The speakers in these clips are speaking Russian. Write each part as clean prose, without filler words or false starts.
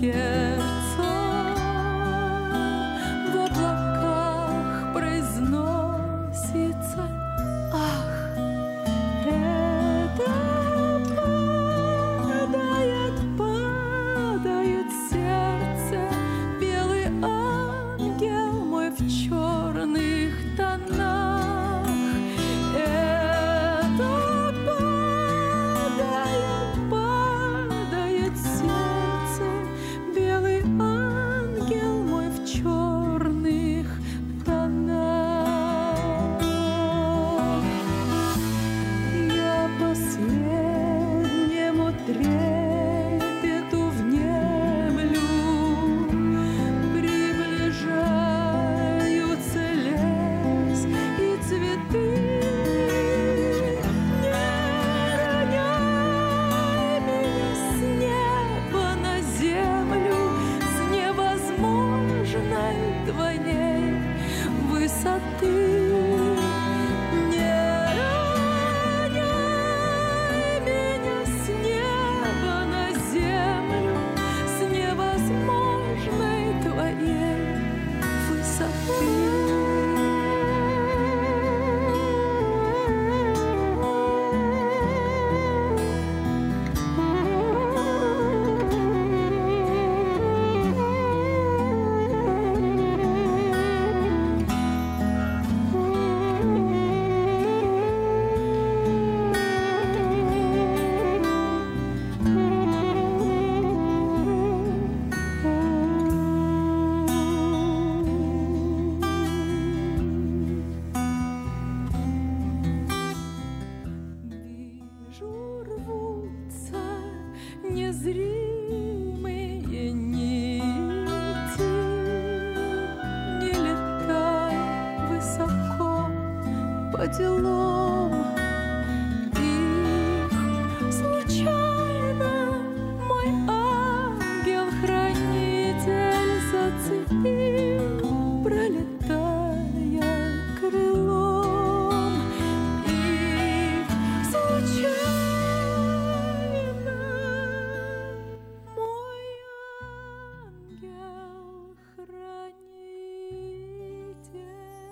сердце в облаках произносится: ах, это падает сердце, белый ангел мой в черных тонах. Это падает сердце, белый ангел мой в черных тонах. Я последнему трепету внемлю, приближаются лес и цветы. Не роняй меня с неба на землю, с невозможной твоей высоты. Не роняй меня с неба на землю, с невозможной твоей высоты. Вижу, рвутся незримые нити, не летай высоко по делам их. Случайно мой ангел-хранитель зацепил, пролетая крылом. Их случайно мой ангел-хранитель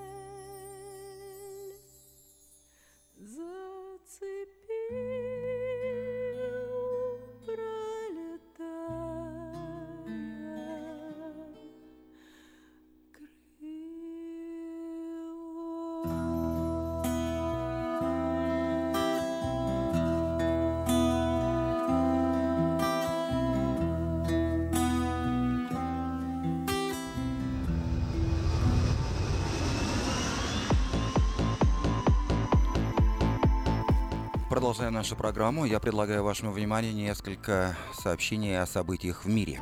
зацепил, пролетая Продолжая нашу программу, я предлагаю вашему вниманию несколько сообщений о событиях в мире.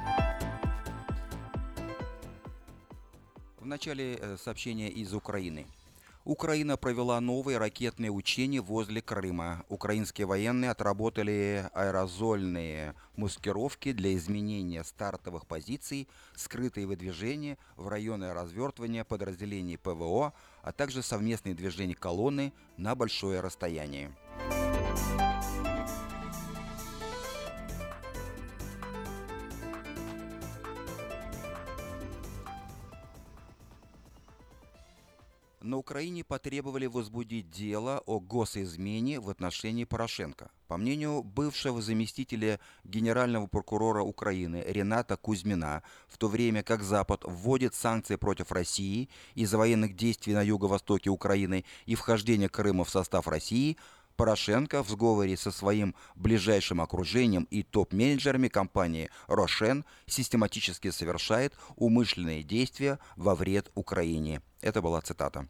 В начале сообщения из Украины. Украина провела новые ракетные учения возле Крыма. Украинские военные отработали аэрозольные маскировки для изменения стартовых позиций, скрытые выдвижения в районы развертывания подразделений ПВО, а также совместные движения колонны на большое расстояние. На Украине потребовали возбудить дело о госизмене в отношении Порошенко. По мнению бывшего заместителя генерального прокурора Украины Рената Кузьмина, в то время как Запад вводит санкции против России из-за военных действий на юго-востоке Украины и вхождения Крыма в состав России, Порошенко в сговоре со своим ближайшим окружением и топ-менеджерами компании «Рошен» систематически совершает умышленные действия во вред Украине. Это была цитата.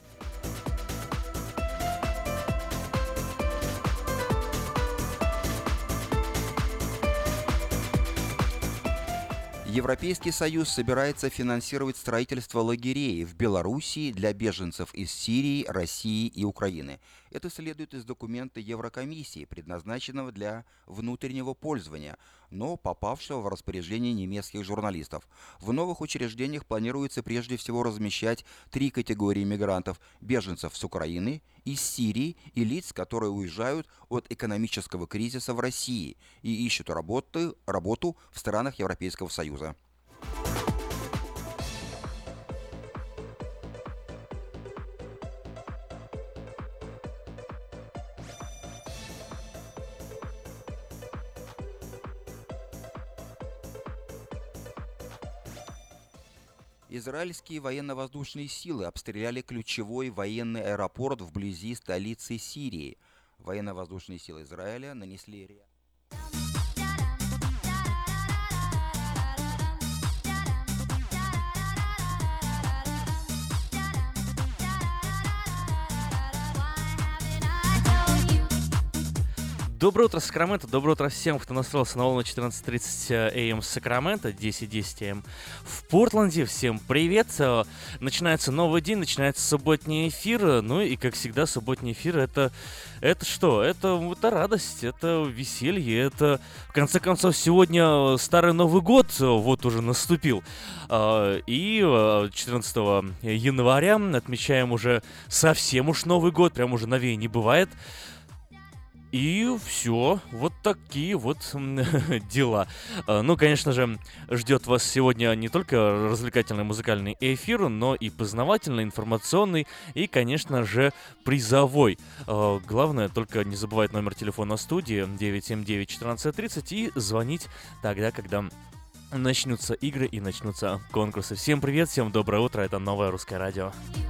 Европейский Союз собирается финансировать строительство лагерей в Белоруссии для беженцев из Сирии, России и Украины. Это следует из документа Еврокомиссии, предназначенного для внутреннего пользования, но попавшего в распоряжение немецких журналистов. В новых учреждениях планируется прежде всего размещать 3 категории мигрантов: беженцев с Украины из Сирии и лиц, которые уезжают от экономического кризиса в России и ищут работу в странах Европейского Союза. Израильские военно-воздушные силы обстреляли ключевой военный аэропорт вблизи столицы Сирии. Военно-воздушные силы Израиля нанесли ряд. Доброе утро, Сакраменто. Доброе утро всем, кто настроился на волну 14:30 АМ Сакраменто, 10:10 АМ в Портленде. Всем привет. Начинается новый день, начинается субботний эфир. Ну и, как всегда, субботний эфир это что? Это радость, это веселье, это, в конце концов, сегодня Старый Новый год вот уже наступил. И 14 января отмечаем уже совсем уж Новый год, прям уже новее не бывает. И все, вот такие вот дела. Ну, конечно же, ждет вас сегодня не только развлекательный музыкальный эфир, но и познавательный, информационный и, конечно же, призовой. Главное, только не забывать номер телефона студии 979-1430 и звонить тогда, когда начнутся игры и начнутся конкурсы. Всем привет, всем доброе утро, это Новое Русское Радио.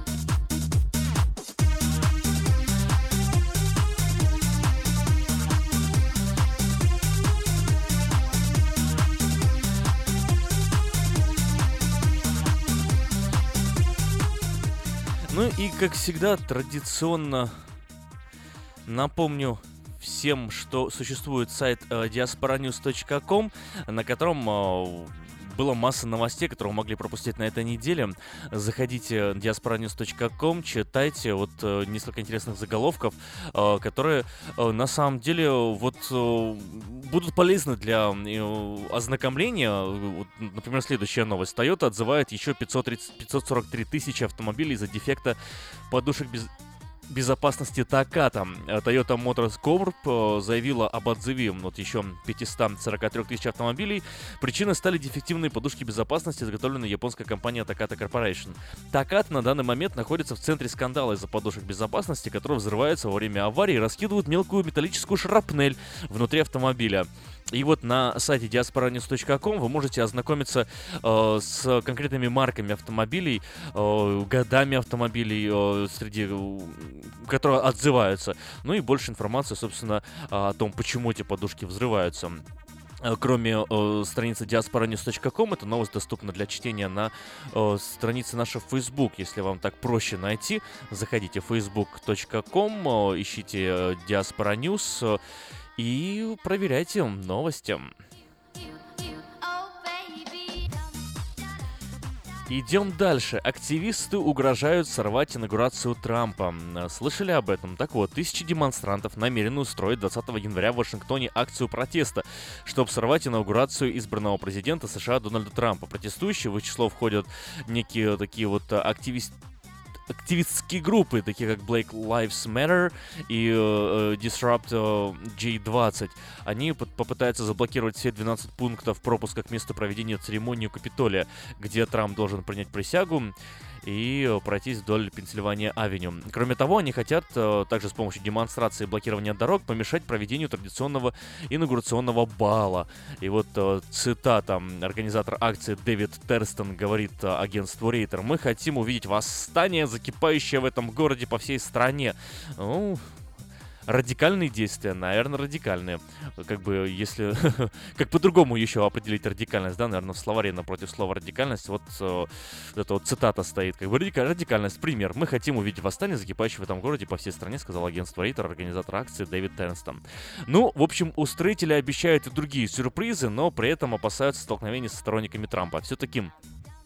Ну и, как всегда, традиционно напомню всем, что существует сайт diasporanews.com, на котором была масса новостей, которые вы могли пропустить на этой неделе. Заходите в diasporanews.com, читайте вот несколько интересных заголовков, которые на самом деле вот будут полезны для ознакомления. Вот, например, следующая новость. Toyota отзывает еще 543 тысячи автомобилей из-за дефекта подушек безопасности Takata. Toyota Motors Corp заявила об отзыве вот еще 543 тысяч автомобилей. Причиной стали дефективные подушки безопасности, изготовленные японской компанией Takata Corporation. Takata на данный момент находится в центре скандала из-за подушек безопасности, которые взрываются во время аварии и раскидывают мелкую металлическую шрапнель внутри автомобиля. И вот на сайте diasporanews.com вы можете ознакомиться с конкретными марками автомобилей, годами автомобилей, среди которые отзываются. Ну и больше информации, собственно, о том, почему эти подушки взрываются. Кроме страницы diasporanews.com, эта новость доступна для чтения на странице нашего Facebook. Если вам так проще найти, заходите в facebook.com, ищите Diaspora News и проверяйте новости. Идем дальше. Активисты угрожают сорвать инаугурацию Трампа. Слышали об этом? Так вот, тысячи демонстрантов намерены устроить 20 января в Вашингтоне акцию протеста, чтобы сорвать инаугурацию избранного президента США Дональда Трампа. Протестующие в их число входят некие такие вот активистские группы, такие как Black Lives Matter и Disrupt J20. Они попытаются заблокировать все 12 пунктов пропуска к месту проведения церемонии у Капитолия, где Трамп должен принять присягу и пройтись вдоль Пенсильвания-авеню. Кроме того, они хотят также с помощью демонстрации и блокирования дорог помешать проведению традиционного инаугурационного бала. И вот цитата. Организатор акции Дэвид Терстон говорит агентству Рейтер: «Мы хотим увидеть восстание, закипающее в этом городе по всей стране». Ну, радикальные действия, наверное, радикальные. Как бы, если... как по-другому еще определить радикальность, да, наверное, в словаре напротив слова радикальность. Вот эта вот цитата стоит. Как бы радикальность, пример. «Мы хотим увидеть восстание, закипающее в этом городе по всей стране», сказал агентство Рейтер, организатор акции Дэвид Терстон. Ну, в общем, устроители обещают и другие сюрпризы, но при этом опасаются столкновений со сторонниками Трампа. Все-таки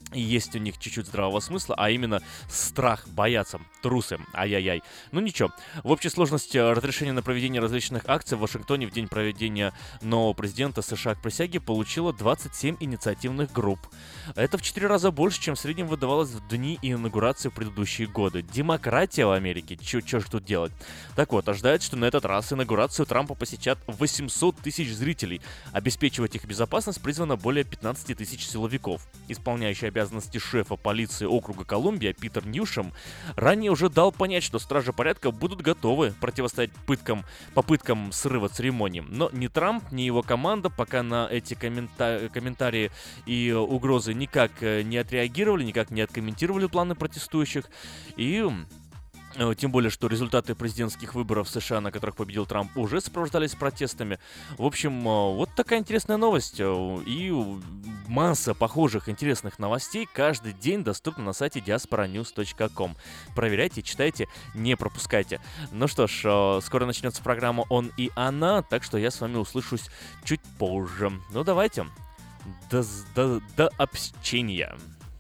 И есть у них чуть-чуть здравого смысла, а именно страх, боятся, трусы, ай-яй-яй. Ну ничего, в общей сложности разрешение на проведение различных акций в Вашингтоне в день проведения нового президента США к присяге получило 27 инициативных групп. Это в 4 раза больше, чем в среднем выдавалось в дни инаугурации в предыдущие годы. Демократия в Америке, чё ж тут делать? Так вот, ожидается, что на этот раз инаугурацию Трампа посетят 800 тысяч зрителей. Обеспечивать их безопасность призвано более 15 тысяч силовиков. Исполняющий обязанности шефа полиции округа Колумбия Питер Ньюшем ранее уже дал понять, что стражи порядка будут готовы противостоять попыткам срыва церемонии. Но ни Трамп, ни его команда пока на эти комментарии и угрозы никак не отреагировали, никак не откомментировали планы протестующих. И тем более, что результаты президентских выборов в США, на которых победил Трамп, уже сопровождались протестами. В общем, вот такая интересная новость. И масса похожих интересных новостей каждый день доступна на сайте diasporanews.com. Проверяйте, читайте, не пропускайте. Ну что ж, скоро начнется программа «Он и она», так что я с вами услышусь чуть позже. Ну давайте, до общения.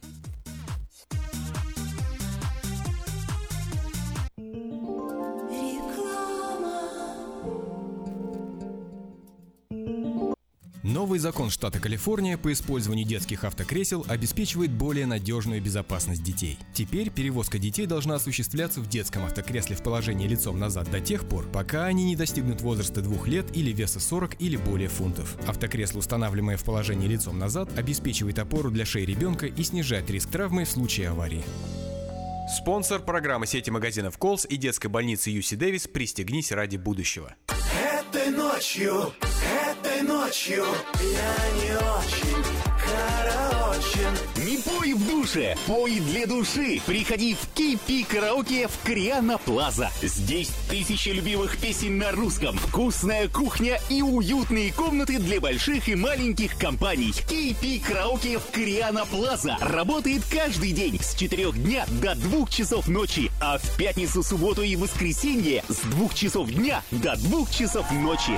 Новый закон штата Калифорния по использованию детских автокресел обеспечивает более надежную безопасность детей. Теперь перевозка детей должна осуществляться в детском автокресле в положении лицом назад до тех пор, пока они не достигнут возраста 2 лет или веса 40 или более фунтов. Автокресло, устанавливаемое в положении лицом назад, обеспечивает опору для шеи ребенка и снижает риск травмы в случае аварии. Спонсор программы сети магазинов Колс и детской больницы UC Дэвис «Пристегнись ради будущего». Этой ночью я не очень караочен. Не пой в душе, пой для души. Приходи в KP Караоке в Кориана Плаза. Здесь тысячи любимых песен на русском, вкусная кухня и уютные комнаты для больших и маленьких компаний. KP Караоке в Кориана Плаза работает каждый день с 4 дня до 2 часов ночи, а в пятницу, субботу и воскресенье с 2 часов дня до 2 часов ночи.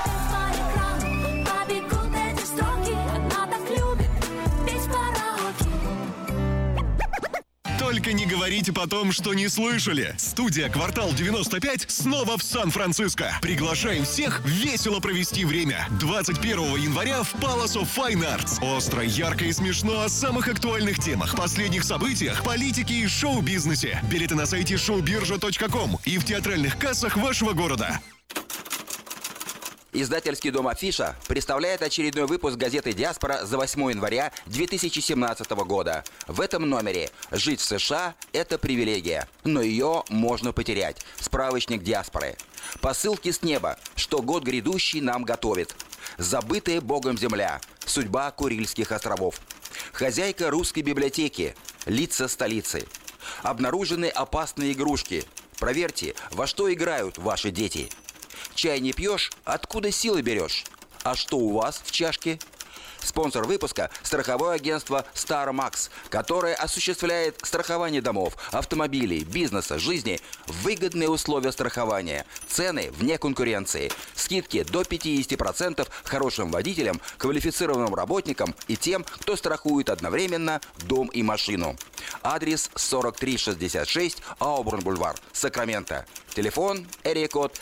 Только не говорите потом, что не слышали. Студия «Квартал 95» снова в Сан-Франциско. Приглашаем всех весело провести время. 21 января в Palace of Fine Arts. Остро, ярко и смешно о самых актуальных темах, последних событиях, политике и шоу-бизнесе. Билеты на сайте showbirja.com и в театральных кассах вашего города. Издательский дом «Афиша» представляет очередной выпуск газеты «Диаспора» за 8 января 2017 года. В этом номере «Жить в США – это привилегия, но ее можно потерять». Справочник «Диаспоры». Посылки с неба, что год грядущий нам готовит. Забытая Богом земля. Судьба Курильских островов. Хозяйка русской библиотеки. Лица столицы. Обнаружены опасные игрушки. Проверьте, во что играют ваши дети. Чай не пьешь, откуда силы берешь? А что у вас в чашке? Спонсор выпуска – страховое агентство StarMax, которое осуществляет страхование домов, автомобилей, бизнеса, жизни, выгодные условия страхования, цены вне конкуренции, скидки до 50% хорошим водителям, квалифицированным работникам и тем, кто страхует одновременно дом и машину. Адрес 4366 Аубурн-Бульвар, Сакраменто. Телефон эрия-код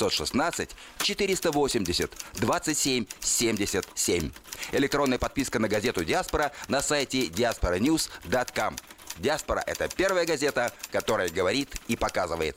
916-480-27-77. Электронная подписка на газету «Диаспора» на сайте diasporanews.com. «Диаспора» — это первая газета, которая говорит и показывает.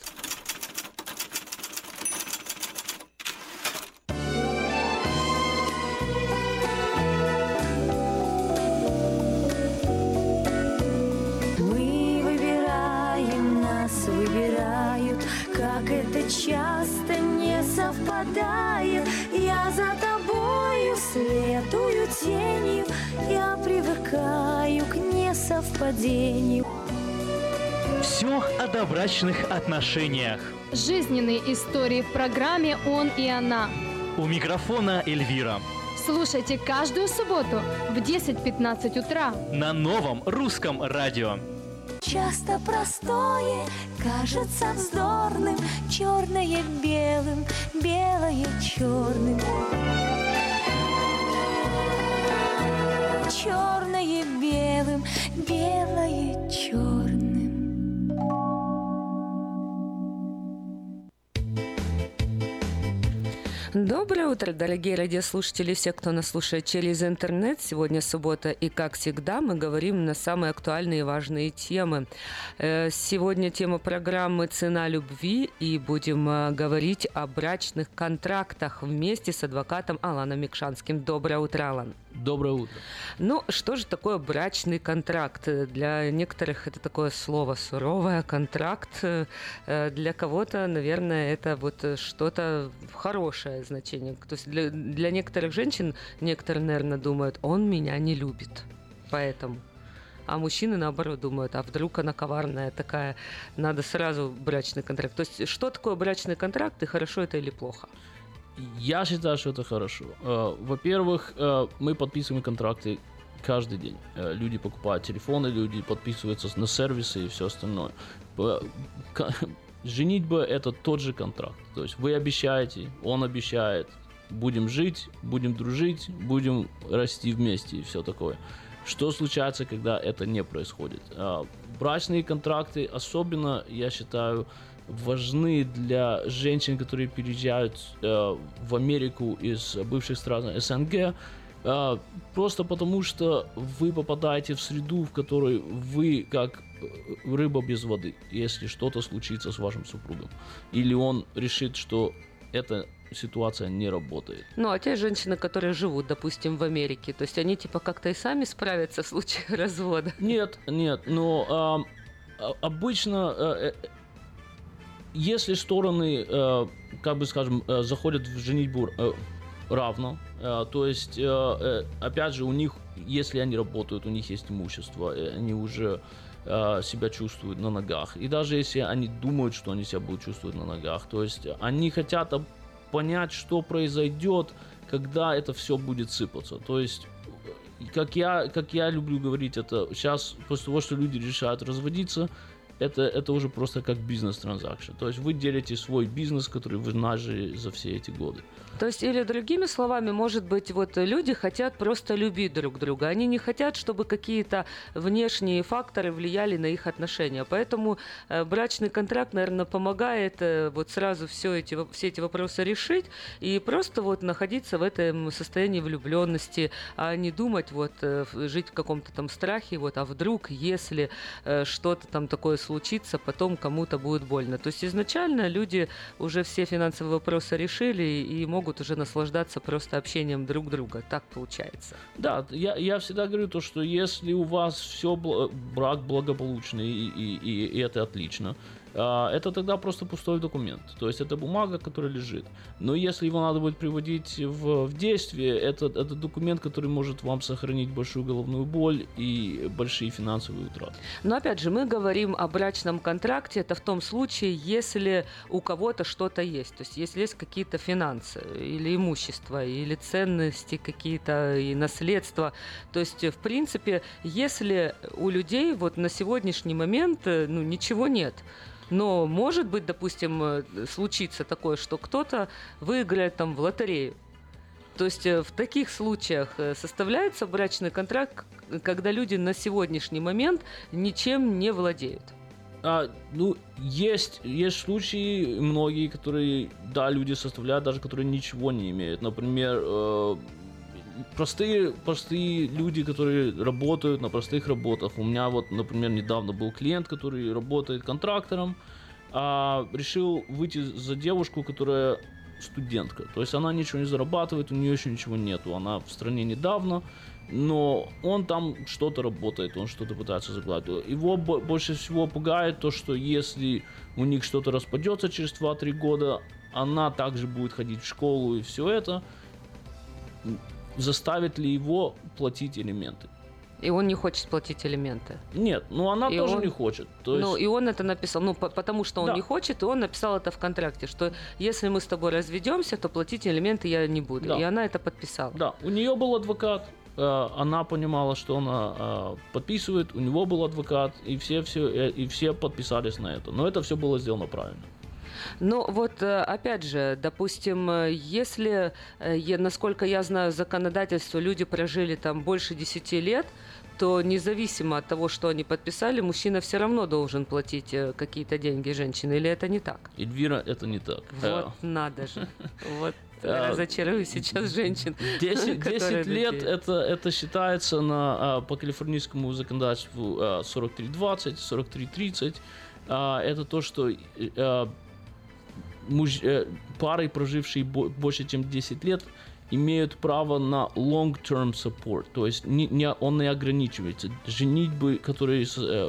Часто не совпадает. Я за тобою следую тенью. Я привыкаю к несовпадению. Все о добрачных отношениях. Жизненные истории в программе «Он и она». У микрофона Эльвира. Слушайте каждую субботу в 10:15 утра на новом русском радио. Часто простое кажется вздорным, черное белым, белое черным. Черное белым, белое Доброе утро, дорогие радиослушатели, все, кто нас слушает через интернет. Сегодня суббота, и, как всегда, мы говорим на самые актуальные и важные темы. Сегодня тема программы «Цена любви», и будем говорить о брачных контрактах вместе с адвокатом Аланом Микшанским. Доброе утро, Алан. Доброе утро. Ну, что же такое брачный контракт? Для некоторых это такое слово суровое, контракт. Для кого-то, наверное, это вот что-то хорошее значение. То есть для некоторых женщин, некоторые, наверное, думают, он меня не любит, поэтому. А мужчины, наоборот, думают, а вдруг она коварная такая, надо сразу брачный контракт. То есть что такое брачный контракт, и хорошо это или плохо? Я считаю, что это хорошо. Во-первых, мы подписываем контракты каждый день. Люди покупают телефоны, люди подписываются на сервисы и все остальное. Женитьба – это тот же контракт. То есть вы обещаете, он обещает, будем жить, будем дружить, будем расти вместе и все такое. Что случается, когда это не происходит? Брачные контракты особенно, я считаю, важны для женщин, которые переезжают в Америку из бывших стран СНГ, просто потому что вы попадаете в среду, в которой вы как рыба без воды, если что-то случится с вашим супругом. Или он решит, что эта ситуация не работает. Ну, а те женщины, которые живут, допустим, в Америке, то есть они типа как-то и сами справятся в случае развода? Нет, но обычно... Если стороны, как бы скажем, заходят в женитьбу равно, то есть, опять же, у них, если они работают, у них есть имущество, они уже себя чувствуют на ногах. И даже если они думают, что они себя будут чувствовать на ногах, то есть они хотят понять, что произойдет, когда это все будет сыпаться. То есть, как я люблю говорить, это сейчас, после того, что люди решают разводиться, это уже просто как бизнес-транзакция. То есть вы делите свой бизнес, который вы нажили за все эти годы. То есть, или другими словами, может быть, вот люди хотят просто любить друг друга. Они не хотят, чтобы какие-то внешние факторы влияли на их отношения. Поэтому брачный контракт, наверное, помогает вот сразу все эти вопросы решить и просто вот находиться в этом состоянии влюбленности, а не думать, вот, жить в каком-то там страхе, вот, а вдруг, если что-то там такое случится, потом кому-то будет больно. То есть изначально люди уже все финансовые вопросы решили и могут уже наслаждаться просто общением друг друга. Так получается. Да, я всегда говорю то, что если у вас все брак благополучный и это отлично, это тогда просто пустой документ. То есть это бумага, которая лежит. Но если его надо будет приводить в действие, это документ, который может вам сохранить большую головную боль и большие финансовые утраты. Но опять же, мы говорим о брачном контракте, это в том случае, если у кого-то что-то есть. То есть если есть какие-то финансы или имущество, или ценности какие-то, и наследство. То есть, в принципе, если у людей вот на сегодняшний момент ничего нет, но может быть, допустим, случится такое, что кто-то выиграет там в лотерею. То есть в таких случаях составляется брачный контракт, когда люди на сегодняшний момент ничем не владеют. Есть случаи, многие, которые, да, люди составляют, даже которые ничего не имеют. Например, простые люди, которые работают на простых работах. У меня вот, например, недавно был клиент, который работает контрактором, решил выйти за девушку, которая студентка. То есть она ничего не зарабатывает, у нее еще ничего нету. Она в стране недавно, но он там что-то работает, он что-то пытается загладить. Его больше всего пугает то, что если у них что-то распадется через 2-3 года, она также будет ходить в школу и все это. Заставит ли его платить элементы? И он не хочет платить элементы. Нет, она и тоже не хочет. То есть... и он это написал, потому что он не хочет, и он написал это в контракте, что если мы с тобой разведемся, то платить элементы я не буду. Да. И она это подписала. Да, у нее был адвокат, она понимала, что она подписывает, у него был адвокат, и все подписались на это. Но это все было сделано правильно. Ну вот, опять же, допустим, если, насколько я знаю, законодательство, люди прожили там больше 10 лет, то независимо от того, что они подписали, мужчина все равно должен платить какие-то деньги женщине, или это не так? Эльвира, это не так. Вот надо же. Вот разочарую сейчас женщин. 10 которые лет надеются. это считается по калифорнийскому законодательству 43-20, 43-30. Это то, что пары, прожившие больше, чем 10 лет, имеют право на long-term support, то есть он не ограничивается. Женитьбы, которые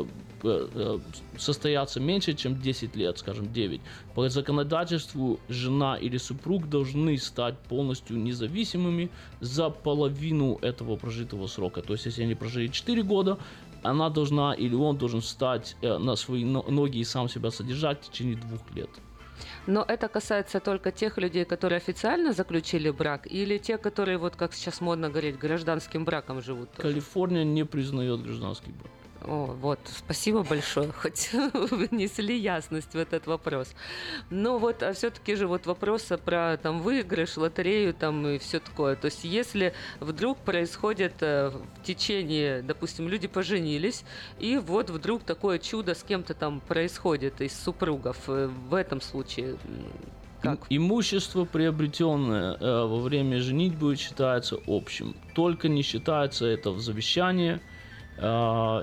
состоятся меньше, чем 10 лет, скажем, 9, по законодательству жена или супруг должны стать полностью независимыми за половину этого прожитого срока. То есть, если они прожили 4 года, она должна или он должен встать на свои ноги и сам себя содержать в течение 2 лет. Но это касается только тех людей, которые официально заключили брак, или те, которые, вот как сейчас модно говорить, гражданским браком живут тоже? Калифорния не признает гражданский брак. О, вот, спасибо большое, хоть внесли ясность в этот вопрос. Но вот, а все-таки же вот вопросы про там выигрыш, лотерею там и все такое. То есть, если вдруг происходит в течение, допустим, люди поженились, и вот вдруг такое чудо с кем-то там происходит из супругов, в этом случае как? Имущество, приобретенное во время женитьбы, считается общим. Только не считается это в завещании. То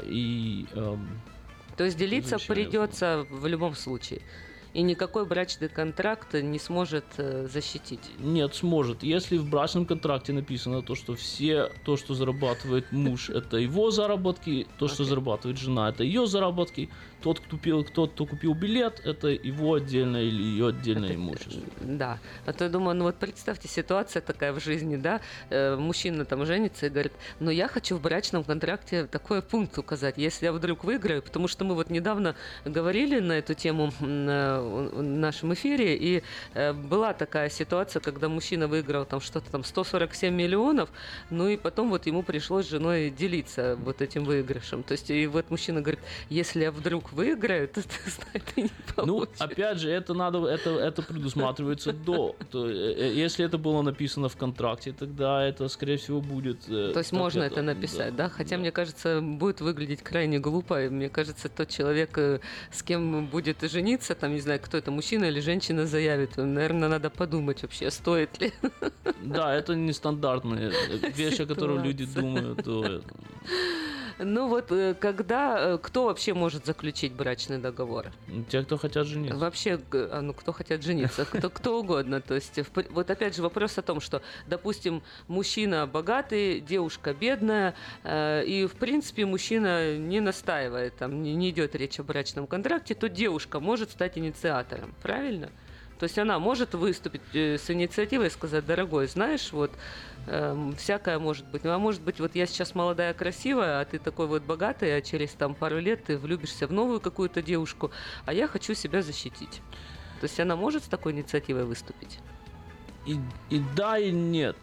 есть делиться придется в любом случае. И никакой брачный контракт не сможет защитить. Нет, сможет. Если в брачном контракте написано то, что то, что зарабатывает муж, это его заработки, то, что зарабатывает жена, это ее заработки, тот, кто купил билет, это его отдельное или ее отдельное имущество. Да. А то я думаю, ну вот представьте, ситуация такая в жизни, да, мужчина там женится и говорит, ну я хочу в брачном контракте такой пункт указать, если я вдруг выиграю, потому что мы вот недавно говорили на эту тему в нашем эфире, и была такая ситуация, когда мужчина выиграл там что-то там 147 миллионов, ну и потом вот ему пришлось с женой делиться вот этим выигрышем. То есть и вот мужчина говорит, если я вдруг выиграю, то ты не получишь. Ну, опять же, это предусматривается до. Если это было написано в контракте, тогда это, скорее всего, будет... То есть можно это написать, да? Хотя, мне кажется, будет выглядеть крайне глупо. И мне кажется, тот человек, с кем будет жениться, там, не знаю, кто это, мужчина или женщина, заявит. Наверное, надо подумать вообще, стоит ли. Да, это нестандартные вещи, о которых люди думают. Ну вот, кто вообще может заключить брачный договор? Те, кто хотят жениться. Вообще, кто хотят жениться, кто угодно. То есть, вот опять же вопрос о том, что, допустим, мужчина богатый, девушка бедная, и, в принципе, мужчина не настаивает, там, не идет речь о брачном контракте, то девушка может стать инициатором, правильно? То есть она может выступить с инициативой и сказать, дорогой, знаешь, вот всякое может быть. Ну, а может быть, вот я сейчас молодая, красивая, а ты такой вот богатый, а через там пару лет ты влюбишься в новую какую-то девушку, а я хочу себя защитить. То есть она может с такой инициативой выступить? И да, и нет.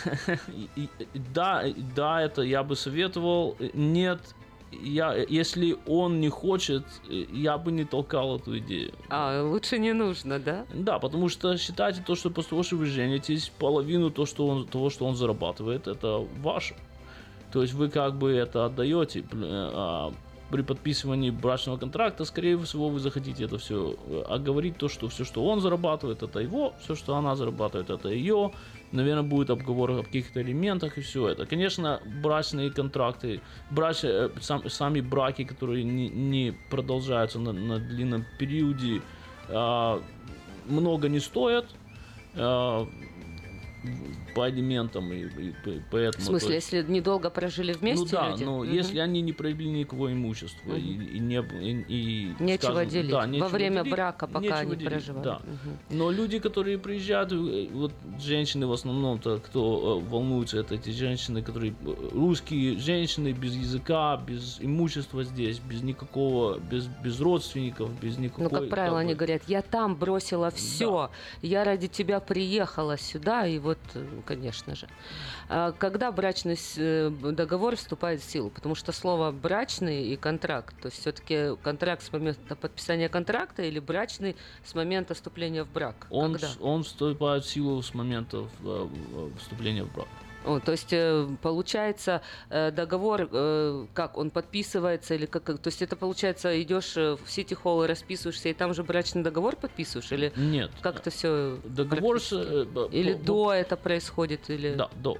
Да, это я бы советовал. Нет, если он не хочет, я бы не толкал эту идею. Лучше не нужно, да? Да, потому что считайте то, что после того, что вы женитесь, половину того, что он зарабатывает, это ваше. То есть вы как бы это отдаете. При подписывании брачного контракта, скорее всего, вы захотите это все оговорить, то, что все, что он зарабатывает, это его, все, что она зарабатывает, это ее. Наверное, будет обговор о каких-то элементах и все это. Конечно, брачные контракты, сами браки, которые не продолжаются на длинном периоде, много не стоят по элементам и поэтому... В смысле, если недолго прожили вместе люди? Ну да, но если они не проявили никакого имущества и нечего скажем, делить. Да, во время брака, пока они проживают. Да. Но люди, которые приезжают, вот женщины в основном, кто волнуется, это эти женщины, которые русские женщины без языка, без имущества здесь, без родственников, без никакой... Ну, как правило, они говорят, я там бросила все, я ради тебя приехала сюда, и вот, конечно же. Когда брачный договор вступает в силу? Потому что слово «брачный» и «контракт», то есть все-таки контракт с момента подписания контракта или брачный с момента вступления в брак? Он вступает в силу с момента вступления в брак. То есть, получается, договор, как он подписывается, или как, то есть это, получается, идешь в Сити-холл и расписываешься, и там же брачный договор подписываешь, или Нет. как это все? Договор... Или до это происходит, или... Да, до.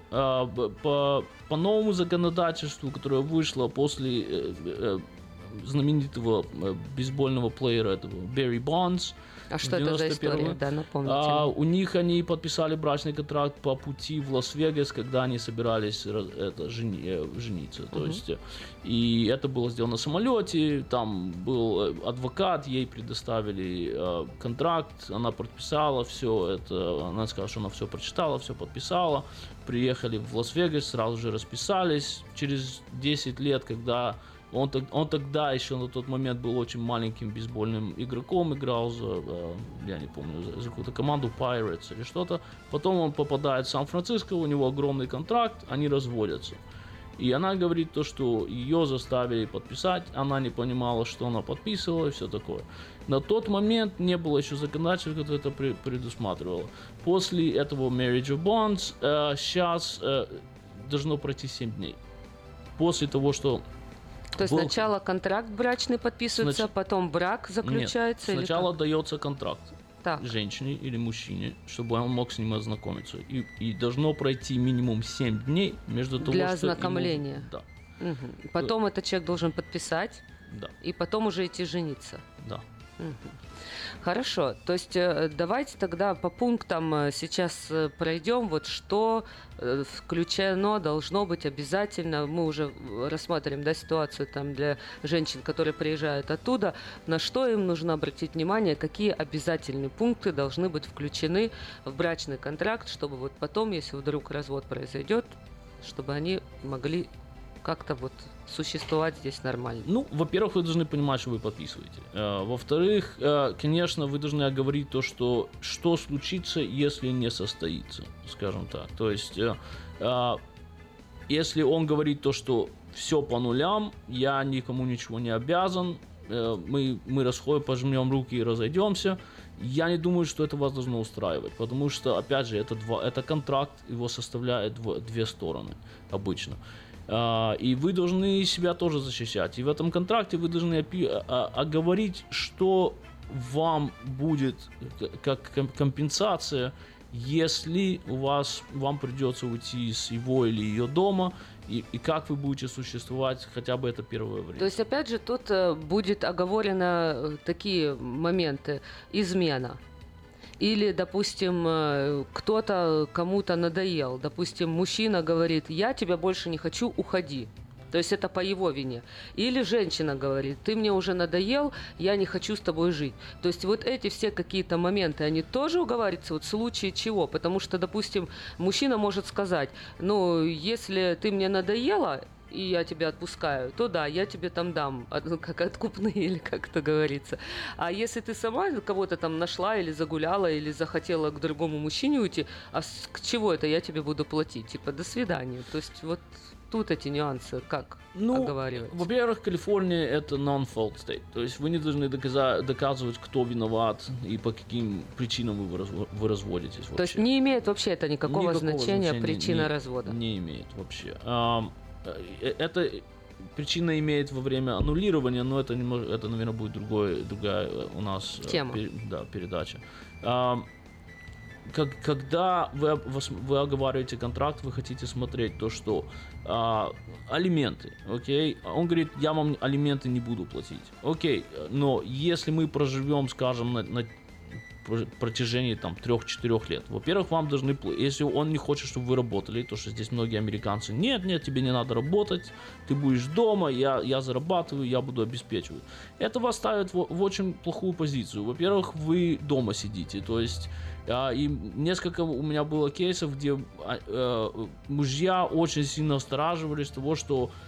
По новому законодательству, которое вышло после знаменитого бейсбольного плеера этого Барри Бонс. А что это за история? Да, напомните. У них они подписали брачный контракт по пути в Лас-Вегас, когда они собирались жениться. То есть, и это было сделано на самолете, там был адвокат, ей предоставили контракт, она подписала все это, она сказала, что она все прочитала, все подписала. Приехали в Лас-Вегас, сразу же расписались. Через 10 лет, когда он тогда еще на тот момент был очень маленьким бейсбольным игроком, играл за, я не помню, за какую-то команду Pirates или что-то. Потом он попадает в Сан-Франциско, у него огромный контракт, они разводятся. И она говорит то, что ее заставили подписать, она не понимала, что она подписывала и все такое. На тот момент не было еще законодательства, которое это предусматривало. После этого Marriage of Bonds сейчас должно пройти 7 дней. После того, что... То есть сначала контракт брачный подписывается, потом брак заключается? Нет, сначала или дается контракт женщине или мужчине, чтобы он мог с ним ознакомиться. И должно пройти минимум 7 дней между того, для ознакомления? Да. Угу. Потом этот человек должен подписать, и потом уже идти жениться? Да. Угу. Хорошо, то есть давайте тогда по пунктам сейчас пройдем, вот что включено должно быть обязательно. Мы уже рассматриваем ситуацию там для женщин, которые приезжают оттуда, на что им нужно обратить внимание, какие обязательные пункты должны быть включены в брачный контракт, чтобы вот потом, если вдруг развод произойдет, чтобы они могли как-то вот существовать здесь нормально. Ну, во-первых, вы должны понимать, что вы подписываете. Во-вторых, конечно, вы должны оговорить то, что случится, если не состоится, скажем так. То есть, если он говорит то, что все по нулям, я никому ничего не обязан, мы расходим, пожмем руки и разойдемся, я не думаю, что это вас должно устраивать, потому что, опять же, это контракт, его составляет две стороны обычно. И вы должны себя тоже защищать. И в этом контракте вы должны оговорить, что вам будет как компенсация, если вам придется уйти из его или ее дома, и как вы будете существовать хотя бы это первое время. То есть, опять же, тут будет оговорено такие моменты: измена. Или, допустим, кто-то кому-то надоел. Допустим, мужчина говорит: я тебя больше не хочу, уходи. То есть это по его вине. Или женщина говорит: ты мне уже надоел, я не хочу с тобой жить. То есть вот эти все какие-то моменты, они тоже уговариваются вот в случае чего? Потому что, допустим, мужчина может сказать: ну, если ты мне надоела, и я тебя отпускаю, то да, я тебе там дам, как откупные, или как это говорится. А если ты сама кого-то там нашла, или загуляла, или захотела к другому мужчине уйти, а к чего это я тебе буду платить? Типа, до свидания. То есть вот тут эти нюансы как оговаривать? Во-первых, Калифорния — это non-fault state. То есть вы не должны доказывать, кто виноват и по каким причинам вы разводитесь вообще. То есть не имеет вообще это никакого значения причина развода? Не имеет вообще. Это причина имеет во время аннулирования, но это наверное, будет другая у нас тема. Передача. Когда вы оговариваете контракт, вы хотите смотреть то, что алименты, окей? Он говорит: я вам алименты не буду платить. Окей, но если мы проживем, скажем, на протяжении там 3-4 лет. Во-первых, вам должны, если он не хочет, чтобы вы работали, то что здесь многие американцы: нет, тебе не надо работать, ты будешь дома, я зарабатываю, я буду обеспечивать. Это вас ставит в очень плохую позицию. Во-первых, вы дома сидите, то есть и несколько у меня было кейсов, где мужья очень сильно настораживались того, что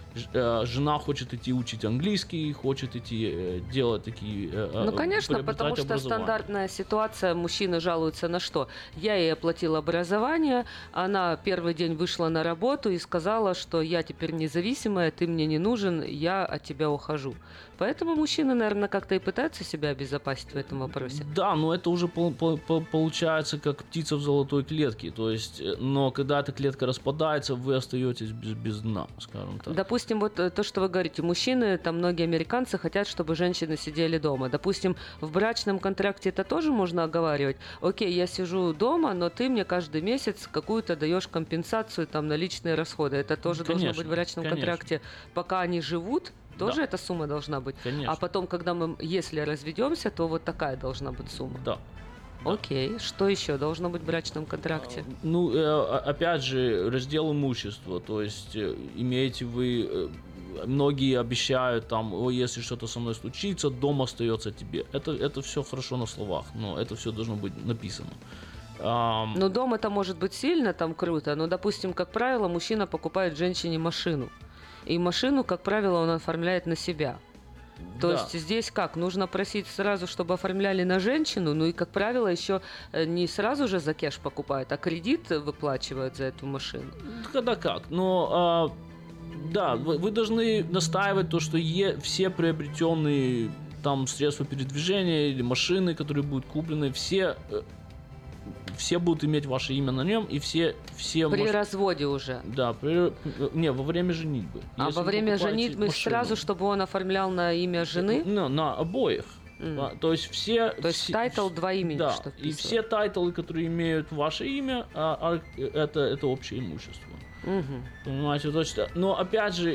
жена хочет идти учить английский, хочет идти делать такие... Ну, конечно, потому что стандартная ситуация, мужчины жалуются на что? Я ей оплатил образование, она первый день вышла на работу и сказала, что я теперь независимая, ты мне не нужен, я от тебя ухожу. Поэтому мужчины, наверное, как-то и пытаются себя обезопасить в этом вопросе. Да, но это уже получается как птица в золотой клетке. То есть, но когда эта клетка распадается, вы остаетесь без дна, скажем так. Допустим, вот то, что вы говорите, мужчины, там многие американцы хотят, чтобы женщины сидели дома. Допустим, в брачном контракте это тоже можно оговаривать. Окей, я сижу дома, но ты мне каждый месяц какую-то даешь компенсацию там на личные расходы. Это тоже должно быть в брачном контракте. Пока они живут, тоже эта сумма должна быть. Конечно. А потом, когда мы, если разведемся, то вот такая должна быть сумма. Да. Окей. Что еще должно быть в брачном контракте? Ну, опять же, раздел имущества. То есть, имеете вы... Многие обещают, там, если что-то со мной случится, дом остается тебе. Это все хорошо на словах, но это все должно быть написано. Но дом это может быть сильно там круто, но, допустим, как правило, мужчина покупает женщине машину. И машину, как правило, он оформляет на себя. То есть здесь как? Нужно просить сразу, чтобы оформляли на женщину, ну и, как правило, еще не сразу же за кэш покупают, а кредит выплачивают за эту машину. Когда как? Но, да, вы должны настаивать то, что все приобретенные там средства передвижения или машины, которые будут куплены, все будут иметь ваше имя на нем, и все при разводе уже. Да, во время женитьбы. А во время женитьбы машину, сразу, чтобы он оформлял на имя жены? На обоих. То есть все... То есть тайтл два имени, да, что и все тайтлы, которые имеют ваше имя, это общее имущество. Понимаете, то есть, но опять же,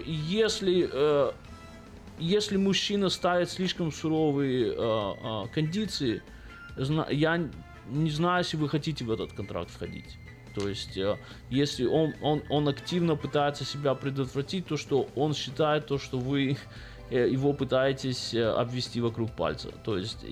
если мужчина ставит слишком суровые кондиции, я не знаю, если вы хотите в этот контракт входить. То есть, если он активно пытается себя предотвратить, то что он считает, то что вы его пытаетесь обвести вокруг пальца. То есть,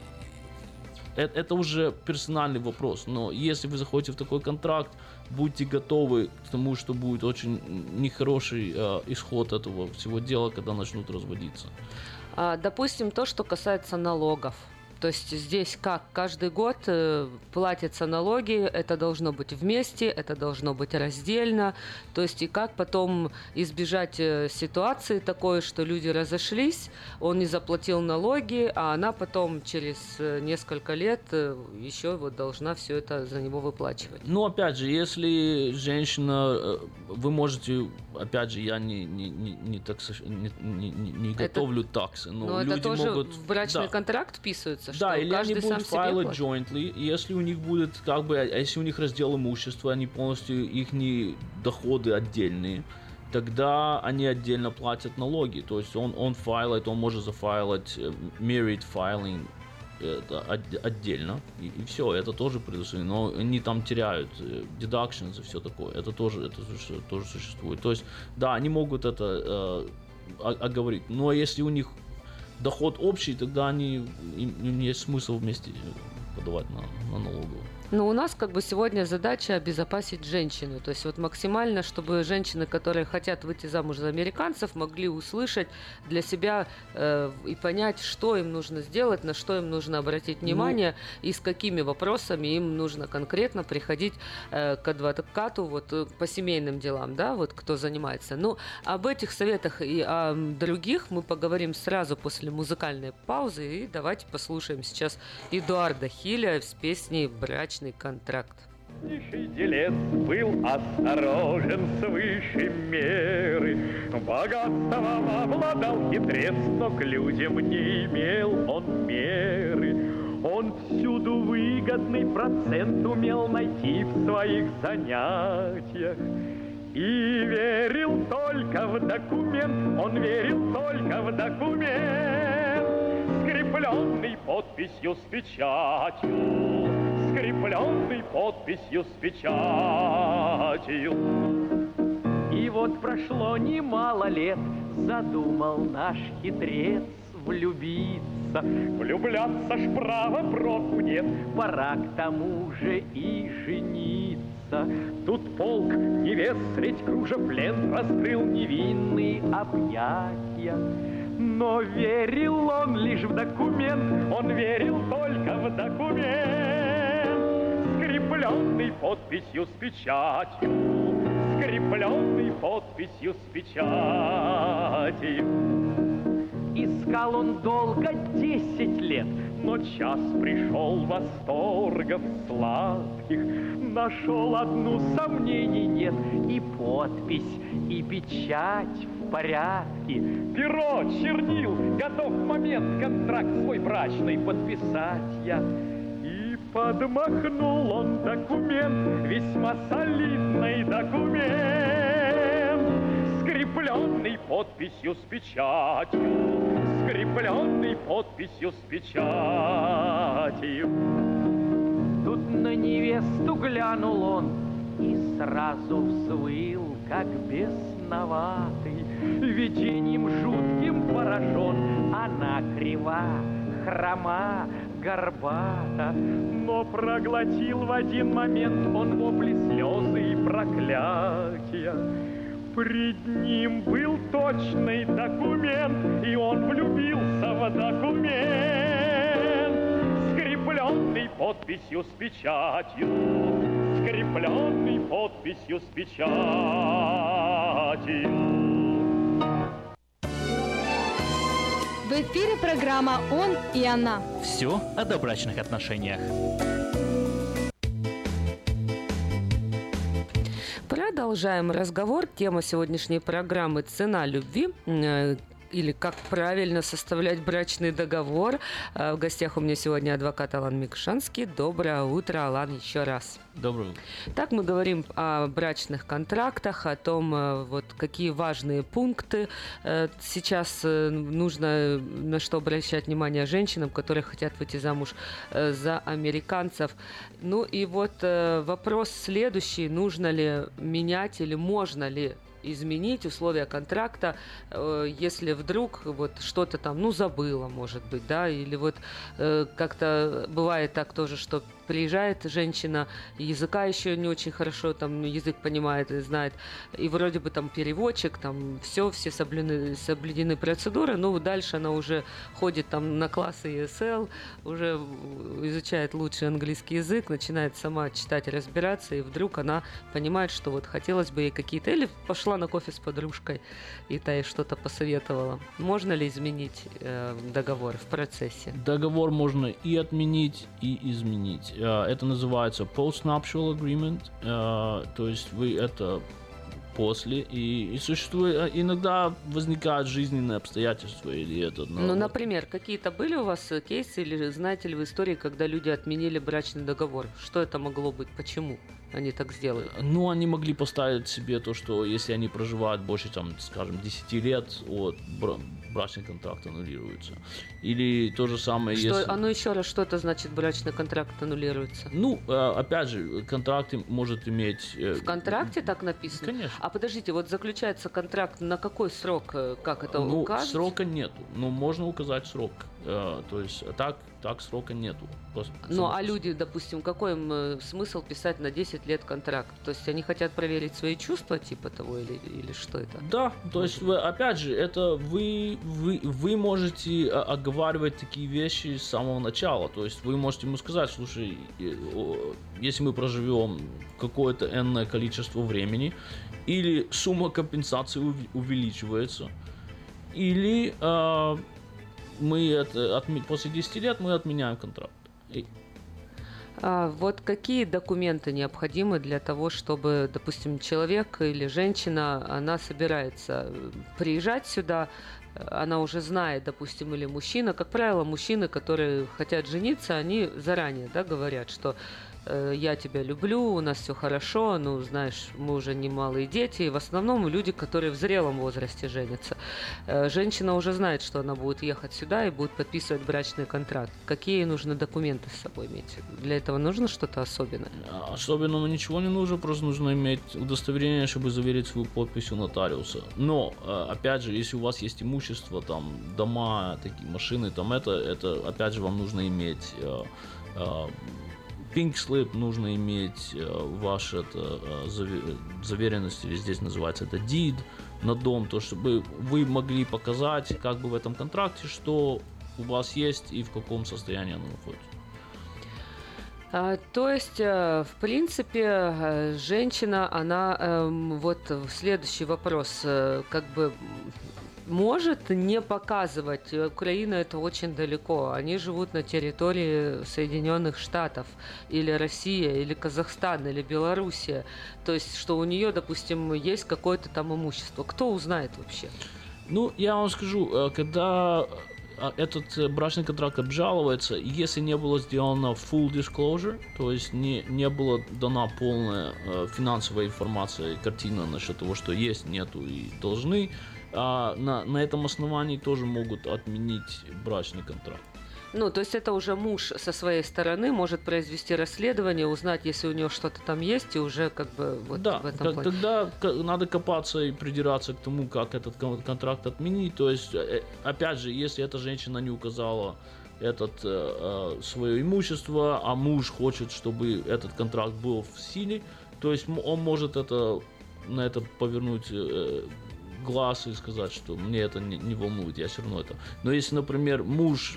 это уже персональный вопрос. Но если вы заходите в такой контракт, будьте готовы к тому, что будет очень нехороший исход этого всего дела, когда начнут разводиться. Допустим, то, что касается налогов. То есть здесь как? Каждый год платятся налоги, это должно быть вместе, это должно быть раздельно. То есть и как потом избежать ситуации такой, что люди разошлись, он не заплатил налоги, а она потом через несколько лет еще вот должна все это за него выплачивать. Ну, опять же, если женщина, вы можете, опять же, я не готовлю таксы, но люди это тоже могут... в брачный контракт вписывается? Да, или они будут файлить jointly. jointly, если у них будет, если у них раздел имущества, они полностью, их доходы отдельные, тогда они отдельно платят налоги. То есть он файлит, он может зафайлить married filing это отдельно, и все, это тоже предусмотрено, но они там теряют deductions и все такое, это тоже существует. То есть, да, они могут это оговорить, но если у них доход общий, тогда им есть смысл вместе подавать на налоговую. Но у нас как бы сегодня задача обезопасить женщину. То есть вот максимально, чтобы женщины, которые хотят выйти замуж за американцев, могли услышать для себя и понять, что им нужно сделать, на что им нужно обратить внимание и с какими вопросами им нужно конкретно приходить к адвокату вот, по семейным делам, да, вот кто занимается. Ну, об этих советах и о других мы поговорим сразу после музыкальной паузы. И давайте послушаем сейчас Эдуарда Хиля с песней «Брачный контракт». Нищий делец был осторожен свыше меры, богатством обладал хитрец, но к людям не имел он меры. Он всюду выгодный процент умел найти в своих занятиях. И верил только в документ, он верил только в документ, скрепленный подписью с печатью, скрепленный подписью с печатью. И вот прошло немало лет, задумал наш хитрец влюбиться. Влюбляться ж право проку нет, пора к тому же и жениться. сердца. Тут полк невест средь кружев лент раскрыл невинные объятия. Но верил он лишь в документ, он верил только в документ, скрепленный подписью с печатью, скрепленный подписью с печатью. Искал он долго 10 лет, но час пришел восторгов сладких. Нашел одну, сомнений нет, и подпись, и печать в порядке. Перо, чернил, готов в момент контракт свой брачный подписать я. И подмахнул он документ, весьма солидный документ, скрепленный подписью с печатью, скрепленный подписью с печатью. Тут на невесту глянул он и сразу взвыл, как бесноватый, видением жутким поражен. Она крива, хрома, горбата, но проглотил в один момент он вопли, слезы и проклятия. Пред ним был точный документ, и он влюбился в документ, скрепленный подписью с печатью, скрепленный подписью с печатью. В эфире программа «Он и она». Все о добрачных отношениях. Продолжаем разговор. Тема сегодняшней программы «Цена любви». Или как правильно составлять брачный договор. В гостях у меня сегодня адвокат Алан Микшанский. Доброе утро, Алан, еще раз. Доброе утро. Так мы говорим о брачных контрактах, о том, вот какие важные пункты сейчас нужно, на что обращать внимание женщинам, которые хотят выйти замуж за американцев. Ну и вот вопрос следующий: нужно ли менять или можно ли изменить условия контракта, если вдруг вот что-то там, забыла, может быть, да, или вот как-то бывает так тоже, что приезжает женщина, языка еще не очень хорошо, там, язык понимает и знает, и вроде бы там переводчик, там, все соблюдены процедуры, но дальше она уже ходит там на классы ESL, уже изучает лучший английский язык, начинает сама читать и разбираться, и вдруг она понимает, что вот хотелось бы ей какие-то, или пошла на кофе с подружкой, и та ей что-то посоветовала. Можно ли изменить договор в процессе? Договор можно и отменить, и изменить. Это называется post-nuptial agreement, то есть вы это после, и существует, иногда возникают жизненные обстоятельства или это. Например, какие-то были у вас кейсы, или знаете ли в истории, когда люди отменили брачный договор? Что это могло быть? Почему они так сделали? Они могли поставить себе то, что если они проживают больше, там, скажем, 10 лет, брачный контракт аннулируется. Или то же самое, если... еще раз, что это значит брачный контракт аннулируется? Опять же, контракт может иметь... В контракте так написано? Конечно. А подождите, вот заключается контракт на какой срок? Как это указывается? Срока нету. Можно указать срок. То есть так срока нету. А люди, допустим, какой им смысл писать на 10 лет контракт? То есть они хотят проверить свои чувства типа того или что это? Да, то есть опять же, это вы можете оговаривать такие вещи с самого начала. То есть вы можете ему сказать: слушай, если мы проживем какое-то энное количество времени, или сумма компенсации увеличивается, или после 10 лет мы отменяем контракт. Вот какие документы необходимы для того, чтобы, допустим, человек или женщина, она собирается приезжать сюда, она уже знает, допустим, или мужчина, как правило, мужчины, которые хотят жениться, они заранее, говорят, что я тебя люблю, у нас все хорошо, знаешь, мы уже не малые дети, и в основном люди, которые в зрелом возрасте женятся. Женщина уже знает, что она будет ехать сюда и будет подписывать брачный контракт. Какие нужно документы с собой иметь? Для этого нужно что-то особенное? Особенного ничего не нужно, просто нужно иметь удостоверение, чтобы заверить свою подпись у нотариуса. Но, опять же, если у вас есть имущество, там, дома, такие машины, там, это опять же, вам нужно иметь pink slip, нужно иметь ваш заверенность, или здесь называется это deed, на дом, то чтобы вы могли показать как бы в этом контракте, что у вас есть и в каком состоянии оно находится. То есть, в принципе, женщина, она, вот следующий вопрос, как бы может не показывать. Украина это очень далеко. Они живут на территории Соединенных Штатов, или Россия, или Казахстан, или Белоруссия. То есть, что у нее, допустим, есть какое-то там имущество. Кто узнает вообще? Ну, я вам скажу, когда этот брачный контракт обжалуется, если не было сделано full disclosure, то есть не была дана полная финансовая информация, картина насчет того, что есть, нету и должны, на этом основании тоже могут отменить брачный контракт. Ну, то есть это уже муж со своей стороны может произвести расследование, узнать, если у него что-то там есть, и уже как бы вот да, в этом плане. Тогда надо копаться и придираться к тому, как этот контракт отменить. То есть, опять же, если эта женщина не указала свое имущество, а муж хочет, чтобы этот контракт был в силе, то есть он может на это повернуть глаз и сказать, что мне это не волнует, я все равно это. Но если, например, муж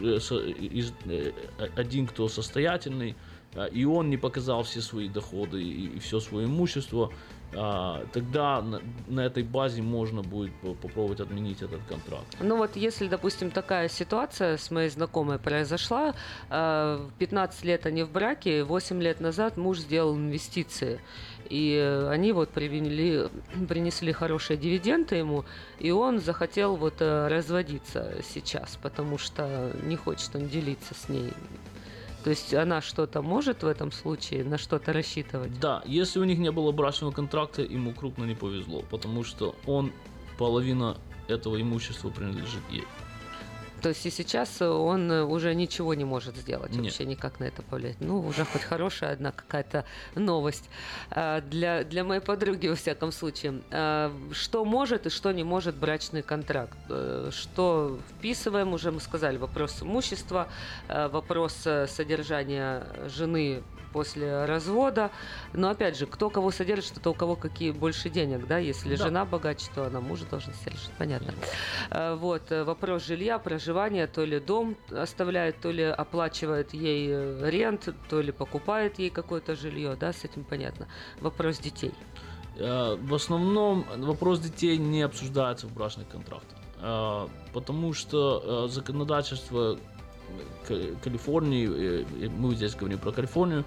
один, кто состоятельный, и он не показал все свои доходы и все свое имущество, тогда на этой базе можно будет попробовать отменить этот контракт. Ну вот если, допустим, такая ситуация с моей знакомой произошла, 15 лет они в браке, 8 лет назад муж сделал инвестиции, и они вот принесли хорошие дивиденды ему, и он захотел вот разводиться сейчас, потому что не хочет он делиться с ней. То есть она что-то может в этом случае, на что-то рассчитывать? Да, если у них не было брачного контракта, ему крупно не повезло, потому что половина этого имущества принадлежит ей. То есть и сейчас он уже ничего не может сделать, вообще никак на это повлиять. Ну, уже хоть хорошая одна какая-то новость для моей подруги, во всяком случае. Что может и что не может брачный контракт? Что вписываем, уже мы сказали, вопрос имущества, вопрос содержания жены после развода. Но опять же, кто кого содержит, это у кого какие больше денег, да? Если жена богаче, то она мужа должна содержать, понятно. Вот, вопрос жилья, проживания, то ли дом оставляет, то ли оплачивает ей рент, то ли покупает ей какое-то жилье, да, с этим понятно. Вопрос детей. В основном вопрос детей не обсуждается в брачных контрактах, потому что законодательство Калифорнии, мы здесь говорим про Калифорнию,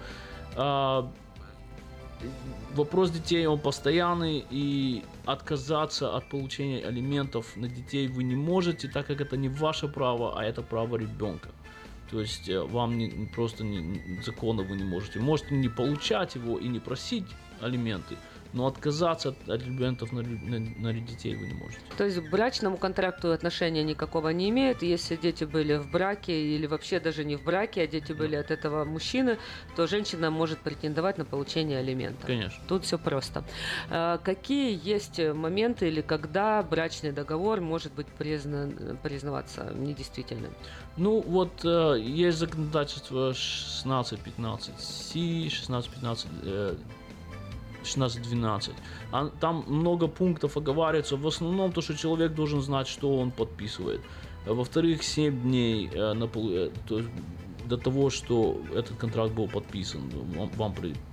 вопрос детей, он постоянный, и отказаться от получения алиментов на детей вы не можете, так как это не ваше право, а это право ребенка. То есть вам законно вы не можете. Можете не получать его и не просить алименты, но отказаться от алиментов на детей вы не можете. То есть к брачному контракту отношения никакого не имеет. Если дети были в браке или вообще даже не в браке, а дети были от этого мужчины, то женщина может претендовать на получение алиментов. Конечно. Тут все просто. Какие есть моменты или когда брачный договор может быть признаваться недействительным? Ну вот есть законодательство 16.15c, 16.12. Там много пунктов оговаривается. В основном то, что человек должен знать, что он подписывает. Во-вторых, 7 дней до того, что этот контракт был подписан, вам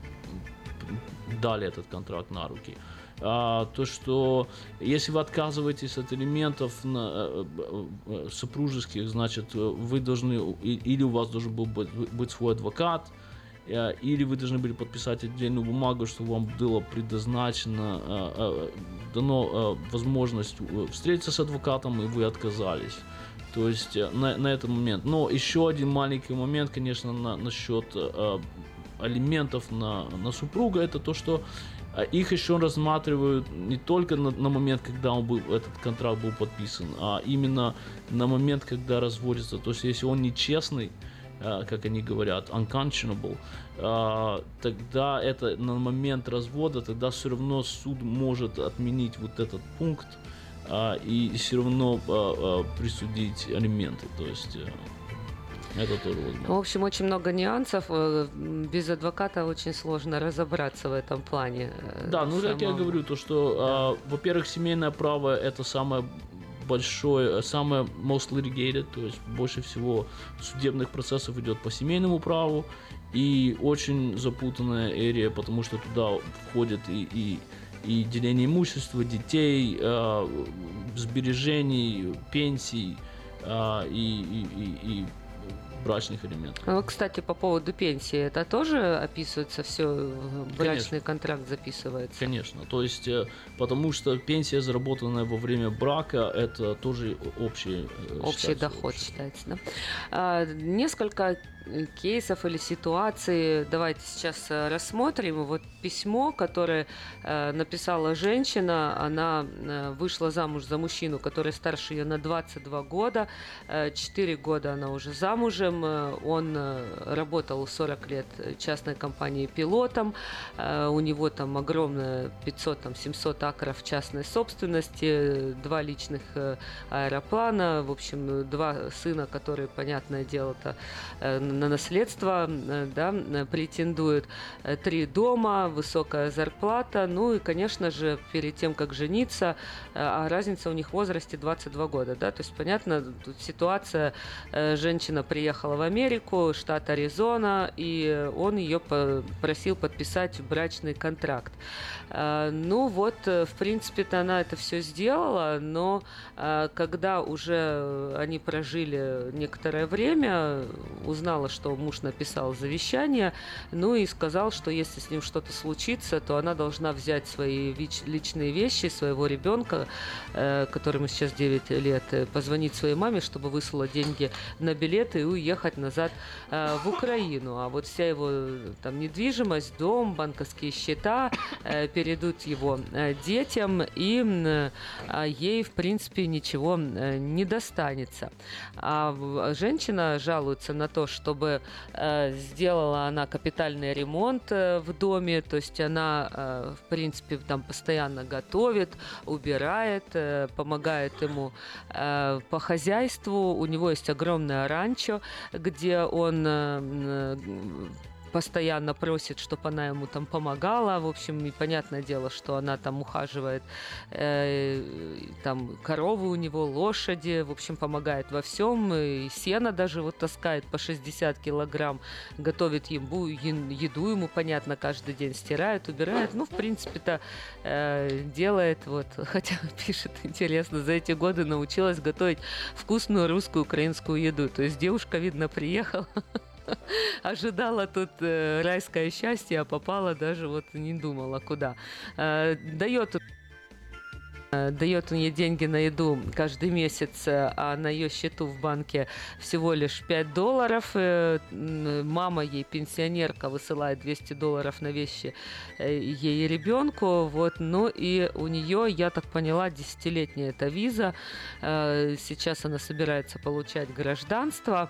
дали этот контракт на руки. То, что если вы отказываетесь от элементов супружеских, значит, вы должны, или у вас должен был быть свой адвокат, или вы должны были подписать отдельную бумагу, что вам было дано возможность встретиться с адвокатом, и вы отказались. То есть на этот момент. Но еще один маленький момент, конечно, насчет алиментов на супруга, это то, что их еще рассматривают не только на момент, когда этот контракт был подписан, а именно на момент, когда разводится. То есть если он нечестный, как они говорят, unconscionable, тогда это на момент развода, тогда все равно суд может отменить вот этот пункт и все равно присудить алименты. То есть Это тоже возможно. В общем, очень много нюансов. Без адвоката очень сложно разобраться в этом плане. Да, ну как я говорю, то что, во-первых, семейное право это самое большое, самое most litigated, то есть больше всего судебных процессов идет по семейному праву, и очень запутанная area, потому что туда входит и деление имущества, детей, сбережений, пенсий, и брачных элементов. Кстати, по поводу пенсии, это тоже описывается все, брачный контракт записывается? Конечно, то есть, потому что пенсия, заработанная во время брака, это тоже общий доход считается, да? Несколько кейсов или ситуаций давайте сейчас рассмотрим. Вот письмо, которое написала женщина, она вышла замуж за мужчину, который старше ее на 22 года, 4 года она уже замужем, он работал 40 лет в частной компании пилотом, у него там огромное 500-700 акров частной собственности, 2 личных аэроплана, в общем, 2 сына, которые, понятное дело-то, на наследство, да, претендуют, 3 дома, высокая зарплата, ну и, конечно же, перед тем, как жениться, а разница у них в возрасте 22 года, да, то есть, понятно, тут ситуация, женщина приехала в Америку, штат Аризона, и он ее просил подписать брачный контракт. Ну вот, в принципе-то она это все сделала, но когда уже они прожили некоторое время, узнала, что муж написал завещание, ну и сказал, что если с ним что-то случится, то она должна взять свои личные вещи, своего ребенка, которому сейчас 9 лет, позвонить своей маме, чтобы выслала деньги на билеты и уехать назад в Украину. А вот вся его там недвижимость, дом, банковские счета перейдут его детям, и ей, в принципе, ничего не достанется. А женщина жалуется на то, чтобы сделала она капитальный ремонт в доме, то есть она, в принципе, там постоянно готовит, убирает, помогает ему по хозяйству. У него есть огромное ранчо, где он постоянно просит, чтобы она ему там помогала. В общем, и понятное дело, что она там ухаживает, там коровы у него, лошади, в общем, помогает во всем. И сено даже вот таскает по 60 килограмм, готовит ему еду, ему, понятно, каждый день стирает, убирает. Ну, в принципе-то делает, вот, хотя пишет, интересно, за эти годы научилась готовить вкусную русскую, украинскую еду. То есть девушка, видно, приехала, ожидала тут райское счастье, а попала даже вот не думала куда. Дает он ей деньги на еду каждый месяц, а на ее счету в банке всего лишь $5. Мама ей, пенсионерка, высылает $200 на вещи ей и ребенку. Вот. Ну и у нее, я так поняла, 10-летняя эта виза. Сейчас она собирается получать гражданство.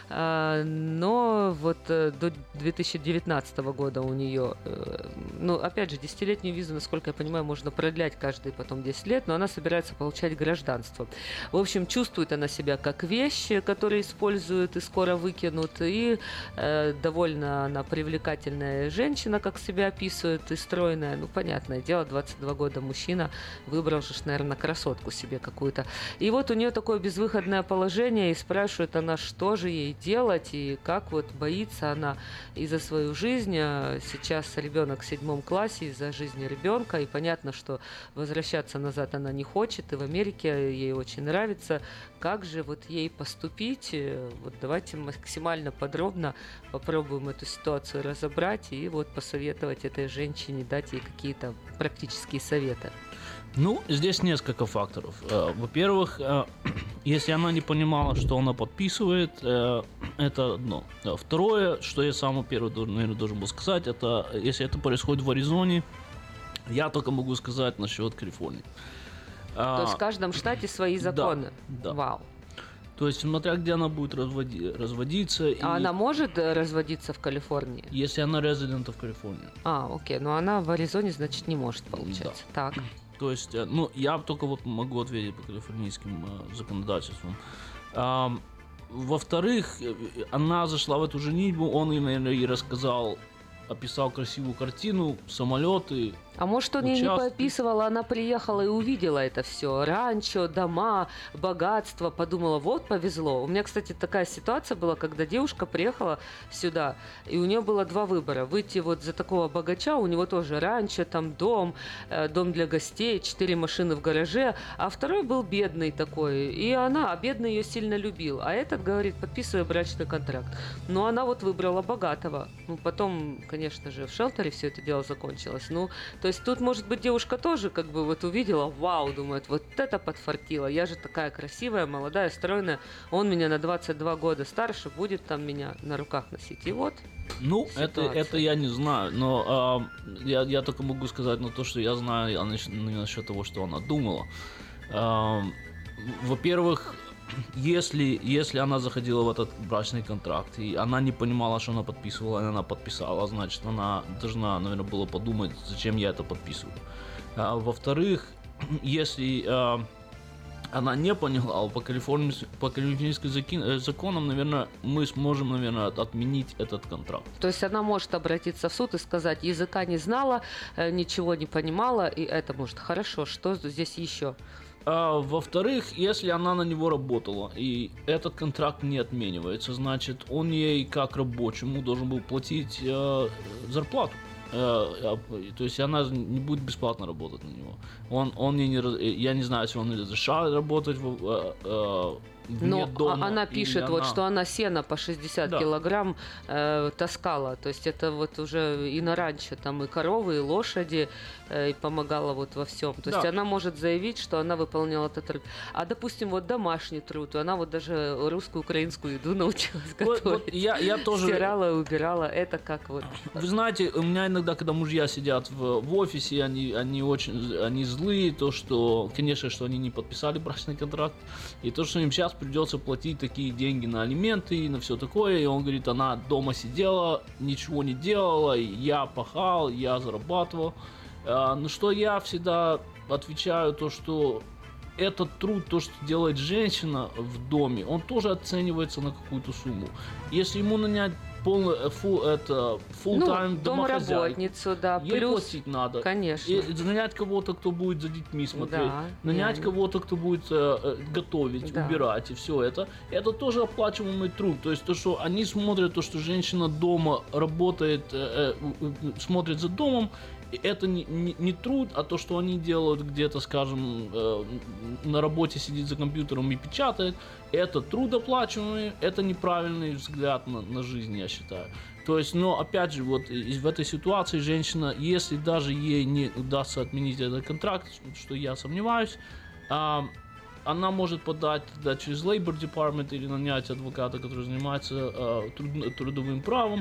Но вот до 2019 года у нее, ну, опять же, 10-летнюю визу, насколько я понимаю, можно продлять каждые потом 10 лет, но она собирается получать гражданство. В общем, чувствует она себя как вещь, которую используют и скоро выкинут, и довольно она привлекательная женщина, как себя описывает, и стройная. Ну, понятное дело, 22 года мужчина, выбрал же, наверное, красотку себе какую-то. И вот у нее такое безвыходное положение, и спрашивает она, что же ей делать, и как вот боится она и за свою жизнь. Сейчас ребенок в 7 классе, из-за жизни ребенка, и понятно, что возвращаться назад она не хочет, и в Америке ей очень нравится. Как же вот ей поступить? Вот давайте максимально подробно попробуем эту ситуацию разобрать и вот посоветовать этой женщине, дать ей какие-то практические советы. Ну, здесь несколько факторов. Во-первых, если она не понимала, что она подписывает, это одно. Второе, что я самое первое, наверное, должен был сказать, это если это происходит в Аризоне, я только могу сказать насчет Калифорнии. То есть в каждом штате свои законы? Да. Вау. То есть, смотря где она будет разводиться. А она может разводиться в Калифорнии? Если она резидент в Калифорнии. Окей. Но она в Аризоне, значит, не может, получается. Да. Так. То есть, ну, я только вот могу ответить по калифорнийским законодательствам. Во-вторых, она зашла в эту женитьбу, он ей, наверное, ей рассказал, описал красивую картину, самолеты. А может, он ей не поописывал, она приехала и увидела это все. Ранчо, дома, богатство. Подумала, вот повезло. У меня, кстати, такая ситуация была, когда девушка приехала сюда, и у нее было два выбора. Выйти вот за такого богача, у него тоже ранчо, там дом, дом для гостей, 4 машины в гараже. А второй был бедный такой. И она, бедный ее сильно любил. А этот говорит, подписывай брачный контракт. Но она вот выбрала богатого. Ну, потом, конечно же, в шелтере все это дело закончилось. Ну, то есть тут, может быть, девушка тоже как бы вот увидела, вау, думает, вот это подфартило, я же такая красивая, молодая, стройная, он меня на 22 года старше, будет там меня на руках носить. И вот. Ну, это я не знаю, но я только могу сказать, то, что я знаю насчет того, что она думала. Во-первых, если она заходила в этот брачный контракт, и она не понимала, что она подписывала, и она подписала, значит, она должна, наверное, было подумать, зачем я это подписываю. Во-вторых, если она не поняла, по калифорнийским законам, наверное, мы сможем, наверное, отменить этот контракт. То есть она может обратиться в суд и сказать, языка не знала, ничего не понимала, и это может. Хорошо, что здесь еще? Во-вторых, если она на него работала, и этот контракт не отменивается, значит, он ей как рабочему должен был платить зарплату. То есть она не будет бесплатно работать на него. Он ей я не знаю, если он разрешал работать вне дома. Она пишет, вот, что она сено по 60 килограмм таскала. То есть это вот уже и на ранчо, там и коровы, и лошади, и помогала вот во всем. То есть она может заявить, что она выполняла этот труд. А, допустим, вот домашний труд, она вот даже русскую, украинскую еду научилась готовить. Вот я тоже... Стирала и убирала. Это как вот... Вы знаете, у меня иногда, когда мужья сидят в офисе, они очень злые, то, что, конечно, что они не подписали брачный контракт, и то, что им сейчас придется платить такие деньги на алименты и на все такое, и он говорит, она дома сидела, ничего не делала, я пахал, я зарабатывал. Но что я всегда отвечаю, то, что этот труд, то, что делает женщина в доме, он тоже оценивается на какую-то сумму. Если ему нанять full-time домработницу, да, ей плюс платить надо. Конечно. И нанять кого-то, кто будет за детьми смотреть, нанять кого-то, кто будет готовить, убирать и все это. Это тоже оплачиваемый труд. То есть то, что они смотрят, то, что женщина дома работает, смотрит за домом, это не труд, а то, что они делают где-то, скажем, на работе сидит за компьютером и печатает, это труд оплачиваемый, это неправильный взгляд на жизнь, я считаю. То есть, но опять же, вот в этой ситуации женщина, если даже ей не удастся отменить этот контракт, что я сомневаюсь, она может подать через Labor Department или нанять адвоката, который занимается трудовым правом,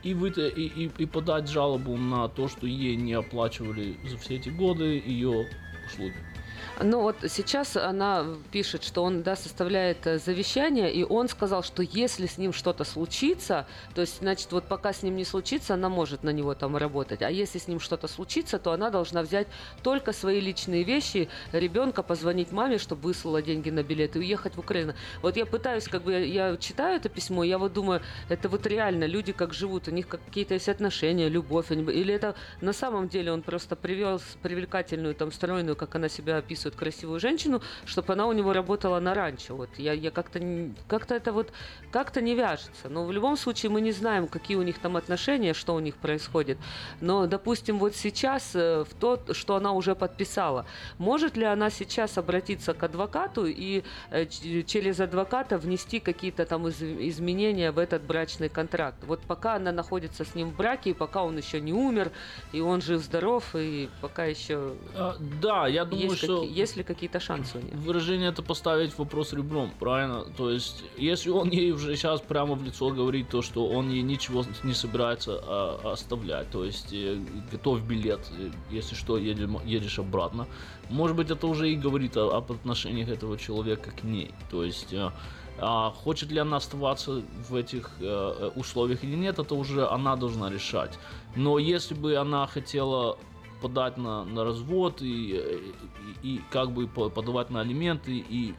и подать жалобу на то, что ей не оплачивали за все эти годы ее услуги. Ну вот сейчас она пишет, что он, составляет завещание, и он сказал, что если с ним что-то случится, то есть, значит, вот пока с ним не случится, она может на него там работать, а если с ним что-то случится, то она должна взять только свои личные вещи, ребенка, позвонить маме, чтобы выслала деньги на билет и уехать в Украину. Вот я пытаюсь, я читаю это письмо, я вот думаю, это вот реально люди как живут, у них какие-то есть отношения, любовь, или это на самом деле он просто привел привлекательную, там, стройную, как она себя описывает, красивую женщину, чтобы она у него работала на ранчо. Вот я как-то это вот как-то не вяжется. Но в любом случае мы не знаем, какие у них там отношения, что у них происходит. Но, допустим, вот сейчас в то, что она уже подписала, может ли она сейчас обратиться к адвокату и через адвоката внести какие-то там изменения в этот брачный контракт? Вот пока она находится с ним в браке, и пока он еще не умер, и он жив-здоров, и пока еще... Да, я думаю, что... Есть ли какие-то шансы у нее? Выражение это поставить вопрос ребром, правильно? То есть, если он ей уже сейчас прямо в лицо говорит то, что он ей ничего не собирается оставлять, то есть, готовь билет, если что, едешь обратно, может быть, это уже и говорит об отношениях этого человека к ней. То есть, хочет ли она оставаться в этих условиях или нет, это уже она должна решать. Но если бы она хотела подать на развод и как бы подавать на алименты, и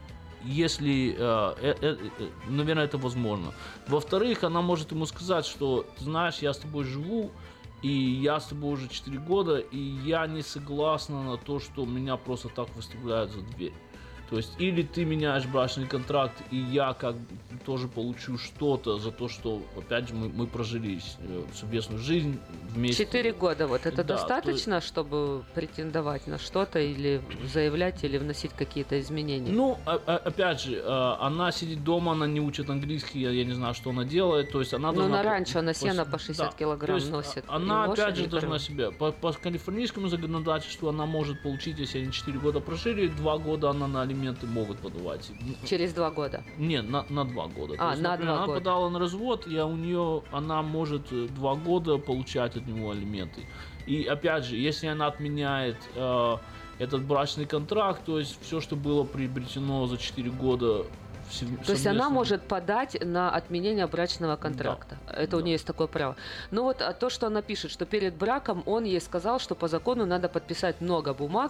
если, наверное, это возможно. Во-вторых, она может ему сказать, что, ты знаешь, я с тобой живу, и я с тобой уже 4 года, и я не согласна на то, что меня просто так выставляют за дверь. То есть, или ты меняешь брачный контракт, и я как тоже получу что-то за то, что, опять же, мы прожили совместную жизнь вместе. 4 года, вот это Да, достаточно, чтобы претендовать на что-то, или заявлять, или вносить какие-то изменения? Ну, опять же, она сидит дома, она не учит английский, я не знаю, что она делает, то есть она должна... Ну, на ранчо она сено по 60 килограмм носит. Она, опять же, должна себя... По калифорнийскому законодательству она может получить, если они 4 года прожили, 2 года она на алименты могут подавать. Через 2 года? Нет, на 2 года. А, есть, на например, 2 она года. подала на развод, и она может 2 года получать от него алименты. И, опять же, если она отменяет этот брачный контракт, то есть все, что было приобретено за 4 года... То есть она может подать на отменение брачного контракта. Да, это у нее есть такое право. Ну вот а то, что она пишет, что перед браком он ей сказал, что по закону надо подписать много бумаг,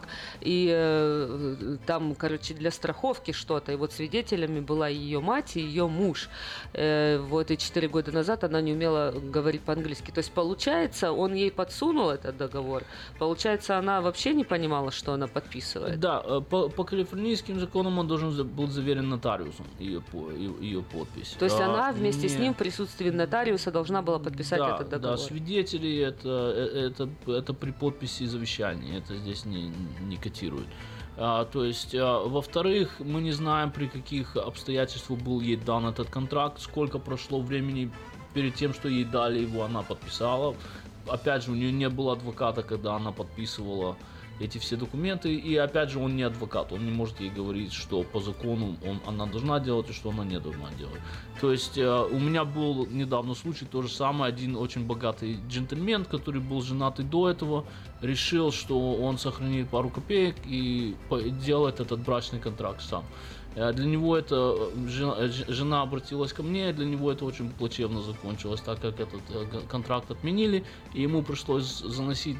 и там, короче, для страховки что-то. И вот свидетелями была ее мать и ее муж. Вот и 4 года назад она не умела говорить по-английски. То есть получается, он ей подсунул этот договор. Получается, она вообще не понимала, что она подписывает. Да, по калифорнийским законам он должен быть заверен нотариусом. Ее подпись. То есть она вместе с ним в присутствии нотариуса должна была подписать этот договор? Да, свидетели это при подписи завещания, это здесь не котирует. То есть, во-вторых, мы не знаем, при каких обстоятельствах был ей дан этот контракт, сколько прошло времени перед тем, что ей дали его, она подписала. Опять же, у нее не было адвоката, когда она подписывала эти все документы, и опять же он не адвокат, он не может ей говорить, что по закону она должна делать и что она не должна делать. То есть у меня был недавно случай, то же самое, один очень богатый джентльмен, который был женатый до этого, решил, что он сохранит пару копеек и делает этот брачный контракт сам. Для него это, жена обратилась ко мне, для него это очень плачевно закончилось, так как этот контракт отменили, и ему пришлось заносить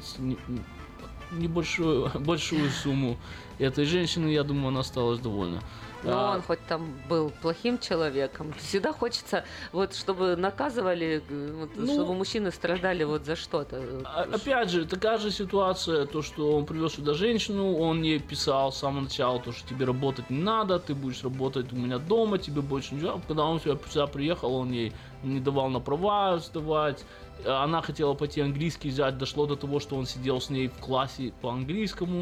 большую сумму этой женщины, я думаю, она осталась довольна. Но он хоть там был плохим человеком. Всегда хочется, вот, чтобы наказывали, вот, чтобы мужчины страдали вот за что-то. Опять же, такая же ситуация, то, что он привез сюда женщину, он ей писал с самого начала, то, что тебе работать не надо, ты будешь работать у меня дома, тебе больше ничего. Когда он сюда приехал, он ей не давал на права сдавать. Она хотела пойти английский взять, дошло до того, что он сидел с ней в классе по английскому,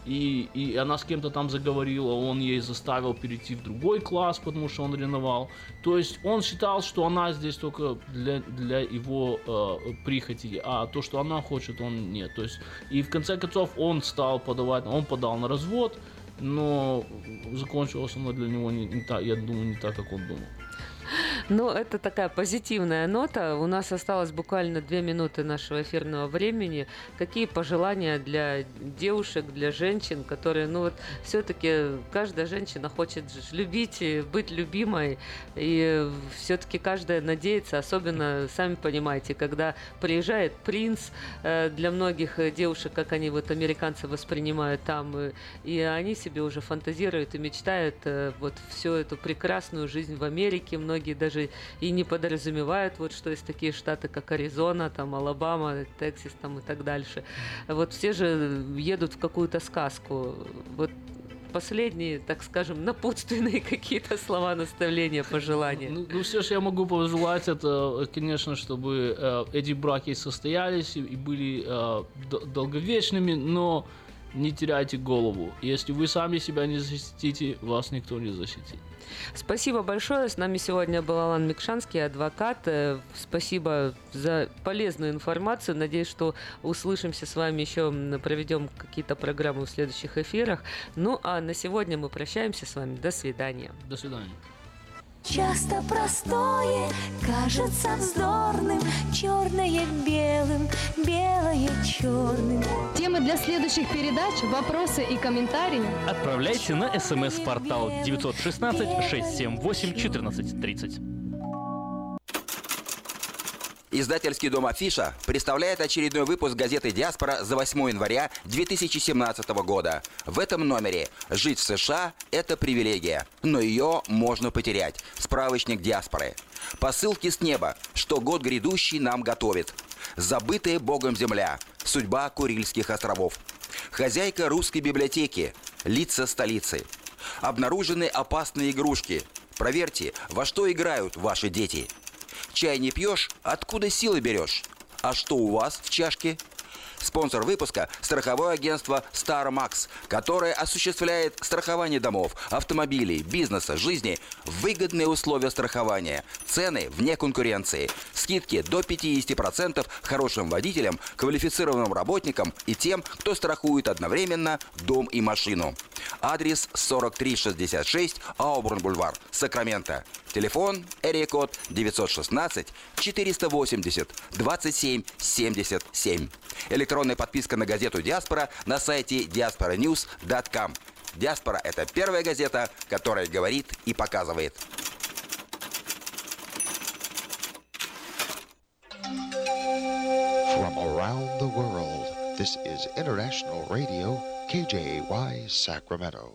и она с кем-то там заговорила, он ей заставил перейти в другой класс, потому что он ревновал. То есть он считал, что она здесь только для его прихоти, а то, что она хочет, он нет. То есть, и в конце концов он стал подавать, он подал на развод, но закончилось оно для него не так, я думаю, не так, как он думал. Ну, это такая позитивная нота. У нас осталось буквально 2 минуты нашего эфирного времени. Какие пожелания для девушек, для женщин, которые, ну вот, все-таки каждая женщина хочет любить и быть любимой, и все-таки каждая надеется, особенно, сами понимаете, когда приезжает принц, для многих девушек, как они вот американцы воспринимают там, и они себе уже фантазируют и мечтают вот всю эту прекрасную жизнь в Америке. Многие даже и не подразумевают, вот, что есть такие штаты, как Аризона, там, Алабама, Тексас там, и так дальше. Вот все же едут в какую-то сказку. Вот последние, так скажем, напутственные какие-то слова, наставления, пожелания. Ну, все, что я могу пожелать, это, конечно, чтобы эти браки состоялись и были долговечными, но не теряйте голову. Если вы сами себя не защитите, вас никто не защитит. Спасибо большое. С нами сегодня был Алан Микшанский, адвокат. Спасибо за полезную информацию. Надеюсь, что услышимся с вами еще, проведем какие-то программы в следующих эфирах. Ну, а на сегодня мы прощаемся с вами. До свидания. До свидания. Часто простое кажется вздорным, черное белым, белое черным. Темы для следующих передач, вопросы и комментарии отправляйте на СМС-портал 916-678-1430. Издательский дом «Афиша» представляет очередной выпуск газеты «Диаспора» за 8 января 2017 года. В этом номере «Жить в США – это привилегия, но ее можно потерять». Справочник «Диаспоры». Посылки с неба, что год грядущий нам готовит. Забытая Богом земля. Судьба Курильских островов. Хозяйка русской библиотеки. Лица столицы. Обнаружены опасные игрушки. Проверьте, во что играют ваши дети. Чай не пьешь, откуда силы берешь? А что у вас в чашке? Спонсор выпуска – страховое агентство StarMax, которое осуществляет страхование домов, автомобилей, бизнеса, жизни, выгодные условия страхования, цены вне конкуренции, скидки до 50% хорошим водителям, квалифицированным работникам и тем, кто страхует одновременно дом и машину. Адрес 4366 Аубурн-Бульвар, Сакраменто. Телефон @код 916-480-27-77. Электронная подписка на газету «Диаспора» на сайте diasporanews.com. «Диаспора» — это первая газета, которая говорит и показывает. From around the world, this is International Radio, KJY, Sacramento.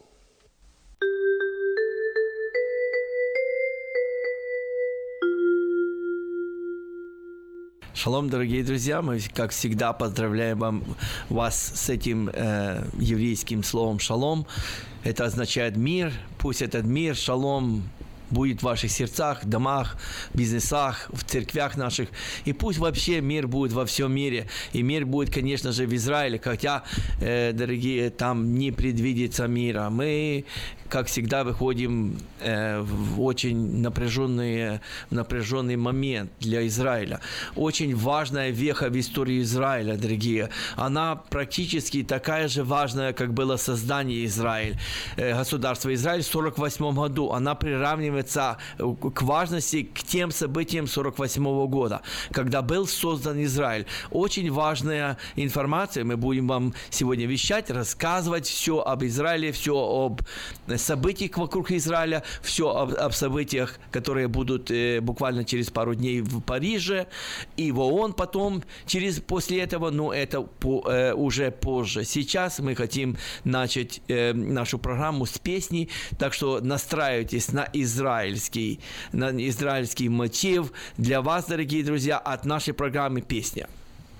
Шалом, дорогие друзья, мы, как всегда, поздравляем вас с этим еврейским словом «шалом». Это означает мир. Пусть этот мир, шалом, будет в ваших сердцах, домах, бизнесах, в церквях наших. И пусть вообще мир будет во всем мире. И мир будет, конечно же, в Израиле. Хотя, дорогие, там не предвидится мира. Мы, как всегда, выходим в очень напряженный момент для Израиля. Очень важная веха в истории Израиля, дорогие. Она практически такая же важная, как было создание Израиля. Государства Израиль в 1948 году. Она приравнивается к важности, к тем событиям 1948 года, когда был создан Израиль. Очень важная информация. Мы будем вам сегодня вещать, рассказывать все об Израиле, все об событиях вокруг Израиля, все об событиях, которые будут буквально через пару дней в Париже и в ООН потом, после этого, но это уже позже. Сейчас мы хотим начать нашу программу с песни, так что настраивайтесь на израильский мотив для вас, дорогие друзья, от нашей программы «Песня».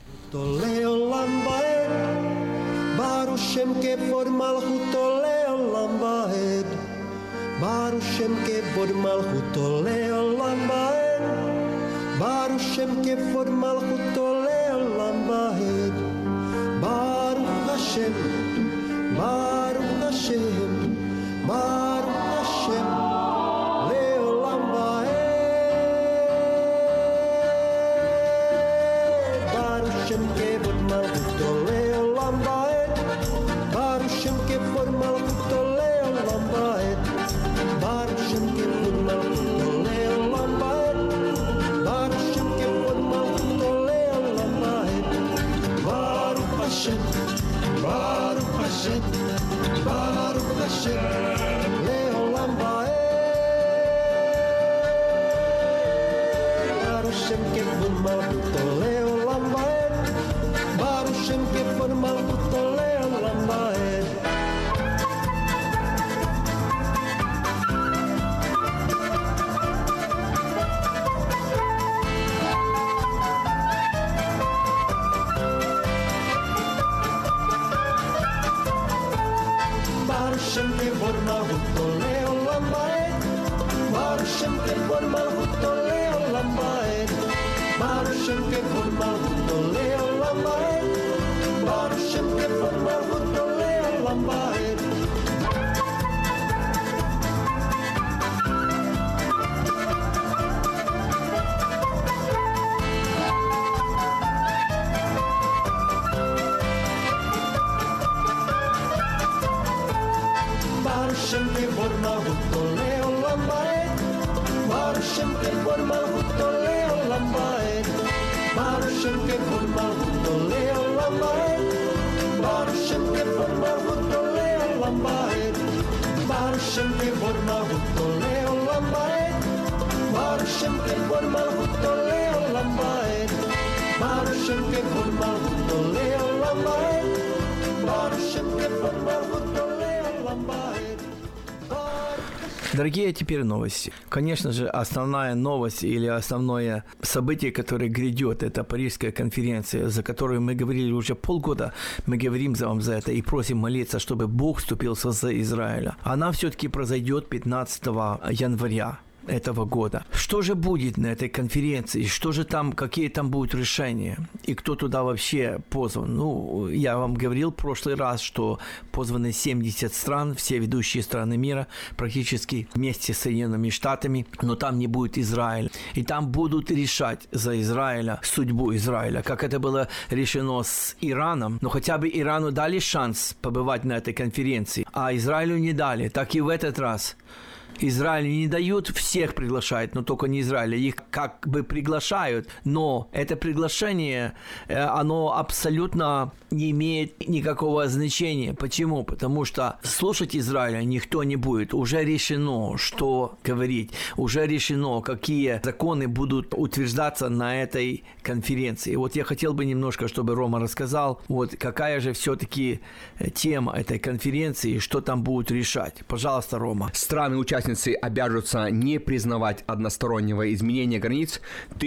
Baruch Shem Kevod Malchuto Leolam Vaed. Baruch Shem Kevod Malchuto Leolam Vaed. Baruch Shem Kevod Malchuto Leolam Vaed. Baruch Hashem, Baruch Hashem, Baruch Hashem Leolam Vaed. Baruch Shem Kevod Malchuto Leolam Vaed. Baruch Shem Kevod Malchuto Leolam Vaed. Baruch Shem Kevod Malchuto Leolam Vaed. Baruch Shem Kevod Malchuto Leolam Vaed. Baruch Hashem, Baruch Hashem, Baruch Hashem Leolam Vaed. Baruch Shem Kevod Malchuto Leolam Vaed. Baruch Shem Kevod Malchuto Leolam Vaed. Baruch Shem Kevod Malchuto Leolam Vaed. Baruch Shem Kevod Malchuto Leolam Vaed. Baruch Shem Kevod Malchuto Leolam Vaed. Baruch Shem Kevod Malchuto Leolam Vaed. Baruch Shem Kevod Malchuto Leolam Vaed. Baruch Shem Kevod Malchuto Leolam Vaed. Baruch Shem Kevod Malchuto Leolam Vaed. Baruch Shem Kevod Malchuto Leolam Vaed. Baruch Shem Kevod Malchuto Leolam Vaed. Baruch Shem Kevod Malchuto Leolam Vaed. kebon malhuto leolam ba'ed. Baruch Shem kebon malhuto leolam ba'ed. Дорогие, теперь новости. Конечно же, основная новость или основное событие, которое грядет, это Парижская конференция, за которую мы говорили уже полгода. Мы говорим вам за это и просим молиться, чтобы Бог вступился за Израиля. Она все-таки произойдет 15 января этого года. Что же будет на этой конференции? Что же там, какие там будут решения? И кто туда вообще позван? Ну, я вам говорил в прошлый раз, что позваны 70 стран, все ведущие страны мира, практически вместе с Соединенными Штатами, но там не будет Израиля. И там будут решать за Израиля судьбу Израиля, как это было решено с Ираном. Но хотя бы Ирану дали шанс побывать на этой конференции, а Израилю не дали. Так и в этот раз. Израилю не дают, всех приглашают, но только не Израиля. Их как бы приглашают, но это приглашение, оно абсолютно не имеет никакого значения. Почему? Потому что слушать Израиля никто не будет. Уже решено, что говорить. Уже решено, какие законы будут утверждаться на этой конференции. Вот я хотел бы немножко, чтобы Рома рассказал, вот какая же все-таки тема этой конференции, что там будут решать. Пожалуйста, Рома. Страны-участницы обяжутся не признавать одностороннего изменения границ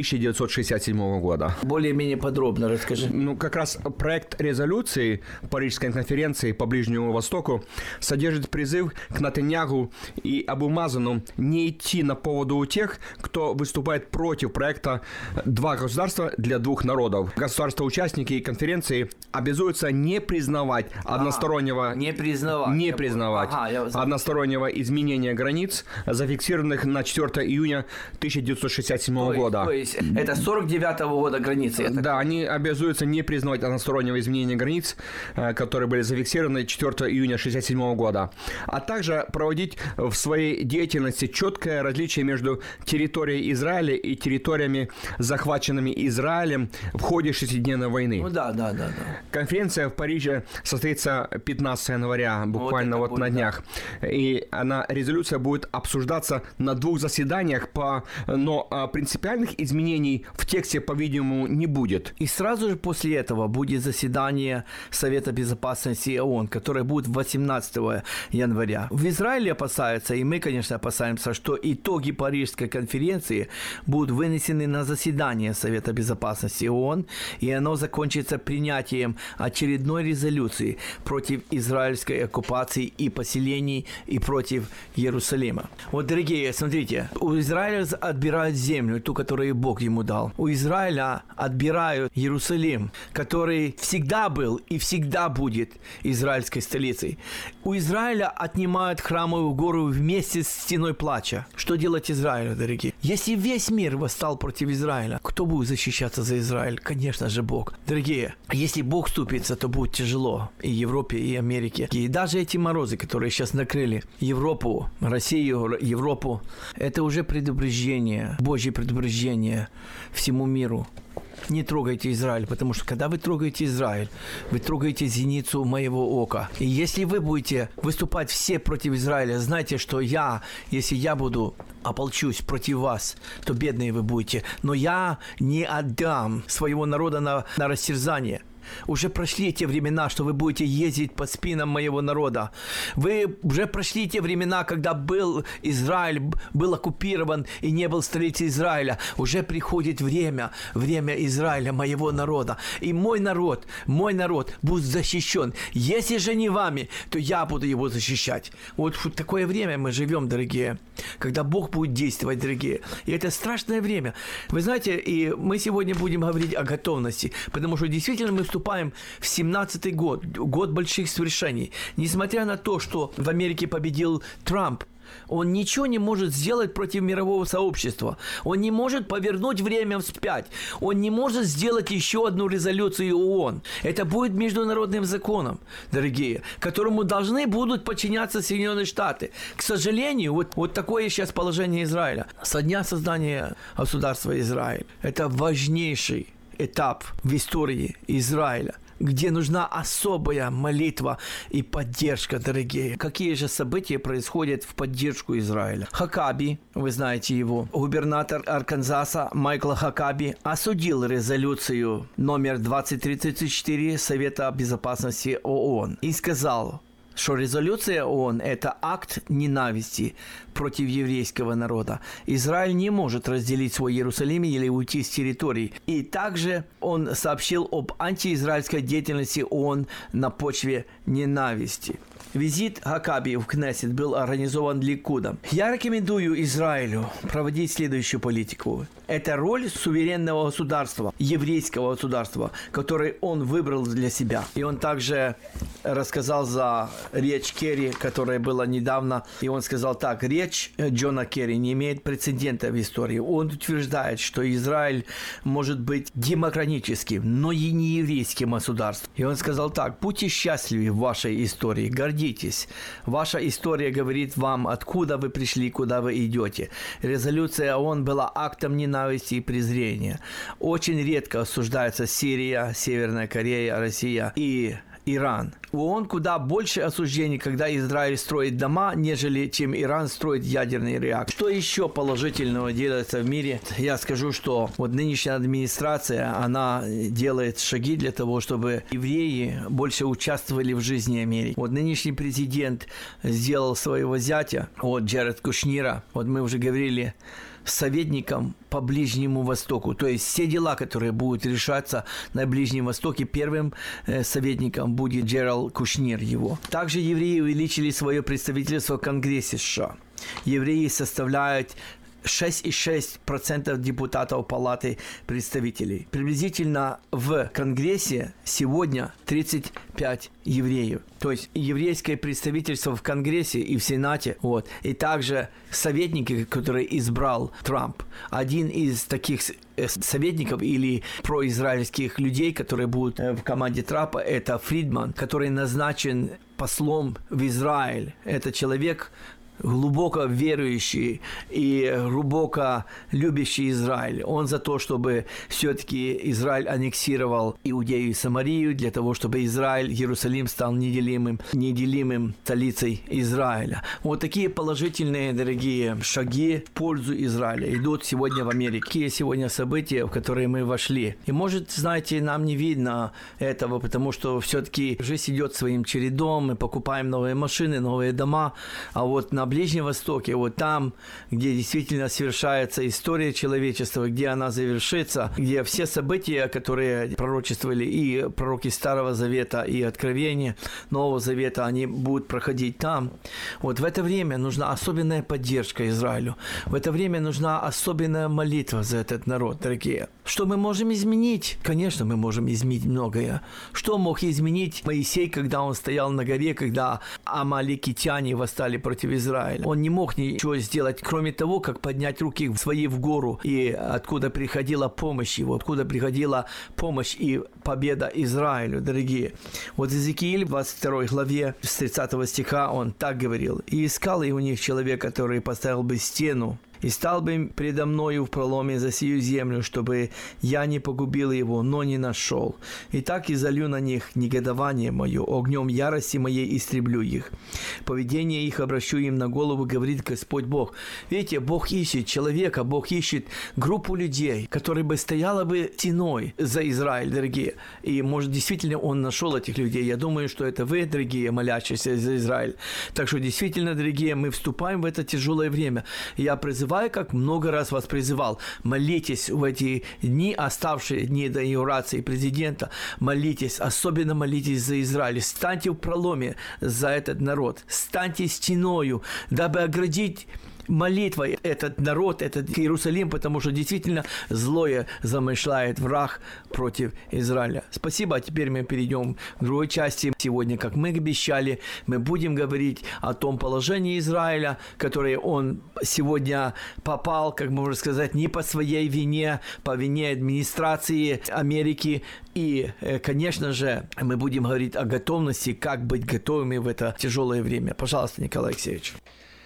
1967 года. Более-менее подробно расскажи. Ну, как раз проект резолюции Парижской конференции по Ближнему Востоку содержит призыв к Нетаньяху и Абу Мазану не идти на поводу у тех, кто выступает против проекта «Два государства для двух народов». Государства-участники конференции обязуются не признавать одностороннего... Не признавать. Одностороннего изменения границ, зафиксированных на 4 июня 1967 года. То есть это 49-го года границы? Да, они обязуются не признавать одностороннего изменения границ, которые были зафиксированы 4 июня 1967 года, а также проводить в своей деятельности четкое различие между территорией Израиля и территориями, захваченными Израилем в ходе шестидневной войны. Ну да. Конференция в Париже состоится 15 января, буквально вот на днях. И резолюция будет обсуждаться на 2 заседаниях, но принципиальных изменений в тексте, по-видимому, не будет. И сразу же после этого будет заседание Совета Безопасности ООН, которое будет 18 января. В Израиле опасаются, и мы, конечно, опасаемся, что итоги Парижской конференции будут вынесены на заседание Совета Безопасности ООН, и оно закончится принятием очередной резолюции против израильской оккупации и поселений, и против Иерусалима. Вот, дорогие, смотрите, у Израиля отбирают землю, ту, которую Бог ему дал. У Израиля отбирают Иерусалим, который всегда был и всегда будет израильской столицей. У Израиля отнимают храмовую гору вместе с стеной плача. Что делать Израилю, дорогие? Если весь мир восстал против Израиля, кто будет защищаться за Израиль? Конечно же, Бог. Дорогие, если Бог вступится, то будет тяжело и Европе, и Америке. И даже эти морозы, которые сейчас накрыли Европу, Россию, Европу, это уже предупреждение, Божье предупреждение всему миру. Не трогайте Израиль, потому что когда вы трогаете Израиль, вы трогаете зеницу моего ока. И если вы будете выступать все против Израиля, знайте, что если я буду ополчусь против вас, то бедные вы будете. Но я не отдам своего народа на растерзание. Уже прошли те времена, что вы будете ездить по спинам моего народа. Вы уже прошли те времена, когда был Израиль, был оккупирован и не был столицей Израиля. Уже приходит время Израиля, моего народа. И мой народ будет защищен. Если же не вами, то я буду его защищать. Вот в такое время мы живем, дорогие, когда Бог будет действовать, дорогие. И это страшное время. Вы знаете, и мы сегодня будем говорить о готовности, потому что действительно мы вступаем в 17-й год больших свершений. Несмотря на то, что в Америке победил Трамп, он ничего не может сделать против мирового сообщества. Он не может повернуть время вспять. Он не может сделать еще одну резолюцию ООН. Это будет международным законом, дорогие, которому должны будут подчиняться Соединенные Штаты. К сожалению, вот такое сейчас положение Израиля. Со дня создания государства Израиль. Это важнейший этап в истории Израиля. где нужна особая молитва и поддержка, дорогие. Какие же события происходят в поддержку Израиля? Хакаби, вы знаете его, губернатор Арканзаса Майкл Хакаби осудил резолюцию номер 2034 Совета Безопасности ООН и сказал, что резолюция ООН – это акт ненависти против еврейского народа. Израиль не может разделить свой Иерусалим или уйти с территории. И также он сообщил об антиизраильской деятельности ООН на почве ненависти. Визит Хакаби в Кнессет был организован Ликудом. Я рекомендую Израилю проводить следующую политику. Это роль суверенного государства, еврейского государства, который он выбрал для себя. И он также рассказал за речь Керри, которая была недавно. И он сказал так: речь Джона Керри не имеет прецедента в истории. Он утверждает, что Израиль может быть демократическим, но и не еврейским государством. И он сказал так: будьте счастливы в вашей истории, гордитесь. Ваша история говорит вам, откуда вы пришли, куда вы идете. Резолюция ООН была актом ненависти и презрения. Очень редко осуждается Сирия, Северная Корея, Россия и Иран. У ООН куда больше осуждений, когда Израиль строит дома, нежели чем Иран строит ядерный реактор. Что еще положительного делается в мире? Я скажу, что вот нынешняя администрация, она делает шаги для того, чтобы евреи больше участвовали в жизни Америки. Вот нынешний президент сделал своего зятя, вот Джеред Кушнира, вот мы уже говорили, советником по Ближнему Востоку. То есть все дела, которые будут решаться на Ближнем Востоке, первым советником будет Джеральд Кушнир его. Также евреи увеличили свое представительство в Конгрессе США. Евреи составляют 6,6% депутатов Палаты представителей. Приблизительно в Конгрессе сегодня 35 евреев. То есть еврейское представительство в Конгрессе и в Сенате. Вот. И также советники, которые избрал Трамп. Один из таких советников или произраильских людей, которые будут в команде Трампа, это Фридман, который назначен послом в Израиль. Это человек, глубоко верующий и глубоко любящий Израиль. Он за то, чтобы все-таки Израиль аннексировал Иудею и Самарию, для того, чтобы Израиль, Иерусалим стал неделимым столицей Израиля. Вот такие положительные, дорогие, шаги в пользу Израиля идут сегодня в Америке. Какие сегодня события, в которые мы вошли. И может, знаете, нам не видно этого, потому что все-таки жизнь идет своим чередом, мы покупаем новые машины, новые дома, а вот на Ближнем Востоке, вот там, где действительно совершается история человечества, где она завершится, где все события, которые пророчествовали и пророки Старого Завета, и Откровения Нового Завета, они будут проходить там. Вот в это время нужна особенная поддержка Израилю. В это время нужна особенная молитва за этот народ, дорогие. Что мы можем изменить? Конечно, мы можем изменить многое. Что мог изменить Моисей, когда он стоял на горе, когда амаликитяне восстали против Израиля? Он не мог ничего сделать, кроме того, как поднять руки свои в гору, и откуда приходила помощь его, откуда приходила помощь и победа Израилю, дорогие. Вот Иезекииль в 22 главе с 30 стиха он так говорил: «И искал я у них человек, который поставил бы стену, и стал бы предо мною в проломе за сию землю, чтобы я не погубил его, но не нашел. И так и залью на них негодование мое, огнем ярости моей истреблю их. Поведение их обращу им на голову, говорит Господь Бог». Видите, Бог ищет человека, Бог ищет группу людей, которые бы стояла бы стеной за Израиль, дорогие. И, может, действительно он нашел этих людей. Я думаю, что это вы, дорогие, молящиеся за Израиль. Так что, действительно, дорогие, мы вступаем в это тяжелое время. Я призываю, как много раз вас призывал, молитесь в эти дни, оставшие дни до инаугурации президента, молитесь, особенно молитесь за Израиль, станьте в проломе за этот народ, станьте стеною, дабы оградить молитвой этот народ, этот Иерусалим, потому что действительно злое замышляет враг против Израиля. Спасибо, а теперь мы перейдем к другой части. Сегодня, как мы обещали, мы будем говорить о том положении Израиля, которое он сегодня попал, как можно сказать, не по своей вине, по вине администрации Америки. И, конечно же, мы будем говорить о готовности, как быть готовыми в это тяжелое время. Пожалуйста, Николай Алексеевич.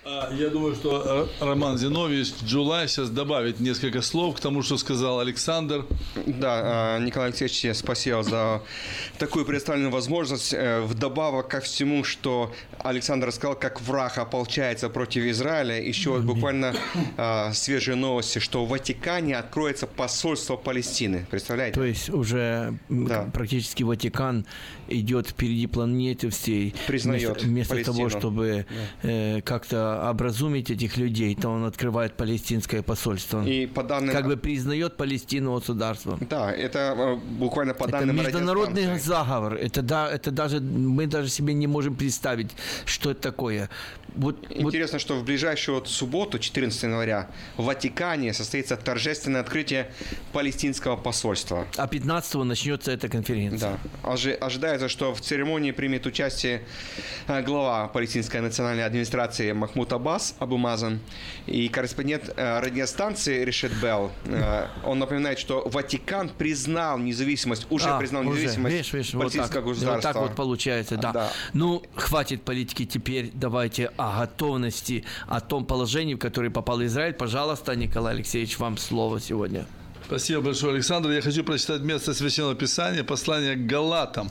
Я думаю, что Роман Зиновьевич Джулай сейчас добавит несколько слов к тому, что сказал Александр. Да, Николай Алексеевич, спасибо за такую представленную возможность. Вдобавок ко всему, что Александр сказал, как враг ополчается против Израиля, еще вот буквально свежие новости, что в Ватикане откроется посольство Палестины. Представляете? То есть уже практически Ватикан идет впереди планеты всей. Признает вместо Палестину. того, чтобы как-то образумить этих людей, то он открывает палестинское посольство. И по данным... Как бы признает Палестину государством. Да, это буквально по данным международный радиостанции. заговор. Это даже мы даже себе не можем представить, что это такое. Интересно, что в ближайшую субботу, 14 января, в Ватикане состоится торжественное открытие палестинского посольства. А 15-го начнется эта конференция. Да. Ожидается, что в церемонии примет участие глава палестинской национальной администрации Махмуд Аббас Абу Мазан и корреспондент радиостанции Решет Белл. Он напоминает, что Ватикан признал независимость, признал независимость палестинского государства. Вот так вот получается, да. Ну, хватит политики теперь, давайте о готовности, о том положении, в которое попал Израиль. Пожалуйста, Николай Алексеевич, вам слово сегодня. Спасибо большое, Александр. Я хочу прочитать место Священного Писания, послание к Галатам,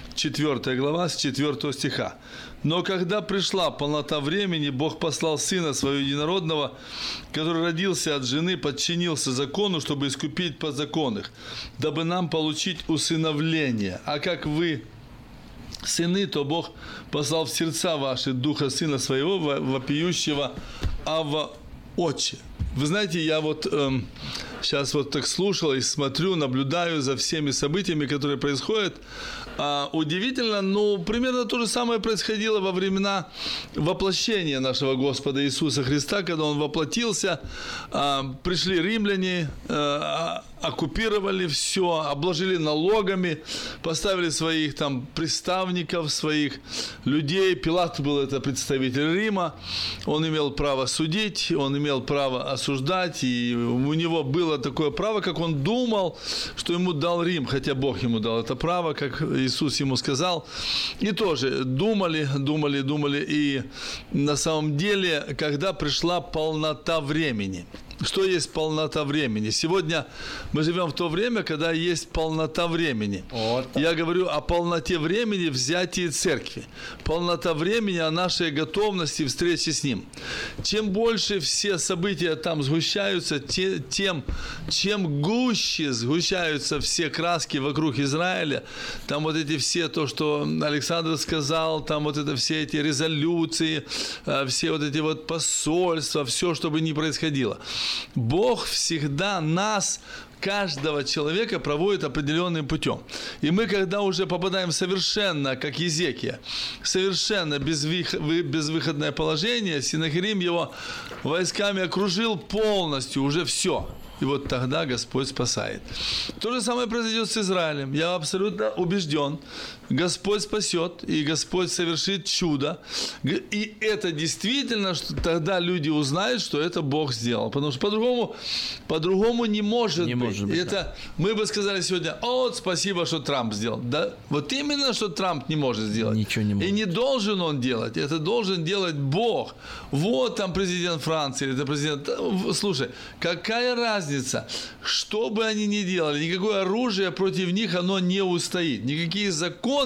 4 глава, с 4 стиха. «Но когда пришла полнота времени, Бог послал Сына Своего Единородного, который родился от жены, подчинился закону, чтобы искупить подзаконных, дабы нам получить усыновление. А как вы сыны, то Бог послал в сердца ваши Духа Сына Своего, вопиющего Авва Отче». Вы знаете, я вот сейчас вот так слушал и смотрю, наблюдаю за всеми событиями, которые происходят. Удивительно, примерно то же самое происходило во времена воплощения нашего Господа Иисуса Христа, когда Он воплотился. Пришли римляне, оккупировали все, обложили налогами, поставили своих там представников, своих людей. Пилат был это представитель Рима, он имел право судить, он имел право осуждать, и у него было такое право, как он думал, что ему дал Рим, хотя Бог ему дал это право, как Иисус ему сказал. И тоже думали, и на самом деле, когда пришла полнота времени. Что есть полнота времени? Сегодня мы живем в то время, когда есть полнота времени. Я говорю о полноте времени взятии церкви. Полнота времени о нашей готовности встречи с Ним. Чем больше все события там сгущаются, чем гуще сгущаются все краски вокруг Израиля, там вот эти все, то, что Александр сказал, там вот это все эти резолюции, все вот эти вот посольства, все, что бы ни происходило. Бог всегда нас, каждого человека, проводит определенным путем. И мы, когда уже попадаем совершенно, как Езекия, совершенно безвыходное положение, Синахирим его войсками окружил полностью, уже все. И вот тогда Господь спасает. То же самое произойдет с Израилем. Я абсолютно убежден. Господь спасет, и Господь совершит чудо. И это действительно, что тогда люди узнают, что это Бог сделал. Потому что по-другому не может быть. Это, да. Мы бы сказали сегодня, вот спасибо, что Трамп сделал. Да? Вот именно, что Трамп не может сделать. Ничего не может. И не должен он делать. Это должен делать Бог. Вот там президент Франции, или это президент... Слушай, какая разница? Что бы они ни делали, никакое оружие против них, оно не устоит. Никакие законы.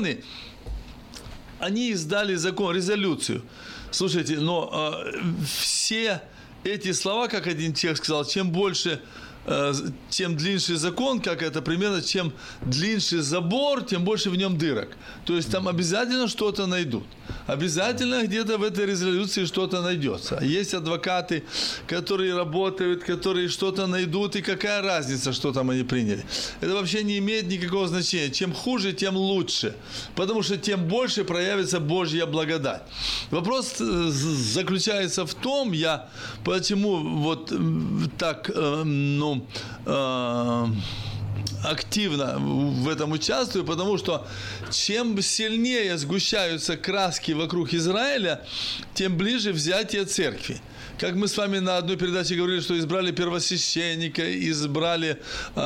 Они издали закон, резолюцию. Слушайте, но все эти слова, как один человек сказал, чем длиннее закон, как это примерно, чем длиннее забор, тем больше в нем дырок. То есть там обязательно что-то найдут. Обязательно где-то в этой резолюции что-то найдется. Есть адвокаты, которые работают, которые что-то найдут, и какая разница, что там они приняли. Это вообще не имеет никакого значения. Чем хуже, тем лучше. Потому что тем больше проявится Божья благодать. Вопрос заключается в том, почему вот так, активно в этом участвую, потому что чем сильнее сгущаются краски вокруг Израиля, тем ближе взятие церкви. Как мы с вами на одной передаче говорили, что избрали первосвященника, избрали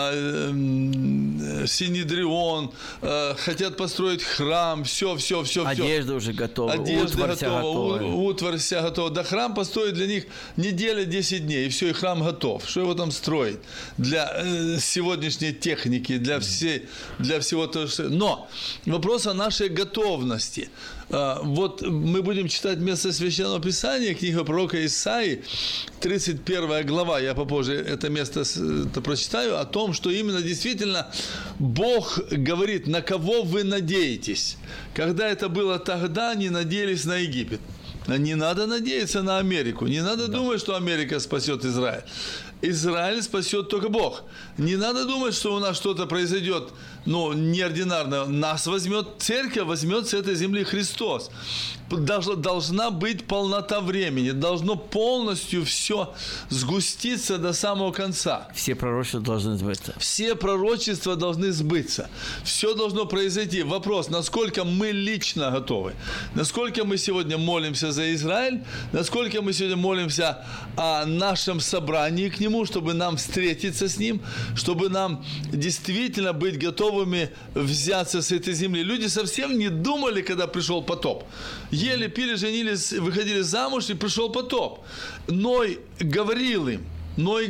Синедрион, хотят построить храм, все. Одежда уже готова, Одежда готова, утварь вся готова. Да храм построить для них неделя, 10 дней, и все, и храм готов. Что его там строить? Для сегодняшней техники, для всего того, что... Но вопрос о нашей готовности. Вот мы будем читать место Священного Писания, книга пророка Исаии, 31 глава, я попозже это место прочитаю, о том, что именно действительно Бог говорит, на кого вы надеетесь. Когда это было тогда, они надеялись на Египет. Не надо надеяться на Америку, не надо думать, что Америка спасет Израиль. Израиль спасет только Бог. Не надо думать, что у нас что-то произойдет, неординарно. Нас возьмет церковь, возьмет с этой земли Христос. Должна быть полнота времени, должно полностью все сгуститься до самого конца. Все пророчества должны сбыться. Все пророчества должны сбыться. Все должно произойти. Вопрос, насколько мы лично готовы. Насколько мы сегодня молимся за Израиль, насколько мы сегодня молимся о нашем собрании к нему, чтобы нам встретиться с ним, чтобы нам действительно быть готовыми взяться с этой земли. Люди совсем не думали, когда пришел потоп. Ели, пили, женились, выходили замуж, и пришел потоп. Ной говорил им, Ной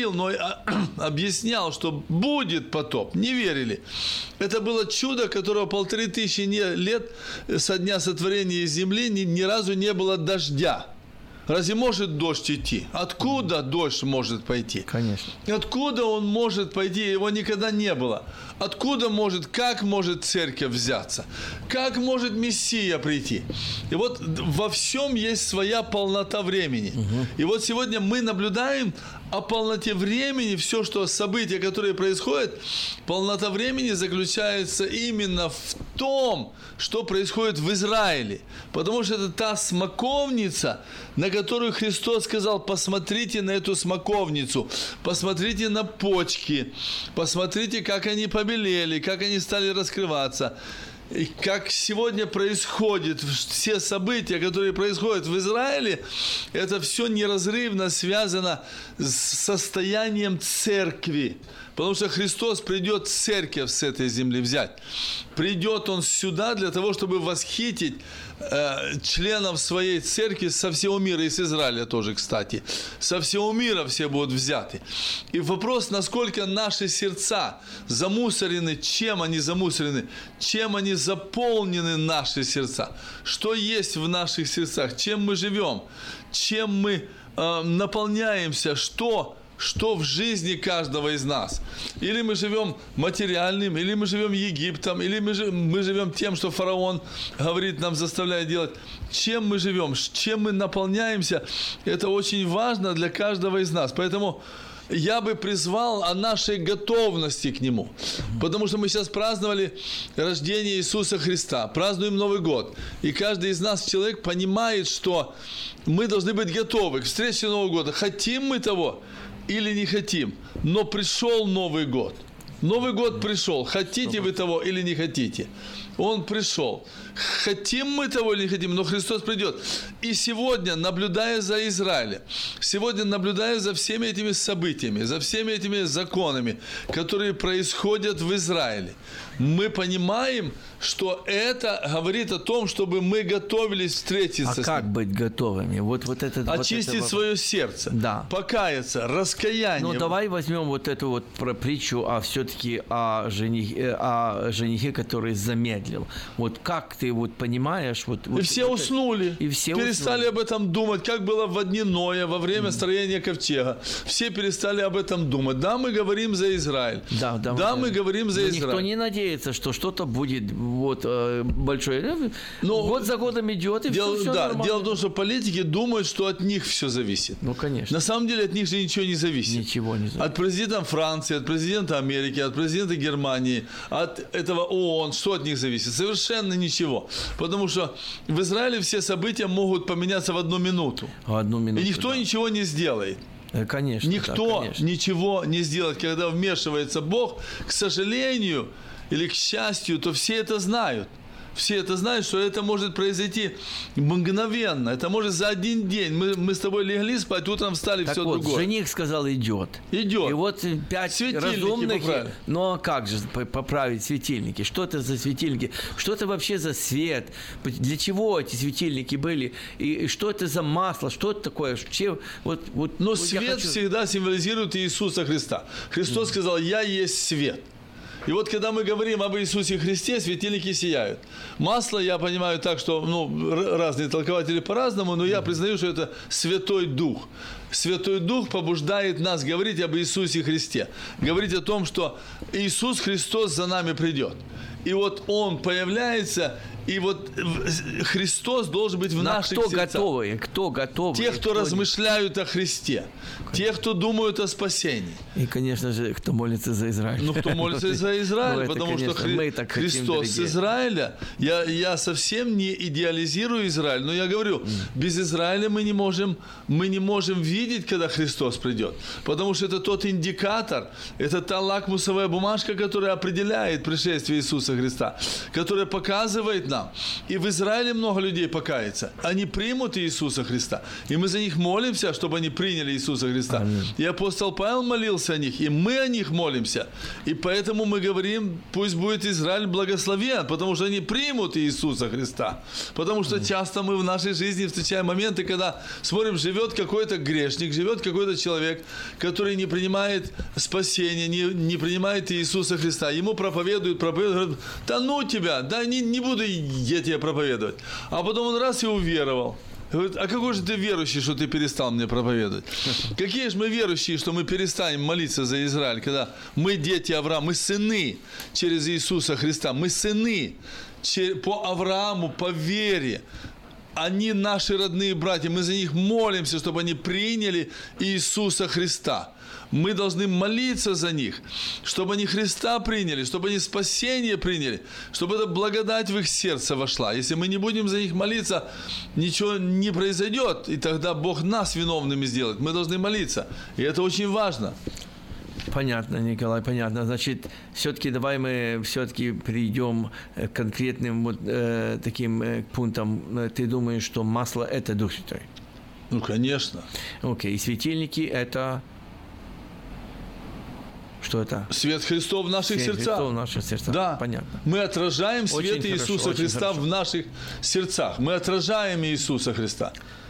объяснял, что будет потоп. Не верили. Это было чудо, которого 1500 лет со дня сотворения земли ни разу не было дождя. Разве может дождь идти? Откуда дождь может пойти? Конечно. Откуда он может пойти? Его никогда не было. Как может церковь взяться? Как может Мессия прийти? И вот во всем есть своя полнота времени. И вот сегодня мы наблюдаем о полноте времени, все, что события, которые происходят, полнота времени заключается именно в том, что происходит в Израиле. Потому что это та смоковница, на которую Христос сказал, посмотрите на эту смоковницу, посмотрите на почки, посмотрите, как они побелели, как они стали раскрываться. И как сегодня происходит, все события, которые происходят в Израиле, это все неразрывно связано с состоянием церкви. Потому что Христос придет церковь с этой земли взять. Придет Он сюда для того, чтобы восхитить членов своей церкви со всего мира, и с Израиля тоже, кстати. Со всего мира все будут взяты. И вопрос, насколько наши сердца замусорены, чем они замусорены, чем они заполнены, наши сердца. Что есть в наших сердцах, чем мы живем, чем мы наполняемся, что в жизни каждого из нас. Или мы живем материальным, или мы живем Египтом, или мы живем тем, что фараон говорит, нам заставляет делать. Чем мы живем, чем мы наполняемся, это очень важно для каждого из нас. Поэтому я бы призвал о нашей готовности к Нему. Потому что мы сейчас праздновали рождение Иисуса Христа, празднуем Новый год. И каждый из нас, человек, понимает, что мы должны быть готовы к встрече Нового года. Хотим мы того или не хотим, но пришел Новый год. Новый год пришел. Хотите вы того или не хотите? Он пришел. Хотим мы того или не хотим, но Христос придет. И сегодня, наблюдая за Израилем, сегодня наблюдая за всеми этими событиями, за всеми этими законами, которые происходят в Израиле, мы понимаем, что это говорит о том, чтобы мы готовились встретиться с ним. А как быть готовыми? Очистить свое сердце, покаяться, раскаяние. Ну, давай возьмем вот эту вот притчу все-таки о женихе, который замедлил. Вот как ты понимаешь? И все уснули. И все перестали об этом думать, как было в дни Ноя, во время строения ковчега. Все перестали об этом думать. Да, мы говорим за Израиль. Да, мы говорим за Израиль. Никто не надеется, что что-то будет большое. Год за годом идет, и все нормально. Дело в том, что политики думают, что от них все зависит. Ну, конечно. На самом деле от них же ничего не зависит. Ничего не зависит. От президента Франции, от президента Америки, от президента Германии, от этого ООН. Что от них зависит? Совершенно ничего. Потому что в Израиле все события могут поменяться в одну минуту. И никто ничего не сделает. Конечно. Никто ничего не сделает. Когда вмешивается Бог, к сожалению или к счастью, то все это знают. все это знают, что это может произойти мгновенно. Это может за один день. Мы с тобой легли спать, утром встали, так все вот, другое. Жених сказал, идет. Идет. И вот 5 светильники разумных. поправили. Ну а как же поправить светильники? Что это за светильники? Что это вообще за свет? Для чего эти светильники были? И что это за масло? Что это такое? Но свет всегда символизирует Иисуса Христа. Христос сказал, я есть свет. И вот когда мы говорим об Иисусе Христе, светильники сияют. Масло, я понимаю так, что разные толкователи по-разному, но я признаю, что это Святой Дух. Святой Дух побуждает нас говорить об Иисусе Христе. Говорить о том, что Иисус Христос за нами придет. И вот Он появляется, и вот Христос должен быть в наших сердцах. Кто готовы? Те, кто размышляют о Христе. Те, кто думают о спасении. И, конечно же, кто молится за Израиль. Ну, кто молится за Израиль, потому что Христос с Израиля. Я совсем не идеализирую Израиль, но я говорю, без Израиля мы не можем видеть, когда Христос придет. Потому что это тот индикатор, это та лакмусовая бумажка, которая определяет пришествие Иисуса Христа, которая показывает нам. И в Израиле много людей покается. Они примут Иисуса Христа. И мы за них молимся, чтобы они приняли Иисуса Христа. Аминь. И апостол Павел молился о них, и мы о них молимся. И поэтому мы говорим, пусть будет Израиль благословен, потому что они примут Иисуса Христа. Потому что часто мы в нашей жизни встречаем моменты, когда смотрим, живет какой-то грешник, живет какой-то человек, который не принимает спасения, не принимает Иисуса Христа. Ему проповедуют, говорят, да ну тебя, да не буду я тебе проповедовать. А потом он раз и уверовал. Говорит, а какой же ты верующий, что ты перестал мне проповедовать? Какие же мы верующие, что мы перестанем молиться за Израиль, когда мы дети Авраама, мы сыны через Иисуса Христа, мы сыны по Аврааму, по вере. Они наши родные братья, мы за них молимся, чтобы они приняли Иисуса Христа. Мы должны молиться за них, чтобы они Христа приняли, чтобы они спасение приняли, чтобы эта благодать в их сердце вошла. Если мы не будем за них молиться, ничего не произойдет, и тогда Бог нас виновными сделает. Мы должны молиться, и это очень важно. Понятно, Николай, понятно. Значит, все-таки давай мы все-таки перейдем к конкретным таким пунктам. Ты думаешь, что масло – это Дух Святой? Ну, конечно. Окей, и светильники – это… Что это? Свет Христов в наших сердцах. Христов в наших сердцах. Да. Понятно. Мы отражаем свет очень Иисуса хорошо, Христа в наших сердцах. Мы отражаем Иисуса Христа.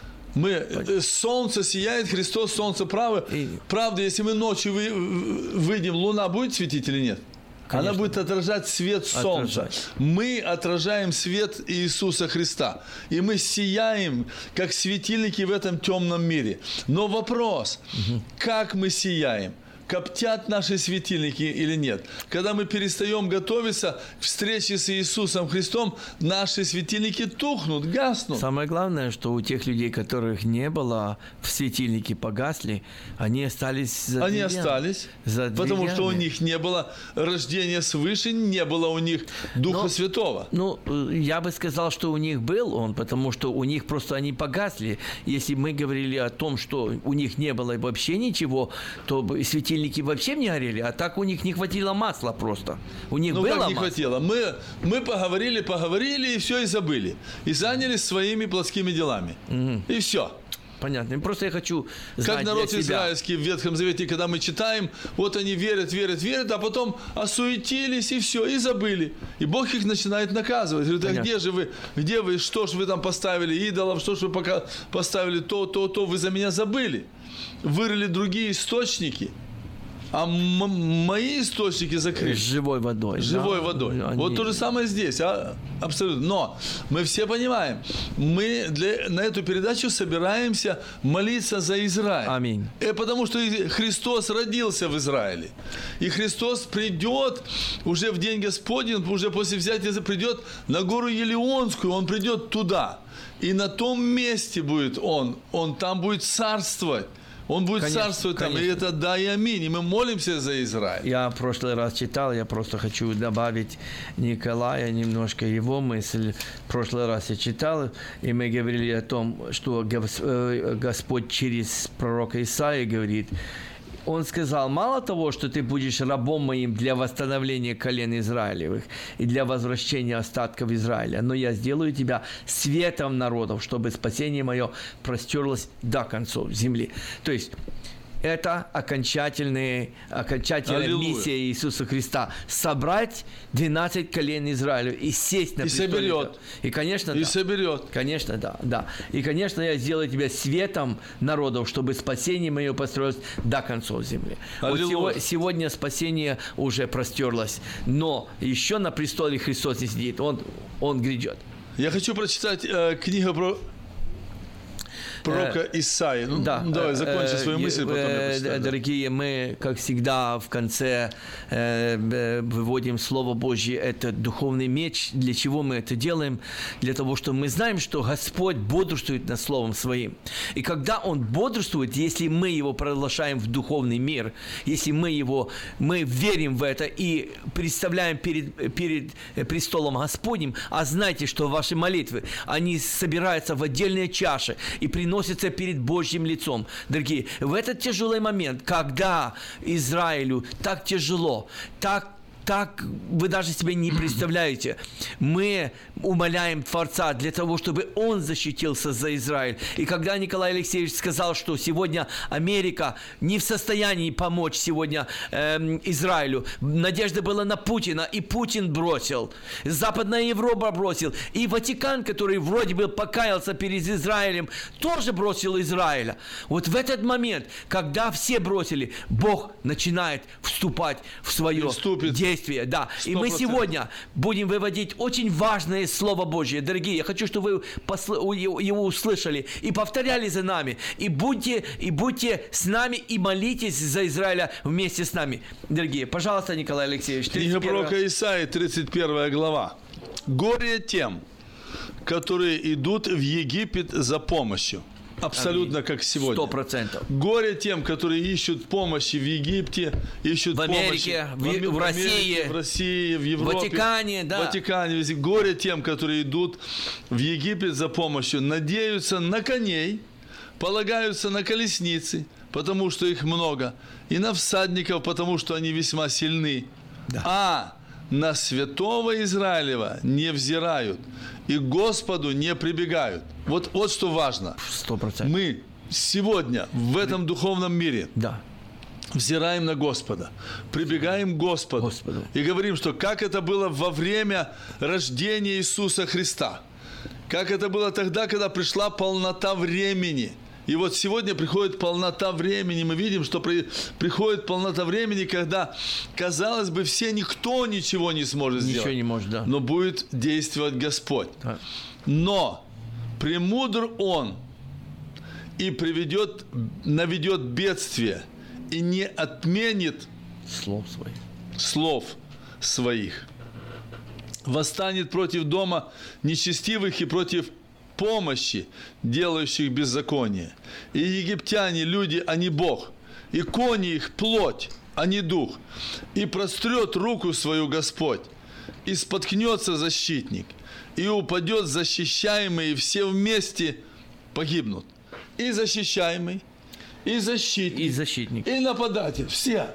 Солнце сияет, Христос, солнце право. Правда, если мы ночью выйдем, луна будет светить или нет? Конечно. Она будет отражать свет солнца. Мы отражаем свет Иисуса Христа. И мы сияем, как светильники в этом темном мире. Но вопрос, как мы сияем? Коптят наши светильники или нет? Когда мы перестаем готовиться к встрече с Иисусом Христом, наши светильники тухнут, гаснут. Самое главное, что у тех людей, которых не было, светильники погасли, они остались за дверями. Они остались, потому что у них не было рождения свыше, не было у них Духа Святого. Ну, я бы сказал, что у них был он, потому что у них просто они погасли. Если мы говорили о том, что у них не было вообще ничего, то светильники вообще не горели, а так у них не хватило масла просто. У них было как не масло. хватило? Мы поговорили, и все, и забыли. И занялись своими плотскими делами. И все. Понятно. Просто я хочу знать как народ для себя. израильский в Ветхом Завете, когда мы читаем, вот они верят, а потом осуетились, и все, и забыли. И Бог их начинает наказывать. Говорит, а где вы, что ж вы там поставили идолов, что ж вы пока поставили то, вы за меня забыли. Вырыли другие источники. А мои источники закрыты. Живой водой. Живой водой. Вот то же самое здесь. Абсолютно. Но мы все понимаем, мы на эту передачу собираемся молиться за Израиль. Аминь. Потому что Христос родился в Израиле. И Христос придет уже в день Господень, уже после взятия придет на гору Елеонскую, Он придет туда. И на том месте будет Он там будет царствовать. Он будет царствовать там, и это да и аминь. И мы молимся за Израиль. Я в прошлый раз читал, я просто хочу добавить Николая немножко его мысль. В прошлый раз я читал, и мы говорили о том, что Господь через пророка Исаии говорит, Он сказал, мало того, что ты будешь рабом моим для восстановления колен Израилевых и для возвращения остатков Израиля, но я сделаю тебя светом народов, чтобы спасение мое простерлось до концов земли. То есть это окончательная миссия Иисуса Христа. Собрать 12 колен Израиля и сесть на престоле. И соберет. И, конечно, и соберет. Конечно, да. И, конечно, я сделаю тебя светом народов, чтобы спасение мое построилось до концов земли. Вот сегодня спасение уже простерлось. Но еще на престоле Христос не сидит. Он грядет. Я хочу прочитать книгу про пророка Исаии. Давай, закончи свою мысль, потом я прочитаю. Дорогие, мы, как всегда, в конце выводим Слово Божье, это духовный меч. Для чего мы это делаем? Для того, что мы знаем, что Господь бодрствует над Словом Своим. И когда Он бодрствует, если мы Его проглашаем в духовный мир, если мы верим в это и представляем перед престолом Господним, а знайте, что ваши молитвы, они собираются в отдельные чаши и приносятся перед Божьим лицом. Дорогие, в этот тяжелый момент, когда Израилю так тяжело, так вы даже себе не представляете. Мы умоляем Творца для того, чтобы Он защитился за Израиль. И когда Николай Алексеевич сказал, что сегодня Америка не в состоянии помочь сегодня Израилю, надежда была на Путина, и Путин бросил. Западная Европа бросил. И Ватикан, который вроде бы покаялся перед Израилем, тоже бросил Израиля. Вот в этот момент, когда все бросили, Бог начинает вступать в свое действие. Да. И мы сегодня будем выводить очень важное Слово Божье. Дорогие, я хочу, чтобы вы его услышали и повторяли за нами. И будьте с нами, и молитесь за Израиля вместе с нами. Дорогие, пожалуйста, Николай Алексеевич. Книга пророка Исаии, 31 глава. «Горе тем, которые идут в Египет за помощью». Абсолютно как сегодня. 100%. Горе тем, которые ищут помощи в Египте, ищут помощи в Америке, в России, в Европе, в Ватикане, да. В Ватикане. Горе тем, которые идут в Египет за помощью, надеются на коней, полагаются на колесницы, потому что их много, и на всадников, потому что они весьма сильны. Да. А на святого Израилева не взирают, и к Господу не прибегают. Вот что важно. 100%. Мы сегодня в этом духовном мире взираем на Господа, прибегаем к Господу. И говорим, что как это было во время рождения Иисуса Христа, как это было тогда, когда пришла полнота времени. И вот сегодня приходит полнота времени. Мы видим, что приходит полнота времени, когда, казалось бы, никто ничего не сможет сделать. Ничего не может, да. Но будет действовать Господь. Да. Но премудр Он и наведет бедствие и не отменит слов своих. Восстанет против дома нечестивых и против помощи, делающих беззаконие. И египтяне, люди, а не Бог. И кони их плоть, а не дух. И прострет руку свою Господь. И споткнется защитник. И упадет защищаемый, и все вместе погибнут. И защищаемый, и защитник, и нападатель. Все.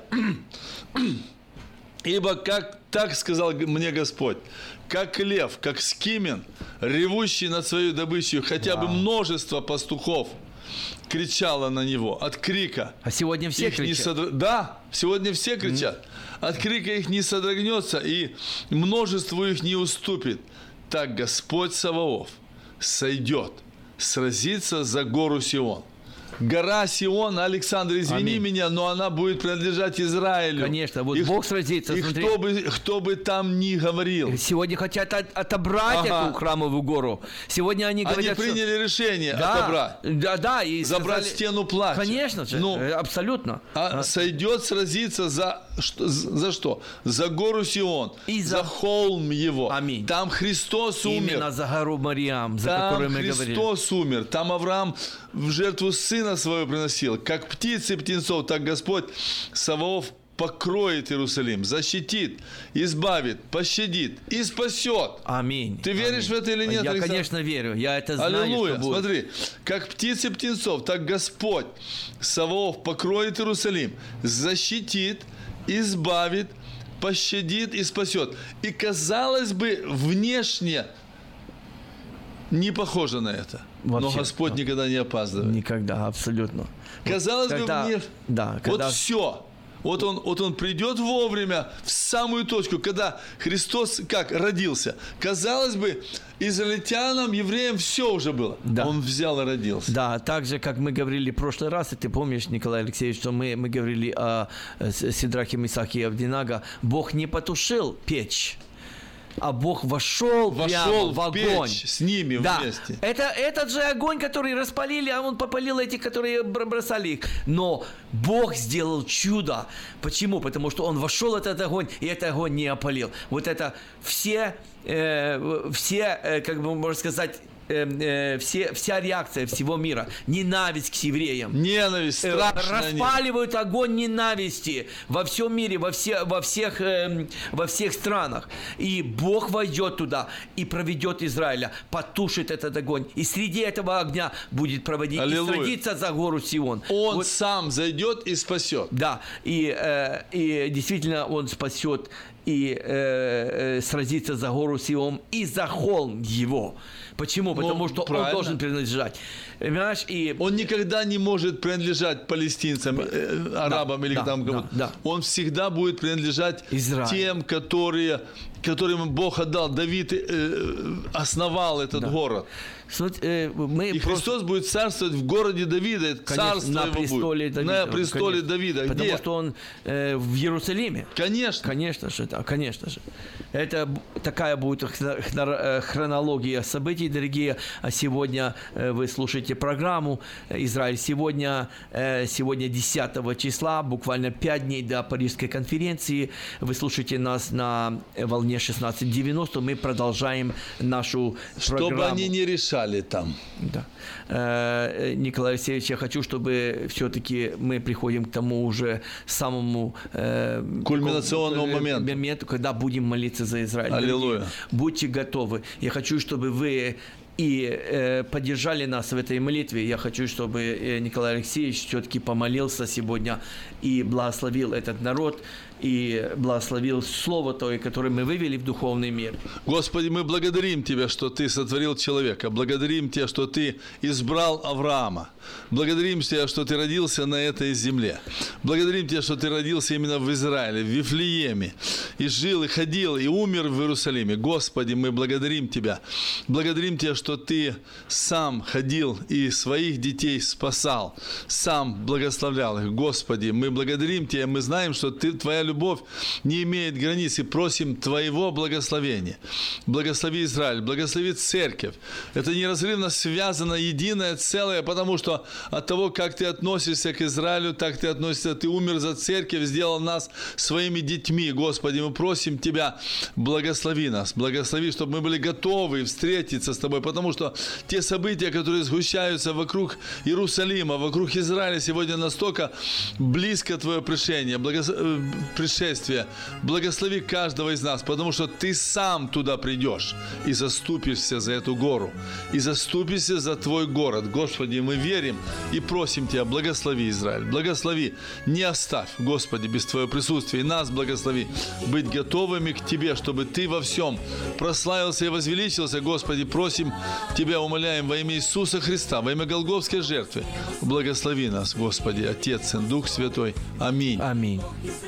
Ибо так сказал мне Господь, как лев, как скимен, ревущий над своей добычей, хотя бы множество пастухов кричало на него от крика. А сегодня все кричат? Да, сегодня все кричат. От крика их не содрогнется, и множеству их не уступит. Так Господь Саваоф сойдет, сразится за гору Сион. Гора Сион, Александр, извини меня, но она будет принадлежать Израилю. Конечно, вот Бог сразится. И кто бы там ни говорил. Сегодня хотят отобрать эту храмовую гору. Сегодня они говорят, они приняли решение отобрать. Да, и забрать стену плача. Конечно же, абсолютно. Сойдет сразиться за что? За гору Сион, и за холм его. Аминь. Там Христос умер. Именно за гору Мариам, за которую мы говорили. Там Христос умер. Там Авраам в жертву сына своего приносил. Как птицы птенцов, так Господь Саваоф покроет Иерусалим, защитит, избавит, пощадит и спасет. Аминь. Ты веришь в это или нет, Я, Александр? конечно, верю. Я это знаю, Аллилуйя. что будет. Смотри, как птицы птенцов, так Господь Саваоф покроет Иерусалим, защитит, избавит, пощадит и спасет. И, казалось бы, внешне не похоже на это. Вообще, но Господь никогда не опаздывает. Никогда, абсолютно. Казалось бы, внешне. Да, Вот все. Вот он придет вовремя, в самую точку, когда Христос как родился. Казалось бы, израильтянам, евреям все уже было. Да. Он взял и родился. Да, так же, как мы говорили в прошлый раз, и ты помнишь, Николай Алексеевич, что мы говорили о Сидрахе, Мисахе и Авдинага, Бог не потушил печь, а Бог вошел прямо в огонь. Печь с ними вместе. Это этот же огонь, который распалили, а он попалил этих, которые бросали их. Но Бог сделал чудо. Почему? Потому что он вошел в этот огонь, и этот огонь не опалил. Вот это все, как бы можно сказать, вся реакция всего мира, ненависть к евреям, ненависть страшная, распаливают огонь ненависти во всем мире, во всех странах. И Бог войдет туда и проведет Израиля, потушит этот огонь, и среди этого огня будет проводить и сразиться за гору Сион. Он сам зайдет и спасет. Да, и действительно он спасет и сразиться за гору Сион и за холм его. Почему? Потому что правильно. Он должен принадлежать. Понимаешь? И он никогда не может принадлежать палестинцам, арабам или там кому-то. Да. Он всегда будет принадлежать Израиль. тем, которым Бог отдал. Давид основал этот город. И Христос будет царствовать в городе Давида. Царство на его престоле будет. Давида. На престоле Давида. Потому Где? что он в Иерусалиме. Конечно. Конечно же, да, конечно же. Это такая будет хронология событий, дорогие. А сегодня вы слушаете программу «Израиль сегодня». Сегодня 10 числа, буквально 5 дней до Парижской конференции. Вы слушаете нас на волне 1690. Мы продолжаем нашу программу. Чтобы они не решали там. Да. Николай Алексеевич, я хочу, чтобы все-таки мы приходим к тому уже самому кульминационному моменту, когда будем молиться за Израиль. Аллилуйя. Будьте готовы. Я хочу, чтобы вы и поддержали нас в этой молитве. Я хочу, чтобы Николай Алексеевич все-таки помолился сегодня и благословил этот народ, и благословил слово то, которое мы вывели в духовный мир. Господи, мы благодарим Тебя, что Ты сотворил человека. Благодарим Тебя, что Ты избрал Авраама. Благодарим Тебя, что Ты родился на этой земле. Благодарим Тебя, что Ты родился именно в Израиле, в Вифлееме. И жил, и ходил, и умер в Иерусалиме. Господи, мы благодарим Тебя. Благодарим Тебя, что Ты сам ходил и своих детей спасал. Сам благословлял их. Господи, мы благодарим Тебя. Мы знаем, что Твоя любовь не имеет границ, и просим Твоего благословения. Благослови Израиль, благослови церковь. Это неразрывно связано, единое целое, потому что от того, как Ты относишься к Израилю, так Ты относишься. Ты умер за церковь, сделал нас своими детьми. Господи, мы просим Тебя, благослови нас, благослови, чтобы мы были готовы встретиться с Тобой, потому что те события, которые сгущаются вокруг Иерусалима, вокруг Израиля, сегодня настолько близко Твое пришествие. Благослови каждого из нас, потому что Ты сам туда придешь и заступишься за эту гору, и заступишься за Твой город. Господи, мы верим и просим Тебя, благослови Израиль, благослови, не оставь, Господи, без Твоего присутствия, и нас благослови быть готовыми к Тебе, чтобы Ты во всем прославился и возвеличился. Господи, просим Тебя, умоляем во имя Иисуса Христа, во имя Голгофской жертвы, благослови нас, Господи, Отец, Сын, Дух Святой. Аминь. Аминь.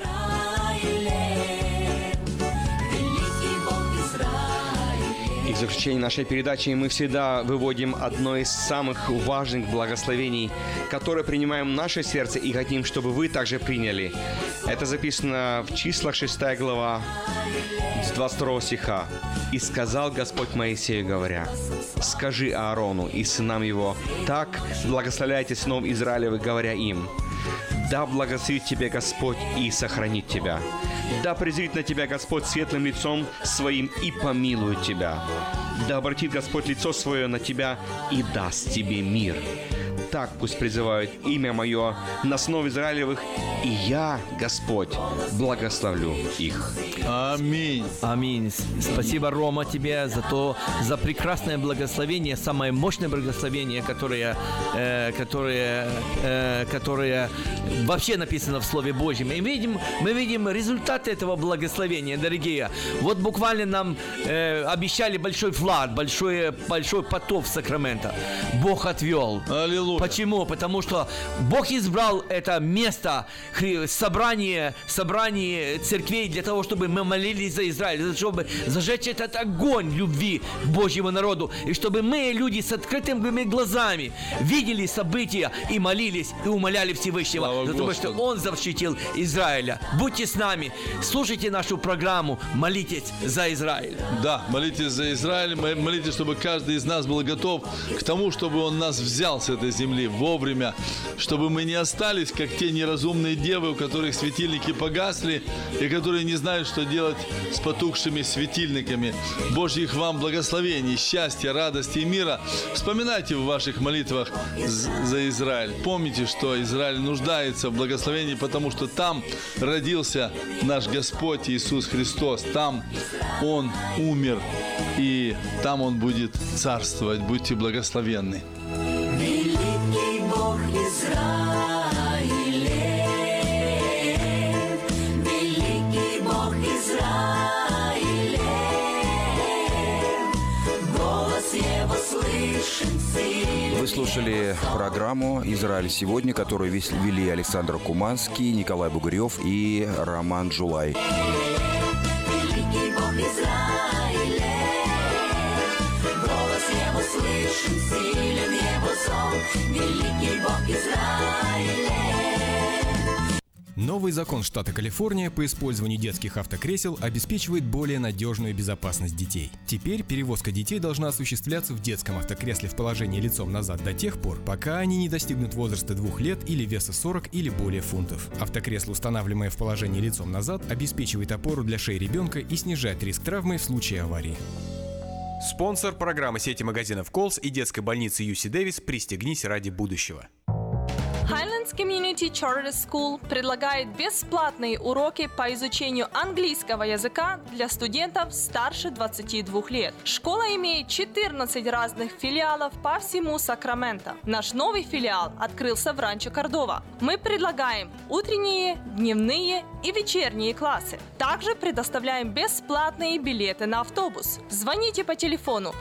И в заключение нашей передачи мы всегда выводим одно из самых важных благословений, которое принимаем в наше сердце и хотим, чтобы вы также приняли. Это записано в Числах 6 глава, с 22 стиха. «И сказал Господь Моисею, говоря, скажи Аарону и сынам его, так благословляйте сынов Израилевых, говоря им, да благословит тебя Господь и сохранит тебя. Да презрит на тебя Господь светлым лицом своим и помилует тебя. Да обратит Господь лицо свое на тебя и даст тебе мир. так пусть призывают имя Мое на снов Израилевых, и Я, Господь, благословлю их». Аминь. Аминь. Спасибо, Рома, тебе за прекрасное благословение, самое мощное благословение, которое вообще написано в Слове Божьем. И мы видим результат этого благословения, дорогие. Вот буквально нам обещали большой флаг, большой потоп в Сакраменто. Бог отвел. Аллилуйя. Почему? Потому что Бог избрал это место собрание церквей для того, чтобы мы молились за Израиль, чтобы зажечь этот огонь любви к Божьему народу, и чтобы мы, люди с открытыми глазами, видели события и молились, и умоляли Всевышнего, Слава за то, Господу. что Он защитил Израиля. Будьте с нами, слушайте нашу программу, молитесь за Израиль. Да, молитесь за Израиль, молитесь, чтобы каждый из нас был готов к тому, чтобы Он нас взял с этой земли вовремя, чтобы мы не остались, как те неразумные девы, у которых светильники погасли, и которые не знают, что делать с потухшими светильниками. Божьих вам благословений, счастья, радости и мира. Вспоминайте в ваших молитвах за Израиль. Помните, что Израиль нуждается в благословении, потому что там родился наш Господь Иисус Христос. Там Он умер, и там Он будет царствовать. Будьте благословенны. Великий Бог Израилев, великий Бог Израилев, голос Его слышен сильный. Вы слушали программу «Израиль сегодня», которую вели Александр Куманский, Николай Бугрев и Роман Джулай. Великий Бог Израилев, голос Его слышен, силен Его зов. Великий Бог Израилев. Новый закон штата Калифорния по использованию детских автокресел обеспечивает более надежную безопасность детей. Теперь перевозка детей должна осуществляться в детском автокресле в положении лицом назад до тех пор, пока они не достигнут возраста 2 лет или веса 40 или более фунтов. Автокресло, устанавливаемое в положении лицом назад, обеспечивает опору для шеи ребенка и снижает риск травмы в случае аварии. Спонсор программы сети магазинов Колс и детской больницы UC Дэвис «Пристегнись ради будущего». Highlands Community Charter School предлагает бесплатные уроки по изучению английского языка для студентов старше 22 лет. Школа имеет 14 разных филиалов по всему Сакраменто. Наш новый филиал открылся в Ранчо Кордова. Мы предлагаем утренние, дневные и вечерние классы. Также предоставляем бесплатные билеты на автобус. Звоните по телефону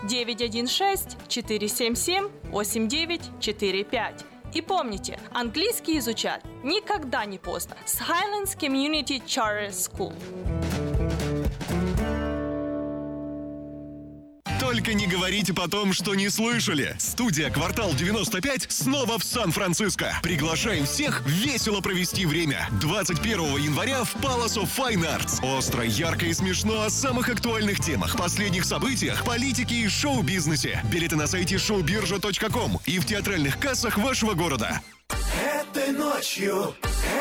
916-477-8945. И помните, английский изучать никогда не поздно с Highlands Community Charter School. Только не говорите потом, что не слышали. Студия «Квартал 95» снова в Сан-Франциско. Приглашаем всех весело провести время. 21 января в Palace of Fine Arts. Остро, ярко и смешно о самых актуальных темах, последних событиях, политике и шоу-бизнесе. Билеты на сайте showbirja.com и в театральных кассах вашего города. Этой ночью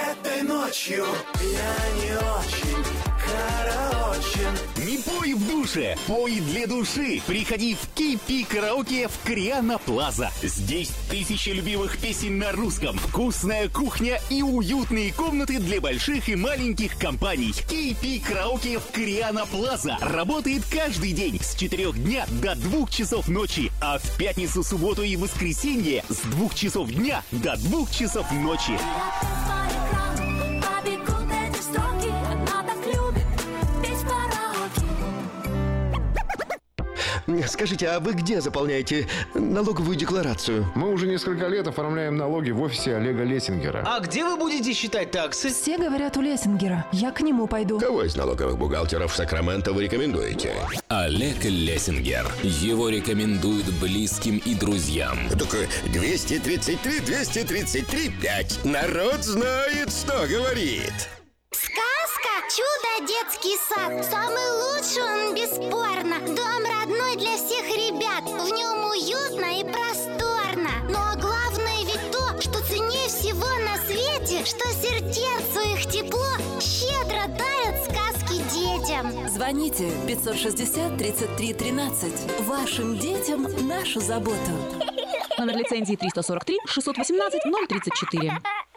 я не очень караочен. Не пой в душе, пой для души. Приходи в KP караоке в Криана Плаза. Здесь тысячи любимых песен на русском, вкусная кухня и уютные комнаты для больших и маленьких компаний. KP караоке в Криана Плаза работает каждый день с 4 дня до 2 часов ночи, а в пятницу, субботу и воскресенье с 2 часов дня до 2 часов ночи. Скажите, а вы где заполняете налоговую декларацию? Мы уже несколько лет оформляем налоги в офисе Олега Лессингера. А где вы будете считать таксы? Все говорят у Лессингера. Я к нему пойду. Кого из налоговых бухгалтеров Сакраменто вы рекомендуете? Олег Лессингер. Его рекомендуют близким и друзьям. Только 233-233-5. Народ знает, что говорит. Сказка «Чудо детский сад». Самый лучший он, бесспорно. Дом родной для всех ребят. В нем уютно и просторно. Но главное ведь то, что ценнее всего на свете, что сердцу их тепло щедро дарят сказки детям. Звоните 560-33-13. Вашим детям нашу заботу. Номер лицензии 343-618-034.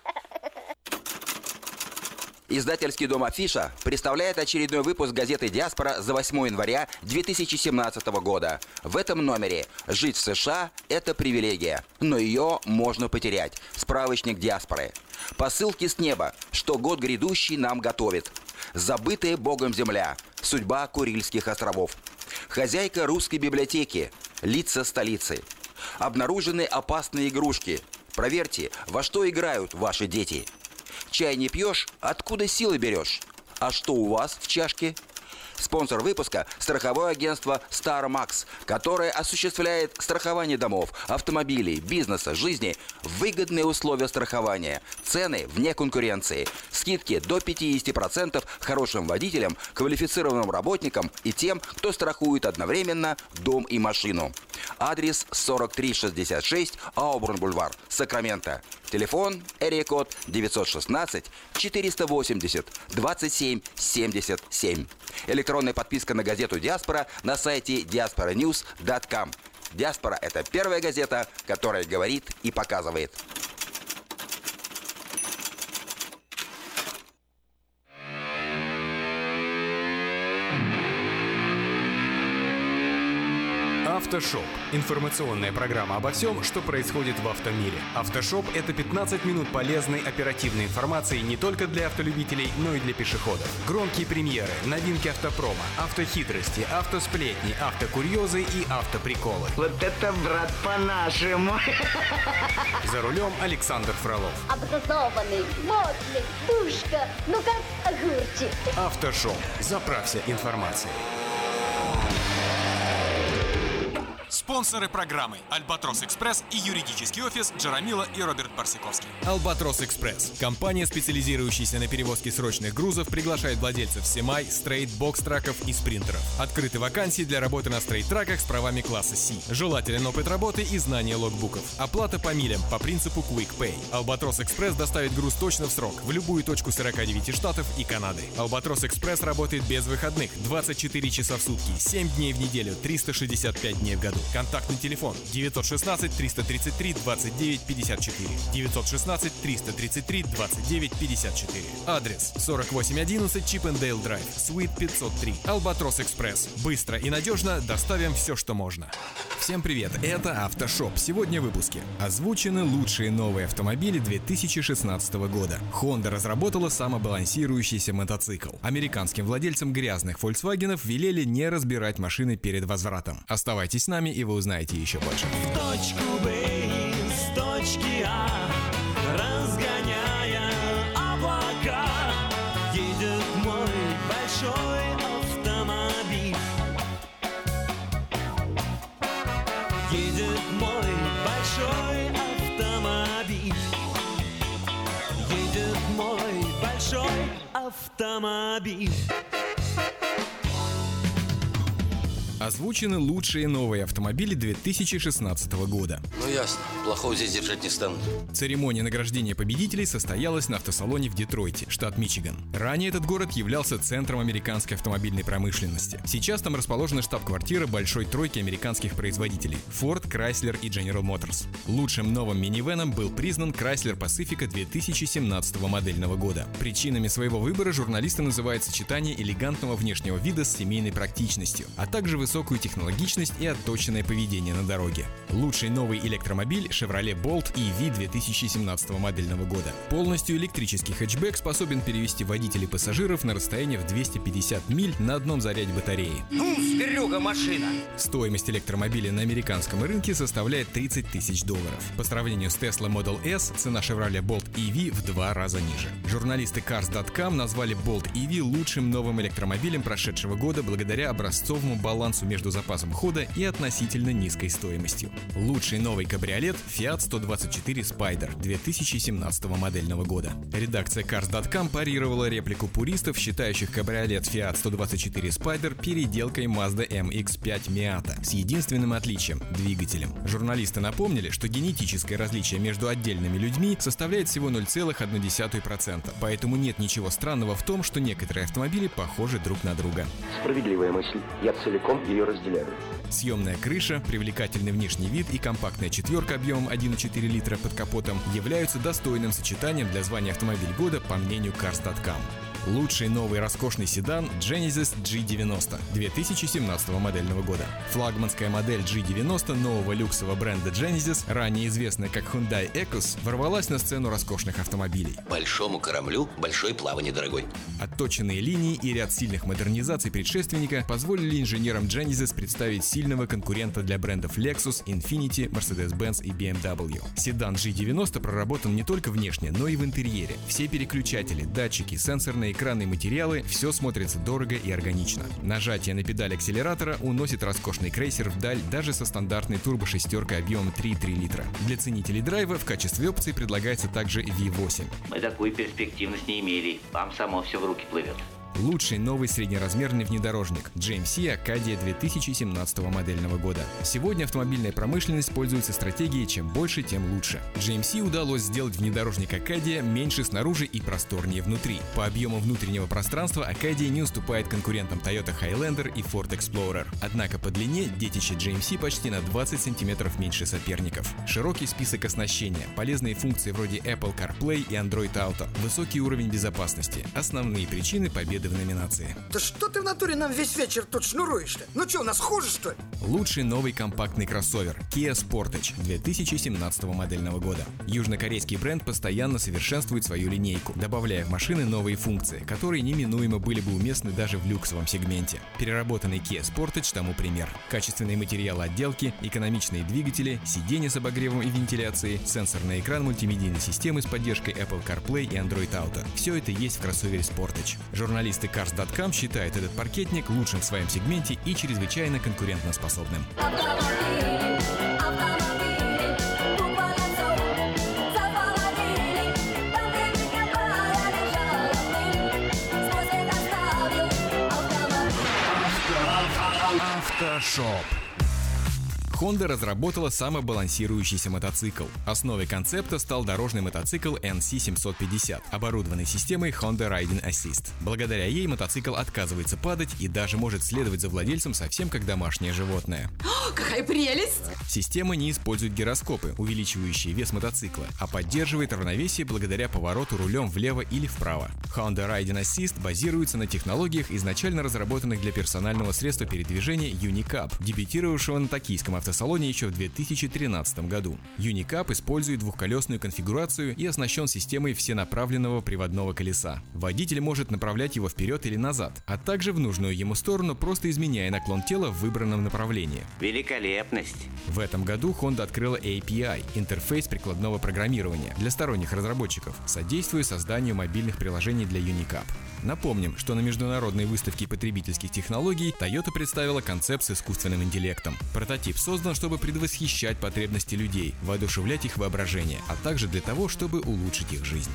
Издательский дом «Афиша» представляет очередной выпуск газеты «Диаспора» за 8 января 2017 года. В этом номере «Жить в США – это привилегия, но ее можно потерять». Справочник «Диаспоры». Посылки с неба, что год грядущий нам готовит. Забытая Богом земля. Судьба Курильских островов. Хозяйка русской библиотеки. Лица столицы. Обнаружены опасные игрушки. Проверьте, во что играют ваши дети. Чай не пьешь, откуда силы берешь? А что у вас в чашке? Спонсор выпуска – страховое агентство Star Max, которое осуществляет страхование домов, автомобилей, бизнеса, жизни, выгодные условия страхования, цены вне конкуренции, скидки до 50% хорошим водителям, квалифицированным работникам и тем, кто страхует одновременно дом и машину. Адрес 4366 Аубурн-Бульвар, Сакраменто. Телефон @код 916-480-27-77. Электронная подписка на газету «Диаспора» на сайте diasporanews.com. «Диаспора» — это первая газета, которая говорит и показывает. Автошоп. Информационная программа обо всем, что происходит в автомире. Автошоп – это 15 минут полезной оперативной информации не только для автолюбителей, но и для пешеходов. Громкие премьеры, новинки автопрома, автохитрости, автосплетни, автокурьезы и автоприколы. Вот это, брат, по-нашему. За рулем Александр Фролов. Образованный, модный, душка, ну как огурчик. Автошоп. Заправься информацией. Спонсоры программы «Альбатрос Экспресс» и юридический офис Джарамила и Роберт Барсиковский. «Альбатрос Экспресс». Компания, специализирующаяся на перевозке срочных грузов, приглашает владельцев семай, стрейт, бокс-траков и спринтеров. Открыты вакансии для работы на стрейт-траках с правами класса C. Желателен опыт работы и знание логбуков. Оплата по милям по принципу Quick Pay. «Альбатрос Экспресс» доставит груз точно в срок в любую точку 49 штатов и Канады. «Альбатрос Экспресс» работает без выходных 24 часа в сутки, 7 дней в неделю, 365 дней в году. Контактный телефон 916-333-29-54. 916-333-29-54. Адрес 4811 Чиппендейл Драйв, Суит 503. Альбатрос Экспресс. Быстро и надежно доставим все, что можно. Всем привет, это Автошоп. Сегодня в выпуске. Озвучены лучшие новые автомобили 2016 года. Honda разработала самобалансирующийся мотоцикл. Американским владельцам грязных Volkswagen'ов велели не разбирать машины перед возвратом. Оставайтесь с нами, и вы узнаете еще больше. В точку Б с точки А, разгоняя облака, едет мой большой автомобиль. Едет мой большой автомобиль. Едет мой большой автомобиль. Озвучены лучшие новые автомобили 2016 года. Ну ясно, плохого здесь держать не станут. Церемония награждения победителей состоялась на автосалоне в Детройте, штат Мичиган. Ранее этот город являлся центром американской автомобильной промышленности. Сейчас там расположена штаб-квартира большой тройки американских производителей – Ford, Chrysler и General Motors. Лучшим новым минивеном был признан Chrysler Pacifica 2017 модельного года. Причинами своего выбора журналисты называют сочетание элегантного внешнего вида с семейной практичностью, а также высокую технологичность и отточенное поведение на дороге. Лучший новый электромобиль Chevrolet Bolt EV 2017 модельного года. Полностью электрический хэтчбэк способен перевести водителей и пассажиров на расстояние в 250 миль на одном заряде батареи. Ну, зверюга машина! Стоимость электромобиля на американском рынке составляет $30 тысяч. По сравнению с Tesla Model S, цена Chevrolet Bolt EV в 2 раза ниже. Журналисты Cars.com назвали Bolt EV лучшим новым электромобилем прошедшего года благодаря образцовому балансу между запасом хода и относительно низкой стоимостью. Лучший новый кабриолет Fiat 124 Spider 2017 модельного года. Редакция Cars.com парировала реплику пуристов, считающих кабриолет Fiat 124 Spider переделкой Mazda MX-5 Miata с единственным отличием – двигателем. Журналисты напомнили, что генетическое различие между отдельными людьми составляет всего 0,1%, поэтому нет ничего странного в том, что некоторые автомобили похожи друг на друга. Справедливая мысль. Я целиком ее разделяют. Съемная крыша, привлекательный внешний вид и компактная четверка объемом 1,4 литра под капотом являются достойным сочетанием для звания «Автомобиль года» по мнению Cars.com. Лучший новый роскошный седан Genesis G90 2017 модельного года. Флагманская модель G90 нового люксового бренда Genesis, ранее известная как Hyundai Equus, ворвалась на сцену роскошных автомобилей. Большому кораблю большое плавание, дорогой. Отточенные линии и ряд сильных модернизаций предшественника позволили инженерам Genesis представить сильного конкурента для брендов Lexus, Infiniti, Mercedes-Benz и BMW. Седан G90 проработан не только внешне, но и в интерьере. Все переключатели, датчики, сенсорные экраны и материалы – все смотрится дорого и органично. Нажатие на педаль акселератора уносит роскошный крейсер вдаль даже со стандартной турбо-шестеркой объемом 3,3 литра. Для ценителей драйва в качестве опции предлагается также V8. Мы такую перспективность не имели. Вам само все в руки плывет. Лучший новый среднеразмерный внедорожник GMC Acadia 2017 модельного года. Сегодня автомобильная промышленность пользуется стратегией «чем больше, тем лучше». GMC удалось сделать внедорожник Acadia меньше снаружи и просторнее внутри. По объему внутреннего пространства Acadia не уступает конкурентам Toyota Highlander и Ford Explorer. Однако по длине детище GMC почти на 20 сантиметров меньше соперников. Широкий список оснащения, полезные функции вроде Apple CarPlay и Android Auto, высокий уровень безопасности – основные причины победы в номинации. Да что ты в натуре нам весь вечер тут шнуруешь-то? Ну что, у нас хуже, что ли? Лучший новый компактный кроссовер Kia Sportage 2017 модельного года. Южнокорейский бренд постоянно совершенствует свою линейку, добавляя в машины новые функции, которые неминуемо были бы уместны даже в люксовом сегменте. Переработанный Kia Sportage тому пример. Качественные материалы отделки, экономичные двигатели, сиденья с обогревом и вентиляцией, сенсорный экран мультимедийной системы с поддержкой Apple CarPlay и Android Auto. Все это есть в кроссовере Sportage. Журналисты Cars.com считают этот паркетник лучшим в своем сегменте и чрезвычайно конкурентоспособным. Автошоп. Honda разработала самобалансирующийся мотоцикл. Основой концепта стал дорожный мотоцикл NC750, оборудованный системой Honda Riding Assist. Благодаря ей мотоцикл отказывается падать и даже может следовать за владельцем совсем как домашнее животное. О, какая прелесть! Система не использует гироскопы, увеличивающие вес мотоцикла, а поддерживает равновесие благодаря повороту рулем влево или вправо. Honda Riding Assist базируется на технологиях, изначально разработанных для персонального средства передвижения Unicap, дебютировавшего на токийском автосалоне еще в 2013 году. Unicap использует двухколесную конфигурацию и оснащен системой всенаправленного приводного колеса. Водитель может направлять его вперед или назад, а также в нужную ему сторону, просто изменяя наклон тела в выбранном направлении. Великолепность! В этом году Honda открыла API – интерфейс прикладного программирования для сторонних разработчиков, содействуя созданию мобильных приложений для Unicap. Напомним, что на международной выставке потребительских технологий Toyota представила концепт с искусственным интеллектом. Прототип создан, чтобы предвосхищать потребности людей, воодушевлять их воображение, а также для того, чтобы улучшить их жизнь.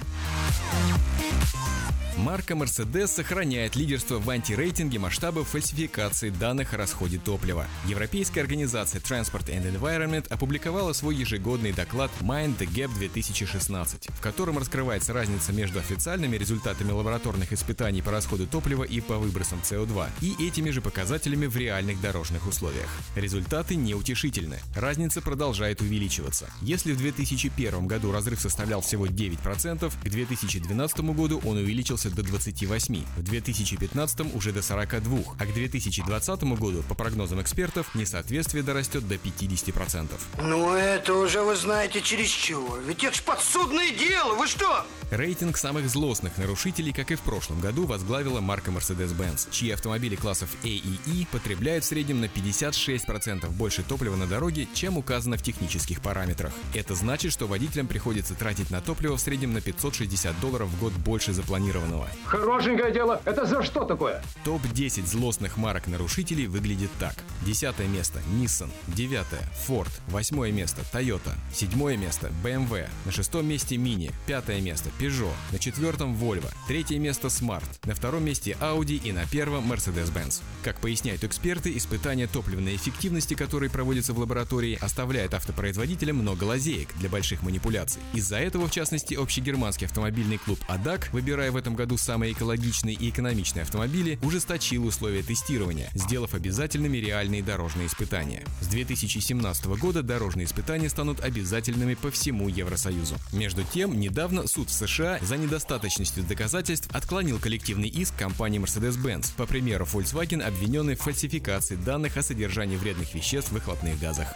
Марка Mercedes сохраняет лидерство в антирейтинге масштабов фальсификации данных о расходе топлива. Европейская организация Transport and Environment опубликовала свой ежегодный доклад Mind the Gap 2016, в котором раскрывается разница между официальными результатами лабораторных испытаний по расходу топлива и по выбросам СО2 и этими же показателями в реальных дорожных условиях. Результаты неутешительны. Разница продолжает увеличиваться. Если в 2001 году разрыв составлял всего 9%, к 2012 году он увеличился до 28%, в 2015 уже до 42%, а к 2020 году, по прогнозам экспертов, несоответствие дорастет до 50%. Ну это уже, вы знаете, чересчур. Ведь это ж подсудное дело, вы что? Рейтинг самых злостных нарушителей, как и в прошлом году, возглавила марка Mercedes-Benz, чьи автомобили классов A и E потребляют в среднем на 56% больше топлива на дороге, чем указано в технических параметрах. Это значит, что водителям приходится тратить на топливо в среднем на $560 в год больше запланированного. Хорошенькое дело. Это за что такое? Топ-10 злостных марок нарушителей выглядит так. 10 место Nissan, 9 Ford, 8 место Toyota, 7 место BMW, на 6 месте Mini, 5 место Peugeot, на 4 Volvo, 3 место Smart, на 2 месте Audi и на 1 Mercedes-Benz. Как поясняют эксперты, испытания топливной эффективности, которые проводят проводится в лаборатории, оставляет автопроизводителям много лазеек для больших манипуляций. Из-за этого, в частности, общегерманский автомобильный клуб «АДАК», выбирая в этом году самые экологичные и экономичные автомобили, ужесточил условия тестирования, сделав обязательными реальные дорожные испытания. С 2017 года дорожные испытания станут обязательными по всему Евросоюзу. Между тем, недавно суд в США за недостаточностью доказательств отклонил коллективный иск компании Mercedes-Benz, по примеру Volkswagen, обвиненной в фальсификации данных о содержании вредных веществ в выхлопных газах.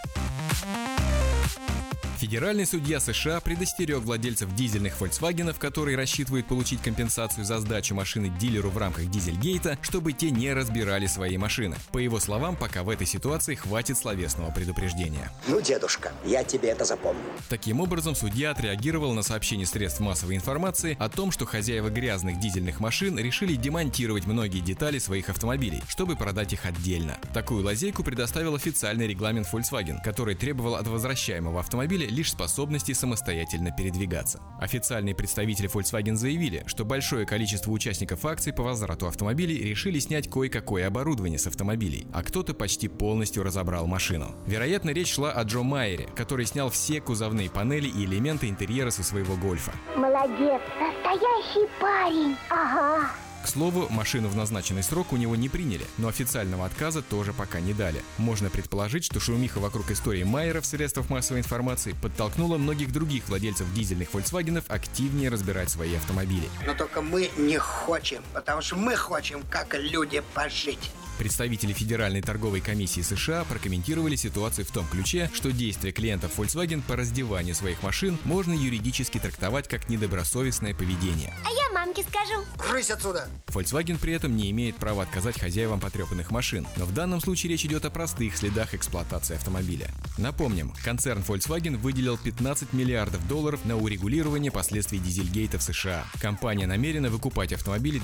Федеральный судья США предостерег владельцев дизельных Volkswagen'ов, которые рассчитывают получить компенсацию за сдачу машины дилеру в рамках Дизельгейта, чтобы те не разбирали свои машины. По его словам, пока в этой ситуации хватит словесного предупреждения. Ну, дедушка, я тебе это запомню. Таким образом, судья отреагировал на сообщение средств массовой информации о том, что хозяева грязных дизельных машин решили демонтировать многие детали своих автомобилей, чтобы продать их отдельно. Такую лазейку предоставил официальный регламент Volkswagen, который требовал от возвращаемого автомобиля лишь способности самостоятельно передвигаться. Официальные представители Volkswagen заявили, что большое количество участников акций по возврату автомобилей решили снять кое-какое оборудование с автомобилей, а кто-то почти полностью разобрал машину. Вероятно, речь шла о Джо Майере, который снял все кузовные панели и элементы интерьера со своего гольфа. Молодец, настоящий парень, ага. К слову, машину в назначенный срок у него не приняли, но официального отказа тоже пока не дали. Можно предположить, что шумиха вокруг истории Майера в средствах массовой информации подтолкнула многих других владельцев дизельных Volkswagen'ов активнее разбирать свои автомобили. Но только мы не хотим, потому что мы хотим, как люди, пожить. Представители Федеральной торговой комиссии США прокомментировали ситуацию в том ключе, что действия клиентов Volkswagen по раздеванию своих машин можно юридически трактовать как недобросовестное поведение. А я мамке скажу. Рысь отсюда! Volkswagen при этом не имеет права отказать хозяевам потрепанных машин, но в данном случае речь идет о простых следах эксплуатации автомобиля. Напомним, концерн Volkswagen выделил $15 миллиардов на урегулирование последствий Дизельгейта в США. Компания намерена выкупать автомобили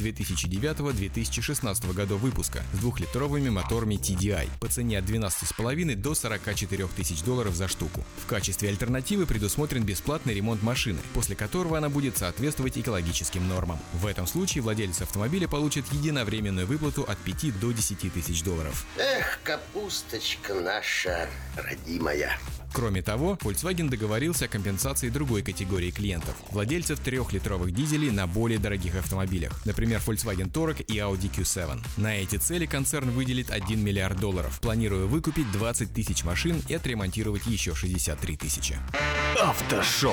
2009-2016 годов выпуска с двухлитровыми моторами TDI по цене от $12,5 до $44 тысяч за штуку. В качестве альтернативы предусмотрен бесплатный ремонт машины, после которого она будет соответствовать экологическим нормам. В этом случае владельцы автомобиля получат единовременную выплату от $5 до $10 тысяч. Эх, капусточка наша родимая. Кроме того, Volkswagen договорился о компенсации другой категории клиентов – владельцев 3-литровых дизелей на более дорогих автомобилях, например, Volkswagen Touareg и Audi Q7. На эти цели концерн выделит $1 миллиард, планируя выкупить 20 тысяч машин и отремонтировать еще 63 тысячи. Автошоу.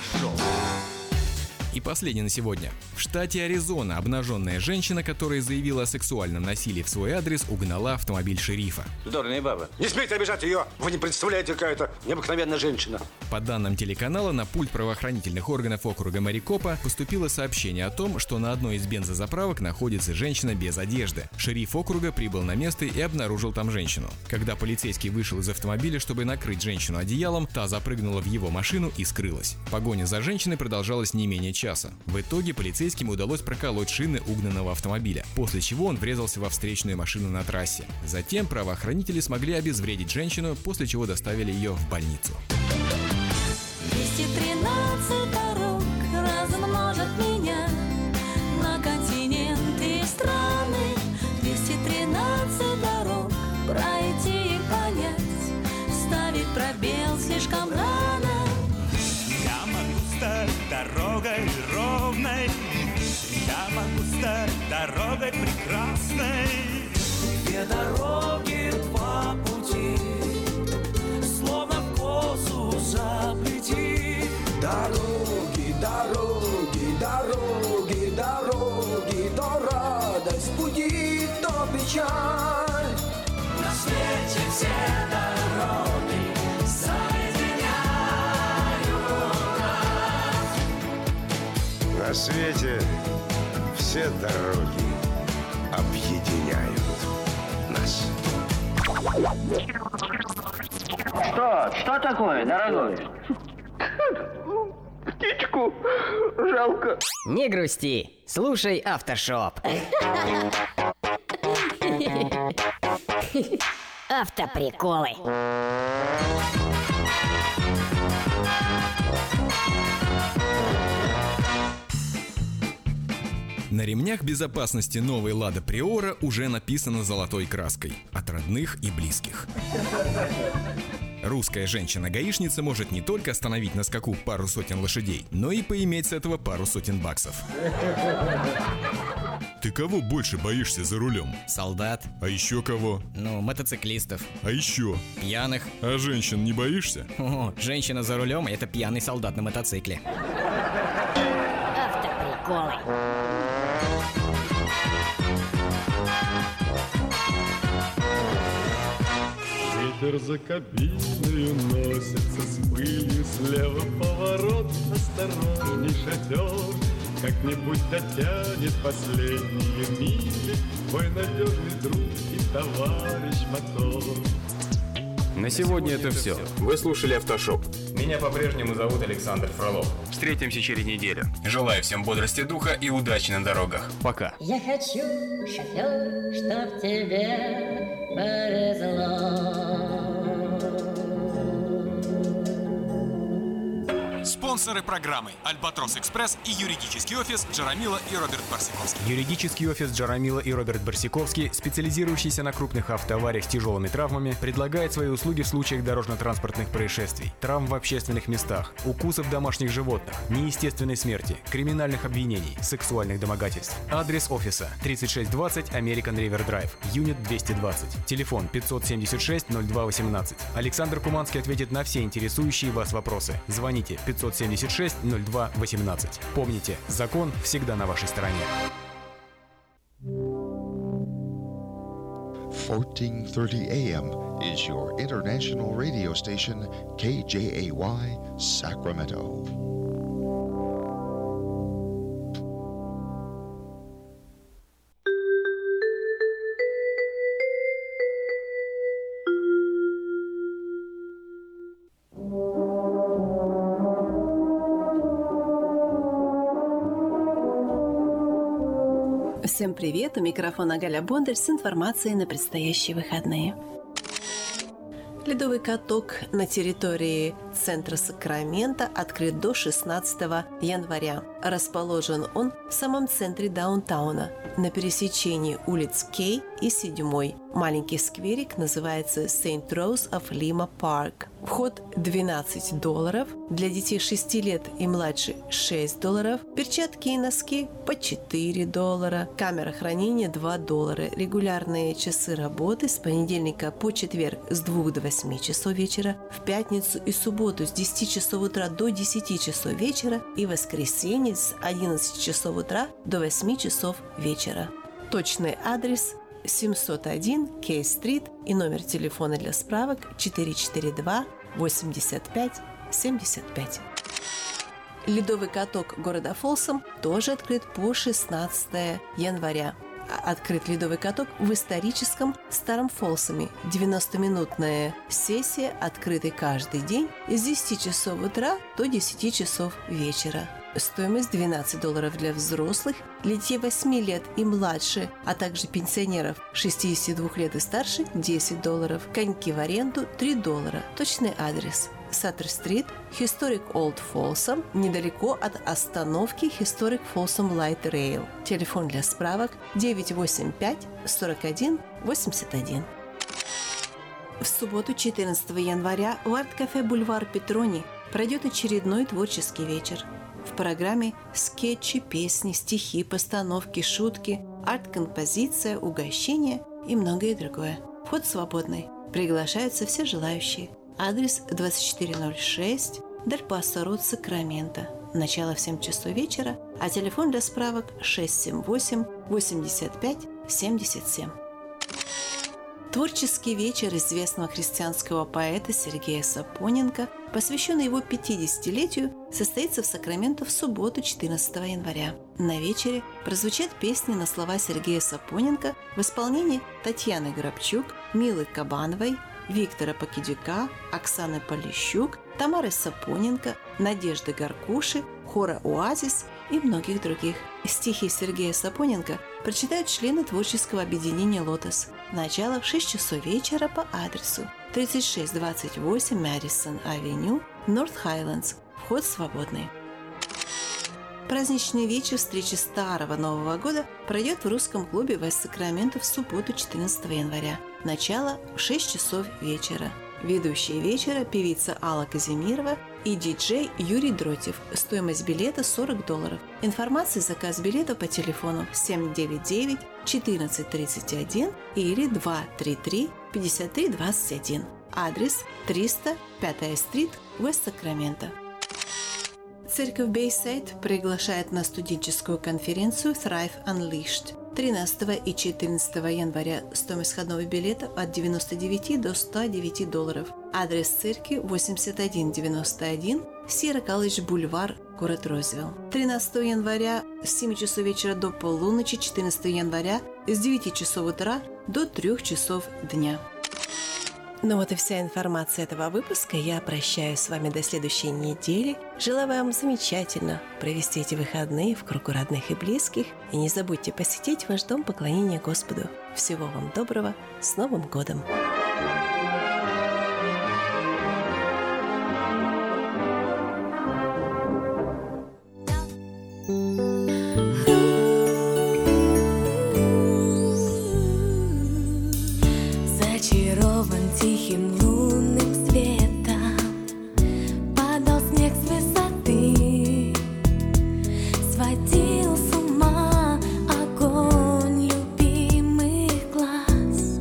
И последний на сегодня. В штате Аризона обнаженная женщина, которая заявила о сексуальном насилии в свой адрес, угнала автомобиль шерифа. Здоровая баба. Не смейте обижать ее! Вы не представляете, какая это необыкновенная женщина. По данным телеканала, на пульт правоохранительных органов округа Марикопа поступило сообщение о том, что на одной из бензозаправок находится женщина без одежды. Шериф округа прибыл на место и обнаружил там женщину. Когда полицейский вышел из автомобиля, чтобы накрыть женщину одеялом, та запрыгнула в его машину и скрылась. Погоня за женщиной продолжалась не менее часа. В итоге полицейским удалось проколоть шины угнанного автомобиля, после чего он врезался во встречную машину на трассе. Затем правоохранители смогли обезвредить женщину, после чего доставили ее в больницу. 213 дорог размножат меня на континенты и страны. 213 дорог пройти и понять, ставить пробел слишком рано. Я могу стать дорогой ровной, я могу стать дорогой прекрасной. Две дороги, два пути, словно в косу заплети. Дороги, дороги, дороги, дороги, то радость пути, то печаль. На свете все дороги соединяют нас. На свете все дороги объединяют нас. Что такое, дорогой? Птичку жалко. Не грусти, слушай Автошоп. Автоприколы. На ремнях безопасности новой «Лада Приора» уже написано золотой краской «От родных и близких». Русская женщина-гаишница может не только остановить на скаку пару сотен лошадей, но и поиметь с этого пару сотен баксов. Ты кого больше боишься за рулем? Солдат. А еще кого? Мотоциклистов. А еще? Пьяных. А женщин не боишься? О, женщина за рулем — это пьяный солдат на мотоцикле. Автоприколы. Ветер за кабиной носится с пылью, слева поворот, осторожней шатер. Как-нибудь дотянет последние мили твой надежный друг и товарищ мотор. На сегодня это все. Вы слушали «Автошоп». Меня по-прежнему зовут Александр Фролов. Встретимся через неделю. Желаю всем бодрости духа и удачи на дорогах. Пока. Я хочу, шофер, чтоб тебе повезло. Спонсоры программы «Альбатрос Экспресс» и юридический офис Джарамила и Роберт Барсиковский. Юридический офис Джарамила и Роберт Барсиковский, специализирующийся на крупных автоавариях с тяжелыми травмами, предлагает свои услуги в случаях дорожно-транспортных происшествий, травм в общественных местах, укусов домашних животных, неестественной смерти, криминальных обвинений, сексуальных домогательств. Адрес офиса: 3620 American River Drive, Юнит 220. Телефон 576-0218. Александр Куманский ответит на все интересующие вас вопросы. Звоните 576-0218. Помните, закон всегда на вашей стороне. 1430 AM is your international radio station, KJAY, Sacramento. Всем привет! У микрофона Галя Бондарь с информацией на предстоящие выходные. Ледовый каток на территории центра Сакрамента открыт до 16 января. Расположен он в самом центре даунтауна, на пересечении улиц Кей и 7-й. Маленький скверик называется St. Rose of Lima Park. Вход $12, для детей 6 лет и младше $6, перчатки и носки по $4, камера хранения $2, регулярные часы работы с понедельника по четверг с 2 до 8 часов вечера, в пятницу и субботу с 10 часов утра до 10 часов вечера и воскресенье с 11 часов утра до 8 часов вечера. Точный адрес 701 Кей-стрит и номер телефона для справок 442-85-75. Ледовый каток города Фолсом тоже открыт по 16 января. Открыт ледовый каток в историческом Старом Фолсоме. 90-минутная сессия, открытая каждый день с 10 часов утра до 10 часов вечера. Стоимость $12 для взрослых, для детей 8 лет и младше, а также пенсионеров 62 лет и старше $10. Коньки в аренду $3. Точный адрес: Саттер-стрит, Historic Old Folsom, недалеко от остановки Historic Folsom Light Rail. Телефон для справок 985-41-81. В субботу 14 января в арт-кафе «Бульвар Петрони» пройдет очередной творческий вечер. В программе скетчи, песни, стихи, постановки, шутки, арт-композиция, угощения и многое другое. Вход свободный. Приглашаются все желающие. Адрес 2406 Дель Пасо Род, Сакраменто. Начало в 7 часов вечера, а телефон для справок 678-85-77. Творческий вечер известного христианского поэта Сергея Сапоненко, посвященный его 50-летию, состоится в Сакраменто в субботу 14 января. На вечере прозвучат песни на слова Сергея Сапоненко в исполнении Татьяны Грабчук, Милы Кабановой, Виктора Покидюка, Оксаны Полищук, Тамары Сапоненко, Надежды Гаркуши, хора «Оазис» и многих других. Стихи Сергея Сапоненко прочитают члены творческого объединения «Лотос». Начало в 6 часов вечера по адресу 3628 Мэдисон Авеню, Норт Хайлендс. Вход свободный. Праздничный вечер встречи Старого Нового года пройдет в русском клубе Вест Сакраменто в субботу 14 января. Начало в 6 часов вечера. Ведущие вечера – певица Алла Казимирова и диджей Юрий Дротев. Стоимость билета $40. Информация и заказ билета по телефону 799-1431 или 233-5321. Адрес 300 5-я стрит, Вест Сакраменто. Церковь Бейсайд приглашает на студенческую конференцию Thrive Unleashed 13 и 14 января. Стоимость входного билета от $99 до $109. Адрес церкви 8191 Сьерра Колледж Бульвар, город Розвилл. 13 января с 7 часов вечера до полуночи, 14 января с 9 часов утра до 3 часов дня. Ну вот и вся информация этого выпуска. Я прощаюсь с вами до следующей недели. Желаю вам замечательно провести эти выходные в кругу родных и близких. И не забудьте посетить ваш дом поклонения Господу. Всего вам доброго. С Новым годом! Зачарован тихим лунным светом, падал снег с высоты, сводил с ума огонь любимых глаз.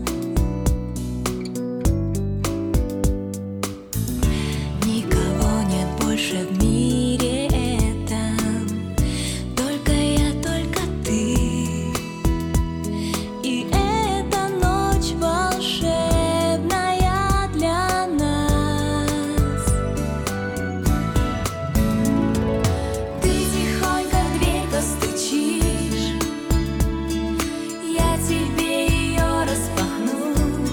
Никого нет больше в мире этом, только я, только ты. И эта ночь волшебная для нас. Ты тихонько в дверь постучишь, я тебе ее распахну.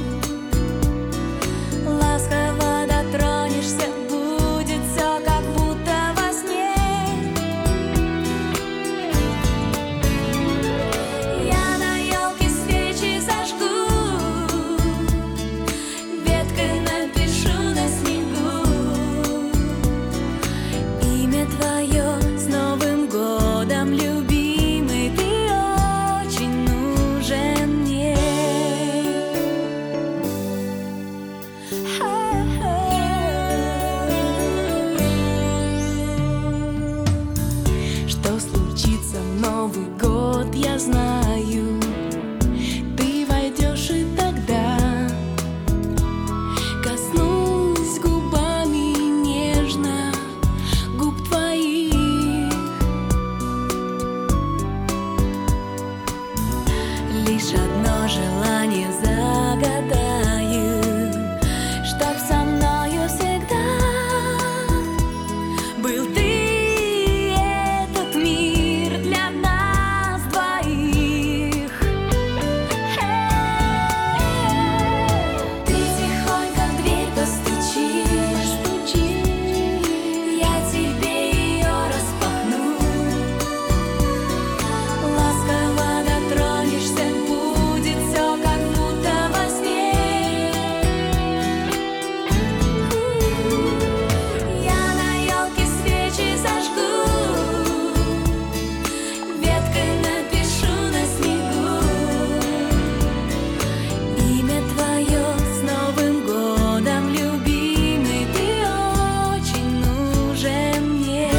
Ласково дотронешься, будет все как будто во сне. Я на елке свечи зажгу, веткой напишу на снегу имя твое. С Новым годом, любимый, ты очень нужен мне. Что случится в Новый год, я знаю. Ты войдешь, и тогда коснусь губами нежно губ твоих. Лишь одно желание загадаю, чтоб со мною всегда был ты, этот мир для нас двоих. Ты тихонько в дверь постучишь, я тебе ее распахну. Ласково дотронешься, будет все как будто во сне. Я на елке свечи зажгу, веткой напишу на снегу имя твое. С Новым годом, любимый, ты очень нужен мне.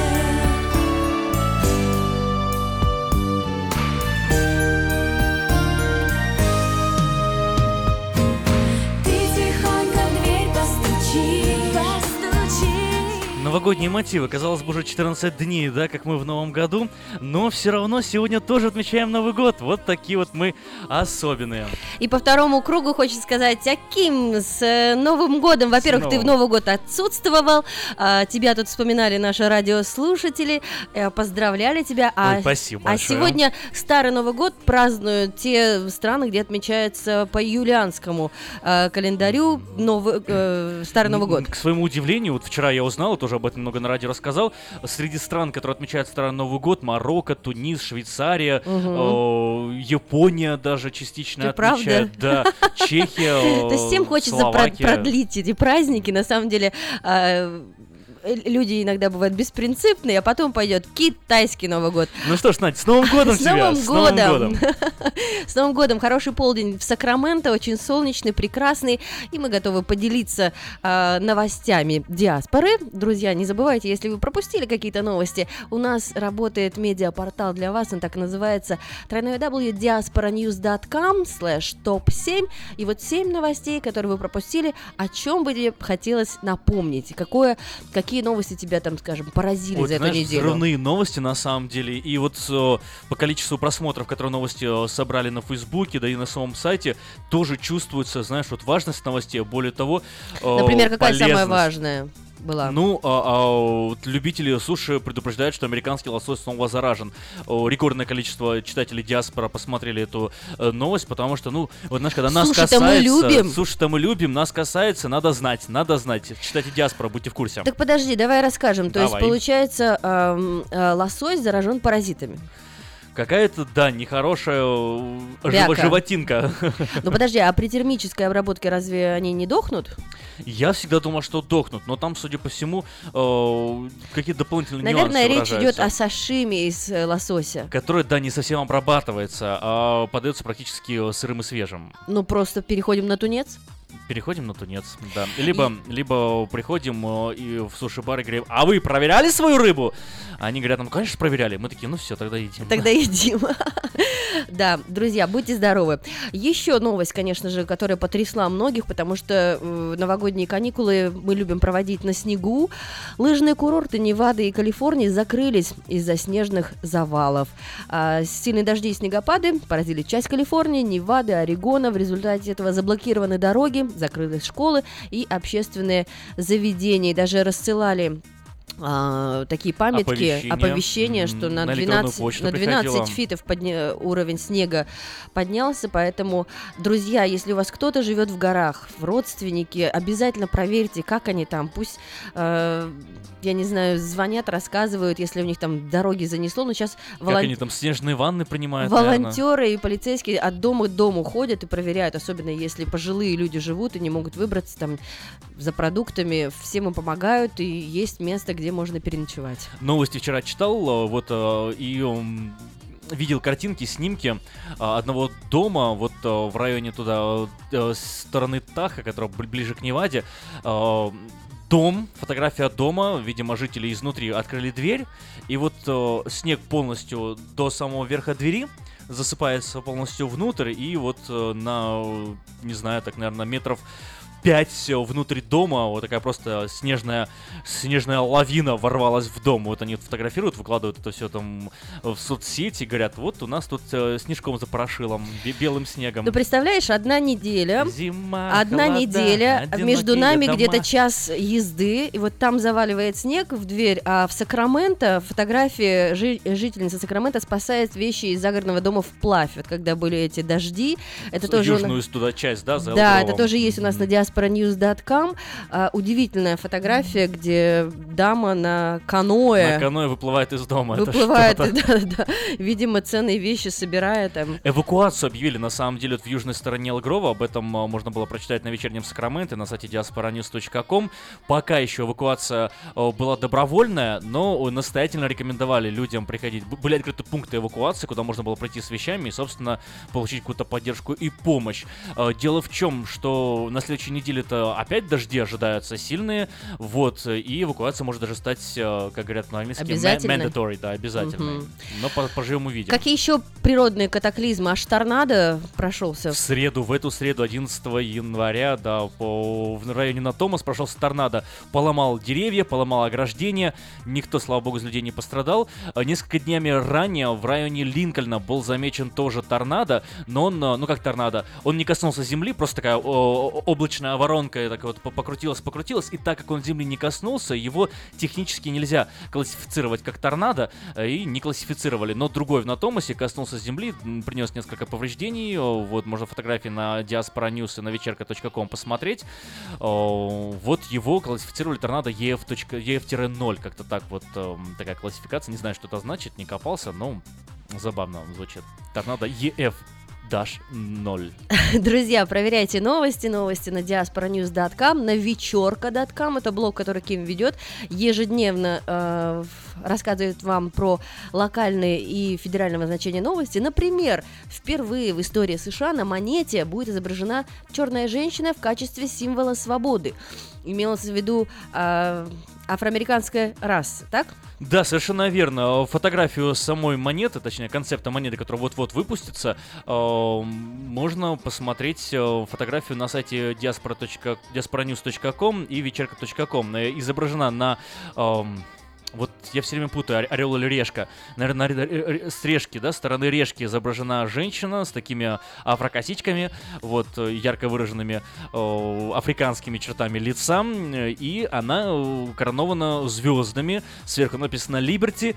Ты тихонько в дверь постучи. Новогодние мотивы. Казалось бы, уже 14 дней, да, как мы в Новом году, но все равно сегодня тоже отмечаем Новый год. Вот такие вот мы особенные. И по второму кругу хочется сказать, Аким, с Новым годом. Во-первых, ты в Новый год отсутствовал, тебя тут вспоминали наши радиослушатели, поздравляли тебя. Ой, спасибо большое. А сегодня Старый Новый год празднуют те страны, где отмечается по юлианскому календарю Старый Новый год. К своему удивлению, вот вчера я узнал, тоже об этом много на радио рассказал, среди стран, которые отмечают Старый Новый год, Марокко, Тунис, Швейцария, Япония даже частично отмечает. Да, Чехия, То есть всем хочется продлить эти праздники, на самом деле. люди иногда бывают беспринципные, а потом пойдет китайский Новый год. Ну что ж, Надь, с Новым годом тебя! С Новым годом! С Новым годом! Хороший полдень в Сакраменто, очень солнечный, прекрасный, и мы готовы поделиться новостями диаспоры. Друзья, не забывайте, если вы пропустили какие-то новости, у нас работает медиапортал для вас, он так и называется www.diasporanews.com/top7, и вот 7 новостей, которые вы пропустили, о чем бы тебе хотелось напомнить, какие новости тебя там, скажем, поразили за эту неделю. Взрывные новости на самом деле, и вот по количеству просмотров, которые новости собрали на Фейсбуке, да и на самом сайте, тоже чувствуется, знаешь, вот важность новостей, более того, например, какая полезность. Самая важная была? Ну, любители суши предупреждают, что американский лосось снова заражен. Рекордное количество читателей диаспора посмотрели эту новость, потому что, вот знаешь, когда нас касается... Суши-то мы любим, нас касается, надо знать. Читайте диаспора, будьте в курсе. Так подожди, давай расскажем. То есть, получается, лосось заражен паразитами. Какая-то, да, нехорошая животинка. Ну подожди, а при термической обработке разве они не дохнут? Я всегда думал, что дохнут, но там, судя по всему, какие-то дополнительные нюансы Наверное, речь выражаются. идет о сашими из лосося. Который, да, не совсем обрабатывается, а подается практически сырым и свежим. Ну просто переходим на тунец? Переходим на тунец, да. Либо приходим и в суши-бар и говорим: а вы проверяли свою рыбу? Они говорят: ну, конечно, проверяли. Мы такие: ну все, тогда едим. Да, друзья, будьте здоровы. Еще новость, конечно же, которая потрясла многих, потому что новогодние каникулы мы любим проводить на снегу. Лыжные курорты Невады и Калифорнии закрылись из-за снежных завалов. Сильные дожди и снегопады поразили часть Калифорнии, Невады, Орегона. В результате этого заблокированы дороги, закрылись школы и общественные заведения. Даже рассылали такие памятки, оповещения, что на 12 фитов уровень снега поднялся, поэтому, друзья, если у вас кто-то живет в горах, родственники, обязательно проверьте, как они там, пусть, я не знаю, звонят, рассказывают, если у них там дороги занесло, но сейчас... Как они там снежные ванны принимают, волонтеры и полицейские от дома к дому ходят и проверяют, особенно если пожилые люди живут и не могут выбраться там за продуктами, всем им помогают, и есть место, где можно переночевать. Новости вчера читал, видел картинки, снимки одного дома, в районе туда, стороны Таха, который ближе к Неваде. Фотография дома, видимо, жители изнутри открыли дверь, и снег полностью до самого верха двери засыпается полностью внутрь, и не знаю, так, наверное, метров 5 внутри дома, такая просто снежная лавина ворвалась в дом. Они фотографируют, выкладывают это все там в соцсети, говорят: вот у нас тут снежком запорошило, белым снегом. Ну, представляешь, одна неделя, неделя, между нами дома. Где-то час езды, и вот там заваливает снег в дверь, а в Сакраменто фотография жительницы Сакраменто спасает вещи из загородного дома вплавь. Когда были эти дожди, это тоже... Южную туда часть, да, за Да, это тоже есть у нас на diasporanews.com. Удивительная фотография, где дама на каноэ. На каноэ выплывает из дома. Выплывает, да. Видимо, ценные вещи собирает там. Эвакуацию объявили, на самом деле, в южной стороне Элгрова. Об этом можно было прочитать на вечернем Сакраменто на сайте diasporanews.com. Пока еще эвакуация была добровольная, но настоятельно рекомендовали людям приходить. Были открыты пункты эвакуации, куда можно было пройти с вещами и, собственно, получить какую-то поддержку и помощь. Дело в чем, что на следующей неделе-то опять дожди ожидаются сильные, и эвакуация может даже стать, как говорят на английском, mandatory, да, обязательной. Но поживем увидим. Какие еще природные катаклизмы? Аж торнадо прошелся? В эту среду, 11 января, да, в районе Натомас прошелся торнадо. Поломал деревья, поломал ограждения. Никто, слава богу, из людей не пострадал. Несколько днями ранее в районе Линкольна был замечен тоже торнадо, но он, как торнадо, он не коснулся земли, просто такая облачная воронка так покрутилась, и так как он земли не коснулся, его технически нельзя классифицировать как торнадо, и не классифицировали. Но другой в Натомасе коснулся земли, принес несколько повреждений. Можно фотографии на Diaspora News и на вечерка.com посмотреть. Его классифицировали торнадо EF-0, как-то так такая классификация. Не знаю, что это значит, не копался, но забавно звучит. Торнадо EF. -0. Друзья, проверяйте новости на diasporanews.com, на вечерка.com. Это блог, который Ким ведет. Ежедневно рассказывает вам про локальные и федерального значения новости. Например, впервые в истории США на монете будет изображена черная женщина в качестве символа свободы. Имелось в виду афроамериканская раса, так? Да, совершенно верно. Фотографию самой монеты, точнее концепта монеты, которая вот-вот выпустится, можно посмотреть фотографию на сайте diasporanews.com и вечерка.com. Изображена на... Вот я все время путаю, орел или решка. Наверное, с решки, да, стороны решки изображена женщина с такими афрокосичками, вот, ярко выраженными африканскими чертами лица, и она коронована звездами, сверху написано Liberty,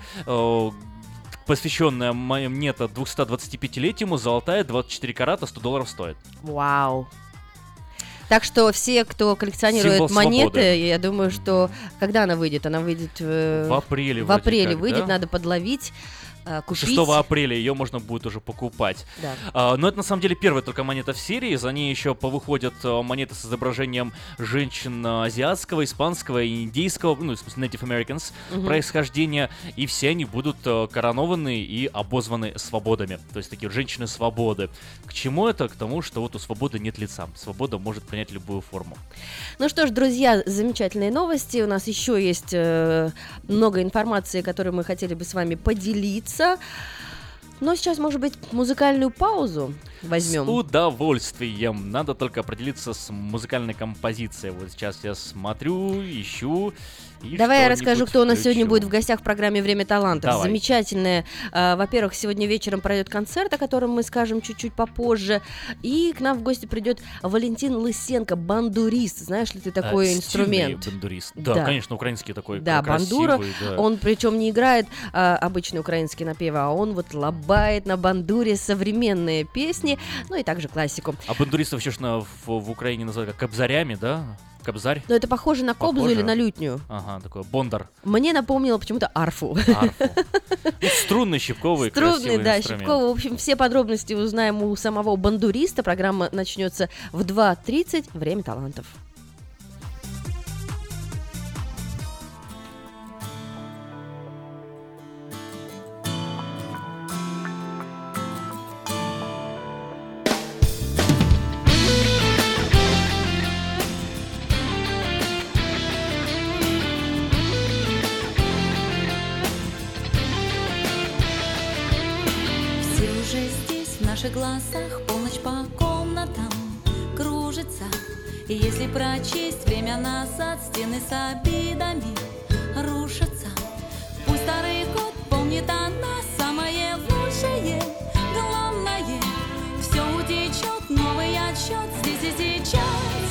посвященная монета 225-летию, золотая, 24 карата, $100 стоит. Вау! Так что все, кто коллекционирует символ монеты, свободы. Я думаю, что когда она выйдет? Она выйдет в апреле. В апреле выйдет, да? Надо подловить. Купить. 6 апреля ее можно будет уже покупать. Да. Но это на самом деле первая только монета в серии. За ней еще повыходят монеты с изображением женщин азиатского, испанского и индейского, ну, в смысле Native Americans происхождения. И все они будут коронованы и обозваны свободами. То есть такие вот женщины свободы. К чему это? К тому, что вот у свободы нет лица. Свобода может принять любую форму. Ну что ж, друзья, замечательные новости. У нас еще есть много информации, которую мы хотели бы с вами поделиться. Но сейчас, может быть, музыкальную паузу возьмем. С удовольствием. Надо только определиться с музыкальной композицией. Вот сейчас я смотрю, ищу. Давай я расскажу, кто у нас сегодня будет в гостях в программе «Время талантов». Давай. Замечательное. Во-первых, сегодня вечером пройдет концерт, о котором мы скажем чуть-чуть попозже. И к нам в гости придет Валентин Лысенко, бандурист. Знаешь ли ты такой инструмент? Бандурист. Да, конечно, украинский такой да, красивый. Бандура. Да. Он причем не играет обычные украинские напевы, а он вот лобает на бандуре современные песни, ну и также классику. А бандуристов еще в Украине называют как кобзарями, да? Кобзарь? Но это похоже на кобзу или на лютню. Ага, такой бондар. Мне напомнило почему-то арфу. Ну, струнный, щипковый, красивый да, инструмент. щипковый. В общем, все подробности узнаем у самого бандуриста. Программа начнется в 2:30. Время талантов. В наших глазах полночь по комнатам кружится. И если прочесть время назад, стены с обидами рушатся. Пусть старый год помнит о нас самое лучшее, главное. Все утечет, новый отсчет здесь и сейчас.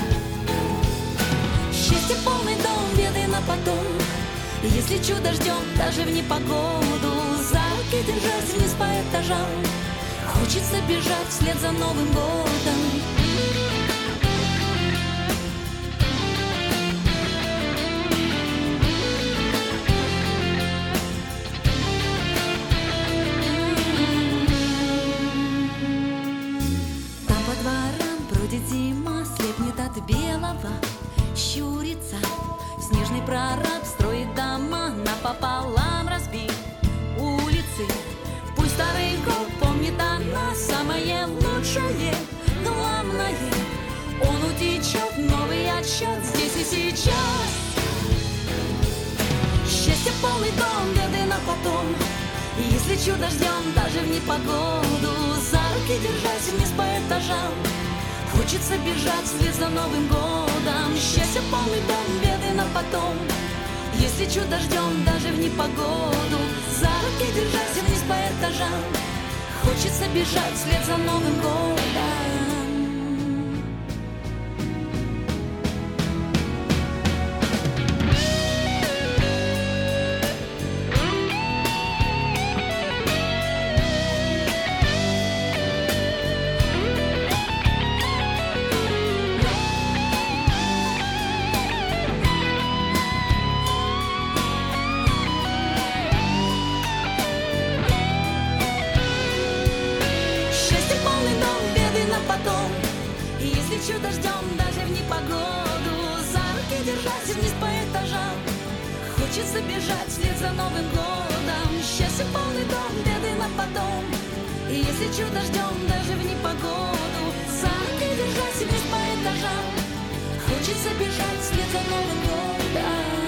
Счастье полный дом, беды на потом. Если чудо ждем даже в непогоду, за руки держась вниз по этажам. Хочется бежать вслед за Новым годом. Там по дворам бродит зима, слепнет от белого, щурится. Снежный прораб строит дома, напополам разбит улицы. Пусть старый год помнит о нас самое лучшее, главное. Он утечет, новый отсчет здесь и сейчас. Счастье полный дом, беды на потом. И если чудо ждем даже в непогоду, за руки держась вниз по этажам. Хочется бежать вслед за Новым годом. Счастье полный дом, беды на потом. Если чудо ждем даже в непогоду, за руки держась вниз по этажам. Хочется бежать вслед за Новым годом. держась вниз по этажам. Хочется бежать вслед за Новым годом. Счастье полный дом, беды на потом. И если чудо ждем даже в непогоду, за руки держась вниз по этажам. Хочется бежать вслед за Новым годом.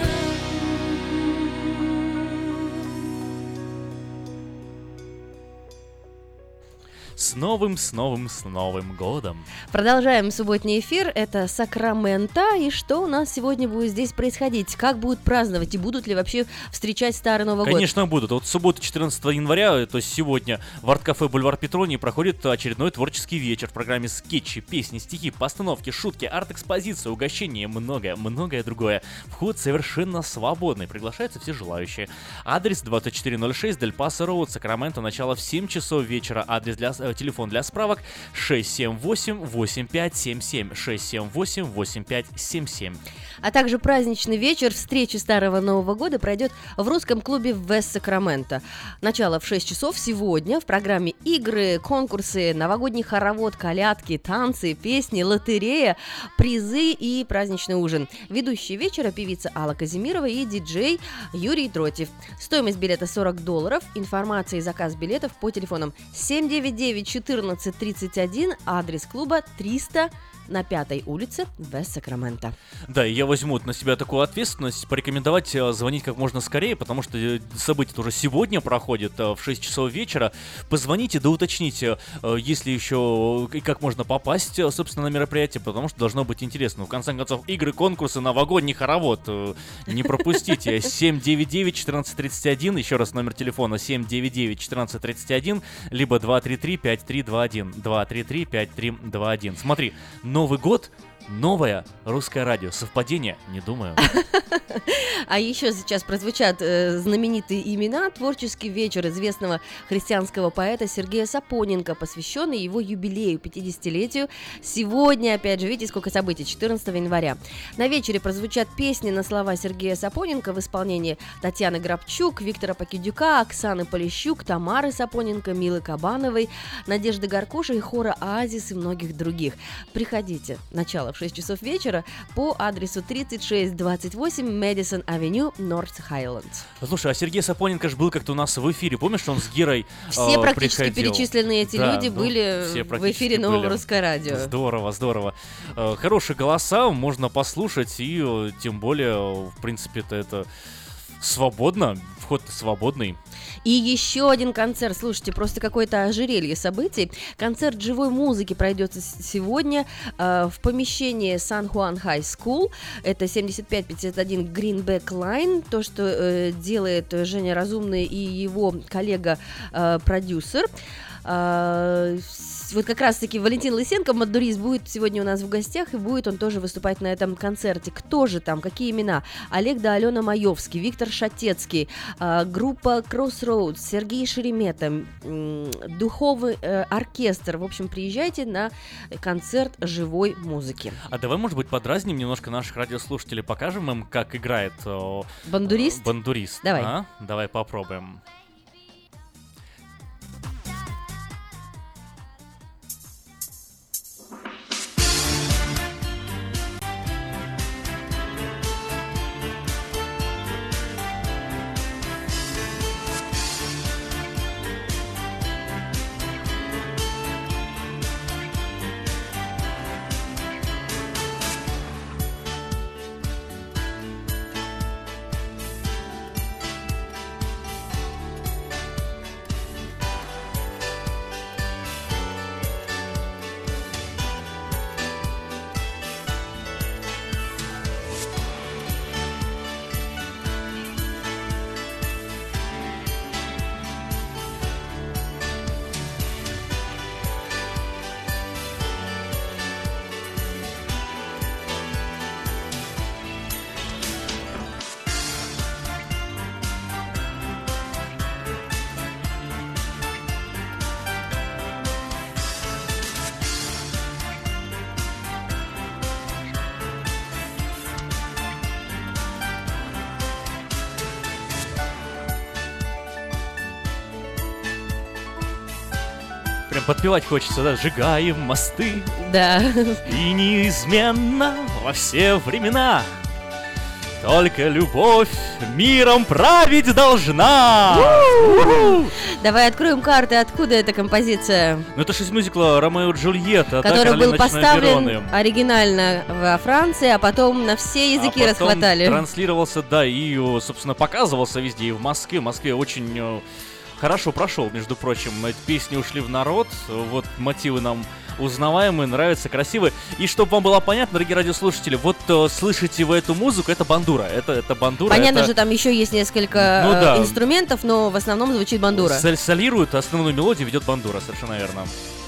С Новым годом. Продолжаем субботний эфир. Это Сакраменто. И что у нас сегодня будет здесь происходить? Как будут праздновать? И будут ли вообще встречать Старый Новый год? Конечно, будут. Вот в субботу, 14 января, то есть сегодня, в арт-кафе «Бульвар Петроний» проходит очередной творческий вечер в программе скетчи, песни, стихи, постановки, шутки, арт-экспозиция, угощения и многое другое. Вход совершенно свободный. Приглашаются все желающие. Адрес 2406 Дель Пасо Роуд, Сакраменто. Начало в 7 часов вечера. Адрес телефон для справок 678-8577. 678-8577. А также праздничный вечер встречи Старого Нового года пройдет в русском клубе Вест Сакраменто. Начало в 6 часов сегодня. В программе игры, конкурсы, новогодний хоровод, колядки, танцы, песни, лотерея, призы и праздничный ужин. Ведущие вечера — певица Алла Казимирова и диджей Юрий Дротьев. Стоимость билета $40. Информация и заказ билетов по телефонам 799-1431, адрес клуба 300 на 5-й улице Вест Сакраменто. Да, и я возьму на себя такую ответственность, порекомендовать звонить как можно скорее, потому что событие уже сегодня проходит в 6 часов вечера. Позвоните, да уточните, если еще и как можно попасть, собственно, на мероприятие, потому что должно быть интересно. В конце концов, игры, конкурсы, новогодний хоровод. Не пропустите. 799-1431, еще раз номер телефона 799-1431, либо 233-5321. 233-5321. Смотри, Новый год, новое русское радио. Совпадение? Не думаю. А еще сейчас прозвучат знаменитые имена. Творческий вечер известного христианского поэта Сергея Сапоненко, посвященный его юбилею, 50-летию. Сегодня, опять же, видите, сколько событий, 14 января. На вечере прозвучат песни на слова Сергея Сапоненко в исполнении Татьяны Грабчук, Виктора Покидюка, Оксаны Полищук, Тамары Сапоненко, Милы Кабановой, Надежды Гаркуша и хора «Оазис» и многих других. Приходите. Начало в 6 часов вечера по адресу 3628 Мэдисон Авеню, Норт Хайленд. Слушай, а Сергей Сапоненко же был как-то у нас в эфире. Помнишь, что он с Герой все практически приходил? Перечисленные эти люди были в эфире Нового Русское Радио. Здорово, здорово. Хорошие голоса, можно послушать, и тем более, в принципе-то это свободно, вход свободный. И еще один концерт, слушайте, просто какое-то ожерелье событий. Концерт живой музыки пройдет сегодня в помещении San Juan High School. Это 7551 Greenback Line. То, что делает Женя Разумный и его коллега-продюсер. Вот как раз-таки Валентин Лысенко, мадурист, будет сегодня у нас в гостях, и будет он тоже выступать на этом концерте. Кто же там, какие имена? Олег да Алена Маевский, Виктор Шатецкий, группа Crossroads, Сергей Шеремета, духовый оркестр. В общем, приезжайте на концерт живой музыки. А давай, может быть, подразним немножко наших радиослушателей, покажем им, как играет бандурист? Бандурист. Давай. Давай попробуем. Прям подпевать хочется, да? Сжигаем мосты. Да. И неизменно во все времена только любовь миром править должна. Давай откроем карты, откуда эта композиция. Ну это же из мюзикла «Ромео и Джульетта», который был поставлен Вероны. Оригинально во Франции, а потом на все языки расхватали. Транслировался, да, и, собственно, показывался везде, и в Москве. В Москве очень хорошо прошел, между прочим. Эти песни ушли в народ, вот мотивы нам узнаваемые, нравятся, красивые. И чтобы вам было понятно, дорогие радиослушатели, вот слышите вы эту музыку, это бандура. Это бандура. Понятно же, там еще есть несколько инструментов, но в основном звучит бандура. Солирует, основную мелодию ведет бандура, совершенно верно.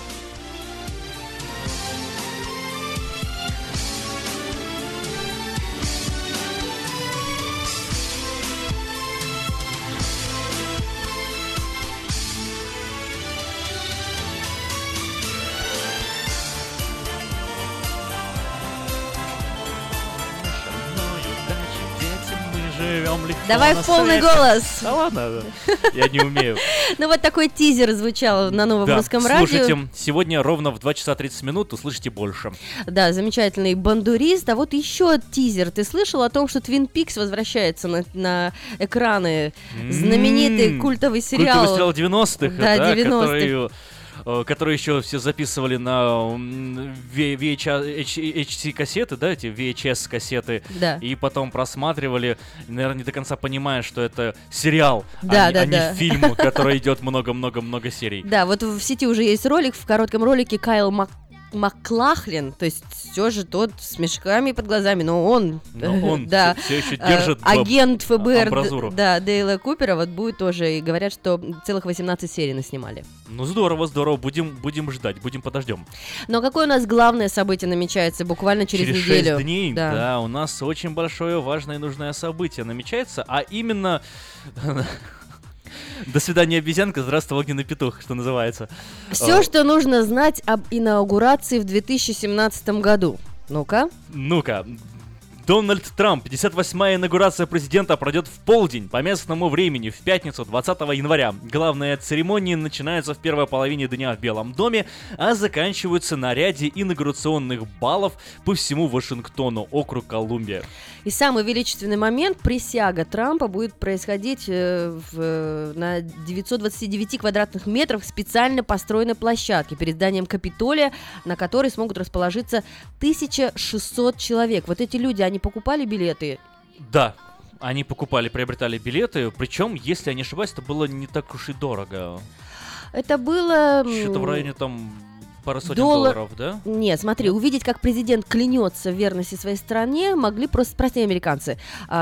Давай в полный голос. Да ладно, я не умею. Ну вот такой тизер звучал на Новом Русском радио. Слушайте, сегодня ровно в 2 часа 30 минут услышите больше. Да, замечательный бандурист. А вот еще тизер. Ты слышал о том, что Twin Peaks возвращается на экраны? Знаменитый культовый сериал. Культовый сериал 90-х, да, 90-х. Которые еще все записывали на HC-кассеты, да, эти VHS-кассеты, да. И потом просматривали, наверное, не до конца понимая, что это сериал, да, не фильм, который идет много-много-много серий. Да, вот в сети уже есть ролик, в коротком ролике Кайл Маклахлин, то есть все же тот с мешками под глазами, но он да, все еще держит агент ФБР, амбразуру. Да, Дейла Купера, вот будет тоже, и говорят, что целых 18 серий наснимали. Ну здорово, будем ждать, подождем. Но какое у нас главное событие намечается буквально через неделю? 6 дней, да, у нас очень большое, важное и нужное событие намечается, а именно... До свидания, обезьянка, здравствуй, огненный петух, что называется. Все, что нужно знать об инаугурации в 2017 году. Ну-ка. Дональд Трамп. 58-я инаугурация президента пройдет в полдень по местному времени в пятницу, 20 января. Главные церемонии начинаются в первой половине дня в Белом доме, а заканчиваются на ряде инаугурационных баллов по всему Вашингтону, округ Колумбия. И самый величественный момент — присяга Трампа будет происходить на 929 квадратных метрах специально построенной площадке перед зданием Капитолия, на которой смогут расположиться 1600 человек. Вот эти люди, они покупали билеты? Да, они приобретали билеты, причем, если я не ошибаюсь, это было не так уж и дорого. Это было... Что-то в районе там... Пару сотен долларов, да? Нет, смотри, увидеть, как президент клянется в верности своей стране, могли просто простые американцы.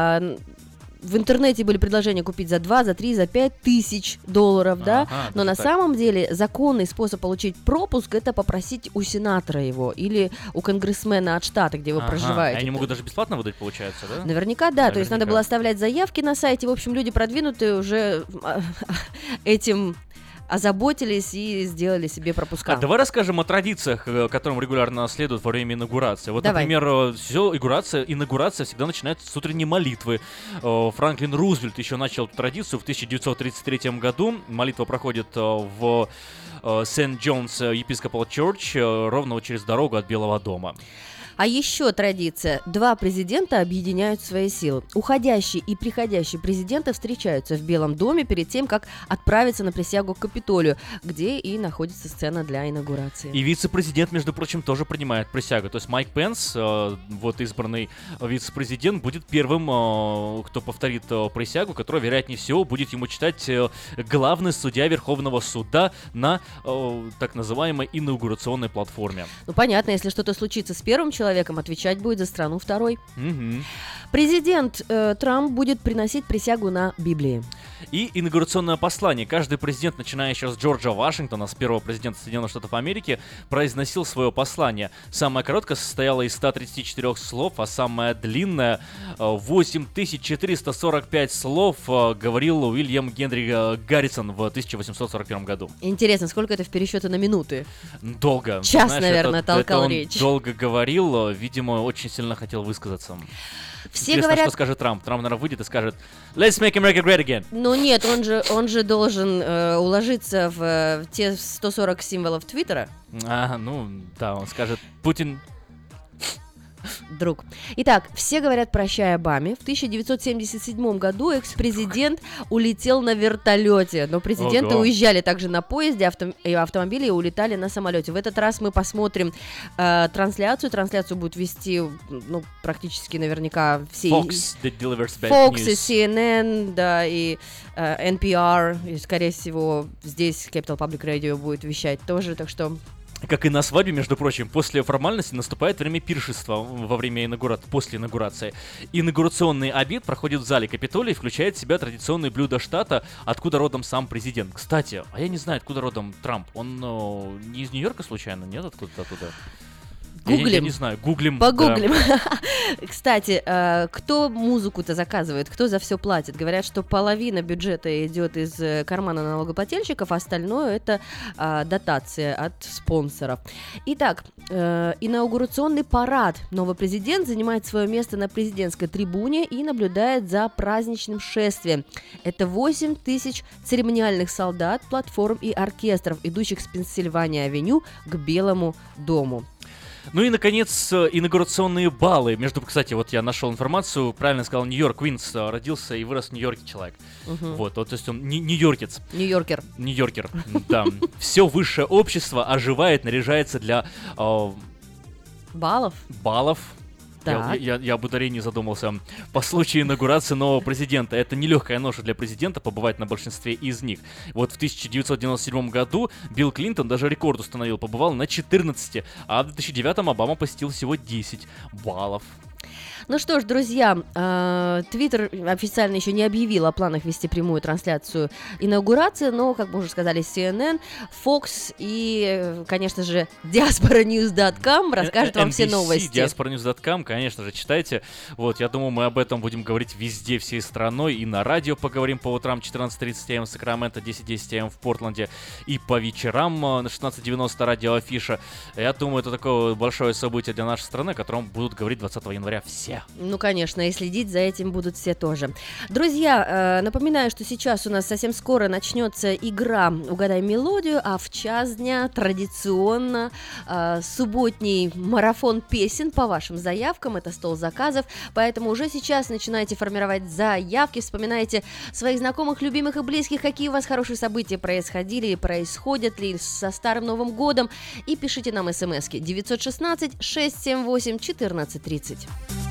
В интернете были предложения купить за 2, за 3, за 5 тысяч долларов, да? Но на самом деле законный способ получить пропуск — это попросить у сенатора его или у конгрессмена от штата, где вы проживаете. Они могут даже бесплатно выдать, получается, да? Наверняка, да. То есть надо было оставлять заявки на сайте. В общем, люди продвинутые уже этим... озаботились и сделали себе пропуска. Давай расскажем о традициях, которым регулярно следуют во время инаугурации. Вот, давай. Например, инаугурация всегда начинается с утренней молитвы. Франклин Рузвельт еще начал эту традицию в 1933 году. Молитва проходит в Сент-Джонс Episcopal Church, ровно через дорогу от Белого дома. А еще традиция. 2 президента объединяют свои силы. Уходящий и приходящий президенты встречаются в Белом доме перед тем, как отправиться на присягу к Капитолию, где и находится сцена для инаугурации. И вице-президент, между прочим, тоже принимает присягу. То есть Майк Пенс, вот избранный вице-президент, будет первым, кто повторит присягу, которую, вероятнее всего, будет ему читать главный судья Верховного суда на так называемой инаугурационной платформе. Ну, понятно, если что-то случится с первым человеком, отвечать будет за страну второй. Угу. Президент Трамп будет приносить присягу на Библии. И инаугурационное послание. Каждый президент, начиная еще с Джорджа Вашингтона, с первого президента Соединенных Штатов Америки, произносил свое послание. Самое короткое состояло из 134 слов, а самое длинное 8445 слов говорил Уильям Генри Гаррисон в 1841 году. Интересно, сколько это в пересчете на минуты? Долго. Час, наверное, толкал речь. Долго говорил, видимо, очень сильно хотел высказаться. Все интересно, говорят... что скажет Трамп. Трамп, наверное, выйдет и скажет «Let's make America great again». Ну нет, он же должен уложиться в те 140 символов Твиттера. Ну да, он скажет «Путин друг. Итак, все говорят «прощай Обаме». В 1977 году экс-президент улетел на вертолете, но президенты уезжали также на поезде, и автомобили улетали на самолете. В этот раз мы посмотрим трансляцию. Трансляцию будут вести, ну, практически наверняка все... Fox и CNN, да, и NPR, и, скорее всего, здесь Capital Public Radio будет вещать тоже, так что... Как и на свадьбе, между прочим, после формальности наступает время пиршества после инаугурации. Инаугурационный обед проходит в зале Капитолия и включает в себя традиционные блюда штата, откуда родом сам президент. Кстати, а я не знаю, откуда родом Трамп. Он не из Нью-Йорка случайно, нет? Откуда-то оттуда? Гуглим. Я не знаю, гуглим. Погуглим. Да. Кстати, кто музыку-то заказывает, кто за все платит? Говорят, что половина бюджета идет из кармана налогоплательщиков, а остальное это дотация от спонсоров. Итак, инаугурационный парад. Новый президент занимает свое место на президентской трибуне и наблюдает за праздничным шествием. Это 8 тысяч церемониальных солдат, платформ и оркестров, идущих с Пенсильвания-авеню к Белому дому. Ну и, наконец, инаугурационные баллы. Кстати, вот я нашел информацию, правильно сказал, Нью-Йорк Квинс, родился и вырос в Нью-Йорке человек. Вот, то есть он нью-йоркец. Нью-йоркер, да. Все высшее общество оживает, наряжается для... Баллов. Я об ударении задумался. По случаю инаугурации нового президента. Это нелегкая ноша для президента побывать на большинстве из них. Вот в 1997 году Билл Клинтон даже рекорд установил, побывал на 14, а в 2009 Обама посетил всего 10 баллов. Ну что ж, друзья, Твиттер официально еще не объявил о планах вести прямую трансляцию инаугурации, но, как мы уже сказали, CNN, Fox и, конечно же, diasporanews.com расскажут вам все новости. diasporanews.com, конечно же, читайте. Вот, я думаю, мы об этом будем говорить везде, всей страной, и на радио поговорим по утрам 14:30 АМ в Сакраменто, 10:10 АМ в Портленде, и по вечерам на 16:90 радио Афиша. Я думаю, это такое большое событие для нашей страны, о котором будут говорить 20 января все. Ну, конечно, и следить за этим будут все тоже. Друзья, напоминаю, что сейчас у нас совсем скоро начнется игра «Угадай мелодию», а в час дня традиционно субботний марафон песен по вашим заявкам. Это стол заказов, поэтому уже сейчас начинайте формировать заявки, вспоминайте своих знакомых, любимых и близких, какие у вас хорошие события происходили и происходят ли со Старым Новым Годом, и пишите нам смски 916-678-1430.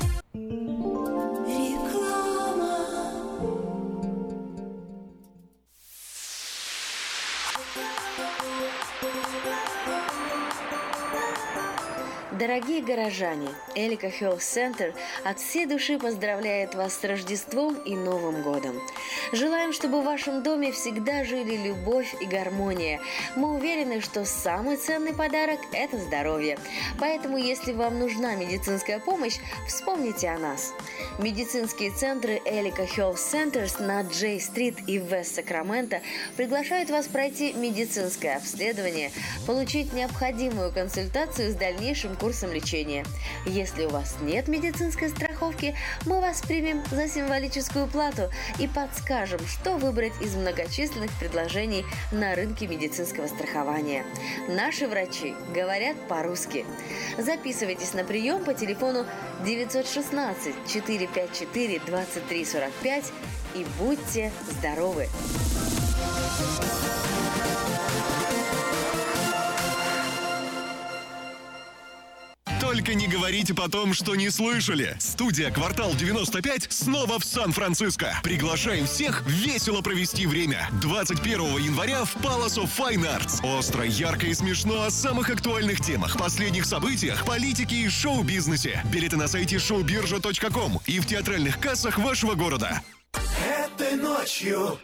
Дорогие горожане, Элика Health Center от всей души поздравляет вас с Рождеством и Новым годом. Желаем, чтобы в вашем доме всегда жили любовь и гармония. Мы уверены, что самый ценный подарок – это здоровье. Поэтому, если вам нужна медицинская помощь, вспомните о нас. Медицинские центры Элика Health Centers на Джей-стрит и в Вест-Сакраменто приглашают вас пройти медицинское обследование, получить необходимую консультацию с дальнейшим курсом лечения. Если у вас нет медицинской страховки, мы вас примем за символическую плату и подскажем, что выбрать из многочисленных предложений на рынке медицинского страхования. Наши врачи говорят по-русски. Записывайтесь на прием по телефону 916-454-2345 и будьте здоровы! Только не говорите потом, что не слышали. Студия «Квартал 95» снова в Сан-Франциско. Приглашаем всех весело провести время. 21 января в Palace of Fine Arts. Остро, ярко и смешно о самых актуальных темах, последних событиях, политике и шоу-бизнесе. Билеты на сайте showbirja.com и в театральных кассах вашего города. Этой ночью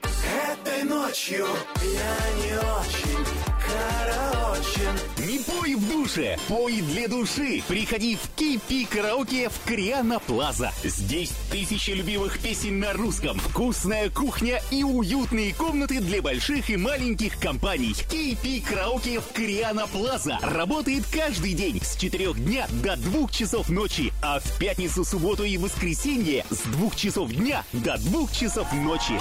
я не очень караочен. Не пой в душе, пой для души. Приходи в KP Караоке в Криана Плаза. Здесь тысячи любимых песен на русском, вкусная кухня и уютные комнаты для больших и маленьких компаний. KP Караоке в Криана Плаза работает каждый день с 4 дня до 2 часов ночи, а в пятницу, субботу и воскресенье с 2 часов дня до 2 часов ночи.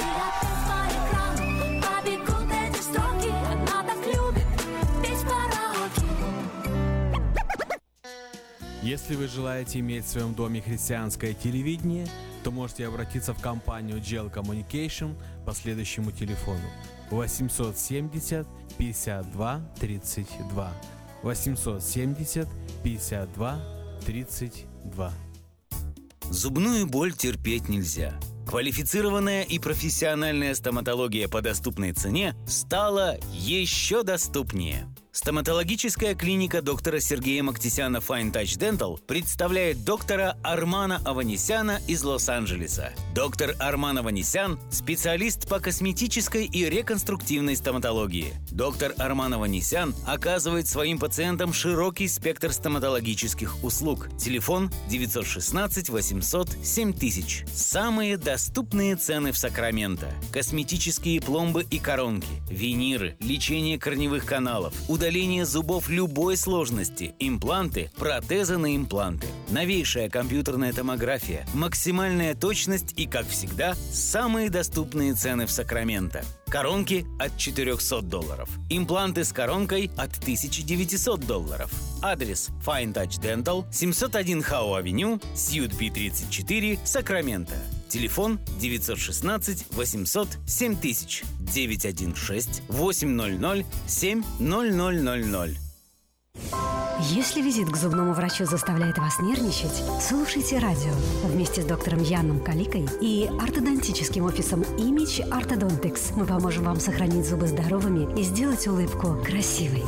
Если вы желаете иметь в своем доме христианское телевидение, то можете обратиться в компанию GL Communication по следующему телефону 870 52 32 870 52 32. Зубную боль терпеть нельзя. Квалифицированная и профессиональная стоматология по доступной цене стала еще доступнее. Стоматологическая клиника доктора Сергея Мактисяна Fine Touch Dental представляет доктора Армана Аванесяна из Лос-Анджелеса. Доктор Арман Аванесян – специалист по косметической и реконструктивной стоматологии. Доктор Арман Аванесян оказывает своим пациентам широкий спектр стоматологических услуг. Телефон 916 800 7000. Самые доступные цены в Сакраменто. Косметические пломбы и коронки, виниры, лечение корневых каналов, удаление зубов любой сложности, импланты, протезы на импланты, новейшая компьютерная томография, максимальная точность и, как всегда, самые доступные цены в Сакраменто. Коронки от $400, импланты с коронкой от $1900. Адрес Fine Touch Dental, 701 Хау-авеню, Сьют Би-34, Сакраменто. Телефон 916 800 7000 916 800 7000. Если визит к зубному врачу заставляет вас нервничать, слушайте радио вместе с доктором Яном Каликой и ортодонтическим офисом Image Orthodontics. Мы поможем вам сохранить зубы здоровыми и сделать улыбку красивой.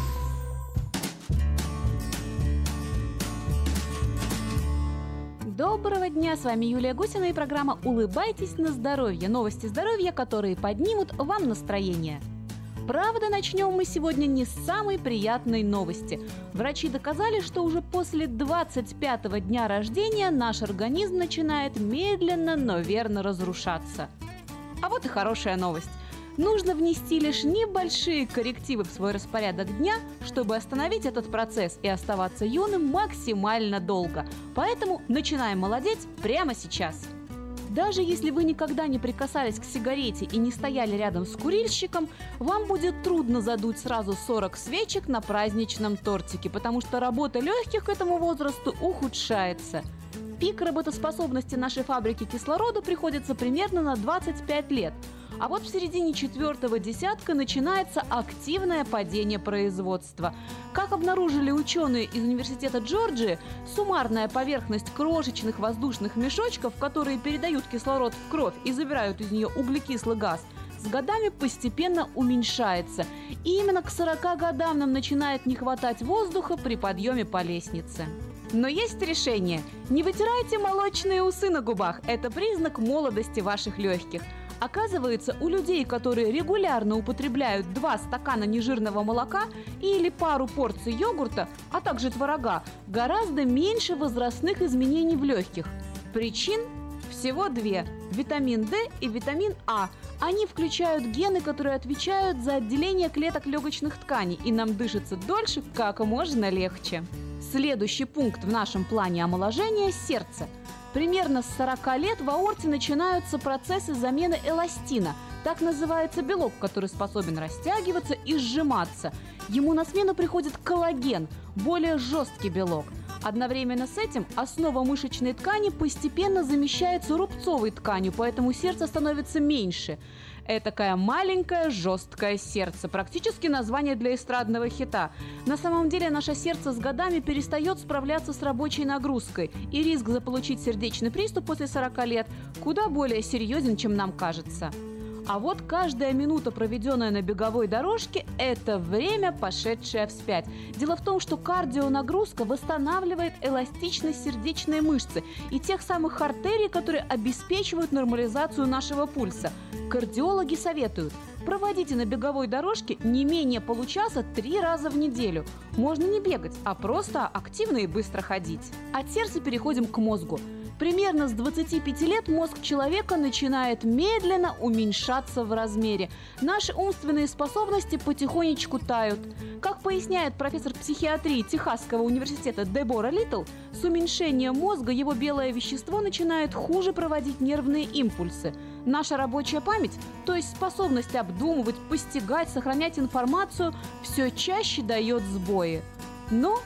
Доброго дня, с вами Юлия Гусина и программа «Улыбайтесь на здоровье». Новости здоровья, которые поднимут вам настроение. Правда, начнем мы сегодня не с самой приятной новости. Врачи доказали, что уже после 25-го дня рождения наш организм начинает медленно, но верно разрушаться. А вот и хорошая новость. Нужно внести лишь небольшие коррективы в свой распорядок дня, чтобы остановить этот процесс и оставаться юным максимально долго. Поэтому начинаем молодеть прямо сейчас. Даже если вы никогда не прикасались к сигарете и не стояли рядом с курильщиком, вам будет трудно задуть сразу 40 свечек на праздничном тортике, потому что работа легких к этому возрасту ухудшается. Пик работоспособности нашей фабрики кислорода приходится примерно на 25 лет. А вот в середине 4-го десятка начинается активное падение производства. Как обнаружили ученые из Университета Джорджии, суммарная поверхность крошечных воздушных мешочков, которые передают кислород в кровь и забирают из нее углекислый газ, с годами постепенно уменьшается. И именно к 40 годам нам начинает не хватать воздуха при подъеме по лестнице. Но есть решение. Не вытирайте молочные усы на губах. Это признак молодости ваших легких. Оказывается, у людей, которые регулярно употребляют 2 стакана нежирного молока или пару порций йогурта, а также творога, гораздо меньше возрастных изменений в легких. Причин всего 2 – витамин D и витамин А. Они включают гены, которые отвечают за отделение клеток легочных тканей, и нам дышится дольше как можно легче. Следующий пункт в нашем плане омоложения – сердце. Примерно с 40 лет в аорте начинаются процессы замены эластина. Так называется белок, который способен растягиваться и сжиматься. Ему на смену приходит коллаген, более жесткий белок. Одновременно с этим основа мышечной ткани постепенно замещается рубцовой тканью, поэтому сердце становится меньше. Этакое маленькое жесткое сердце. Практически название для эстрадного хита. На самом деле наше сердце с годами перестает справляться с рабочей нагрузкой, и риск заполучить сердечный приступ после 40 лет куда более серьезен, чем нам кажется. А вот каждая минута, проведенная на беговой дорожке, это время, пошедшее вспять. Дело в том, что кардионагрузка восстанавливает эластичность сердечной мышцы и тех самых артерий, которые обеспечивают нормализацию нашего пульса. Кардиологи советуют: проводите на беговой дорожке не менее получаса 3 раза в неделю. Можно не бегать, а просто активно и быстро ходить. От сердца переходим к мозгу. Примерно с 25 лет мозг человека начинает медленно уменьшаться в размере. Наши умственные способности потихонечку тают. Как поясняет профессор психиатрии Техасского университета Дебора Литтл, с уменьшением мозга его белое вещество начинает хуже проводить нервные импульсы. Наша рабочая память, то есть способность обдумывать, постигать, сохранять информацию, все чаще дает сбои. Но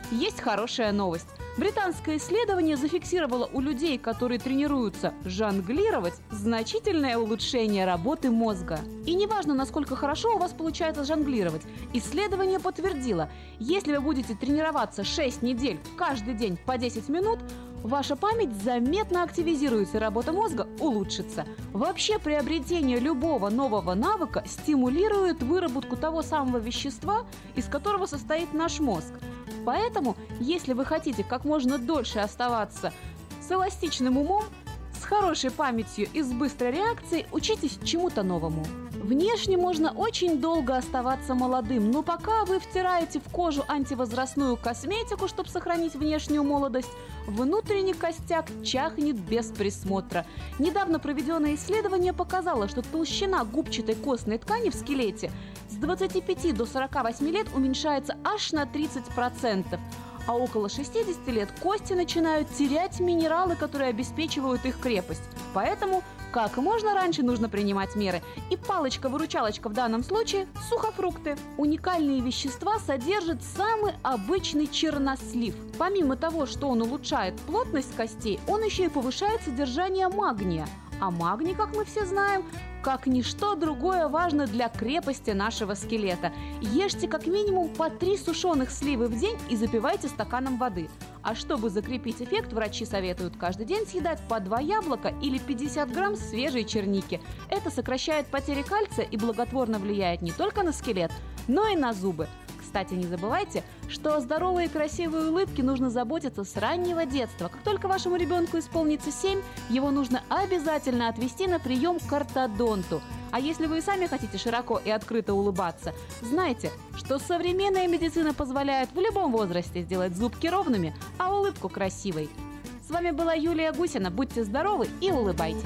есть хорошая новость. Британское исследование зафиксировало у людей, которые тренируются жонглировать, значительное улучшение работы мозга. И неважно, насколько хорошо у вас получается жонглировать, исследование подтвердило, если вы будете тренироваться 6 недель каждый день по 10 минут, ваша память заметно активизируется и работа мозга улучшится. Вообще, приобретение любого нового навыка стимулирует выработку того самого вещества, из которого состоит наш мозг. Поэтому, если вы хотите как можно дольше оставаться с эластичным умом, с хорошей памятью и с быстрой реакцией, учитесь чему-то новому. Внешне можно очень долго оставаться молодым, но пока вы втираете в кожу антивозрастную косметику, чтобы сохранить внешнюю молодость, внутренний костяк чахнет без присмотра. Недавно проведенное исследование показало, что толщина губчатой костной ткани в скелете с 25 до 48 лет уменьшается аж на 30%. А около 60 лет кости начинают терять минералы, которые обеспечивают их крепость. Поэтому как можно раньше нужно принимать меры. И палочка-выручалочка в данном случае – сухофрукты. Уникальные вещества содержит самый обычный чернослив. Помимо того, что он улучшает плотность костей, он еще и повышает содержание магния. А магний, как мы все знаем, как ничто другое важно для крепости нашего скелета. Ешьте как минимум по 3 сушеных сливы в день и запивайте стаканом воды. А чтобы закрепить эффект, врачи советуют каждый день съедать по 2 яблока или 50 грамм свежей черники. Это сокращает потери кальция и благотворно влияет не только на скелет, но и на зубы. Кстати, не забывайте, что о здоровой и красивой улыбке нужно заботиться с раннего детства. Как только вашему ребенку исполнится 7, его нужно обязательно отвести на прием к ортодонту. А если вы и сами хотите широко и открыто улыбаться, знайте, что современная медицина позволяет в любом возрасте сделать зубки ровными, а улыбку красивой. С вами была Юлия Гусина. Будьте здоровы и улыбайтесь.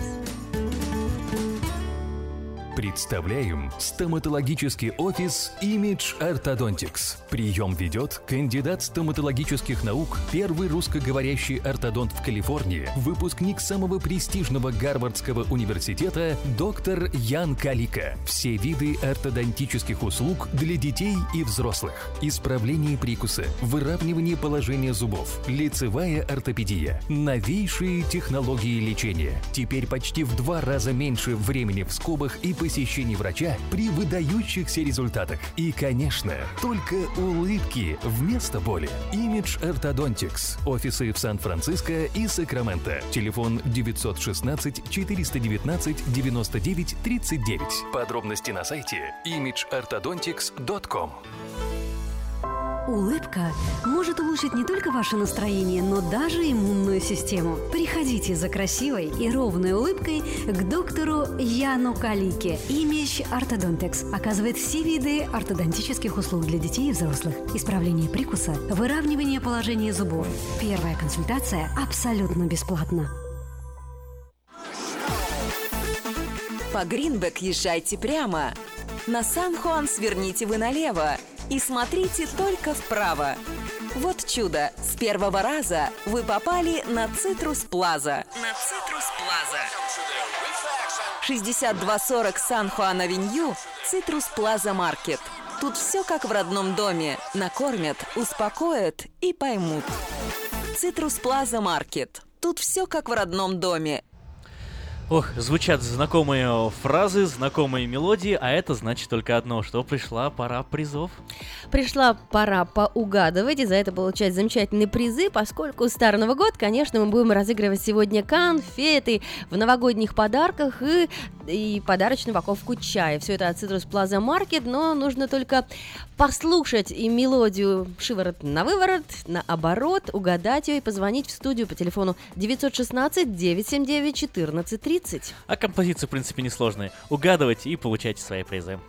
Представляем стоматологический офис Image Orthodontics. Прием ведет кандидат стоматологических наук, первый русскоговорящий ортодонт в Калифорнии, выпускник самого престижного Гарвардского университета доктор Ян Калика. Все виды ортодонтических услуг для детей и взрослых. Исправление прикуса, выравнивание положения зубов, лицевая ортопедия, новейшие технологии лечения. Теперь почти в 2 раза меньше времени в скобах и посещений врача при выдающихся результатах. И, конечно, только улыбки вместо боли. Image Orthodontics. Офисы в Сан-Франциско и Сакраменто. Телефон 916-419-99-39. Подробности на сайте imageorthodontics.com. Улыбка может улучшить не только ваше настроение, но даже иммунную систему. Приходите за красивой и ровной улыбкой к доктору Яну Калике. Image Orthodontics оказывает все виды ортодонтических услуг для детей и взрослых. Исправление прикуса, выравнивание положения зубов. Первая консультация абсолютно бесплатна. По Гринбек езжайте прямо. На Сан-Хуан сверните вы налево. И смотрите только вправо. Вот чудо! С первого раза вы попали на Citrus Plaza. 6240 Сан-Хуан-Авеню, Citrus Plaza Market. Тут все как в родном доме. Накормят, успокоят и поймут. Citrus Plaza Market. Тут все как в родном доме. Ох, звучат знакомые фразы, знакомые мелодии, а это значит только одно, что пришла пора призов. Пришла пора поугадывать и за это получать замечательные призы, поскольку Старый Новый год, конечно, мы будем разыгрывать сегодня конфеты в новогодних подарках и подарочную упаковку чая. Все это от Citrus Plaza Market, но нужно только послушать и мелодию шиворот на выворот, наоборот, угадать ее и позвонить в студию по телефону 916-979-1430. А композиции, в принципе, несложные. Угадывайте и получайте свои призы.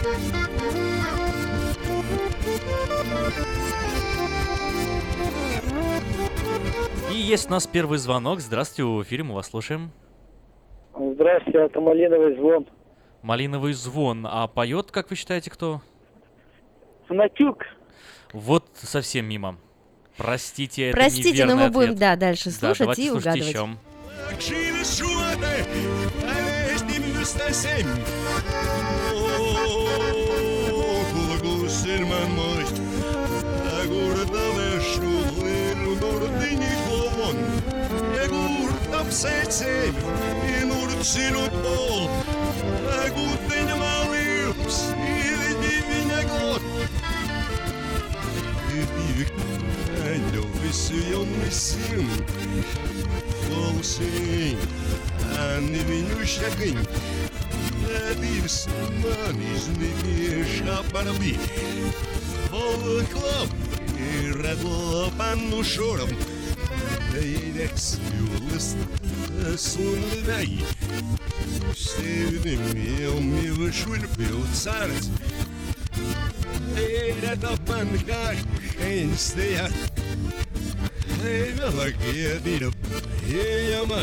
И есть у нас первый звонок. Здравствуйте, в эфире, мы вас слушаем. Здравствуйте, это «Малиновый звон». «Малиновый звон». А поет, как вы считаете, кто? Фнатюк. Вот совсем мимо. Простите, это Простите, неверный но мы будем, ответ. дальше слушать давайте и слушать угадывать. Веселый сын, волосы, а не винюшка гынь, надеюсь, манежный шапарби, волоклоп и радлопанну шором, да и вексюлыст сундай, севдемил вышульпил царц, и это панкаш хейнстеят. Hey, like yeah, beat up. Yeah, man.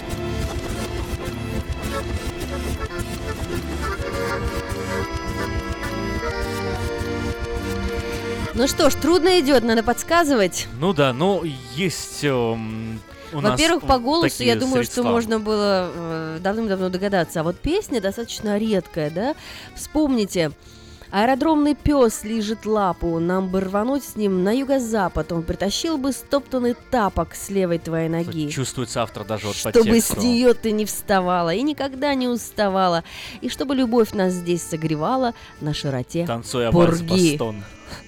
Ну что ж, трудно идет, надо подсказывать. Ну да, но есть Во-первых, по голосу, я думаю, средства. что можно было давным-давно догадаться. А вот песня достаточно редкая, да? Вспомните. Аэродромный пес лижет лапу, нам бы рвануть с ним на юго-запад. Он притащил бы стоптанный тапок с левой твоей ноги. Чувствуется автор даже вот по Чтобы тексту. с нее ты не вставала и никогда не уставала. И чтобы любовь нас здесь согревала на широте Танцуя вальс пурги. бастон.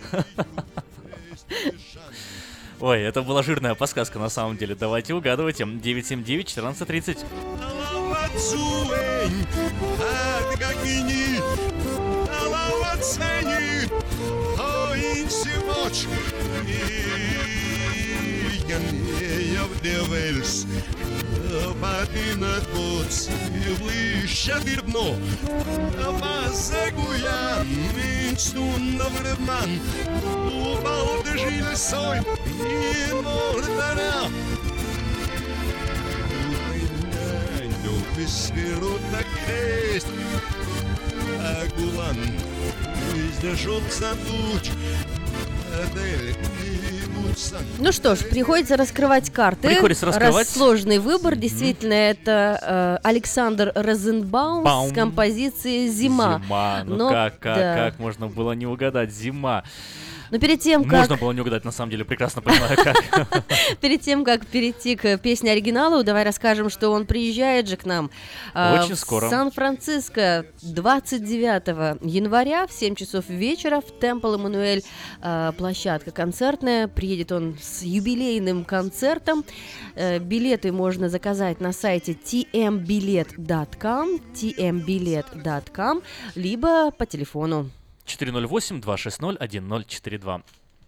Ой, это была жирная подсказка на самом деле. Давайте угадывайте. 979-1430. Patina toți, vlișa dirno, Pazaguia, mințun vrăman, U baldăjile soi, I mordara. Uitaină, visvirut na crest, Agulan, izdășot-ța duci, Adelec, Ну что ж, приходится раскрывать карты. Приходится раскрывать. Раз сложный выбор, действительно, это Александр Розенбаум с композицией «Зима». Зима, ну Но, как можно было не угадать? Зима. Но перед тем, как... Можно было не угадать, на самом деле, прекрасно понимаю, как. Перед тем, как перейти к песне оригиналу, давай расскажем, что он приезжает же к нам очень скоро. В Сан-Франциско 29 января в 7 часов вечера в Темпл Эммануэль, площадка концертная. Приедет он с юбилейным концертом. Билеты можно заказать на сайте tmbilet.com, либо по телефону 408-260-1042.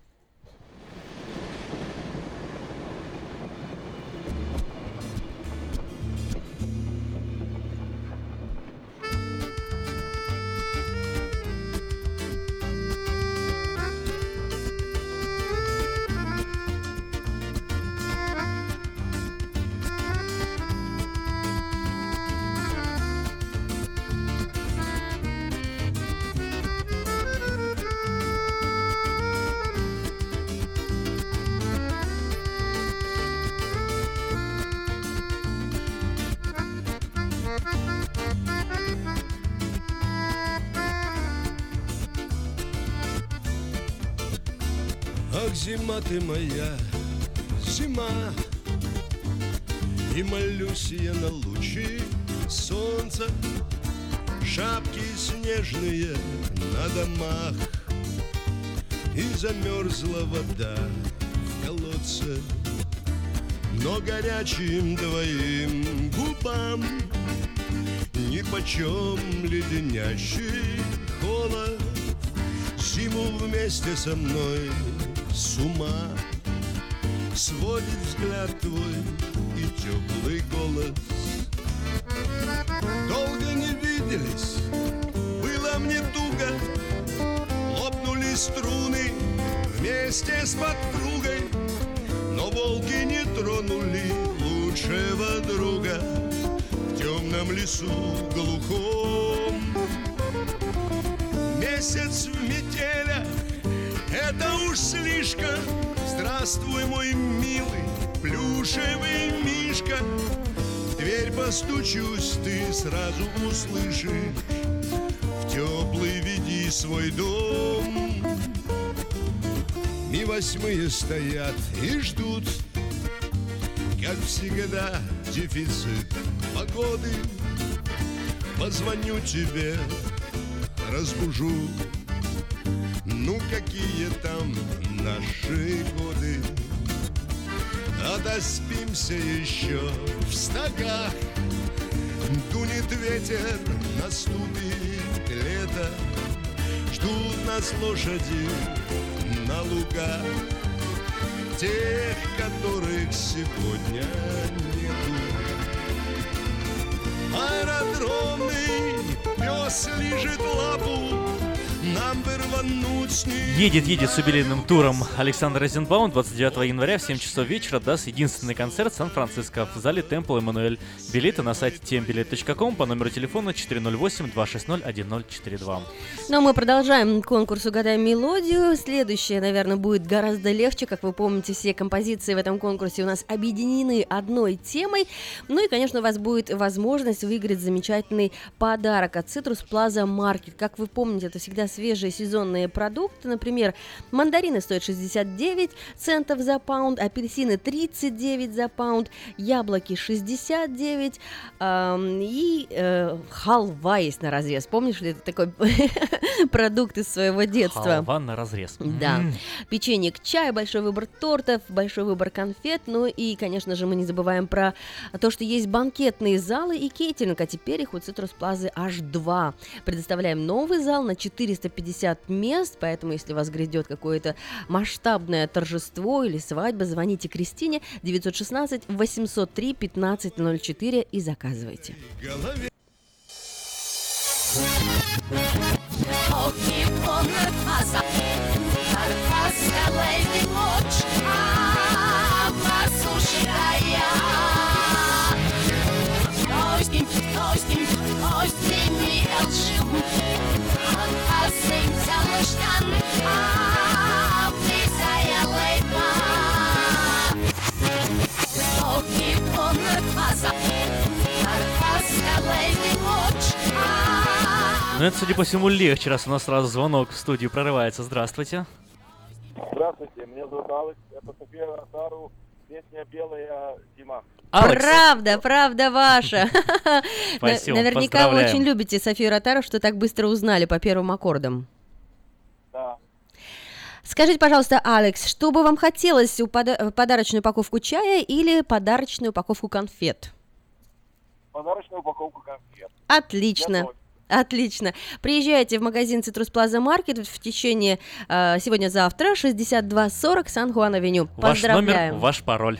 Ах, зима ты моя, зима, и молюсь я на лучи солнца, шапки снежные на домах, и замерзла вода в колодце, но горячим твоим губам нипочем леденящий холод. Зиму вместе со мной с ума сводит взгляд твой и теплый голос. Долго не виделись, было мне туго, струны вместе с подругой, но волки не тронули лучшего друга в темном лесу глухом. Месяц в метелях — это уж слишком. Здравствуй, мой милый плюшевый мишка. В дверь постучусь, ты сразу услышишь. В теплый веди свой дом. Ми-8 стоят и ждут, как всегда, дефицит погоды. Позвоню тебе, разбужу. Ну, какие там наши годы. Отоспимся еще в стогах. Дунет ветер, наступит лето. Ждут нас лошади на лугах, тех, которых сегодня нету. Аэродромный пес лижет лапу. Нам бы рвануть с ним. Едет с юбилейным туром Александр Розенбаум 29 января в 7 часов вечера даст единственный концерт в Сан-Франциско в зале Темпл Эммануэль. Билеты на сайте tmbilet.com по номеру телефона 408-260-1042. Ну а мы продолжаем конкурс «Угадай мелодию». Следующее, наверное, будет гораздо легче. Как вы помните, все композиции в этом конкурсе у нас объединены одной темой. Ну и, конечно, у вас будет возможность выиграть замечательный подарок от Citrus Plaza Market. Как вы помните, это всегда свежие сезонные продукты. Например, мандарины стоят 69 центов за паунд, апельсины 39 за паунд, яблоки 69 и халва есть на развес. Помнишь ли это такой продукт из своего детства? Халва на разрез. Да. Печенье к чаю, большой выбор тортов, большой выбор конфет. Ну и, конечно же, мы не забываем про то, что есть банкетные залы и кейтеринг, а теперь их у Citrus Plaza аж 2. Предоставляем новый зал на 450 мест, поэтому если у вас грядет какое-то масштабное торжество или свадьба, звоните Кристине 916-803-1504 и заказывайте. Ну это, судя по всему, легче, раз у нас сразу звонок в студию прорывается. Здравствуйте. Здравствуйте, меня зовут Алекс. Это София Ротару, песня «Белая зима». Алекс. Правда ваша. Спасибо, наверняка вы очень любите Софию Ротару, что так быстро узнали по первым аккордам. Да. Скажите, пожалуйста, Алекс, что бы вам хотелось, подарочную упаковку чая или подарочную упаковку конфет? Подарочную упаковку конфет. Отлично. Отлично. Приезжайте в магазин Citrus Plaza Market в течение сегодня-завтра, 6240 Сан-Хуан-Авеню. Поздравляем. Ваш номер, ваш пароль.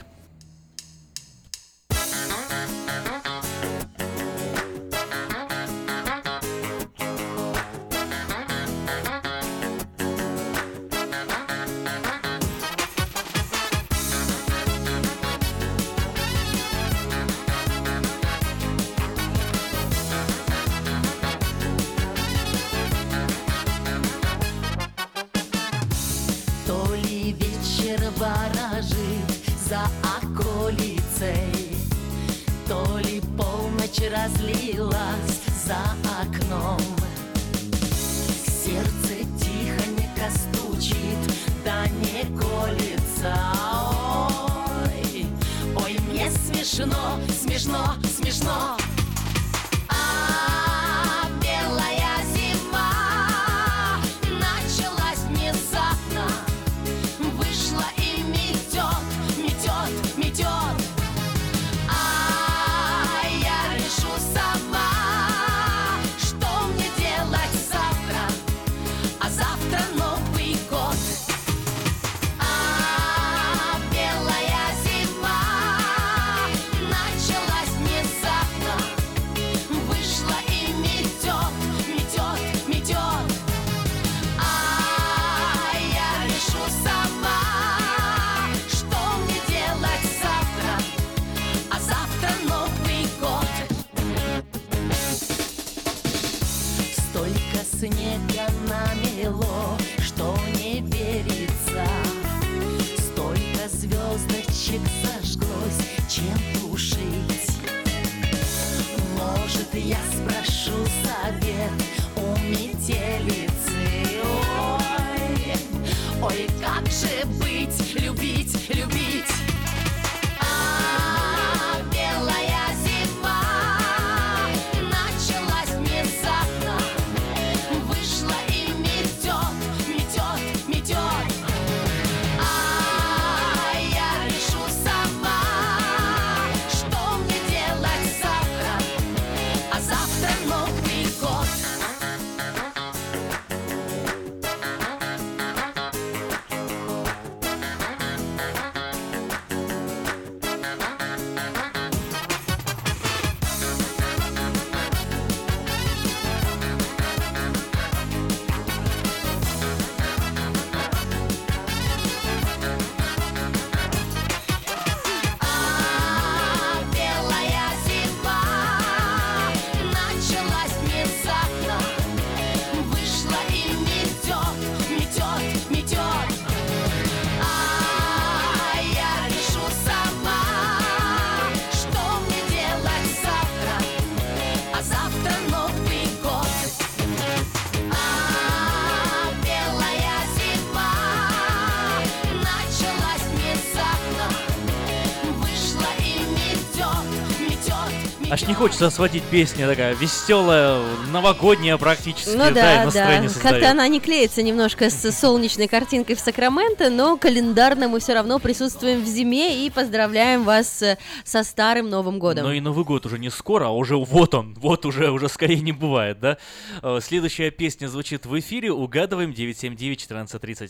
За околицей, то ли полночь разлилась за окном. Сердце тихонько стучит, да не колется. Ой, ой, мне смешно, смешно, смешно. Белая зима началась внезапно, вышла и метет, метет. А я решу сама, что мне делать завтра, а завтра Новый год. Белая зима началась внезапно, намело, что не верится. Столько звездочек зажглось, чем тушить. Может, я спрошу совет у метелицы. Ой, ой, как же быть, любить, любить. Белая зима началась внезапно, вышла и метет, метет, метет. Я решу сама, что мне делать завтра, а завтра Новый год. Белая зима началась внезапно, вышла и метет, метет, метет. Я решу сама, что мне делать завтра, а завтра Новый год. Белая зима началась внезапно, вышла и метет, метет. Аж не хочется сводить песни, такая веселая, новогодняя практически, Ну и да, настроение да. создает. Как-то она не клеится немножко с солнечной картинкой в Сакраменто, но календарно мы все равно присутствуем в зиме и поздравляем вас со Старым Новым Годом. Но и Новый год уже не скоро, а уже вот он, вот уже скорее не бывает, да? Следующая песня звучит в эфире, угадываем 979-1430.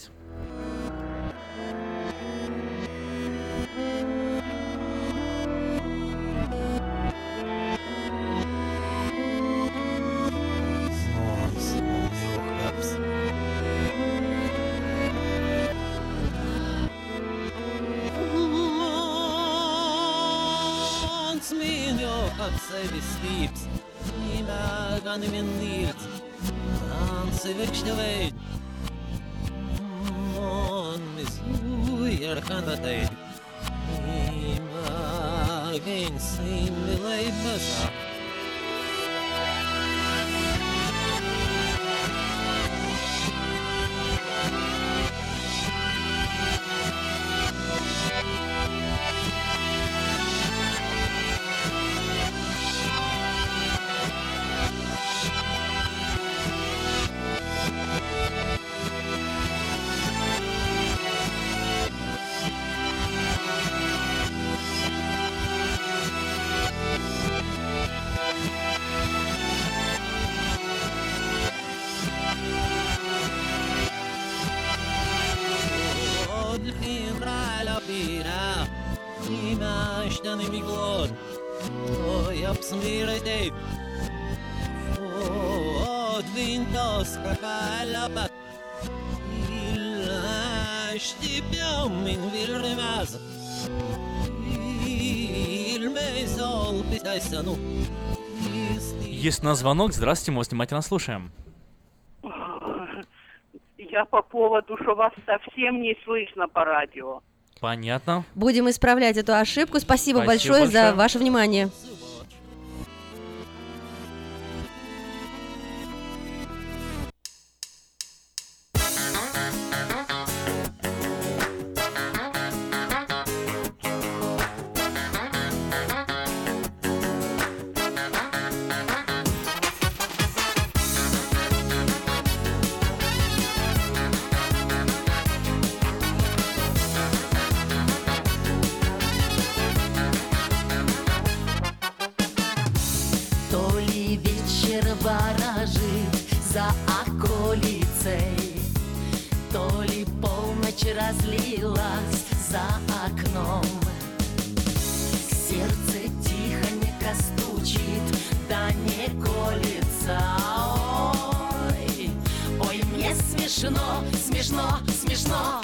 Есть у нас звонок. Здравствуйте, мы вас внимательно слушаем. Я по поводу, что вас совсем не слышно по радио. Понятно. Будем исправлять эту ошибку. Спасибо большое за ваше внимание. За околицей, то ли полночь разлилась за окном. Сердце тихонько стучит, да не колется. Ой, ой, мне смешно, смешно, смешно.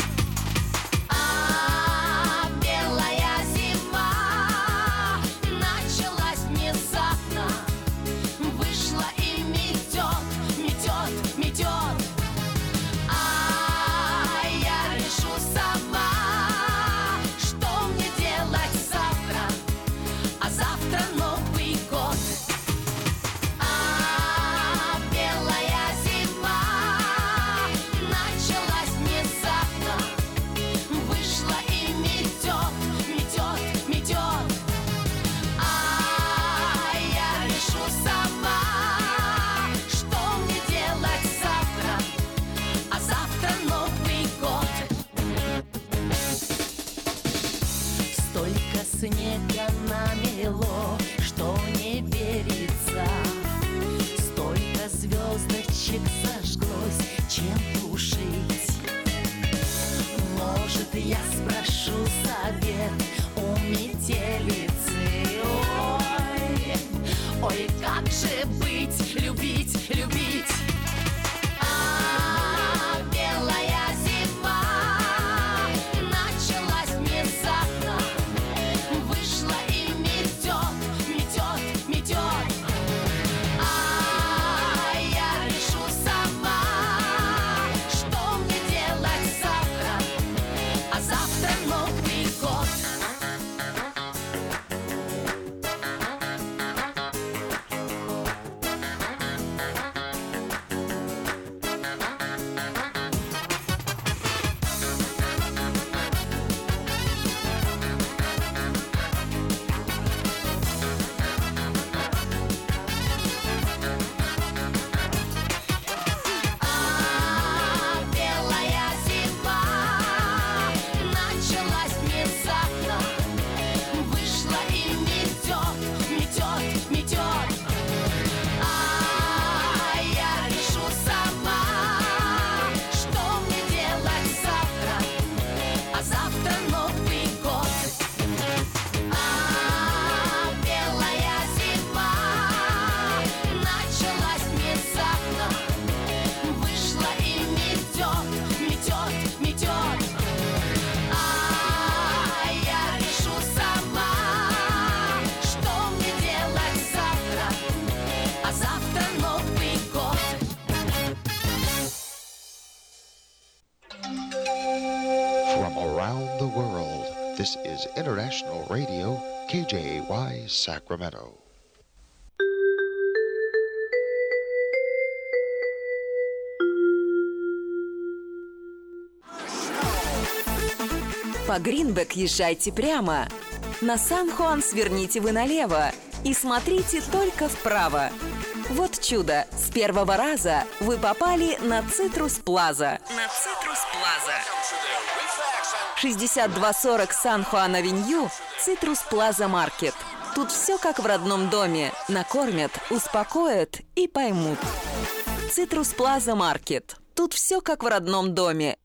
Белая зима началась внезапно, вышла и метет, метет, метет. снега намело, что не верится. Столько звездочек зажглось, чем тушить. Может, я спрошу совет у метелицы. Ой, ой, как же быть, любить, любить. А белая зима началась внезапно, вышла и метет, метет, метет. А я решу сама, что мне делать завтра, а завтра Новый год. Белая зима началась внезапно, вышла и метет, метет, метет. А я решу сама, что мне делать завтра, а завтра Новый год. А белая зима началась внезапно, вышла и метет, метет, метет. А я решу сама, что мне делать завтра, а завтра Новый год. From around the world, this is International Radio, KJY, Sacramento. По Гринбек езжайте прямо. На Сан-Хуан сверните вы налево и смотрите только вправо. Вот чудо! С первого раза вы попали на Цитрус Плаза. На Цитрус Плаза. 6240 Сан-Хуан-Авеню, Цитрус Плаза Маркет. Тут все как в родном доме. Накормят, успокоят и поймут. Цитрус Плаза Маркет. Тут все как в родном доме.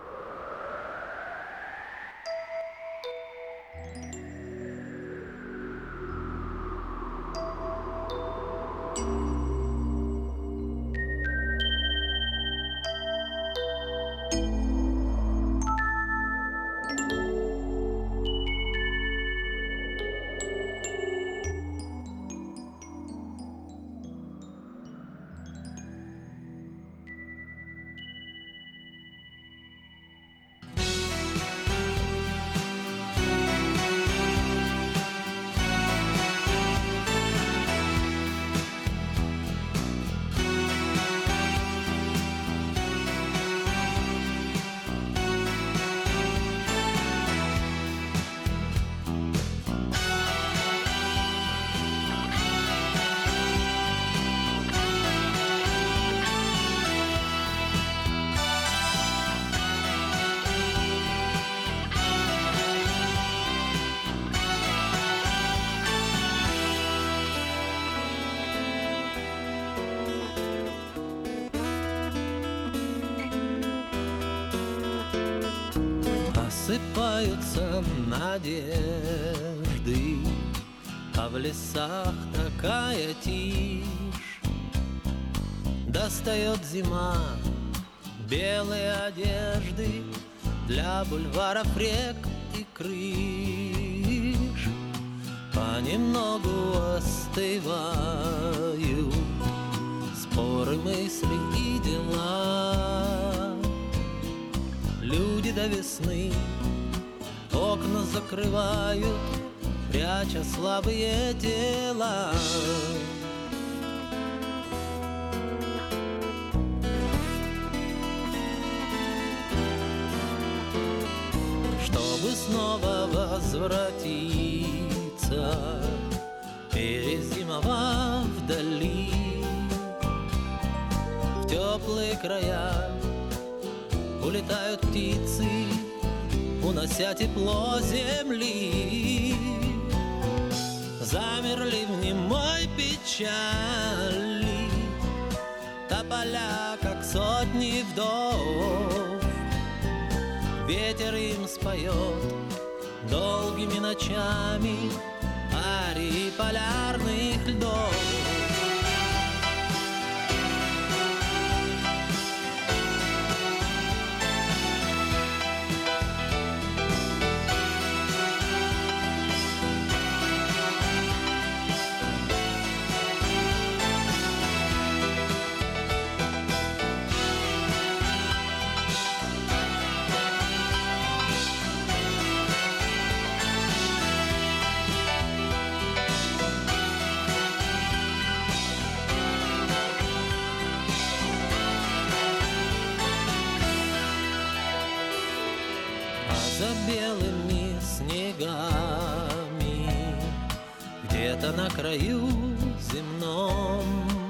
Осыпаются надежды, а в лесах такая тишь. Достает зима белые одежды для бульваров, рек и крыш. Понемногу остывают споры, мысли и дела. Люди до весны окна закрывают, пряча слабые тела. Чтобы снова возвратиться, перезимовав вдали, в теплые края улетают птицы, унося тепло земли. замерли в немой печали. Тополя, как сотни вдов, ветер им споет долгими ночами арии полярных льдов. За белыми снегами где-то на краю земном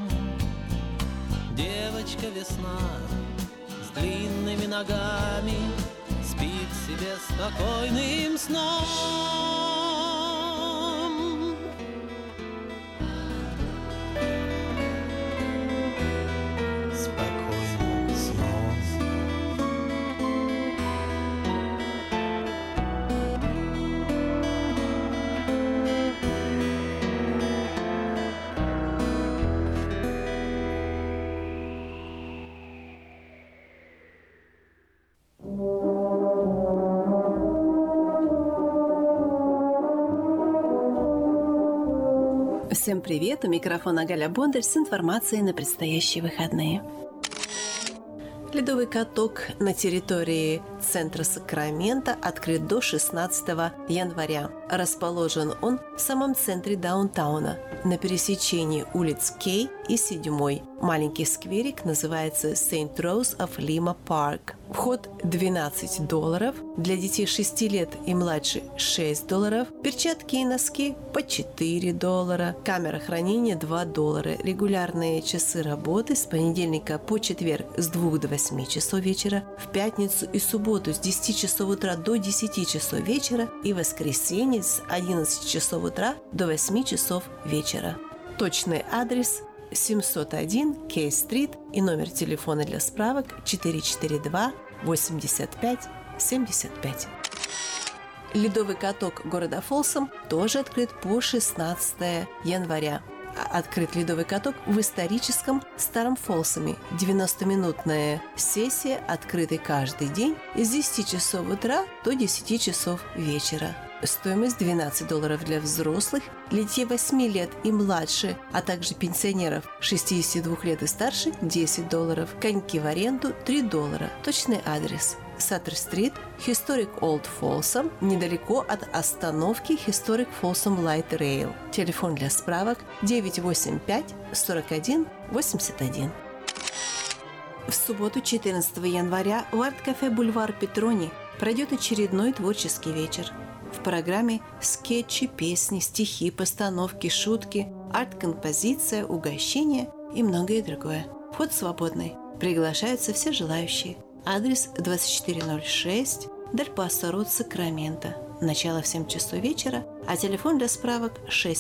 девочка весна с длинными ногами спит себе спокойным сном. Спокойным сном. Всем привет! У микрофона Галя Бондарь с информацией на предстоящие выходные. Ледовый каток на территории центра Сакрамента открыт до 16 января. Расположен он в самом центре даунтауна, на пересечении улиц Кей и 7. Маленький скверик называется St. Rose of Lima Park. Вход $12, для детей 6 лет и младше $6, перчатки и носки по $4, камера хранения $2, регулярные часы работы с понедельника по четверг с 2 до 8 часов вечера, в пятницу и субботу с 10 часов утра до 10 часов вечера и воскресенье с 11 часов утра до 8 часов вечера. Точный адрес 701 Кей-стрит и номер телефона для справок 442-85-75. Ледовый каток города Фолсом тоже открыт по 16 января. Открыт ледовый каток в историческом Старом Фолсоме. 90-минутная сессия, открытая каждый день с 10 часов утра до 10 часов вечера. Стоимость $12 для взрослых, для детей 8 лет и младше, а также пенсионеров 62 лет и старше $10. Коньки в аренду $3. Точный адрес: Саттер-стрит, Historic Old Folsom, недалеко от остановки Historic Folsom Light Rail. Телефон для справок 985-41-81. В субботу 14 января в арт-кафе «Бульвар Петрони» пройдет очередной творческий вечер. В программе скетчи, песни, стихи, постановки, шутки, арт-композиция, угощения и многое другое. Вход свободный. Приглашаются все желающие. Адрес 2406 Дель Пасо Род, Сакраменто. Начало в 7 часов вечера, а телефон для справок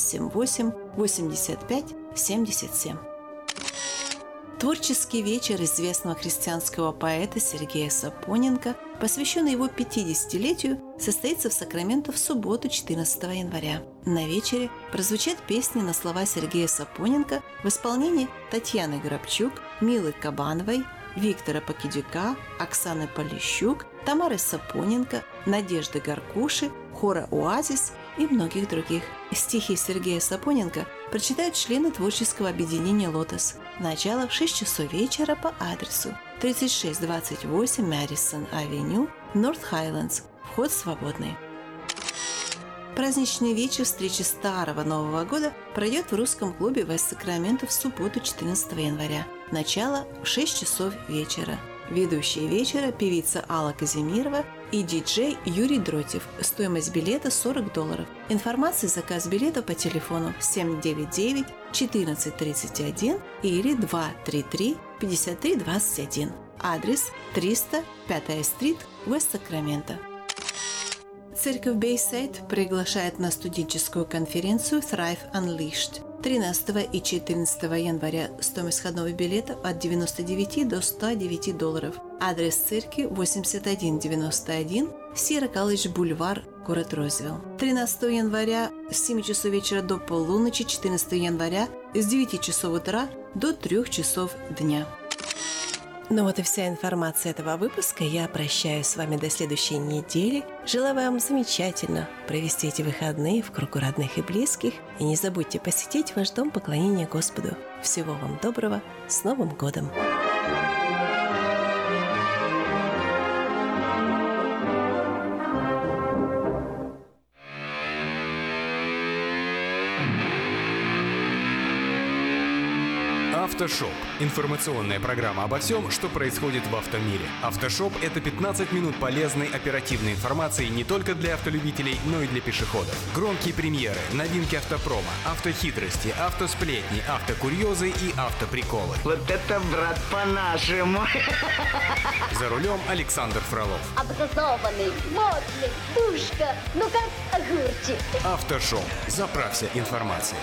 678-85-77. Творческий вечер известного христианского поэта Сергея Сапоненко, посвященный его 50-летию, состоится в Сакраменто в субботу 14 января. На вечере прозвучат песни на слова Сергея Сапоненко в исполнении Татьяны Грабчук, Милы Кабановой, Виктора Покидюка, Оксаны Полищук, Тамары Сапоненко, Надежды Гаркуши, хора «Оазис» и многих других. Стихи Сергея Сапоненко прочитают члены творческого объединения «Лотос». Начало в 6 часов вечера по адресу 3628 Мэдисон-авеню, Норт Хайлендс. Вход свободный. Праздничный вечер встречи Старого Нового года пройдет в русском клубе Вест-Сакраменто в субботу 14 января. Начало в 6 часов вечера. Ведущие вечера – певица Алла Казимирова и диджей Юрий Дротев. Стоимость билета $40. Информация и заказ билета по телефону 799-1431 или 233-5321. Адрес 300 5-я стрит, Вест-Сакраменто. Церковь Бейсайд приглашает на студенческую конференцию Thrive Unleashed. 13 и 14 января стоимость входного билета от $99 до $109. Адрес церкви 8191 Сьерра Колледж Бульвар, город Розвилл. 13 января с 7 часов вечера до полуночи, 14 января с 9 часов утра до 3 часов дня. Ну вот и вся информация этого выпуска. Я прощаюсь с вами до следующей недели. Желаю вам замечательно провести эти выходные в кругу родных и близких. И не забудьте посетить ваш дом поклонения Господу. Всего вам доброго. С Новым годом! Автошоп. Информационная программа обо всем, что происходит в автомире. Автошоп – это 15 минут полезной оперативной информации не только для автолюбителей, но и для пешеходов. Громкие премьеры, новинки автопрома, автохитрости, автосплетни, автокурьезы и автоприколы. Вот это, брат, по-нашему. За рулем Александр Фролов. Образованный, модный, пушка, ну как огурчик. Автошоп. Заправься информацией.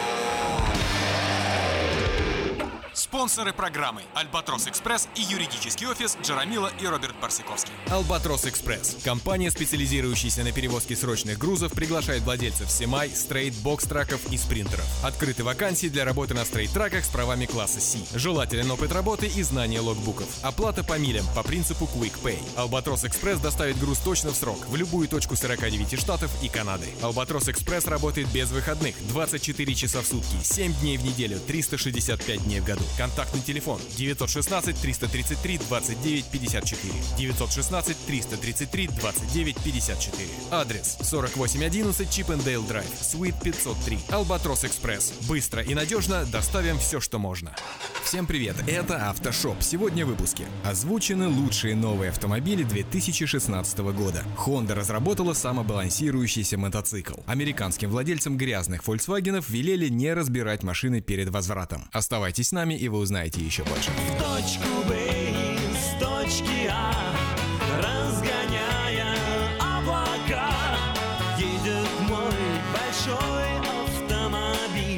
Спонсоры программы «Альбатрос Экспресс» и юридический офис Джарамила и Роберт Барсиковский. «Альбатрос Экспресс» – компания, специализирующаяся на перевозке срочных грузов, приглашает владельцев семай, стрейт, бокс-траков и спринтеров. Открыты вакансии для работы на стрейт-траках с правами класса C. Желателен опыт работы и знание логбуков. Оплата по милям по принципу Quick Pay. «Альбатрос Экспресс» доставит груз точно в срок в любую точку 49 штатов и Канады. «Альбатрос Экспресс» работает без выходных 24 часа в сутки, 7 дней в неделю, 365 дней в году. Контактный телефон 916-333-29-54. 916-333-29-54. Адрес 4811 Чиппендейл Драйв, Суит 503. Альбатрос Экспресс. Быстро и надежно доставим все, что можно. Всем привет, это Автошоп. Сегодня в выпуске. Озвучены лучшие новые автомобили 2016 года. Honda разработала самобалансирующийся мотоцикл. Американским владельцам грязных Volkswagen'ов велели не разбирать машины перед возвратом. Оставайтесь с нами, и вы узнаете еще больше. В точку Б с точки А, разгоняя облака, едет мой большой автомобиль.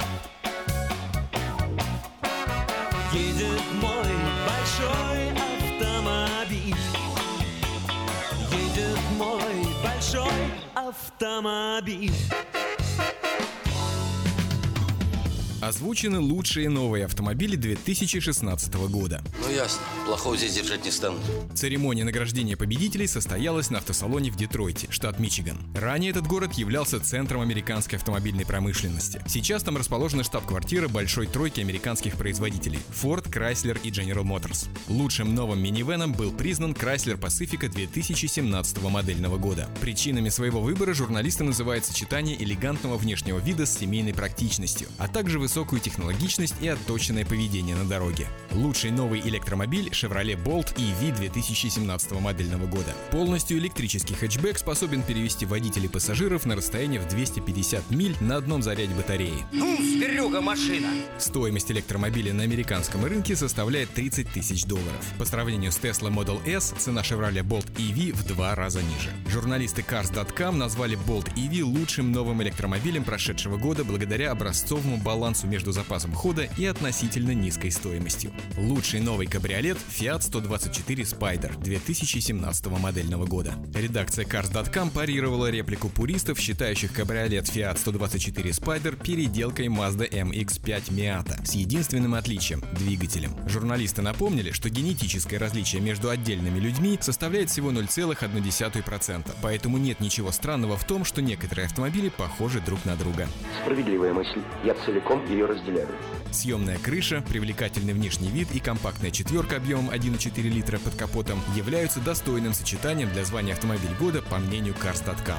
Едет мой большой автомобиль. Едет мой большой автомобиль. Озвучены лучшие новые автомобили 2016 года. Ну ясно, плохого здесь держать не станут. Церемония награждения победителей состоялась на автосалоне в Детройте, штат Мичиган. Ранее этот город являлся центром американской автомобильной промышленности. Сейчас там расположена штаб-квартира большой тройки американских производителей – Ford, Chrysler и General Motors. Лучшим новым минивеном был признан Chrysler Pacifica 2017 модельного года. Причинами своего выбора журналисты называют сочетание элегантного внешнего вида с семейной практичностью, а также высокую технологичность и отточенное поведение на дороге. Лучший новый электромобиль Chevrolet Bolt EV 2017 модельного года. Полностью электрический хэтчбэк способен перевести водителей и пассажиров на расстояние в 250 миль на одном заряде батареи. Ну, зверюга машина! Стоимость электромобиля на американском рынке составляет $30 тысяч. По сравнению с Tesla Model S, цена Chevrolet Bolt EV в 2 раза ниже. Журналисты Cars.com назвали Bolt EV лучшим новым электромобилем прошедшего года благодаря образцовому балансу между запасом хода и относительно низкой стоимостью. Лучший новый кабриолет Fiat 124 Spider 2017 модельного года. Редакция Cars.com парировала реплику пуристов, считающих кабриолет Fiat 124 Spider переделкой Mazda MX-5 Miata с единственным отличием – двигателем. Журналисты напомнили, что генетическое различие между отдельными людьми составляет всего 0,1%, поэтому нет ничего странного в том, что некоторые автомобили похожи друг на друга. Справедливая мысль. Я целиком ее разделяю. Съемная крыша, привлекательный внешний вид и компактная четверка объемом 1,4 литра под капотом являются достойным сочетанием для звания «Автомобиль года» по мнению Cars.com.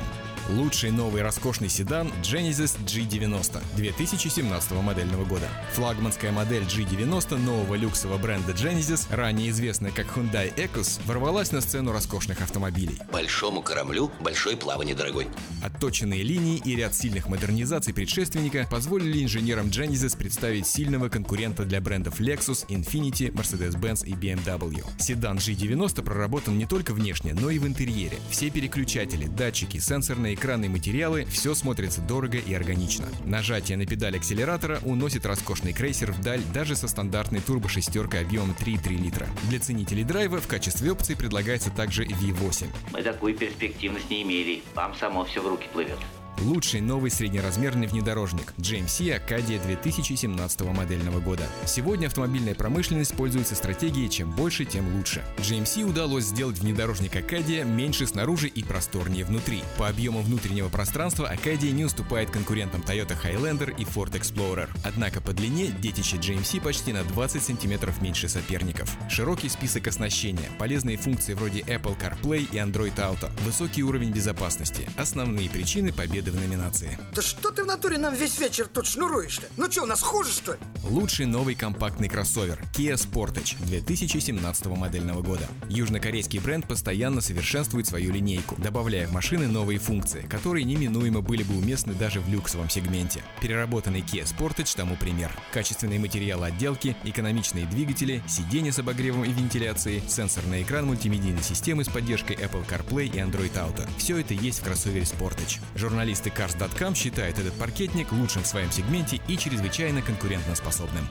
Лучший новый роскошный седан Genesis G90 2017 модельного года. Флагманская модель G90 нового люксового бренда Genesis, ранее известная как Hyundai Ecos, ворвалась на сцену роскошных автомобилей. Большому кораблю большое плавание, дорогой. Отточенные линии и ряд сильных модернизаций предшественника позволили инженерам Genesis представить сильного конкурента для брендов Lexus, Infiniti, Mercedes-Benz и BMW. Седан G90 проработан не только внешне, но и в интерьере. Все переключатели, датчики, сенсорные экраны и материалы – все смотрится дорого и органично. Нажатие на педаль акселератора уносит роскошный крейсер вдаль даже со стандартной турбо-шестеркой объемом 3,3 литра. Для ценителей драйва в качестве опции предлагается также V8. Мы такую перспективность не имели. Вам само все в руки плывет. Лучший новый среднеразмерный внедорожник GMC Acadia 2017 модельного года. Сегодня автомобильная промышленность пользуется стратегией «чем больше, тем лучше». GMC удалось сделать внедорожник Acadia меньше снаружи и просторнее внутри. По объему внутреннего пространства Acadia не уступает конкурентам Toyota Highlander и Ford Explorer. Однако по длине детище GMC почти на 20 сантиметров меньше соперников. Широкий список оснащения, полезные функции вроде Apple CarPlay и Android Auto, высокий уровень безопасности – основные причины победы в номинации. Да что ты в натуре нам весь вечер тут шнуруешь-то? Ну что, у нас хуже, что ли? Лучший новый компактный кроссовер Kia Sportage 2017 модельного года. Южнокорейский бренд постоянно совершенствует свою линейку, добавляя в машины новые функции, которые неминуемо были бы уместны даже в люксовом сегменте. Переработанный Kia Sportage тому пример. Качественные материалы отделки, экономичные двигатели, сиденья с обогревом и вентиляцией, сенсорный экран мультимедийной системы с поддержкой Apple CarPlay и Android Auto. Все это есть в кроссовере Sportage. Журналисты Cars.com считают этот паркетник лучшим в своем сегменте и чрезвычайно конкурентоспособным.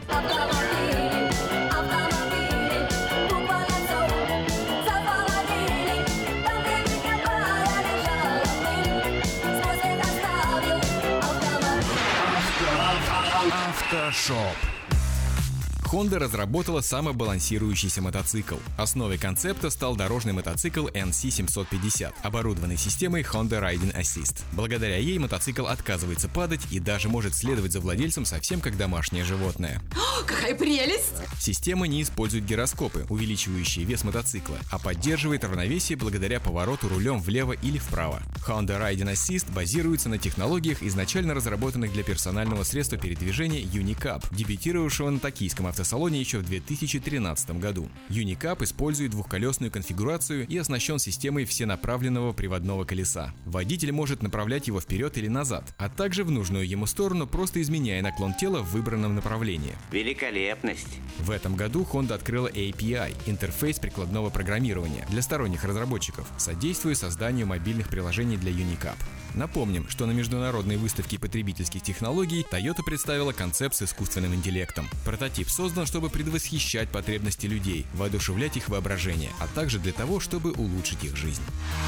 Автошоп. Honda разработала самобалансирующийся мотоцикл. Основой концепта стал дорожный мотоцикл NC750, оборудованный системой Honda Riding Assist. Благодаря ей мотоцикл отказывается падать и даже может следовать за владельцем совсем как домашнее животное. О, какая прелесть! Система не использует гироскопы, увеличивающие вес мотоцикла, а поддерживает равновесие благодаря повороту рулем влево или вправо. Honda Riding Assist базируется на технологиях, изначально разработанных для персонального средства передвижения Unicap, дебютировавшего на токийском автосалоне еще в 2013 году. Unicap использует двухколесную конфигурацию и оснащен системой всенаправленного приводного колеса. Водитель может направлять его вперед или назад, а также в нужную ему сторону, просто изменяя наклон тела в выбранном направлении. Великолепность! В этом году Honda открыла API – интерфейс прикладного программирования для сторонних разработчиков, содействуя созданию мобильных приложений для Unicap. Напомним, что на международной выставке потребительских технологий Toyota представила концепт с искусственным интеллектом. Прототип создан, чтобы предвосхищать потребности людей, воодушевлять их воображение, а также для того, чтобы улучшить их жизнь.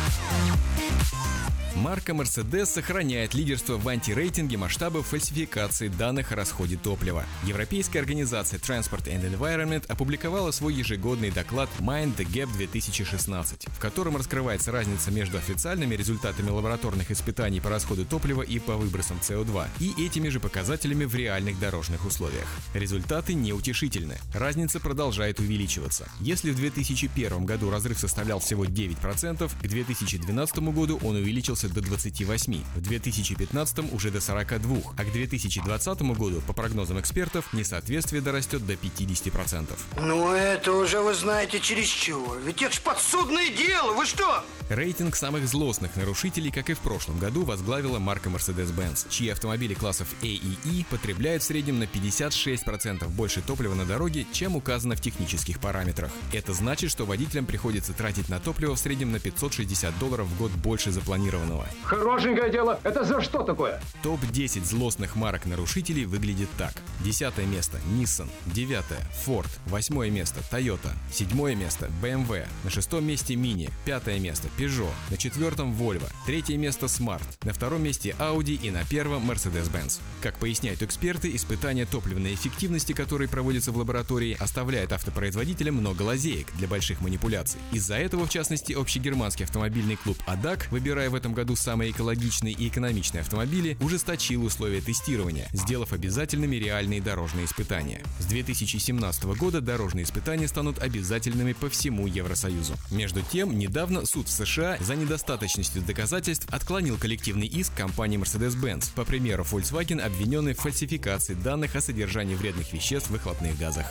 Марка Mercedes сохраняет лидерство в антирейтинге масштабов фальсификации данных о расходе топлива. Европейская организация Transport and Environment опубликовала свой ежегодный доклад Mind the Gap 2016, в котором раскрывается разница между официальными результатами лабораторных испытаний по расходу топлива и по выбросам CO2 и этими же показателями в реальных дорожных условиях. Результаты неутешительны. Разница продолжает увеличиваться. Если в 2001 году разрыв составлял всего 9%, к 2012 году он увеличился до 28%, в 2015 уже до 42%, а к 2020 году, по прогнозам экспертов, несоответствие дорастет до 50%. Ну это уже, вы знаете, чересчур. Ведь это ж подсудное дело, вы что? Рейтинг самых злостных нарушителей, как и в прошлом году, возглавила марка Mercedes-Benz, чьи автомобили классов A и E потребляют в среднем на 56% больше топлива на дороге, чем указано в технических параметрах. Это значит, что водителям приходится тратить на топливо в среднем на $560 в год больше запланированного. Хорошенькое дело. Это за что такое? Топ-10 злостных марок-нарушителей выглядит так. 10 место Nissan, 9 Ford, 8 место Toyota, 7 место BMW, на 6 месте Mini, 5 место Peugeot, на 4 Volvo, 3 место Smart, на 2 месте Audi и на 1 Mercedes-Benz. Как поясняют эксперты, испытания топливной эффективности, которые проводят проводится в лаборатории, оставляет автопроизводителям много лазеек для больших манипуляций. Из-за этого, в частности, общегерманский автомобильный клуб «АДАК», выбирая в этом году самые экологичные и экономичные автомобили, ужесточил условия тестирования, сделав обязательными реальные дорожные испытания. С 2017 года дорожные испытания станут обязательными по всему Евросоюзу. Между тем, недавно суд в США за недостаточностью доказательств отклонил коллективный иск компании Mercedes-Benz, по примеру Volkswagen, обвиненной в фальсификации данных о содержании вредных веществ в выхлопных газах.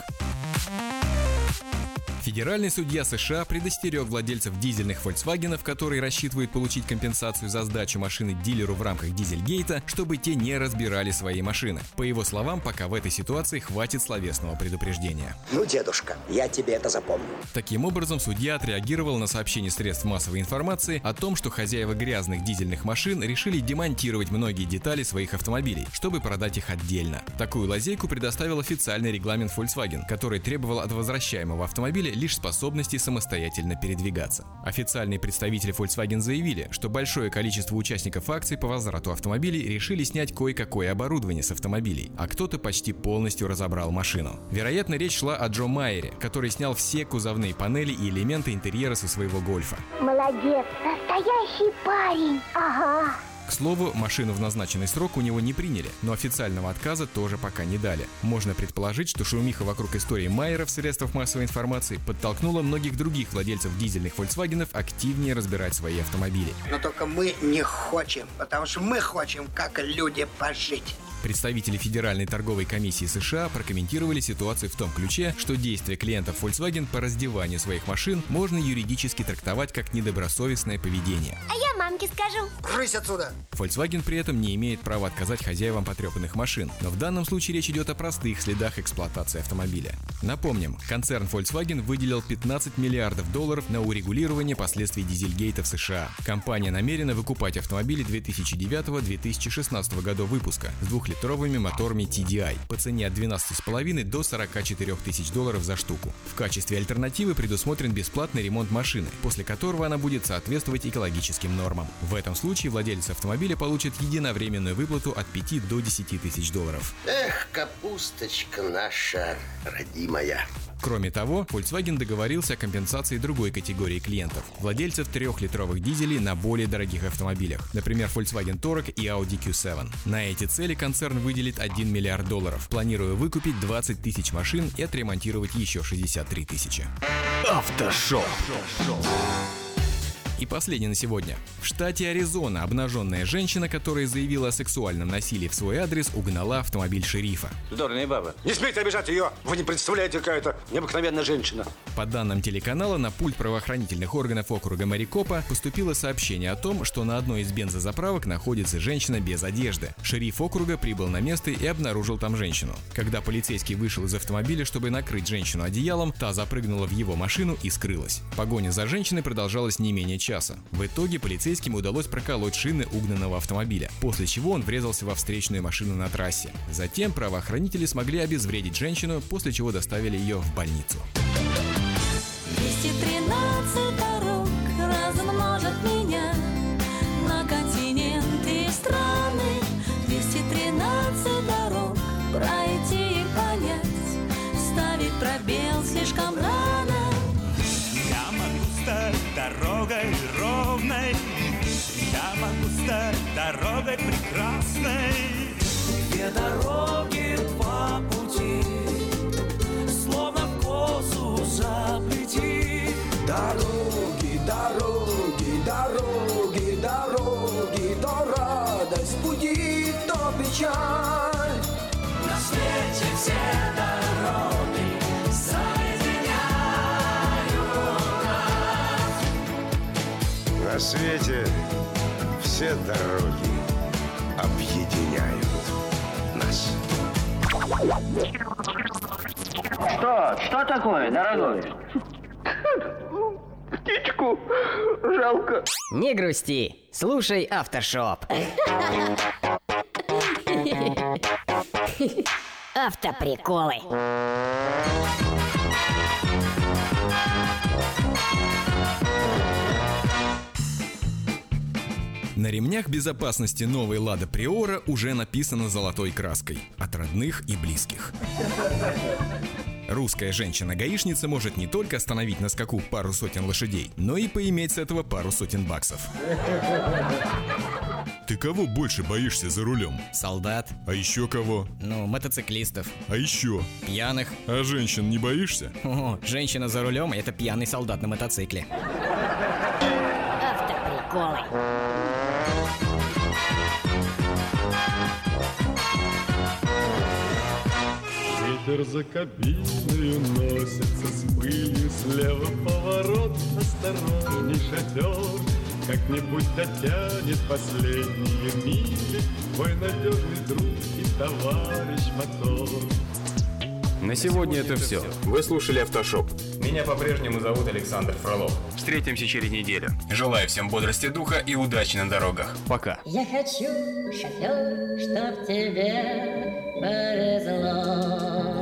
Федеральный судья США предостерег владельцев дизельных Volkswagen'ов, которые рассчитывают получить компенсацию за сдачу машины дилеру в рамках Дизельгейта, чтобы те не разбирали свои машины. По его словам, пока в этой ситуации хватит словесного предупреждения. Ну, дедушка, я тебе это запомню. Таким образом, судья отреагировал на сообщение средств массовой информации о том, что хозяева грязных дизельных машин решили демонтировать многие детали своих автомобилей, чтобы продать их отдельно. Такую лазейку предоставил официальный регламент Volkswagen, который требовал от возвращаемого автомобиля лишь способности самостоятельно передвигаться. Официальные представители Volkswagen заявили, что большое количество участников акций по возврату автомобилей решили снять кое-какое оборудование с автомобилей, а кто-то почти полностью разобрал машину. Вероятно, речь шла о Джо Майере, который снял все кузовные панели и элементы интерьера со своего гольфа. Молодец, настоящий парень, ага. К слову, машину в назначенный срок у него не приняли, но официального отказа тоже пока не дали. Можно предположить, что шумиха вокруг истории Майера в средствах массовой информации подтолкнула многих других владельцев дизельных Volkswagen'ов активнее разбирать свои автомобили. Но только мы не хотим, потому что мы хотим, как люди, пожить. Представители Федеральной торговой комиссии США прокомментировали ситуацию в том ключе, что действия клиентов Volkswagen по раздеванию своих машин можно юридически трактовать как недобросовестное поведение. А я мамке скажу. Брысь отсюда! Volkswagen при этом не имеет права отказать хозяевам потрепанных машин, но в данном случае речь идет о простых следах эксплуатации автомобиля. Напомним, концерн Volkswagen выделил $15 миллиардов на урегулирование последствий Дизельгейта в США. Компания намерена выкупать автомобили 2009-2016 годов выпуска с двухлитровыми моторами TDI по цене от $12,5 до $44 тысяч за штуку. В качестве альтернативы предусмотрен бесплатный ремонт машины, после которого она будет соответствовать экологическим нормам. В этом случае владельцы автомобиля получат единовременную выплату от $5 до $10 тысяч. Эх, капусточка наша родимая. Кроме того, Volkswagen договорился о компенсации другой категории клиентов – владельцев 3-литровых дизелей на более дорогих автомобилях, например, Volkswagen Touareg и Audi Q7. На эти цели концерн выделит $1 миллиард, планируя выкупить 20 тысяч машин и отремонтировать еще 63 тысячи. Автошоу. И последний на сегодня. В штате Аризона обнаженная женщина, которая заявила о сексуальном насилии в свой адрес, угнала автомобиль шерифа. Здорная баба. Не смейте обижать ее! Вы не представляете, какая это необыкновенная женщина. По данным телеканала, на пульт правоохранительных органов округа Марикопа поступило сообщение о том, что на одной из бензозаправок находится женщина без одежды. Шериф округа прибыл на место и обнаружил там женщину. Когда полицейский вышел из автомобиля, чтобы накрыть женщину одеялом, та запрыгнула в его машину и скрылась. Погоня за женщиной продолжалась не менее часа. В итоге полицейским удалось проколоть шины угнанного автомобиля, после чего он врезался во встречную машину на трассе. Затем правоохранители смогли обезвредить женщину, после чего доставили ее в больницу. 213 дорог размножат меня на континенты и страны. 213 дорог пройти и понять, ставить пробел слишком рано. Я могу стать дорогой ровной, я могу стать дорогой прекрасной. Две дороги, два пути, словно в косу заплети. Дороги, дороги, дороги, дороги, то радость будет, то печаль. На свете все дороги соединяют нас. На свете все дороги объединяют нас. Что такое, дорогой? Птичку жалко. Не грусти, слушай Автошоп. Автоприколы. На ремнях безопасности новой «Лада Приора» уже написано золотой краской «От родных и близких». Русская женщина-гаишница может не только остановить на скаку пару сотен лошадей, но и поиметь с этого пару сотен баксов. Ты кого больше боишься за рулем? Солдат. А еще кого? Мотоциклистов. А еще? Пьяных. А женщин не боишься? О, женщина за рулем — это пьяный солдат на мотоцикле. Автоприколы. Ветер за кабиною носится с пылью, слева поворот, осторожней шатер. Как-нибудь дотянет последние мили твой надежный друг и товарищ мотор. На сегодня это все. Вы слушали «Автошоп». Меня по-прежнему зовут Александр Фролов. Встретимся через неделю. Желаю всем бодрости духа и удачи на дорогах. Пока. Я хочу, шофер, чтоб тебе повезло.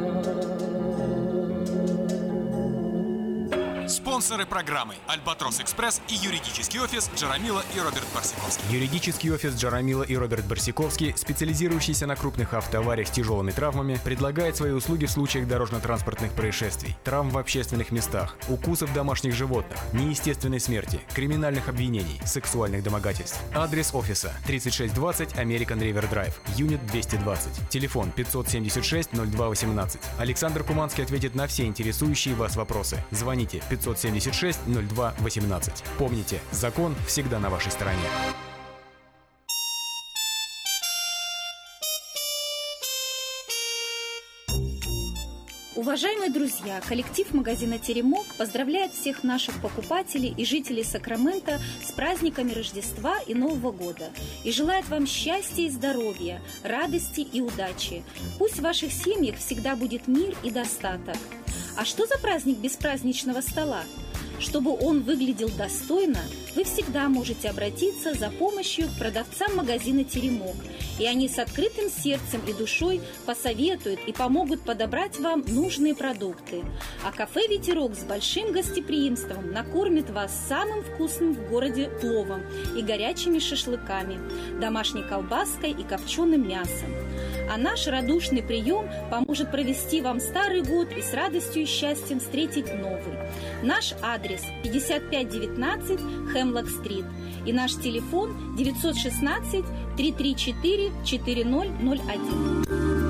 Спонсоры программы «Альбатрос Экспресс» и юридический офис Джарамила и Роберт Барсиковский. Юридический офис Джарамила и Роберт Барсиковский, специализирующийся на крупных автоавариях с тяжелыми травмами, предлагает свои услуги в случаях дорожно-транспортных происшествий, травм в общественных местах, укусов домашних животных, неестественной смерти, криминальных обвинений, сексуальных домогательств. Адрес офиса: 3620 American River Drive, Юнит 220. Телефон 576-0218. Александр Куманский ответит на все интересующие вас вопросы. Звоните 576-0218. Помните, закон всегда на вашей стороне. Уважаемые друзья, коллектив магазина «Теремок» поздравляет всех наших покупателей и жителей Сакрамента с праздниками Рождества и Нового года и желает вам счастья и здоровья, радости и удачи. Пусть в ваших семьях всегда будет мир и достаток. А что за праздник без праздничного стола? Чтобы он выглядел достойно, вы всегда можете обратиться за помощью к продавцам магазина «Теремок», и они с открытым сердцем и душой посоветуют и помогут подобрать вам нужные продукты. А кафе «Ветерок» с большим гостеприимством накормит вас самым вкусным в городе пловом и горячими шашлыками, домашней колбаской и копченым мясом. А наш радушный прием поможет провести вам старый год и с радостью и счастьем встретить новый. Наш адрес 5519 Хемлок-стрит и наш телефон 916 334 4001.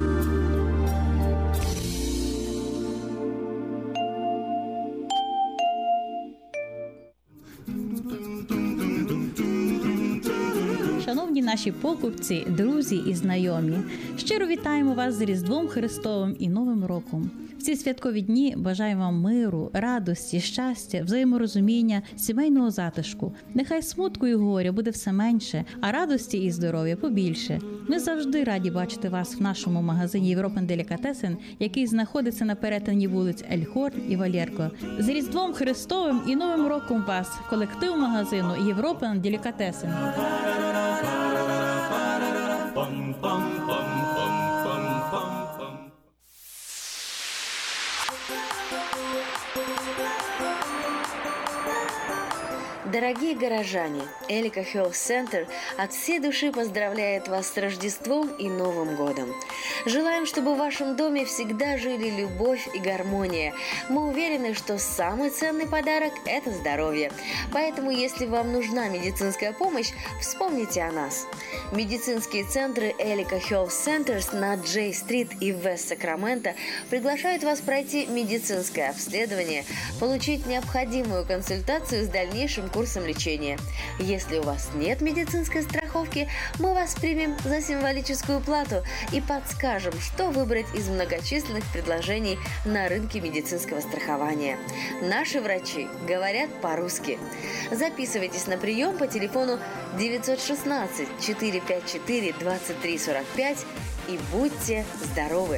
Шановні наші покупці, друзі і знайомі, щиро вітаємо вас з Різдвом Христовим і Новим роком. В ці святкові дні бажаю вам миру, радості, щастя, взаєморозуміння, сімейного затишку. Нехай смутку і горя буде все менше, а радості і здоров'я побільше. Ми завжди раді бачити вас в нашому магазині European Delicatessen, який знаходиться на перетині вулиць Ельхорн і Валєрко. З Різдвом Христовим і Новим роком вас, колектив магазину European Delicatessen. Дорогие горожане, Элика Health Center от всей души поздравляет вас с Рождеством и Новым годом. Желаем, чтобы в вашем доме всегда жили любовь и гармония. Мы уверены, что самый ценный подарок – это здоровье. Поэтому, если вам нужна медицинская помощь, вспомните о нас. Медицинские центры Элика Health Centers на Джей-стрит и в Вест-Сакраменто приглашают вас пройти медицинское обследование, получить необходимую консультацию с дальнейшим курсом лечения. Если у вас нет медицинской страховки, мы вас примем за символическую плату и подскажем, что выбрать из многочисленных предложений на рынке медицинского страхования. Наши врачи говорят по-русски. Записывайтесь на прием по телефону 916 454 2345 и будьте здоровы!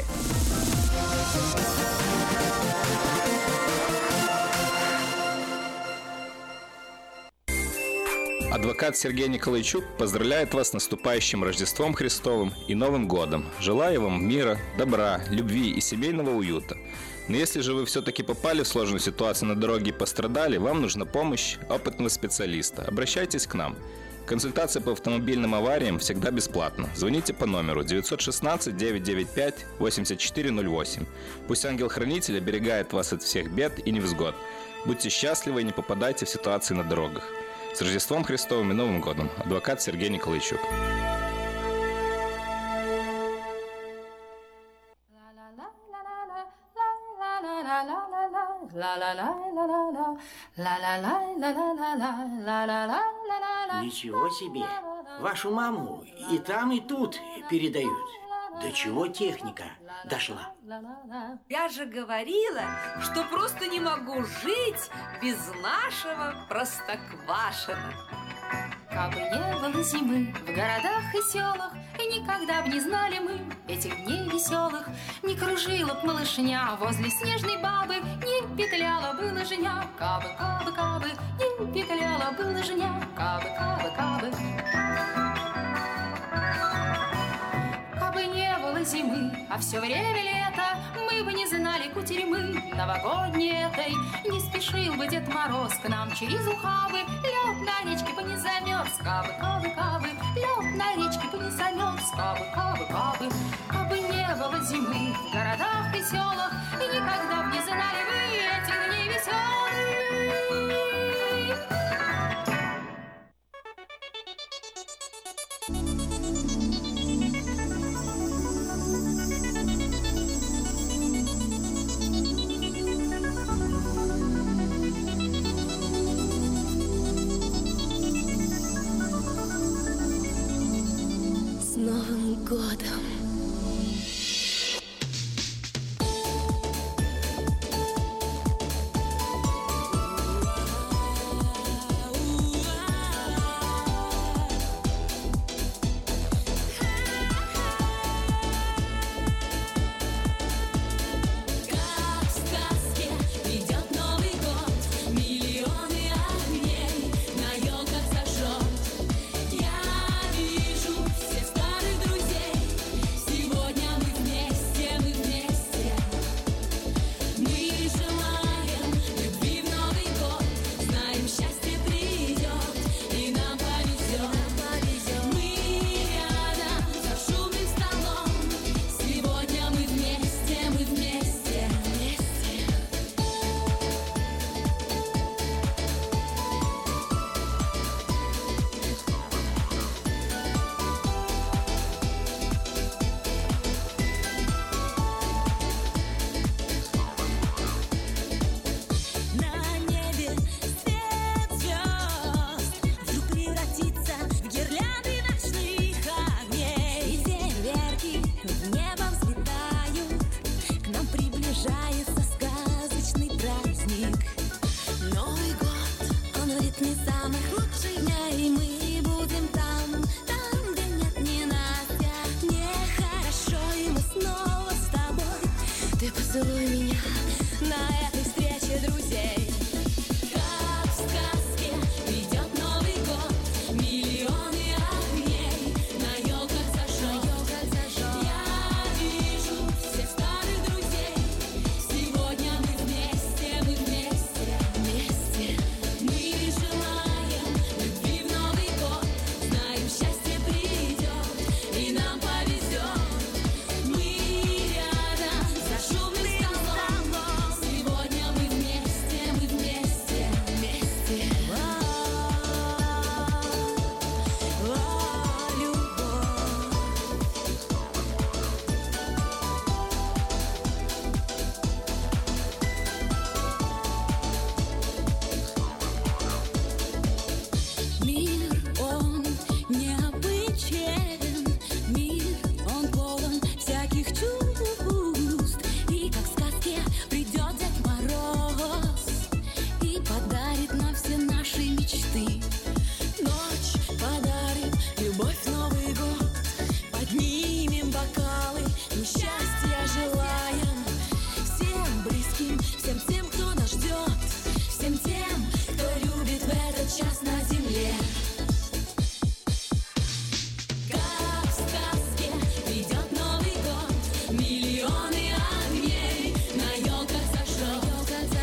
Адвокат Сергей Николайчук поздравляет вас с наступающим Рождеством Христовым и Новым годом. Желаю вам мира, добра, любви и семейного уюта. Но если же вы все-таки попали в сложную ситуацию на дороге и пострадали, вам нужна помощь опытного специалиста. Обращайтесь к нам. Консультация по автомобильным авариям всегда бесплатна. Звоните по номеру 916-995-8408. Пусть ангел-хранитель оберегает вас от всех бед и невзгод. Будьте счастливы и не попадайте в ситуации на дорогах. С Рождеством Христовым и Новым годом. Адвокат Сергей Николайчук. Ничего себе! Вашу маму и там, и тут передают. До чего техника дошла? Я же говорила, что просто не могу жить без нашего Простоквашино. Кабы не было зимы в городах и селах, и никогда б не знали мы этих дней веселых, не кружила б малышня возле снежной бабы, не петляла бы лыжня, кабы, кабы, кабы, не петляла бы лыжня, кабы, кабы, кабы. Кабы не было зимы, а все время лето, мы бы не знали кутерьмы новогодней этой. Не спешил бы Дед Мороз к нам через ухабы, лед на речке бы не замерз, кабы, кабы, кабы, лед на речке бы не замерз, кабы, кабы, кабы. Кабы не было зимы в городах и селах, и никогда б не знали вы этих дней веселых. С Новым годом! Поцелуй меня на этой встрече друзей. Как в сказке идет Новый год, миллионы огней на елках зажжет. Я вижу всех старых друзей. Сегодня мы вместе, вместе. Мы желаем любви в Новый год, знаем, счастье придет и нам повезет. Мы рядом за шумным столом. Сегодня мы вместе, вместе. Мир, он необычен, мир, он полон всяких чувств. И как в сказке придет Дед Мороз и подарит нам все наши мечты. Ночь подарит любовь в Новый год, поднимем бокалы, мы счастья желаем всем близким, всем тем, кто нас ждет, всем тем, кто любит в этот час на земле. Как в сказке придет Новый год, миллионы огней на елках зажжет.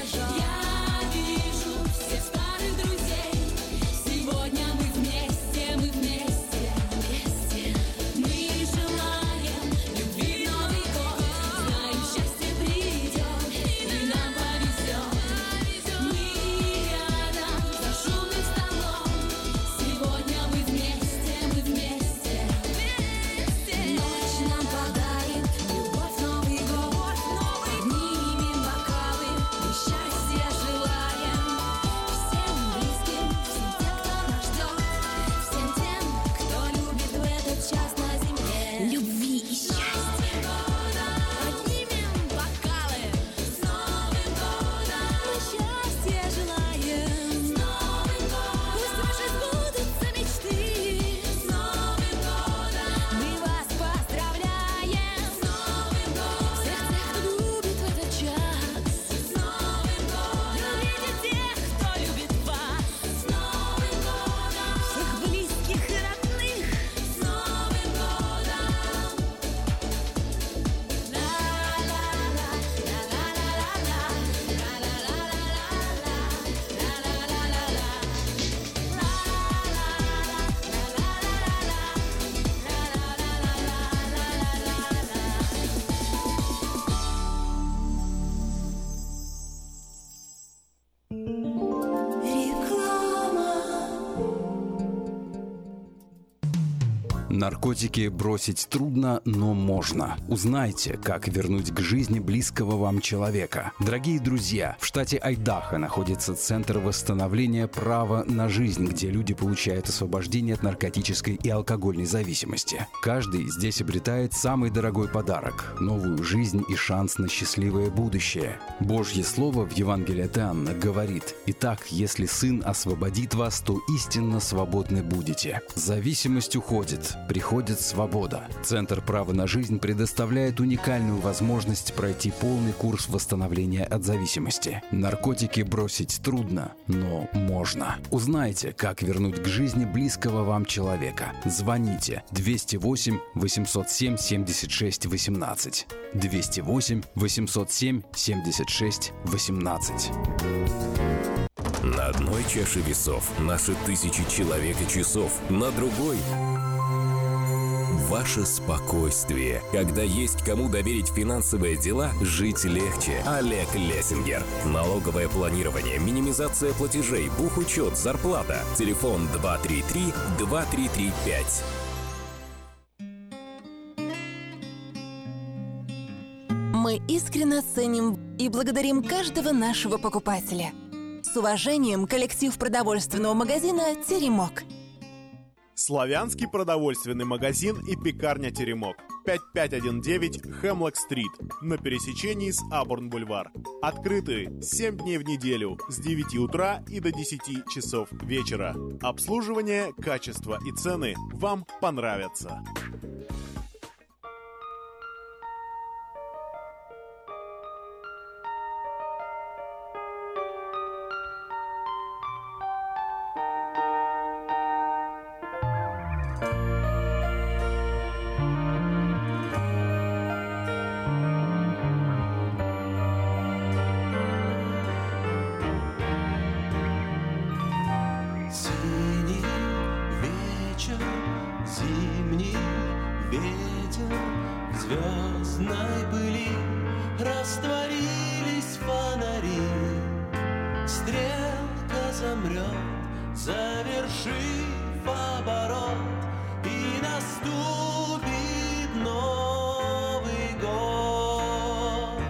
Я вижу всех старых друзей. Сегодня мы вместе, Наркотики бросить трудно, но можно. Узнайте, как вернуть к жизни близкого вам человека. Дорогие друзья, в штате Айдахо находится Центр восстановления права на жизнь, где люди получают освобождение от наркотической и алкогольной зависимости. Каждый здесь обретает самый дорогой подарок – новую жизнь и шанс на счастливое будущее. Божье Слово в Евангелии от Иоанна говорит: «Итак, если Сын освободит вас, то истинно свободны будете». Зависимость уходит, приходит свобода. Центр права на жизнь предоставляет уникальную возможность пройти полный курс восстановления от зависимости. Наркотики бросить трудно, но можно. Узнайте, как вернуть к жизни близкого вам человека. Звоните 208 807 76 18. 208 807 76 18. На одной чаше весов наши тысячи человек и часов, на другой ваше спокойствие. Когда есть кому доверить финансовые дела, жить легче. Олег Лессингер. Налоговое планирование, минимизация платежей, бухучет, зарплата. Телефон 233-2335. Мы искренне ценим и благодарим каждого нашего покупателя. С уважением, коллектив продовольственного магазина «Теремок». Славянский продовольственный магазин и пекарня «Теремок». 5519 Хемлок-стрит на пересечении с Абурн-бульвар. Открыты 7 дней в неделю с 9 утра и до 10 часов вечера. Обслуживание, качество и цены вам понравятся. Зимний ветер в звездной пыли, растворились фонари. Стрелка замрет, завершив оборот, и наступит Новый год.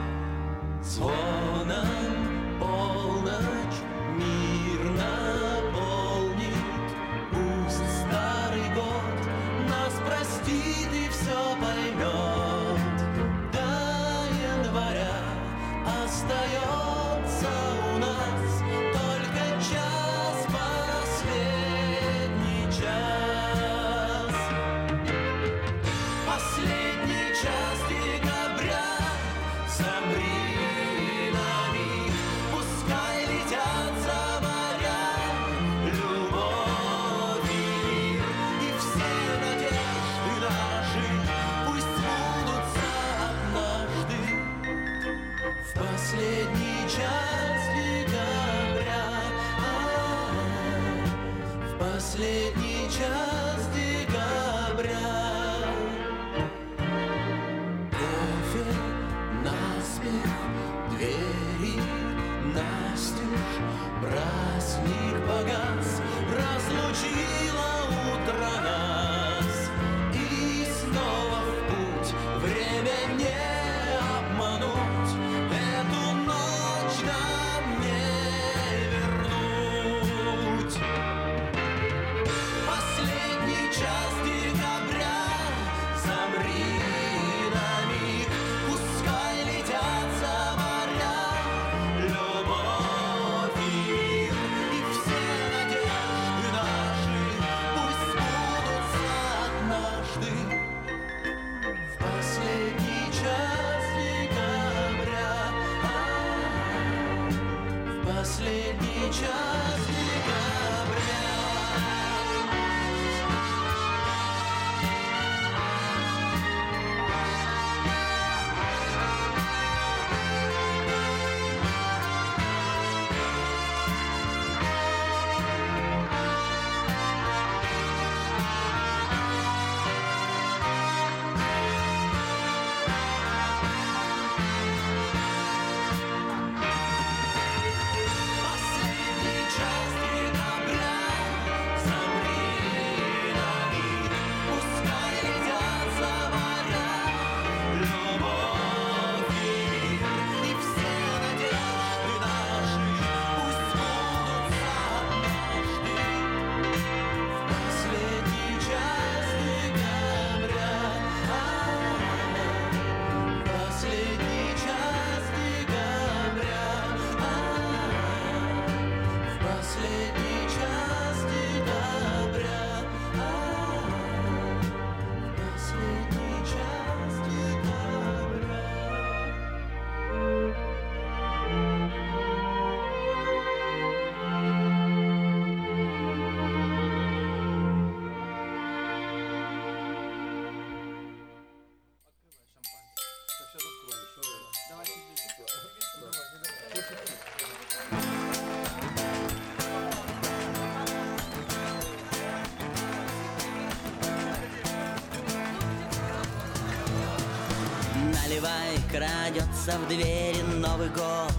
Звоном полночь мир наполнит, пусть старый год нас простит и все поймет. До января остается у нас только час, последний час. Последний час декабря, замри на миг, пускай летят за моря любовь и мир, и все надежды наши пусть сбудутся однажды. В последний час декабря, в последний час декабря. Кофе наспех, двери настежь, праздник погас, разлучило утро нас. И снова в путь, время не обмануть, эту ночь нам не вернуть. Последний последний час декабря. Последний час декабря. Наливай, крадется в двери Новый год.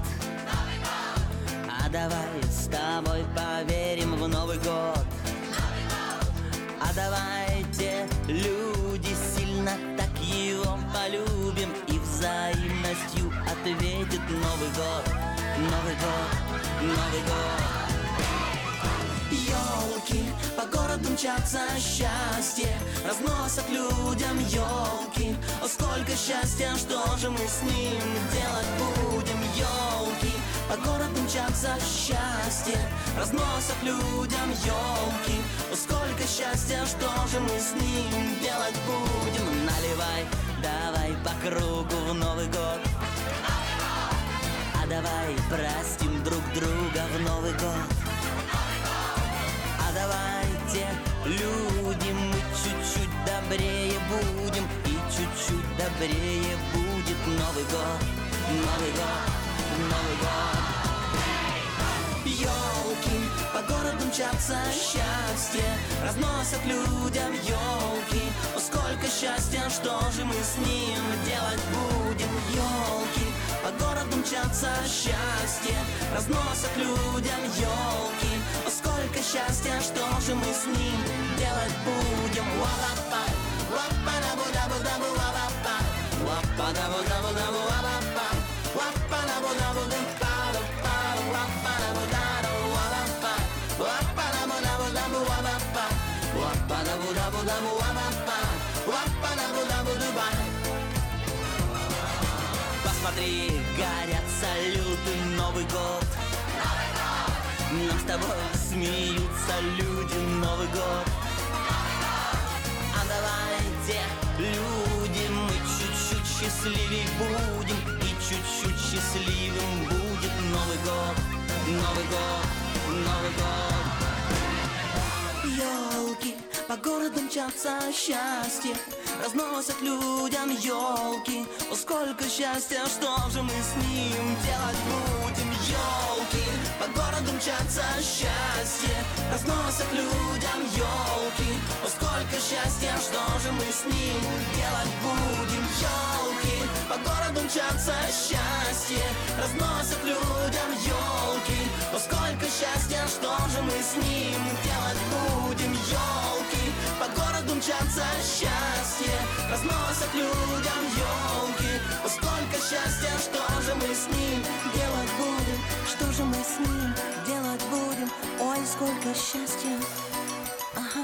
А давай с тобой поверим в Новый год. А давайте, люди, сильно так его полюбим и взаимностью ответит Новый год, Новый год, Новый год. Ёлки, по городу мчатся счастье, разносят людям ёлки. О, сколько счастья, что же мы с ним делать будем? Ёлки, по городу мчатся счастье, разносят людям ёлки. О, сколько счастья, что же мы с ним делать будем? Наливай, давай по кругу в Новый год. А давай простим друг друга в Новый год. А давайте, люди, мы чуть-чуть добрее будем, и чуть-чуть добрее будет Новый год, Новый год, Новый год. Ёлки, по городу мчатся счастье, разносят людям ёлки. О, сколько счастья, что же мы с ним делать будем? Ёлки, по городу мчатся счастье, разносят людям ёлки. О, сколько счастья, что же мы с ним делать будем? Ва-ла-па, ва-па-да-бу-да-бу-да-бу, ва-ла-па, ва-па-да-бу-да-бу-да-бу, ва-ла-па, ва-па-да-бу-да-бу-да-бу, ва-па-да-бу-да-бу, ва-ла-па, ва-па-да-бу-да-бу-да-бу, ва-ла-па, ва-па-да-бу-да-бу-да-бу, ва-ла-па, ва-па-да-бу-да-бу-да-бу. Посмотри, горят салюты, Новый год. Нам с тобой смеются люди, Новый год. А давайте, люди, мы чуть-чуть счастливей будем, и чуть-чуть счастливым будет Новый год, Новый год, Новый год. Ёлки, по городу мчатся счастье, разносят людям ёлки. О, сколько счастья, что же мы с ним делать будем? Ёлки, по городу мчатся счастье, разносят людям ёлки. О, сколько счастья, что же мы с ним делать будем? Ёлки, по городу мчатся счастье, разносят людям ёлки. О, сколько счастья, что же мы с ним делать будем? Ёлки, по городу мчатся счастье, разносят людям ёлки. О, сколько счастья, что же мы с ним делать будем? Что же мы с ним делать будем? Ой, сколько счастья. Ага.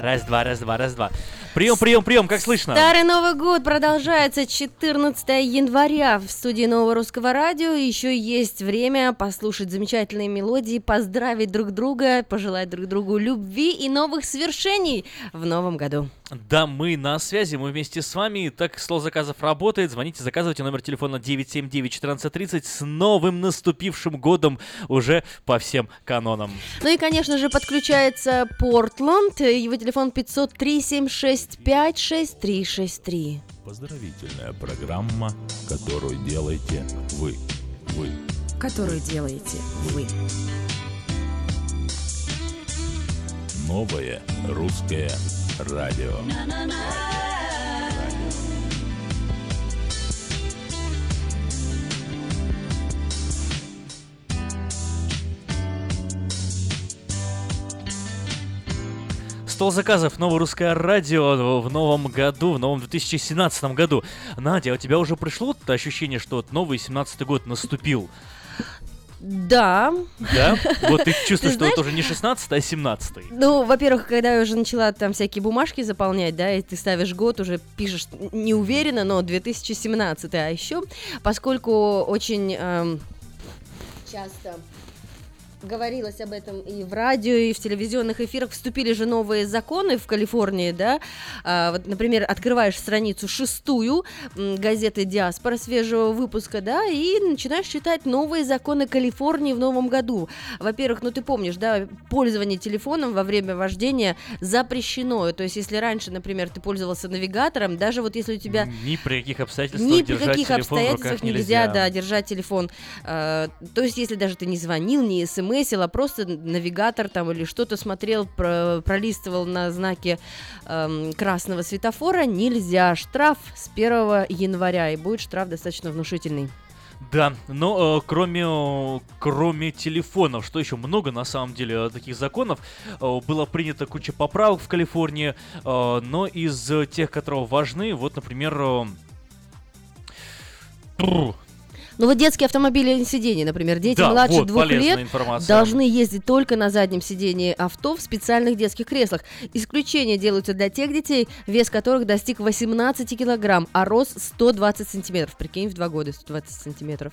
Раз-два, раз-два, раз-два. Прием, как слышно? Старый Новый год продолжается 14 января в студии Нового Русского Радио. Еще есть время послушать замечательные мелодии, поздравить друг друга, пожелать друг другу любви и новых свершений в новом году. Да, мы на связи, мы вместе с вами. Так, стол заказов работает. Звоните, заказывайте, номер телефона 979-1430. С новым наступившим годом уже по всем канонам. Ну и, конечно же, подключается Портленд. Его телефон 503-765-6363. Поздравительная программа, которую делаете вы. Которую делаете вы. Новое русское радио. Стол заказов, Новое Русское Радио в новом году, в новом 2017 году. Надя, у тебя уже пришло ощущение, что новый 17-й год наступил? Да. Да? Вот ты чувствуешь, что это уже не 16-й, а 17-й. Ну, во-первых, когда я уже начала там всякие бумажки заполнять, да, и ты ставишь год, уже пишешь не уверенно, но 2017. А еще, поскольку очень часто говорилось об этом и в радио, и в телевизионных эфирах, вступили же новые законы в Калифорнии, да, вот, например, открываешь страницу 6 газеты «Диаспора» свежего выпуска, да, и начинаешь читать новые законы Калифорнии в новом году. Во-первых, ну ты помнишь, да, пользование телефоном во время вождения запрещено, то есть если раньше, например, ты пользовался навигатором, даже вот если у тебя... Ни при каких обстоятельствах нельзя, да, держать телефон, то есть если даже ты не звонил, не смс, а просто навигатор там или что-то смотрел, пролистывал на знаке красного светофора, нельзя. Штраф с 1 января, и будет штраф достаточно внушительный. Да, но кроме телефонов, что еще много на самом деле таких законов, было принято куча поправок в Калифорнии, но из тех, которые важны, вот, например... Ну вот детские автомобильные сиденья, например, дети младше 2 лет должны ездить только на заднем сидении авто в специальных детских креслах. Исключения делаются для тех детей, вес которых достиг 18 килограмм, а рост 120 сантиметров. Прикинь, в 2 года 120 сантиметров.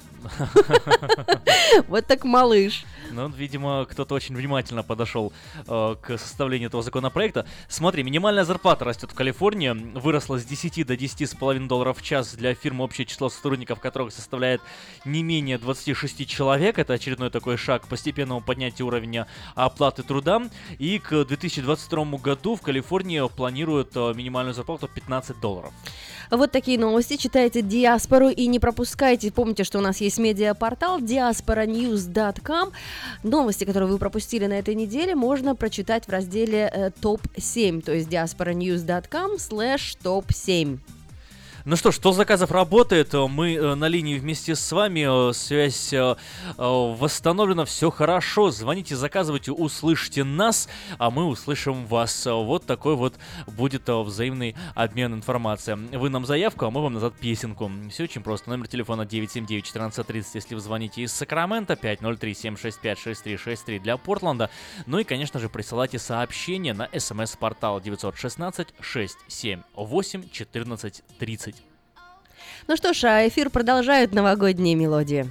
Вот так малыш. Ну, видимо, кто-то очень внимательно подошел к составлению этого законопроекта. Смотри, минимальная зарплата растет в Калифорнии, выросла с 10 до $10,5 в час для фирм, общее число сотрудников которых составляет не менее 26 человек. Это очередной такой шаг к постепенному поднятию уровня оплаты труда. И к 2022 году в Калифорнии планируют минимальную зарплату $15. Вот такие новости. Читайте «Диаспору» и не пропускайте. Помните, что у нас есть медиапортал diasporanews.com. Новости, которые вы пропустили на этой неделе, можно прочитать в разделе «Топ-7», то есть diasporanews.com/топ-7. Ну что ж, стол заказов работает, мы на линии вместе с вами, связь восстановлена, все хорошо, звоните, заказывайте, услышьте нас, а мы услышим вас. Вот такой вот будет взаимный обмен информацией. Вы нам заявку, а мы вам назад песенку. Все очень просто, номер телефона 979-1430, если вы звоните из Сакрамента, 503-765-6363 для Портленда, ну и, конечно же, присылайте сообщение на смс-портал 916-678-1430. Ну что ж, а эфир продолжают новогодние мелодии.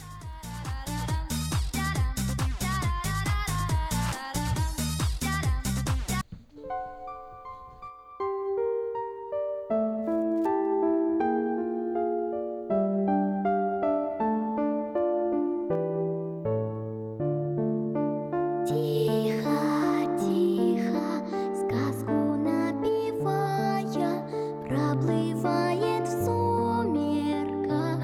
Проплывает в сумерках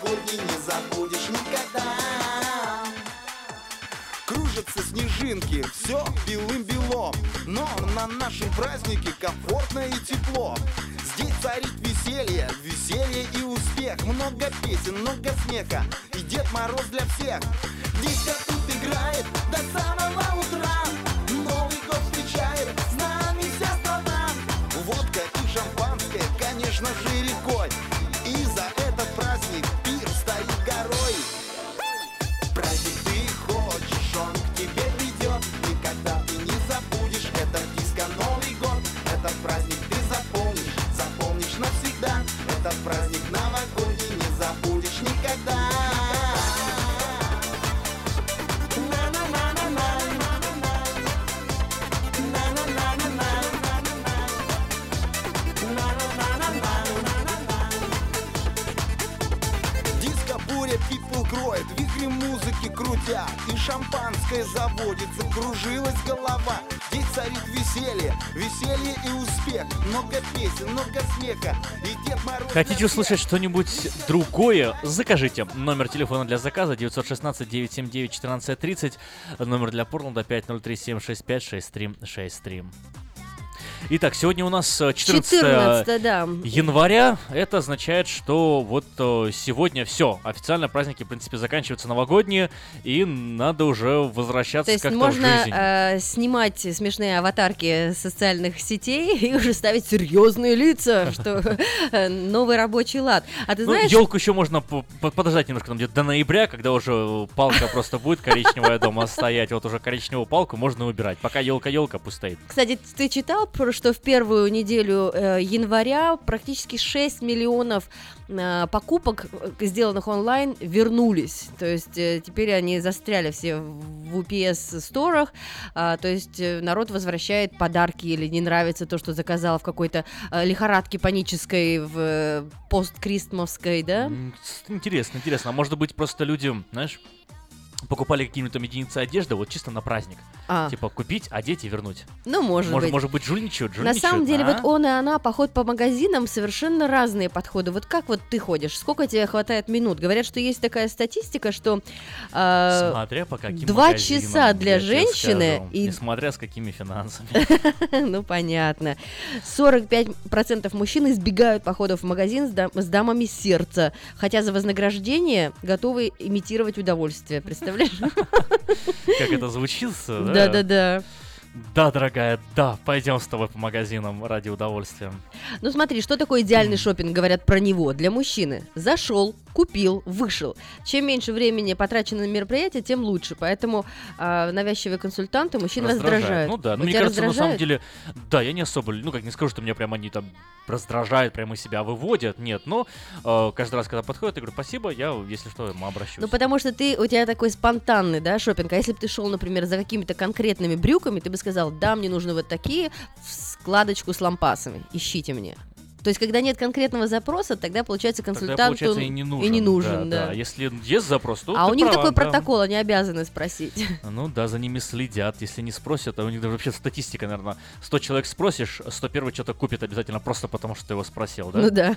новогодний не забудешь никогда. Кружатся снежинки, все белым-бело, но на нашем празднике комфортно и тепло. Здесь царит веселье, веселье и успех. Много песен, много смеха и Дед Мороз для всех. Диско тут играет до самого утра. Новый год встречает с нами вся страна. Водка и шампанское, конечно же, рекой. И за этот праздник пир стоит горой. Праздник ты хочешь, он к тебе придет. Никогда ты не забудешь, это диско Новый год. Этот праздник ты запомнишь, запомнишь навсегда. Этот праздник новогодний не забудешь никогда. Диско-буря people кроет, вихри музыки крутя. И шампанское заводится, кружилась голова. Здесь царит веселье, веселье и успех. Много песен, много смеха и Дед Мороз. Хотите услышать что-нибудь другое? Закажите. Номер телефона для заказа 916-979-1430. Номер для Портленда 503-765-6363. Итак, сегодня у нас 14 да. января. Это означает, что вот сегодня все. Официально праздники, в принципе, заканчиваются новогодние. И надо уже возвращаться как-то в жизнь. То есть можно снимать смешные аватарки социальных сетей и уже ставить серьезные лица, что новый рабочий лад. А ты знаешь... Елку еще можно подождать немножко, там где-то до ноября, когда уже палка просто будет коричневая дома стоять. Вот уже коричневую палку можно убирать. Пока елка пусть стоит. Кстати, ты читал, что в первую неделю января практически 6 миллионов покупок, сделанных онлайн, вернулись. То есть теперь они застряли все в UPS-сторах. То есть народ возвращает подарки или не нравится то, что заказал в какой-то лихорадке панической, в посткристмовской, да? Интересно. А может быть, просто люди, знаешь, покупали какие-нибудь там единицы одежды вот чисто на праздник. Типа купить, одеть и вернуть. Ну, может быть. Может быть, жульничают. На самом деле, вот он и она, поход по магазинам, совершенно разные подходы. Вот как вот ты ходишь? Сколько тебе хватает минут? Говорят, что есть такая статистика, что смотря по каким 2 часа для женщины и несмотря с какими финансами. Ну, понятно. 45% мужчин избегают походов в магазин с дамами сердца, хотя за вознаграждение готовы имитировать удовольствие. Представляешь? Как это звучит? Да. Да, дорогая, да, пойдем с тобой по магазинам ради удовольствия. Ну смотри, что такое идеальный шопинг, говорят про него. Для мужчины: зашел, купил, вышел. Чем меньше времени потрачено на мероприятие, тем лучше. Поэтому навязчивые консультанты мужчин раздражают. Ну да, мне кажется, на самом деле, да, я не особо, как не скажу, что меня прям они там раздражают, прямо себя выводят, нет, но каждый раз, когда подходят, я говорю, спасибо, я, если что, обращусь. Ну потому что у тебя такой спонтанный, да, шопинг. А если бы ты шел, например, за какими-то конкретными брюками, ты бы сказал: да, мне нужны вот такие, в складочку с лампасами, ищите мне. То есть, когда нет конкретного запроса, тогда, получается, консультант и не нужен. Да. Если есть запрос, то у них такой протокол, они обязаны спросить. Ну да, за ними следят. Если не спросят, а у них даже вообще статистика, наверное, 100 человек спросишь, 101 что-то купит обязательно просто потому, что ты его спросил, да? Ну да.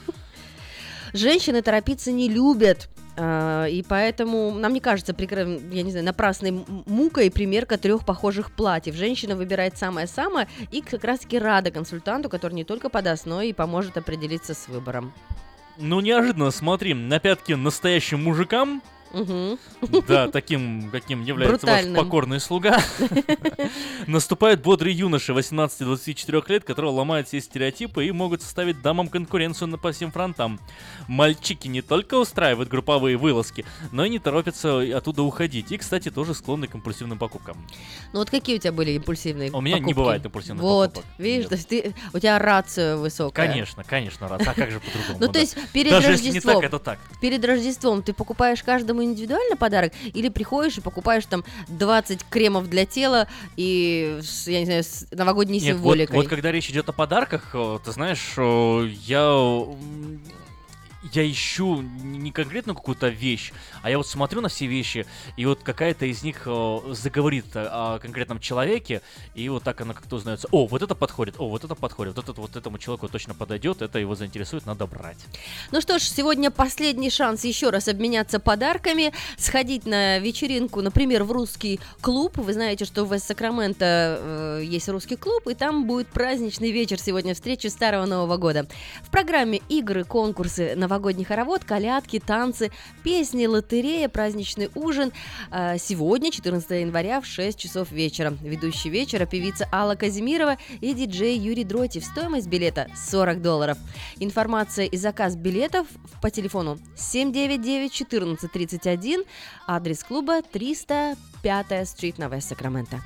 Женщины торопиться не любят. И поэтому нам не кажется, я не знаю, напрасной мукой примерка 3 похожих платьев. Женщина выбирает самое-самое и как раз-таки рада консультанту, который не только подаст, но и поможет определиться с выбором. Ну, неожиданно, смотри, на пятки настоящим мужикам. Угу. Да, таким, каким является брутальным ваш покорный слуга. Наступает бодрый юноша 18-24 лет, который ломает все стереотипы и могут составить дамам конкуренцию по всем фронтам. Мальчики не только устраивают групповые вылазки, но и не торопятся оттуда уходить. И, кстати, тоже склонны к импульсивным покупкам. Ну вот какие у тебя были импульсивные покупки? У меня не бывает импульсивных покупок. Вот, видишь, то есть у тебя рация высокая. Конечно, рация. А как же по-другому? Ну то есть перед Даже Рождеством, если не так, это так. Перед Рождеством ты покупаешь каждому индивидуально подарок или приходишь и покупаешь там 20 кремов для тела и, я не знаю, с новогодней символикой? Вот когда речь идет о подарках, ты знаешь, я ищу не конкретно какую-то вещь, а я вот смотрю на все вещи, и вот какая-то из них заговорит о конкретном человеке, и вот так она как-то узнается. О, вот это подходит, вот этот вот этому человеку точно подойдет, это его заинтересует, надо брать. Ну что ж, сегодня последний шанс еще раз обменяться подарками, сходить на вечеринку, например, в русский клуб. Вы знаете, что в Вест-Сакраменто есть русский клуб, и там будет праздничный вечер сегодня, встречи Старого Нового года. В программе игры, конкурсы, новогодний хоровод, колядки, танцы, песни, лотерея, праздничный ужин. Сегодня, 14 января, в 6 часов вечера. Ведущий вечера певица Алла Казимирова и диджей Юрий Дротев. Стоимость билета $40. Информация и заказ билетов по телефону 799-1431, адрес клуба 305-я стрит на Вест-Сакраменто.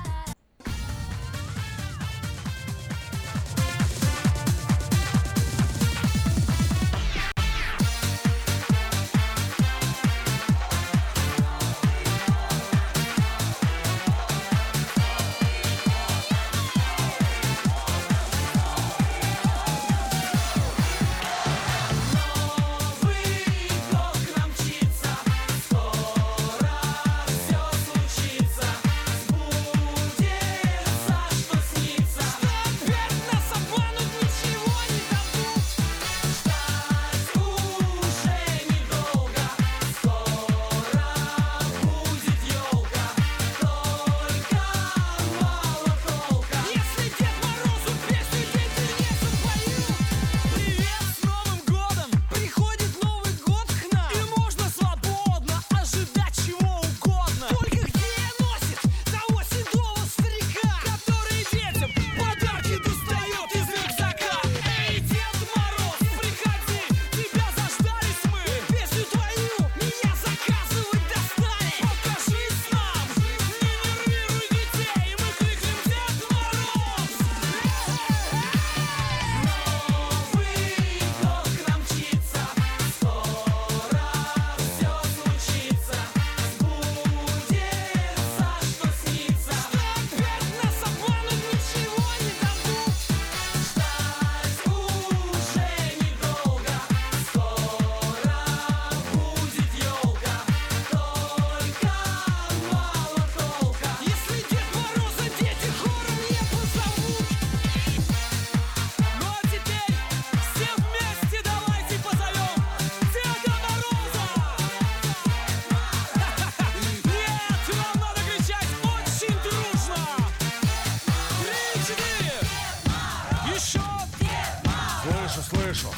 Слышу.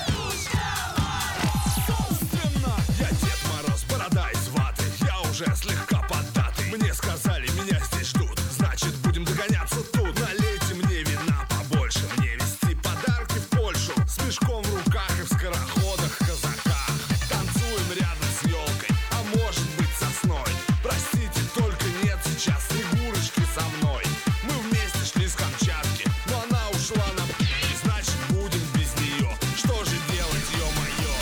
Собственно, я Дед Мороз, борода из ваты. Я уже слегка поддатый. Мне сказали, меня здесь ждут. Значит, будем догоняться тут. Налейте мне вина побольше. Мне везти подарки в Польшу. С мешком в руках и в скороходах, казаках. Танцуем рядом с елкой, а может быть сосной. Простите, только нет сейчас Снегурочки со мной. Мы вместе шли с Камчатки, но она ушла на... И значит, будем без нее. Что же делать, ё-моё?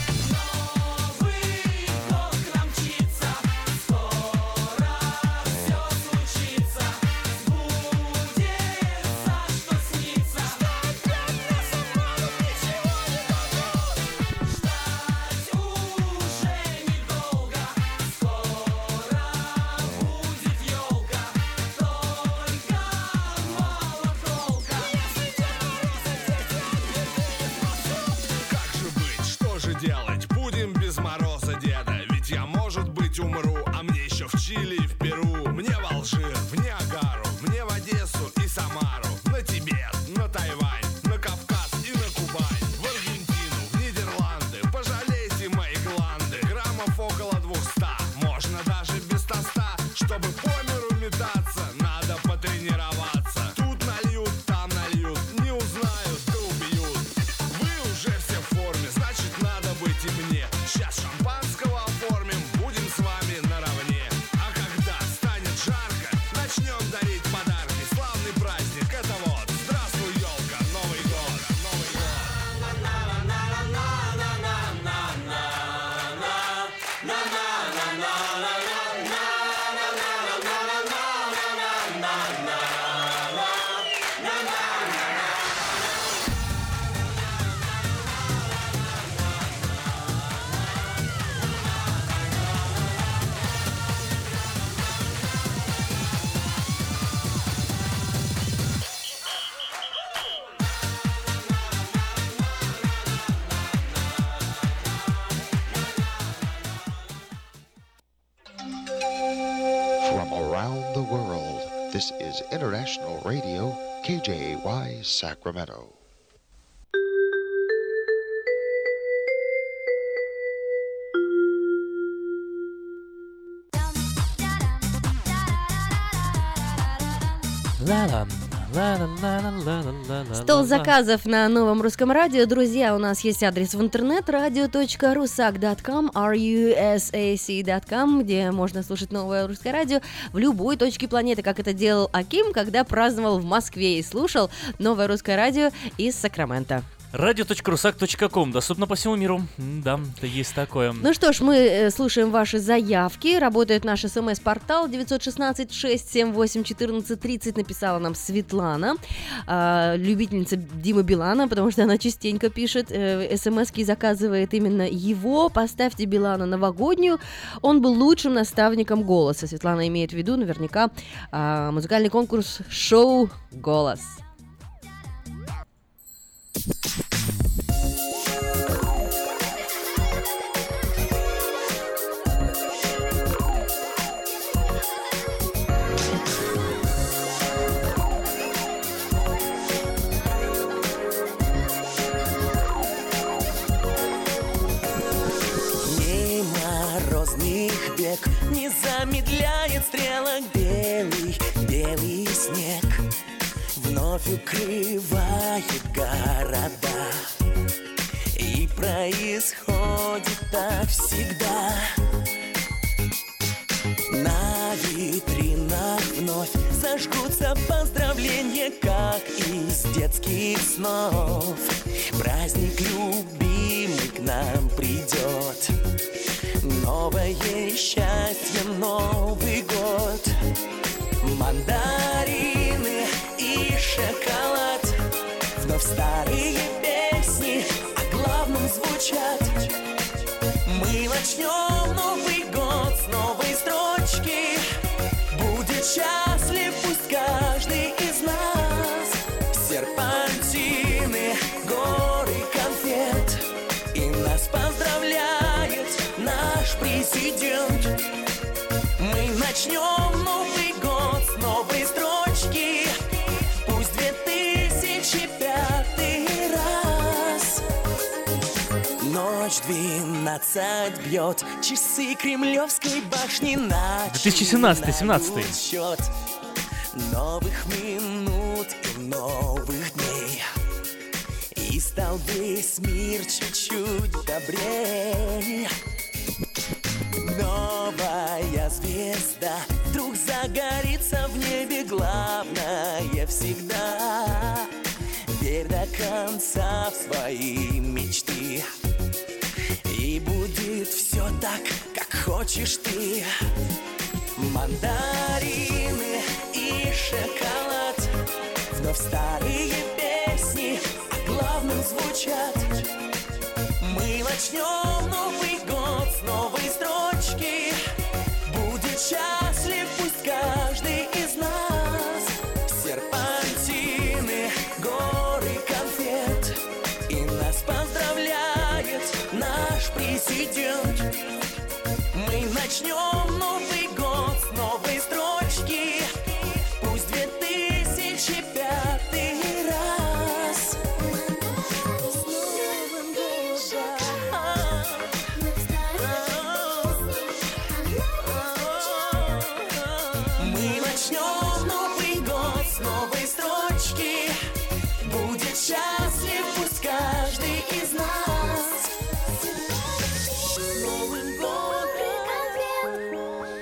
Новый год к нам мчится. Скоро все случится. Сбудется, что снится. Что опять нас обманут, ничего не дадут. Ждать уже недолго. Скоро будет елка. Только мало толка. Если Дед Мороз как же быть, что же делать? Будем без Мороза деда. Ведь я, может быть, умру, а мне еще в Чили и в Перу. Мне в Алжир, в Ниагару, мне в Одессу и Самару. На Тибет, на Тайвань, на Кавказ и на Кубань. В Аргентину, в Нидерланды. Пожалейте мои гланды. Граммов около 200, можно даже без тоста. Чтобы по миру метаться, надо потренироваться. Тут нальют, там нальют, не узнают, да убьют. Вы уже все в форме, значит, надо быть и мне. Сейчас шампанского оформим, будем с вами наравне. А когда станет around the world. This is International Radio, KJY Sacramento. Стол заказов на Новом Русском Радио. Друзья, у нас есть адрес в интернет radio.rusak.com, rusak.com, где можно слушать Новое Русское Радио в любой точке планеты, как это делал Аким, когда праздновал в Москве и слушал Новое Русское Радио из Сакрамента. Radio.rusak.com. Доступно по всему миру. Да, это есть такое. Ну что ж, мы слушаем ваши заявки. Работает наш СМС-портал 916-678-1430. Написала нам Светлана, любительница Димы Билана, потому что она частенько пишет СМСки и заказывает именно его. Поставьте Билана новогоднюю. Он был лучшим наставником голоса. Светлана имеет в виду наверняка музыкальный конкурс «Шоу Голос». Не замедляет стрелок белый снег, вновь укрывает города. И происходит так всегда. На витринах вновь зажгутся поздравления, как из детских снов. Праздник любимый к нам придет. Новое счастье, Новый год. Мандарины и шоколад. Вновь старые песни о главном звучат. Мы начнем Новый год с новой строчки. Будет счастлив пусть каждый из нас. Серпантины, горы конфет. И нас поздравляет наш президент. Мы начнем Новый год с новой строчки. Пусть 2005 раз. Ночь 12 бьет, часы Кремлевской башни начали 2017-17 счет новых минут и новых дней. И стал весь мир чуть-чуть добрей. Новая звезда вдруг загорится в небе. Главное всегда верь до конца в свои мечты. И будет все так, как хочешь ты. Мандарины и шоколад. Вновь старые песни о главном звучат. Мы начнем Новый год с новой строчки. Будет счастлив пусть каждый из нас. Серпантины, горы конфет. И нас поздравляет наш президент. Мы начнем Новый год с новой строчки. Пусть 2005 раз. Мы начнем Новый год с новой строчки. Будет счастлив пусть каждый из нас. Новым годом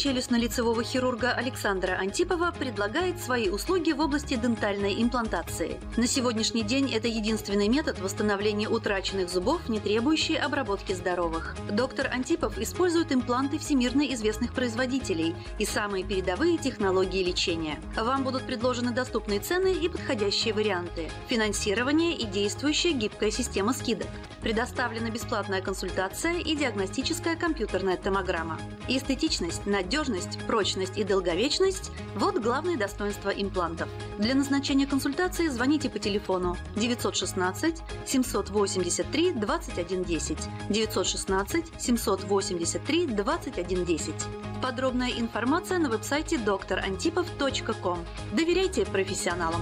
челюстно-лицевого хирурга Александра Антипова предлагает свои услуги в области дентальной имплантации. На сегодняшний день это единственный метод восстановления утраченных зубов, не требующий обработки здоровых. Доктор Антипов использует импланты всемирно известных производителей и самые передовые технологии лечения. Вам будут предложены доступные цены и подходящие варианты, финансирование и действующая гибкая система скидок. Предоставлена бесплатная консультация и диагностическая компьютерная томограмма. Эстетичность, надежность, прочность и долговечность – вот главные достоинства имплантов. Для назначения консультации звоните по телефону 916 783 2110, 916 783 2110. Подробная информация на веб-сайте drantipov.com. Доверяйте профессионалам.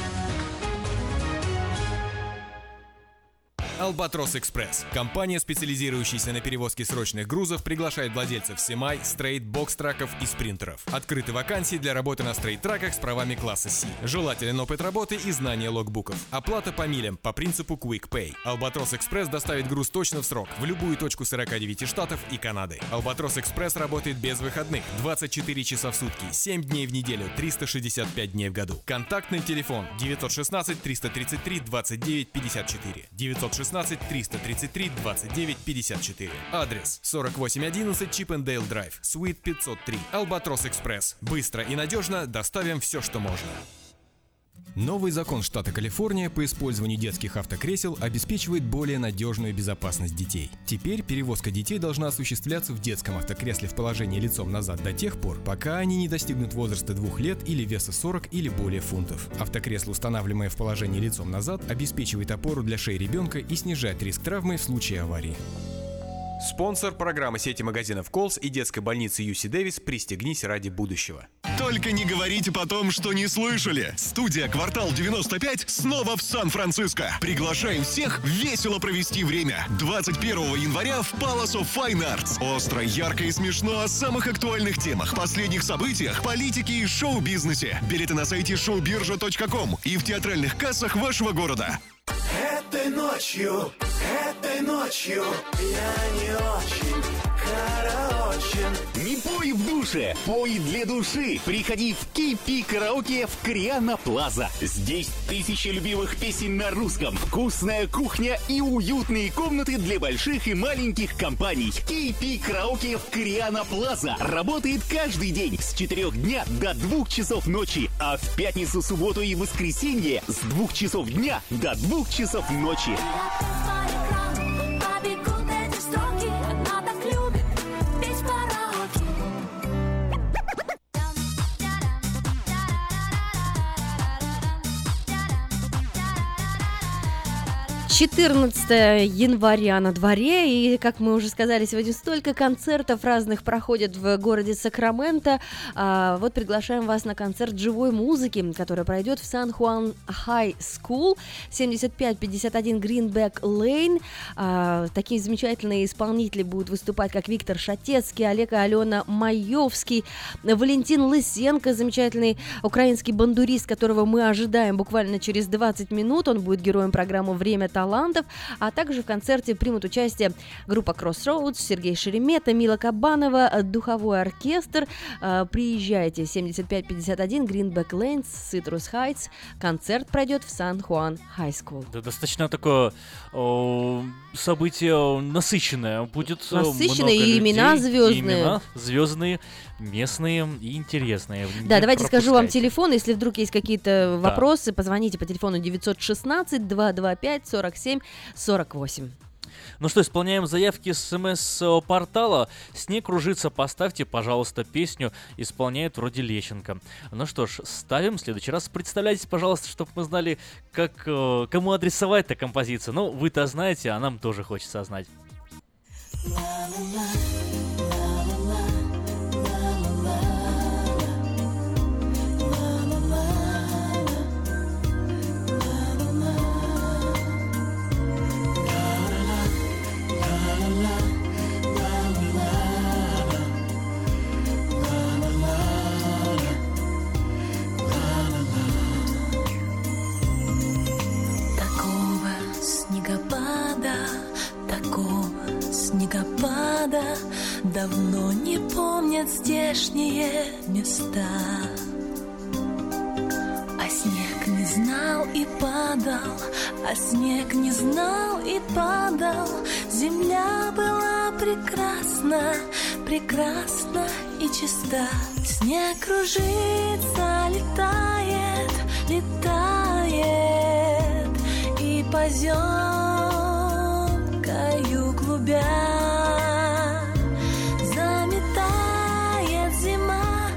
Albatros Express. Компания, специализирующаяся на перевозке срочных грузов, приглашает владельцев семай, стрейт, бокс-траков и спринтеров. Открыты вакансии для работы на стрейт-траках с правами класса C. Желателен опыт работы и знание логбуков. Оплата по милям по принципу Quick Pay. Albatros Express доставит груз точно в срок в любую точку 49 штатов и Канады. Albatros Express работает без выходных 24 часа в сутки, 7 дней в неделю, 365 дней в году. Контактный телефон 916 333 29 54. 916 333 29 54. Адрес 4811 Чиппендейл Драйв, Суит 503. Albatros Express. Быстро и надежно доставим все, что можно. Новый закон штата Калифорния по использованию детских автокресел обеспечивает более надежную безопасность детей. Теперь перевозка детей должна осуществляться в детском автокресле в положении лицом назад до тех пор, пока они не достигнут возраста 2 лет или веса 40 или более фунтов. Автокресло, устанавливаемое в положении лицом назад, обеспечивает опору для шеи ребенка и снижает риск травмы в случае аварии. Спонсор программы сети магазинов Колс и детской больницы Юси Дэвис «Пристегнись ради будущего». Только не говорите потом, что не слышали. Студия «Квартал 95» снова в Сан-Франциско. Приглашаем всех весело провести время. 21 января в Palace of Fine Arts. Остро, ярко и смешно о самых актуальных темах, последних событиях, политике и шоу-бизнесе. Билеты на сайте showbirja.com и в театральных кассах вашего города. Этой ночью я не очень караочен. Не пой в душе, пой для души. Приходи в KP Караоке в Криана Плаза. Здесь тысячи любимых песен на русском, вкусная кухня и уютные комнаты для больших и маленьких компаний. KP Караоке в Криана Плаза работает каждый день с 4 дня до 2 часов ночи, а в пятницу, субботу и воскресенье с 2 часов дня до 2 часов ночи. «14 января на дворе», и, как мы уже сказали, сегодня столько концертов разных проходят в городе Сакраменто. Вот приглашаем вас на концерт живой музыки, который пройдет в Сан-Хуан Хай Скул, 7551 Greenback Lane. Такие замечательные исполнители будут выступать, как Виктор Шатецкий, Олег и Алена Маевский, Валентин Лысенко, замечательный украинский бандурист, которого мы ожидаем буквально через 20 минут. Он будет героем программы «Время талантов». А также в концерте примут участие группа Crossroads, Сергей Шеремета, Мила Кабанова, духовой оркестр. Приезжайте, 7551 Greenback Lane, Citrus Heights. Концерт пройдет в Сан-Хуан Хай Скул. Да, достаточно такое событие насыщенное. Будет насыщенное, и людей, имена звездные. И имена звездные, местные и интересные. Да, давайте скажу вам телефон, если вдруг есть какие-то вопросы, позвоните по телефону 916-225-47-48. Ну что, исполняем заявки с СМС-портала. «Снег кружится», поставьте, пожалуйста, песню. Исполняет вроде Лещенко. Ну что ж, ставим. В следующий раз представляйтесь, пожалуйста, чтобы мы знали, как, кому адресовать эту композицию. Ну, вы-то знаете, а нам тоже хочется знать. Снегопада давно не помнят здешние места. А снег не знал и падал, а снег не знал и падал. Земля была прекрасна, прекрасна и чиста. Снег кружится, летает, летает, и поземкою клубя заметает зима,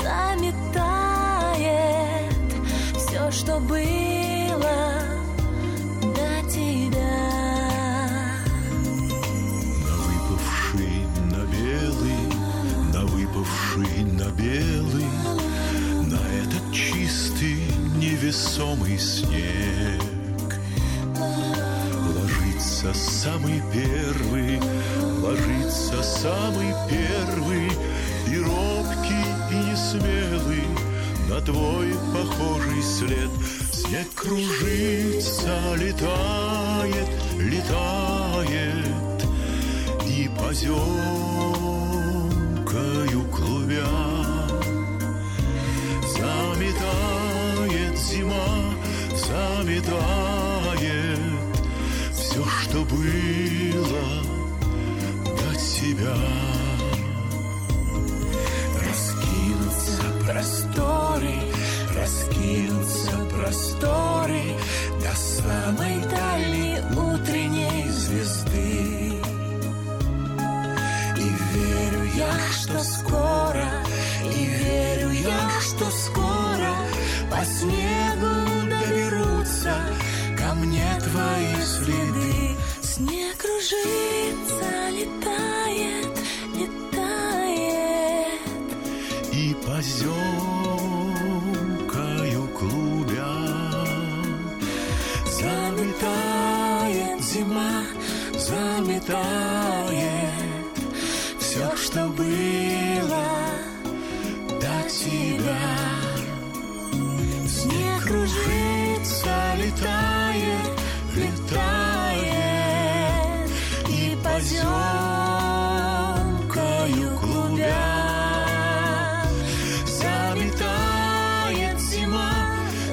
заметает все, что было до тебя. Выпавший на белый, на этот чистый невесомый снег ложится самый первый, ложится самый первый, и робкий, и несмелый на твой похожий след. Снег кружится, летает, летает, и поземкою клубя заметает зима, заметает все, что было до тебя. Раскинутся просторы, раскинутся просторы до самой дальней утренней звезды. И верю я, что скоро, и верю я, что скоро по снегу доберутся ко мне твои следы. Снег кружится, летает, летает, и поземкою клубя заметает зима, заметает все, что было до тебя. Снег кружится, летает, летает, и поземкою клубя заметает зима,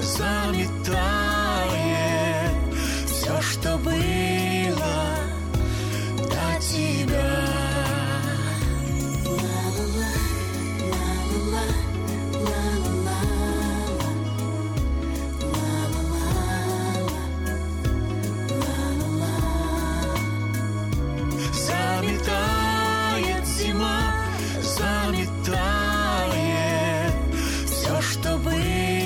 заметает все, что было до тебя. заметает зима, заметает все, что было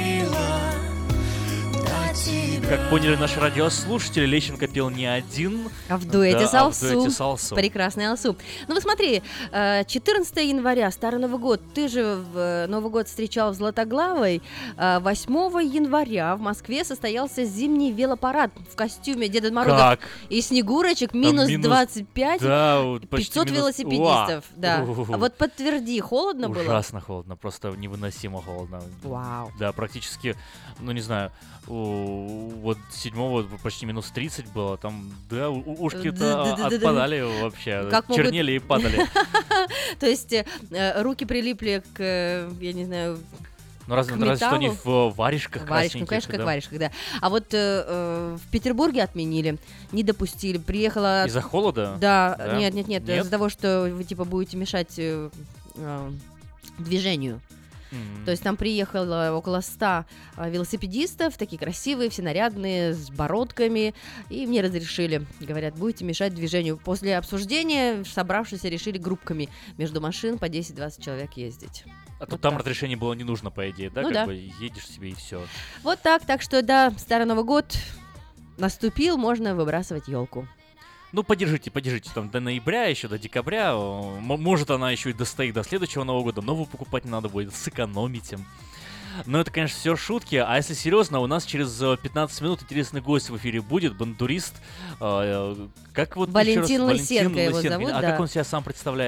до тебя. Как поняли наши радиослушатели, Лещенко пел не один, а в дуэте с Алсу. в дуэте с Алсу. Прекрасный Алсу. Ну вот смотри, 14 января, Старый Новый год. Ты же в Новый год встречал в Златоглавой. 8 января в Москве состоялся зимний велопарад в костюме Деда Мороза и Снегурочек. Минус 25, да, вот 500 велосипедистов. Да. А вот подтверди, холодно было? Ужасно холодно, просто невыносимо холодно. Вау. Да, практически, ну не знаю, вот 7-го почти минус 30 было, там, да, ушки-то отпадали вообще, чернели и падали. То есть руки прилипли к, я не знаю, ну, разве что они в варежках красненьких. Ну, конечно, как варежках, да. А вот в Петербурге отменили, не допустили. Приехала... Из-за холода? Да, нет. Из-за того, что вы, типа, будете мешать движению. То есть там приехало около 100 велосипедистов, такие красивые, все нарядные, с бородками, и мне разрешили, говорят, будете мешать движению. После обсуждения собравшиеся решили группками между машин по 10-20 человек ездить. А вот тут там разрешение было не нужно, по идее, да? Ну, как бы едешь себе и все. Вот так что да, Старый Новый год наступил, можно выбрасывать елку. Ну, подержите, там до ноября, еще до декабря. Может, она еще и достоит до следующего Нового года. Новую покупать не надо будет, сэкономите. Но это, конечно, все шутки. А если серьезно, у нас через 15 минут интересный гость в эфире будет, бандурист. Как вот Валентин Лысенко его зовут, А как он себя сам представляет?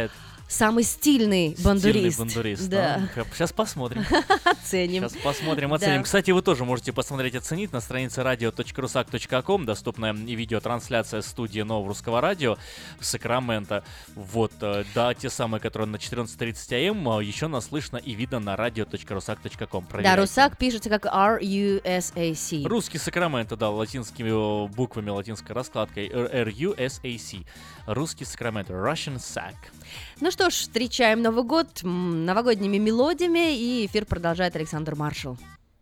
самый стильный бандурист. Стильный бандурист. Да. Сейчас посмотрим. Оценим. Сейчас посмотрим, оценим. Да. Кстати, вы тоже можете посмотреть, оценить на странице radio.rusak.com. Доступна и видеотрансляция студии Нового Русского Радио в Сакраменто. Вот, да, те самые, которые на 14:30 АМ, еще нас слышно и видно на radio.rusak.com. Да, Русак пишется как R-U-S-A-C. Русский Сакраменто, да, латинскими буквами, латинской раскладкой R-U-S-A-C. Русский Сакраменто, Russian Sac. Ну что ж, встречаем Новый год новогодними мелодиями, и эфир продолжает Александр Маршал.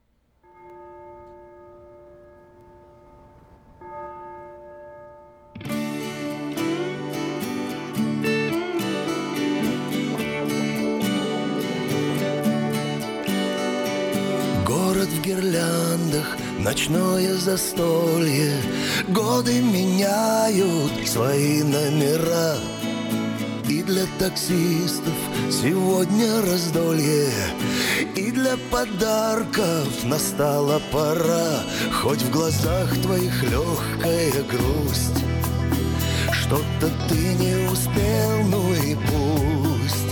Город в гирляндах, ночное застолье, годы меняют свои номера. И для таксистов сегодня раздолье, и для подарков настала пора. Хоть в глазах твоих легкая грусть, что-то ты не успел, ну и пусть.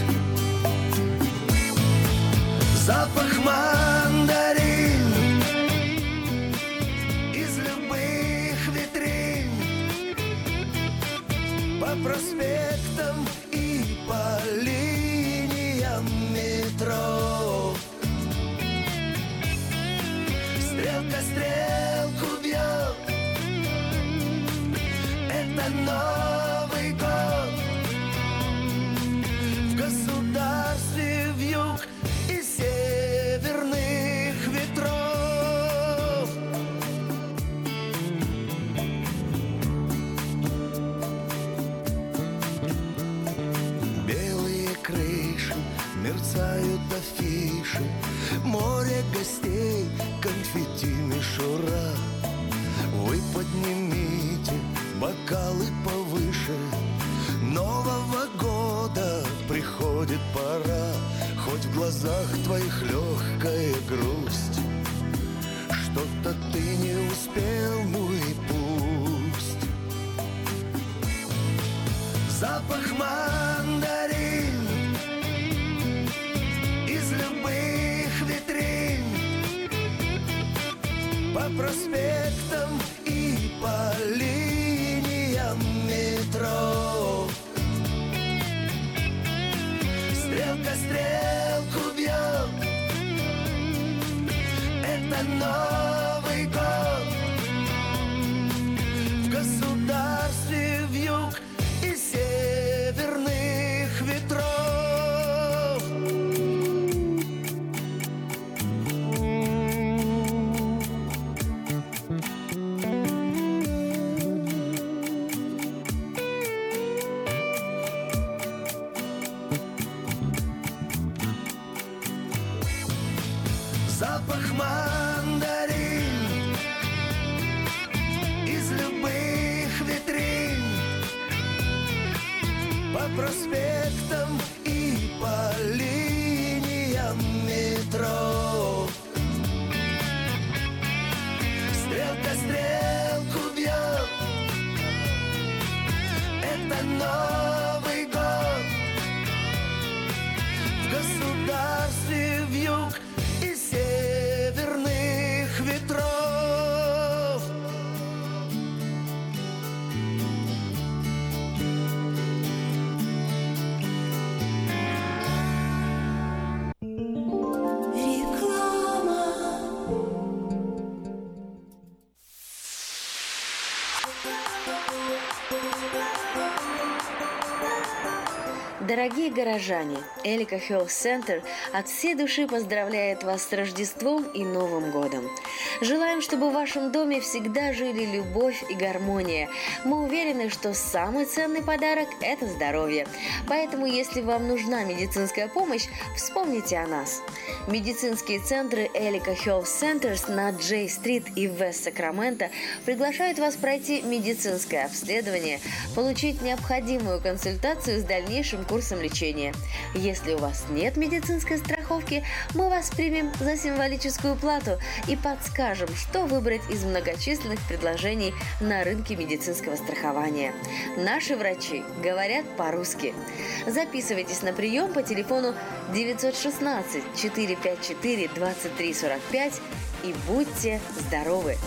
Запах мандарин из любых витрин, по проспектам и по линиям метро. Стрелка стрелку бьет, это Новый год. В государстве вьюг и северных ветров. Белые крыши, мерцают афиши, море гостей, конфетти мишура. Вы поднимите бокалы повыше, Нового года приходит пора. Хоть в глазах твоих легкая грусть, что-то ты не успел, ну и пусть. Запах мандарин из любых витрин, по проспектам и по линиям метро. Стрелка стрелку бьет, это Новый год. В государстве вьюг и северных ветров. Запах мандарин из любых витрин, по проспектам и по линиям метро. Стрелка стрелку бьет, это Новый год. В государстве вьюг и северных ветров. Дорогие горожане, Элика Health Center от всей души поздравляет вас с Рождеством и Новым годом. Желаем, чтобы в вашем доме всегда жили любовь и гармония. Мы уверены, что самый ценный подарок – это здоровье. Поэтому, если вам нужна медицинская помощь, вспомните о нас. Медицинские центры Элика Health Centers на Джей-стрит и в Вест-Сакраменто приглашают вас пройти медицинское обследование, получить необходимую консультацию с дальнейшим курсом процессом лечения. Если у вас нет медицинской страховки, мы вас примем за символическую плату и подскажем, что выбрать из многочисленных предложений на рынке медицинского страхования. Наши врачи говорят по-русски. Записывайтесь на прием по телефону 916 454 2345 и будьте здоровы!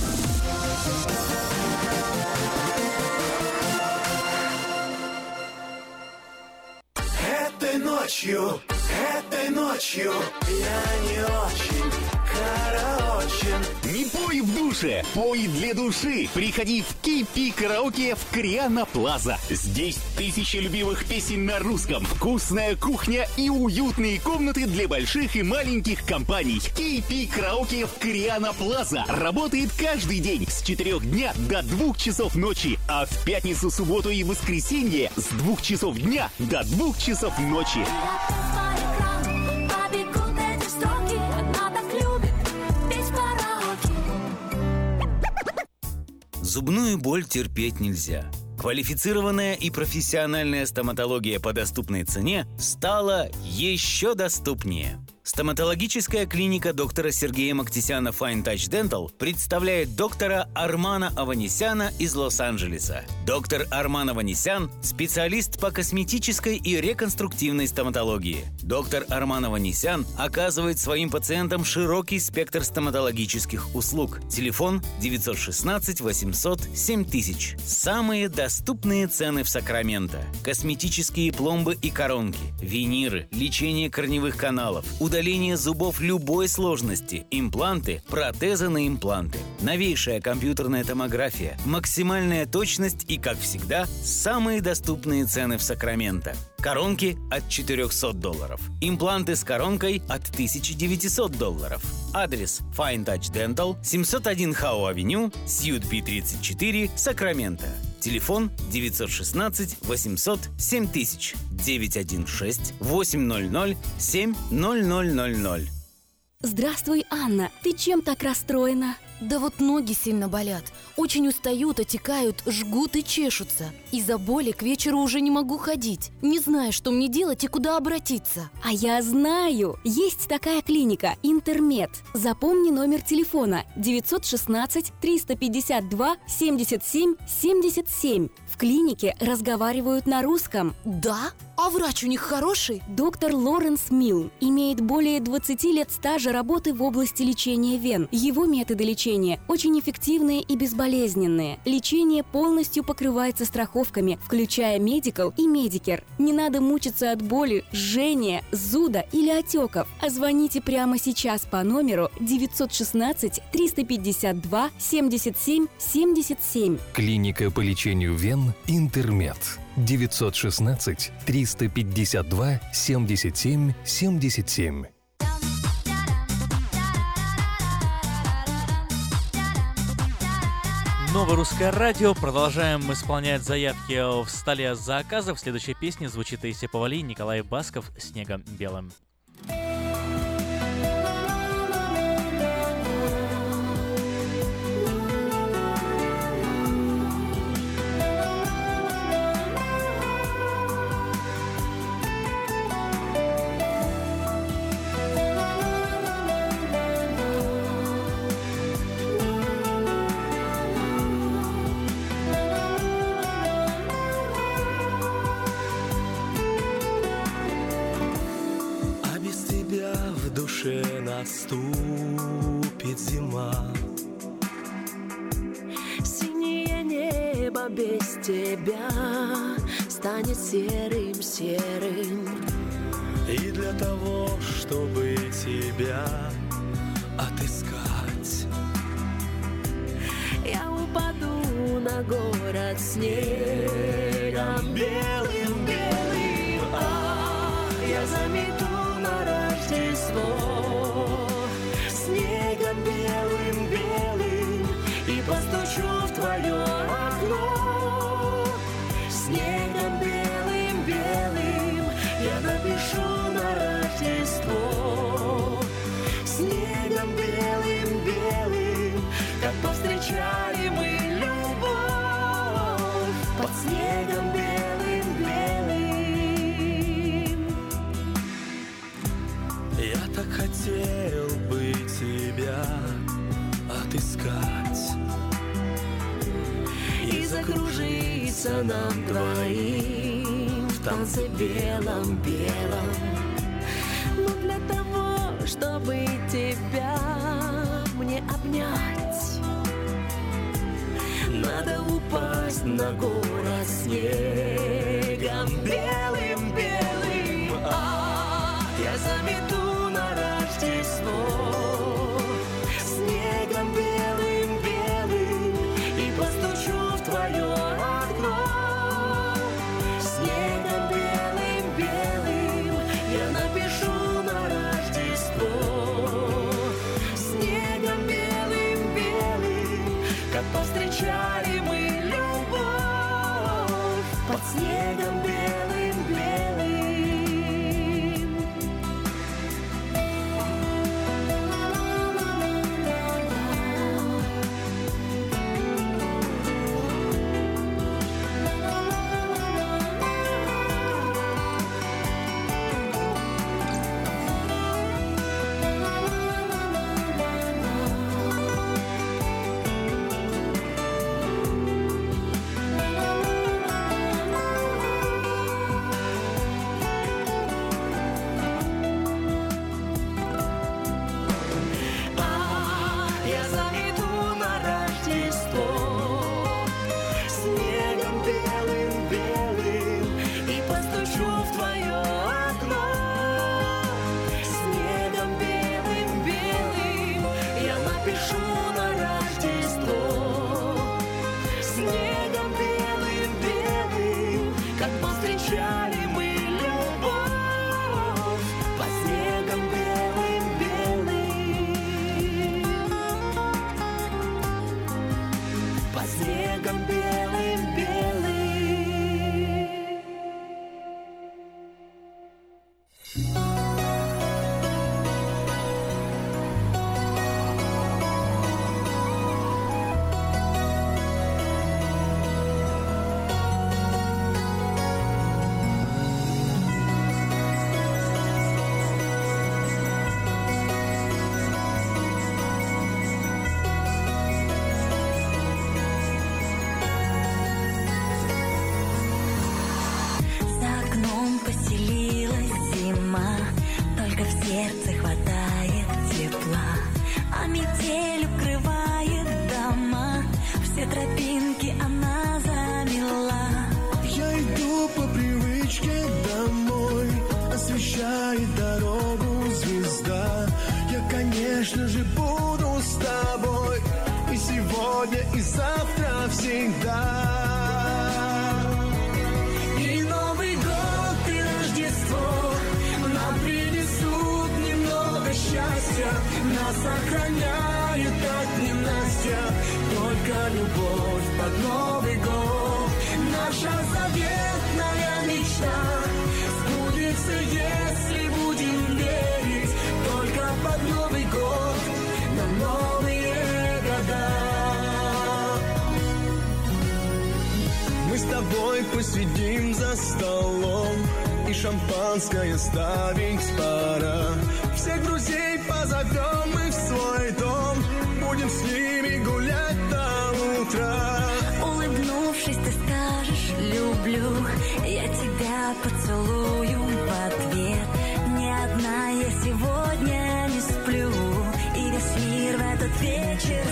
Этой ночью я не очень караочен. Не пой в душе, пой для души. Приходи в Кипи караоке в Криана Плаза. Здесь тысячи любимых песен на русском, вкусная кухня и уютные комнаты для больших и маленьких компаний. Кипи караоке в Криана Плаза работает каждый день с 4 дня до 2 часов ночи, а в пятницу, субботу и воскресенье с 2 часов дня до 2 часов ночи. Зубную боль терпеть нельзя. Квалифицированная и профессиональная стоматология по доступной цене стала еще доступнее. Стоматологическая клиника доктора Сергея Мактисяна Fine Touch Dental представляет доктора Армана Аванесяна из Лос-Анджелеса. Доктор Арман Аванесян – специалист по косметической и реконструктивной стоматологии. Доктор Арман Аванесян оказывает своим пациентам широкий спектр стоматологических услуг. Телефон 916 800 7000. Самые доступные цены в Сакраменто. Косметические пломбы и коронки, виниры, лечение корневых каналов, удаление зубов любой сложности, импланты, протезы на импланты, новейшая компьютерная томография, максимальная точность и, как всегда, самые доступные цены в Сакраменто. Коронки от $400, импланты с коронкой от $1900. Адрес Fine Touch Dental, 701 Хау-авеню, Сьют Би-34, Сакраменто. Телефон 916 800 7000 916 800 7000. Здравствуй, Анна. Ты чем так расстроена? Да вот ноги сильно болят. Очень устают, отекают, жгут и чешутся. Из-за боли к вечеру уже не могу ходить. Не знаю, что мне делать и куда обратиться. А я знаю! Есть такая клиника «Интермед». Запомни номер телефона 916 352 77 77. В клинике разговаривают на русском. Да? А врач у них хороший? Доктор Лоренс Милн имеет более 20 лет стажа работы в области лечения вен. Его методы лечения очень эффективные и безболезненные. Лечение полностью покрывается страховками, включая Medical и Medicare. Не надо мучиться от боли, жжения, зуда или отеков. А звоните прямо сейчас по номеру 916 352 77 77. Клиника по лечению вен «Интермед». 916 352 77 77. Новое русское радио. Продолжаем исполнять заявки в столе заказов. Следующая песня звучит Таисия Повалий, Николай Басков «Снегом белым». Наступит зима. Синее небо без тебя станет серым-серым. И для того, чтобы тебя отыскать, я упаду на город снегом белым-белым. Я замету на Рождество снегом белым-белым и постучу в твое окно. Снегом белым-белым я напишу на Рождество. Снегом белым-белым, как повстречали мы любовь под снегом белым-белым. хотел бы тебя отыскать и закружиться нам двоим в танце белом-белом. Но для того, чтобы тебя мне обнять, надо упасть на город снегом белым-белым. Я замету на Рождество снегом белым-белым и постучу в твое окно. Снегом белым-белым я напишу на Рождество. Снегом белым-белым, как повстречали мы любовь под снегом белым-белым. Посидим за столом и шампанское ставить пора. Всех друзей позовем мы в свой дом, будем с ними гулять до утра. улыбнувшись, ты скажешь «люблю», я тебя поцелую в ответ. Ни одна я сегодня не сплю, и весь мир в этот вечер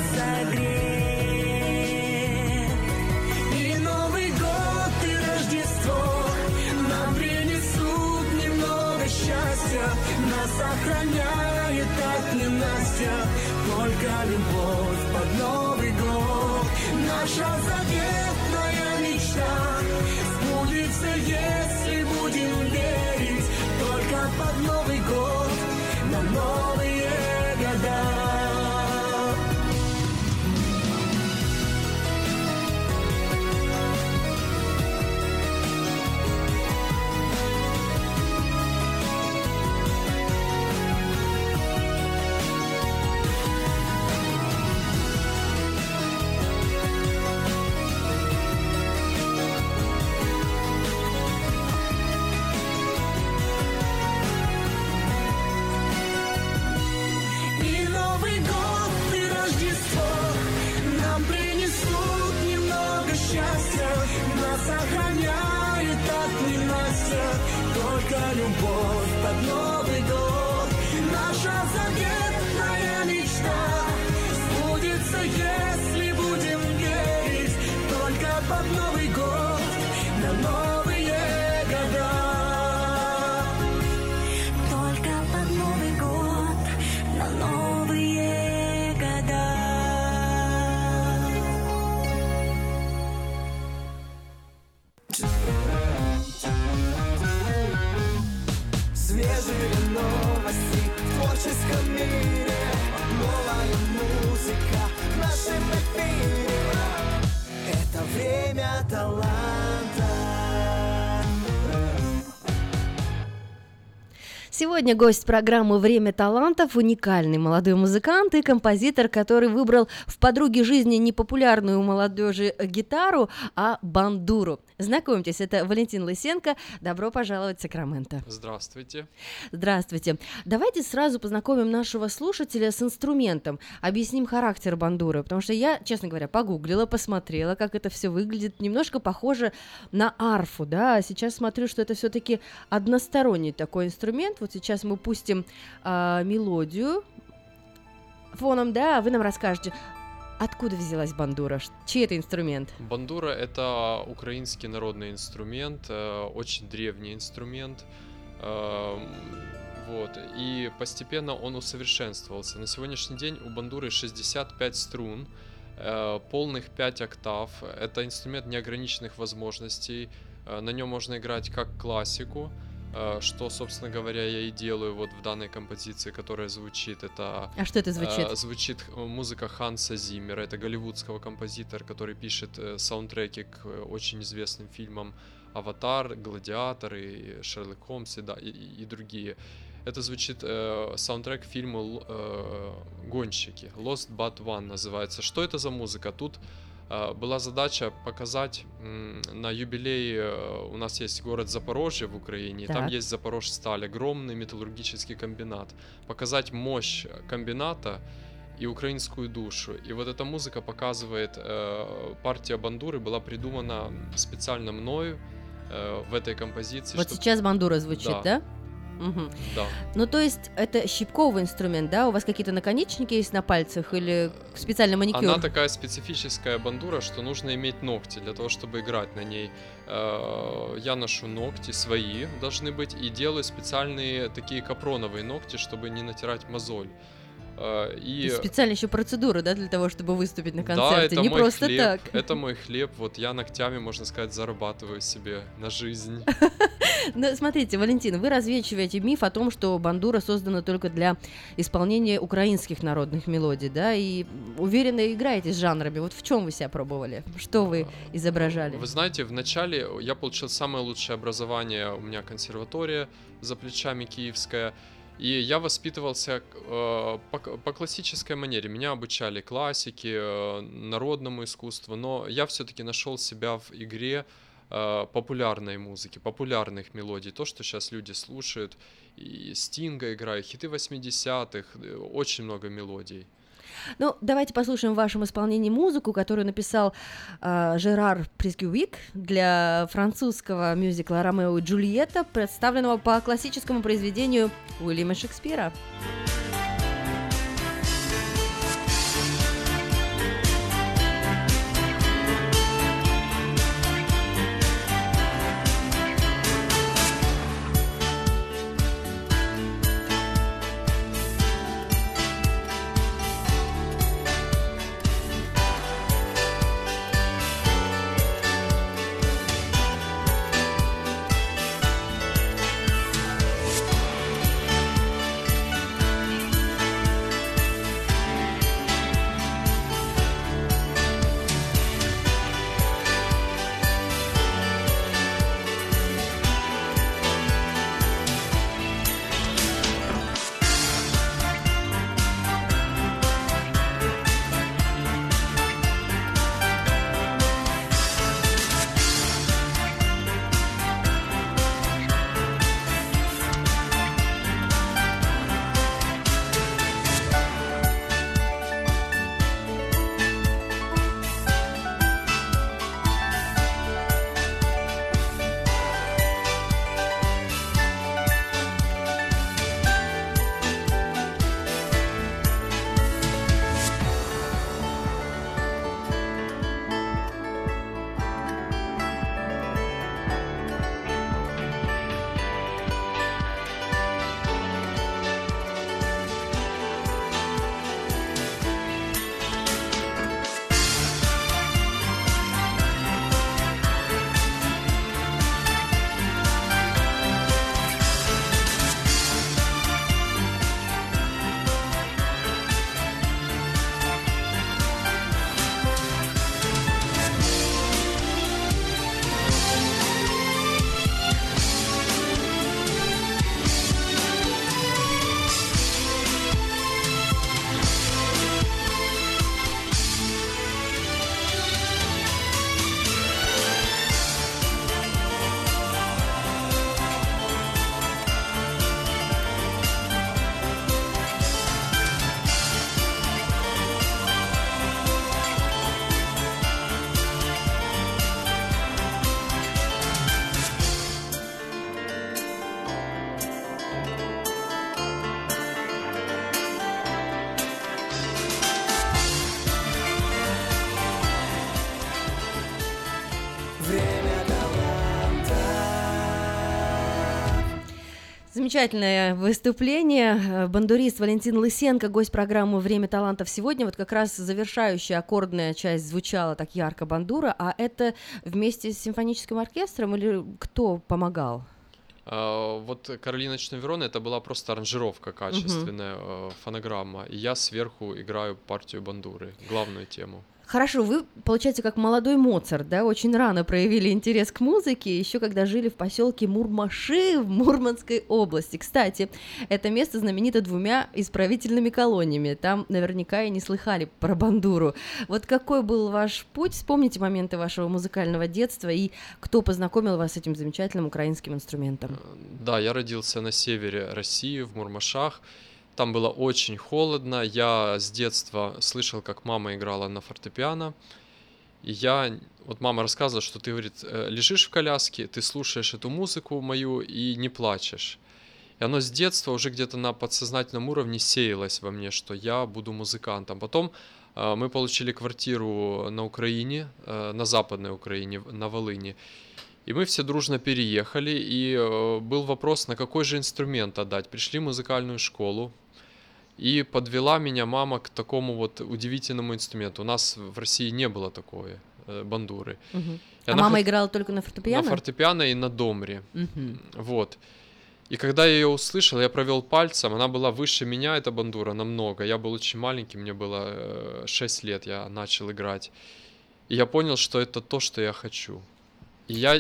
согрет. И Новый год, и Рождество нам принесут немного счастья. Нас охраняет от ненастья только любовь под Новый год. Наша заветная мечта сбудется, если будем верить только под Новый год на новые года. Нас охраняет от ненастья только любовь под Новый год. Наша заветная мечта сбудется, если будем верить только под Новый год, на новые года. Только под Новый год, на новые года. Свежие новости в творческом мире, новая музыка в нашем эфире. Это время таланта. Сегодня гость программы «Время талантов» — уникальный молодой музыкант и композитор, который выбрал в подруге жизни не популярную у молодежи гитару, а бандуру. Знакомьтесь, это Валентин Лысенко. Добро пожаловать в Сакраменто. Здравствуйте. Здравствуйте. Давайте сразу познакомим нашего слушателя с инструментом, объясним характер бандуры, потому что я, честно говоря, погуглила, посмотрела, как это все выглядит. Немножко похоже на арфу, да, а сейчас смотрю, что это все-таки односторонний такой инструмент. Вот сейчас мы пустим мелодию фоном, да, вы нам расскажете, откуда взялась бандура, чей это инструмент? Бандура — это украинский народный инструмент, очень древний инструмент, вот, и постепенно он усовершенствовался. На сегодняшний день у бандуры 65 струн, полных 5 октав. Это инструмент неограниченных возможностей, на нем можно играть как классику, что, собственно говоря, я и делаю вот в данной композиции, которая звучит. Это, что это звучит? Звучит музыка Ханса Зиммера. Это голливудского композитора, который пишет саундтреки к очень известным фильмам «Аватар», «Гладиатор» и «Шерлок Холмс» и другие. Это звучит саундтрек к фильму «Гонщики». «Lost But One» называется. Что это за музыка? Тут была задача показать на юбилей, у нас есть город Запорожье в Украине, там есть Запорожсталь, огромный металлургический комбинат, показать мощь комбината и украинскую душу. И вот эта музыка показывает, партия бандуры была придумана специально мною в этой композиции. Вот сейчас бандура звучит, да? Угу. Да. Ну, то есть это щипковый инструмент, да? У вас какие-то наконечники есть на пальцах или специальный маникюр? Она такая специфическая бандура, что нужно иметь ногти для того, чтобы играть на ней. Я ношу ногти, свои должны быть, и делаю специальные такие капроновые ногти, чтобы не натирать мозоль. И специальная еще процедура, да, для того, чтобы выступить на концерте, да, это не мой просто хлеб, так. Это мой хлеб, вот я ногтями, можно сказать, зарабатываю себе на жизнь. Ну, смотрите, Валентин, вы развенчиваете миф о том, что бандура создана только для исполнения украинских народных мелодий, да, и уверенно играете с жанрами. Вот в чем вы себя пробовали? Что вы изображали? Вы знаете, вначале я получил самое лучшее образование, у меня консерватория за плечами киевская, и я воспитывался по классической манере. Меня обучали классике, народному искусству, но я все-таки нашел себя в игре популярной музыки, популярных мелодий, то, что сейчас люди слушают, и Стинга играю, хиты 80-х, очень много мелодий. Ну, давайте послушаем в вашем исполнении музыку, которую написал Жерар Прескювик для французского мюзикла «Ромео и Джульетта», представленного по классическому произведению Уильяма Шекспира. Замечательное выступление. Бандурист Валентин Лысенко, гость программы «Время талантов» сегодня. Вот как раз завершающая аккордная часть звучала так ярко бандура, а это вместе с симфоническим оркестром или кто помогал? Вот «Каролина Ночной Вероны» это была просто аранжировка качественная, фонограмма, и я сверху играю партию бандуры, главную тему. Хорошо, вы, получается, как молодой Моцарт, да, очень рано проявили интерес к музыке, еще когда жили в поселке Мурмаши в Мурманской области. Кстати, это место знаменито 2 исправительными колониями, там наверняка и не слыхали про бандуру. Вот какой был ваш путь? Вспомните моменты вашего музыкального детства и кто познакомил вас с этим замечательным украинским инструментом? Да, я родился на севере России, в Мурмашах. Там было очень холодно, я с детства слышал, как мама играла на фортепиано, и вот мама рассказывала, что ты, говорит, лежишь в коляске, ты слушаешь эту музыку мою и не плачешь. И оно с детства уже где-то на подсознательном уровне сеялось во мне, что я буду музыкантом. Потом мы получили квартиру на Украине, на Западной Украине, на Волыни. И мы все дружно переехали, и был вопрос, на какой же инструмент отдать. Пришли в музыкальную школу, и подвела меня мама к такому вот удивительному инструменту. У нас в России не было такой бандуры. А мама играла только на фортепиано? На фортепиано и на домре. Вот. И когда я ее услышал, я провел пальцем, она была выше меня, эта бандура, намного. Я был очень маленький, мне было 6 лет, я начал играть. И я понял, что это то, что я хочу. И я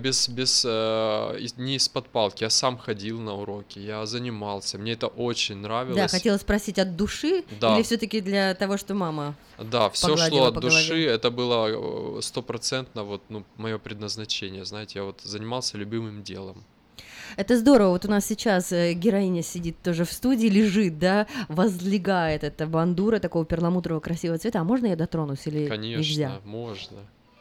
не из-под палки, я сам ходил на уроки, я занимался, мне это очень нравилось. Да, хотела спросить, от души или все-таки для того, что мама Да, все шло от по души, голове? это было 100% вот, мое предназначение, знаете, я вот занимался любимым делом. Это здорово, вот у нас сейчас героиня сидит тоже в студии, лежит, да, возлегает эта бандура такого перламутрового красивого цвета, а можно я дотронусь или Конечно, нельзя? можно.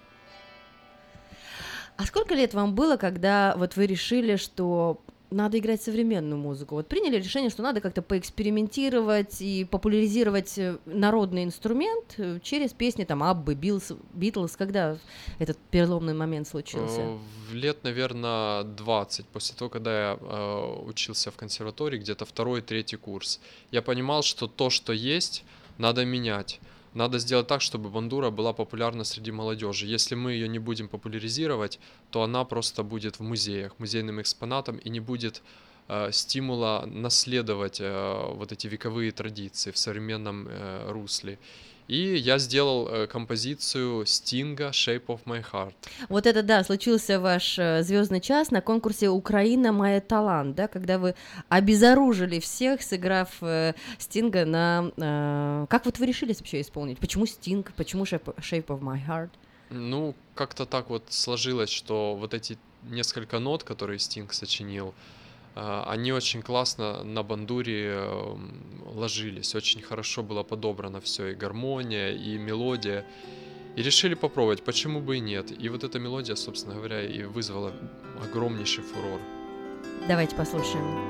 А сколько лет вам было, когда вот вы решили, что надо играть современную музыку? Вот приняли решение, что надо как-то поэкспериментировать и популяризировать народный инструмент через песни там Аббы, Битлз. Когда этот переломный момент случился? В лет, наверное, 20, после того, когда я учился в консерватории, где-то 2-3 курс, я понимал, что то, что есть, надо менять. Надо сделать так, чтобы бандура была популярна среди молодежи. Если мы ее не будем популяризировать, то она просто будет в музеях, музейным экспонатом, и не будет стимула наследовать вот эти вековые традиции в современном русле. И я сделал композицию Стинга «Shape of my heart». Вот это, да, случился ваш звездный час на конкурсе «Украина. Мой талант», да, когда вы обезоружили всех, сыграв Стинга на... Как вот вы решили вообще исполнить? Почему Стинг? Почему «Shape of my heart»? Ну, как-то так вот сложилось, что вот эти несколько нот, которые Стинг сочинил, они очень классно на бандуре ложились, очень хорошо было подобрано все, и гармония, и мелодия. И решили попробовать, почему бы и нет. И вот эта мелодия, собственно говоря, и вызвала огромнейший фурор. Давайте послушаем.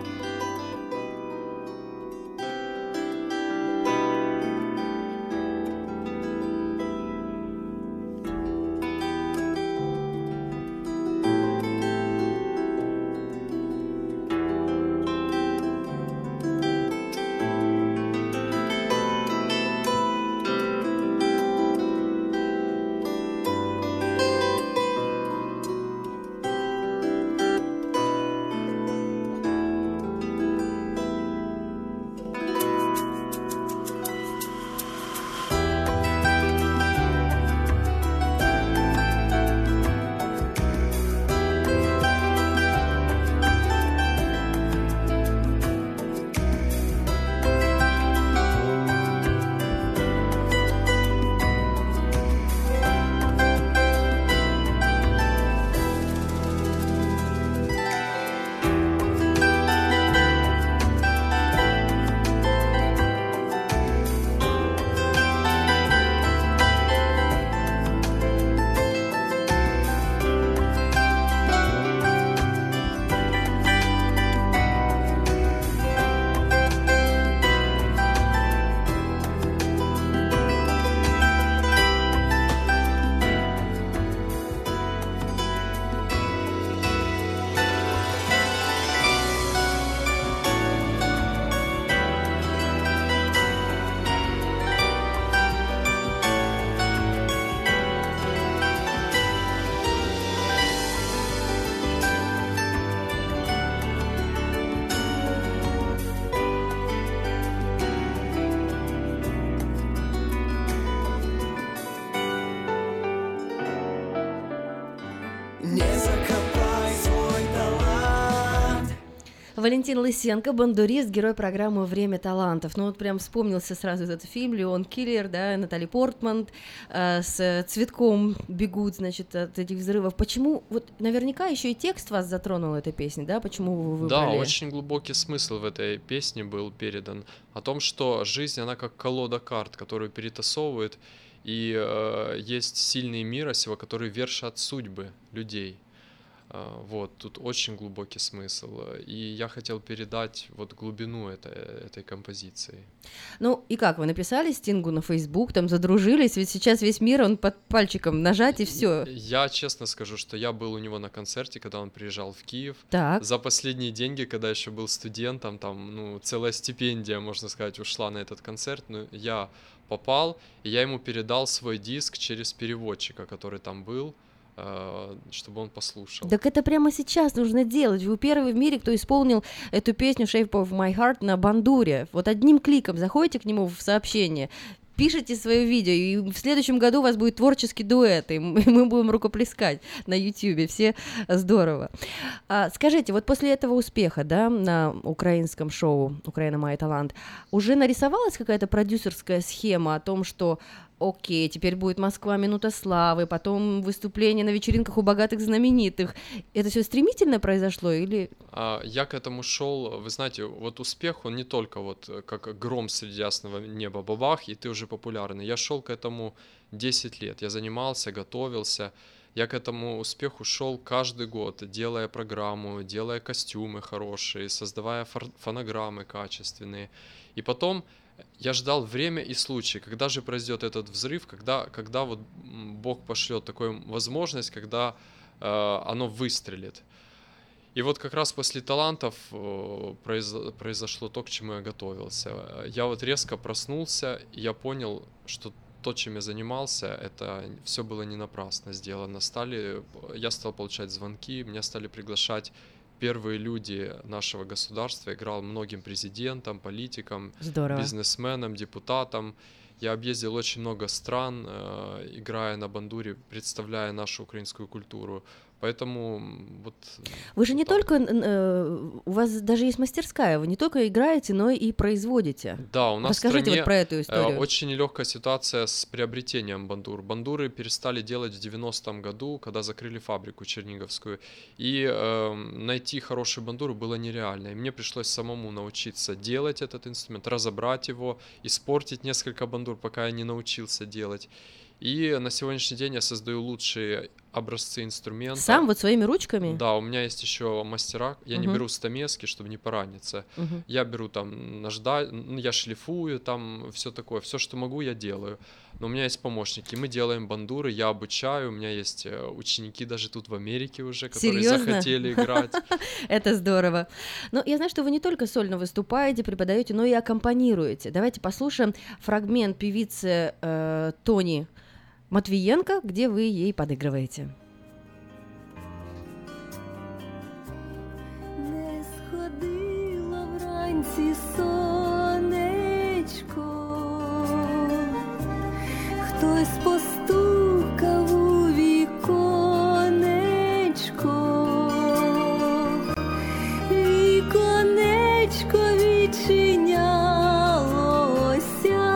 Валентин Лысенко, бандурист, герой программы «Время талантов». Ну вот прям вспомнился сразу этот фильм «Леон Киллер», да, Натали Портман с цветком бегут, значит, от этих взрывов. Почему, вот наверняка еще и текст вас затронул этой песни, да? Почему вы выбрали? Да, очень глубокий смысл в этой песне был передан. О том, что жизнь, она как колода карт, которую перетасовывает, и есть сильные мира сего, которые вершат судьбы людей. Вот, тут очень глубокий смысл, и я хотел передать вот глубину этой композиции. Ну, и как, вы написали Стингу на Facebook, там задружились, ведь сейчас весь мир, он под пальчиком нажать, и все. Я честно скажу, что я был у него на концерте, когда он приезжал в Киев. Так. За последние деньги, когда еще был студентом, там, ну, целая стипендия, можно сказать, ушла на этот концерт, но я попал, и я ему передал свой диск через переводчика, который там был, чтобы он послушал. Так это прямо сейчас нужно делать. Вы первый в мире, кто исполнил эту песню Shape of My Heart на бандуре. Вот одним кликом заходите к нему в сообщение, пишите свое видео, и в следующем году у вас будет творческий дуэт, и мы будем рукоплескать на YouTube. Все здорово. Скажите, вот после этого успеха, да, на украинском шоу «Украина. Мой талант», уже нарисовалась какая-то продюсерская схема о том, что окей, теперь будет Москва, минута славы, потом выступление на вечеринках у богатых знаменитых. Это все стремительно произошло или... Я к этому шел, вы знаете, вот успех, он не только вот как гром среди ясного неба бабах, и ты уже популярный. Я шел к этому 10 лет, я занимался, готовился. Я к этому успеху шел каждый год, делая программу, делая костюмы хорошие, создавая фонограммы качественные. И потом я ждал время и случай, когда же произойдет этот взрыв, когда вот Бог пошлет такую возможность, когда оно выстрелит. И вот как раз после талантов произошло то, к чему я готовился. Я вот резко проснулся, и я понял, что то, чем я занимался, это все было не напрасно сделано. Я стал получать звонки, меня стали приглашать первые люди нашего государства, играл многим президентам, политикам, Здорово. Бизнесменам, депутатам. Я объездил очень много стран, играя на бандуре, представляя нашу украинскую культуру. Поэтому вот... Вы же не только... у вас даже есть мастерская, вы не только играете, но и производите. Да, у нас Расскажите в стране вот про эту историю. Очень нелегкая ситуация с приобретением бандур. Бандуры перестали делать в 90-м году, когда закрыли фабрику черниговскую. И найти хорошие бандуры было нереально. И мне пришлось самому научиться делать этот инструмент, разобрать его, испортить несколько бандур, пока я не научился делать. И на сегодняшний день я создаю лучшие образцы инструмента. Сам, вот своими ручками? Да, у меня есть еще мастера. Я не беру стамески, чтобы не пораниться. Я беру там наждачь, я шлифую, там все такое. Все, что могу, я делаю. Но у меня есть помощники. Мы делаем бандуры, я обучаю. У меня есть ученики даже тут в Америке уже, которые захотели играть. Это здорово. Но я знаю, что вы не только сольно выступаете, преподаете, но и аккомпанируете. Давайте послушаем фрагмент певицы Тони Матвиенко, где вы ей подыгрываете. Не сходила вранці сонечко, хтось постукав у віконечко, віконечко відчинялося.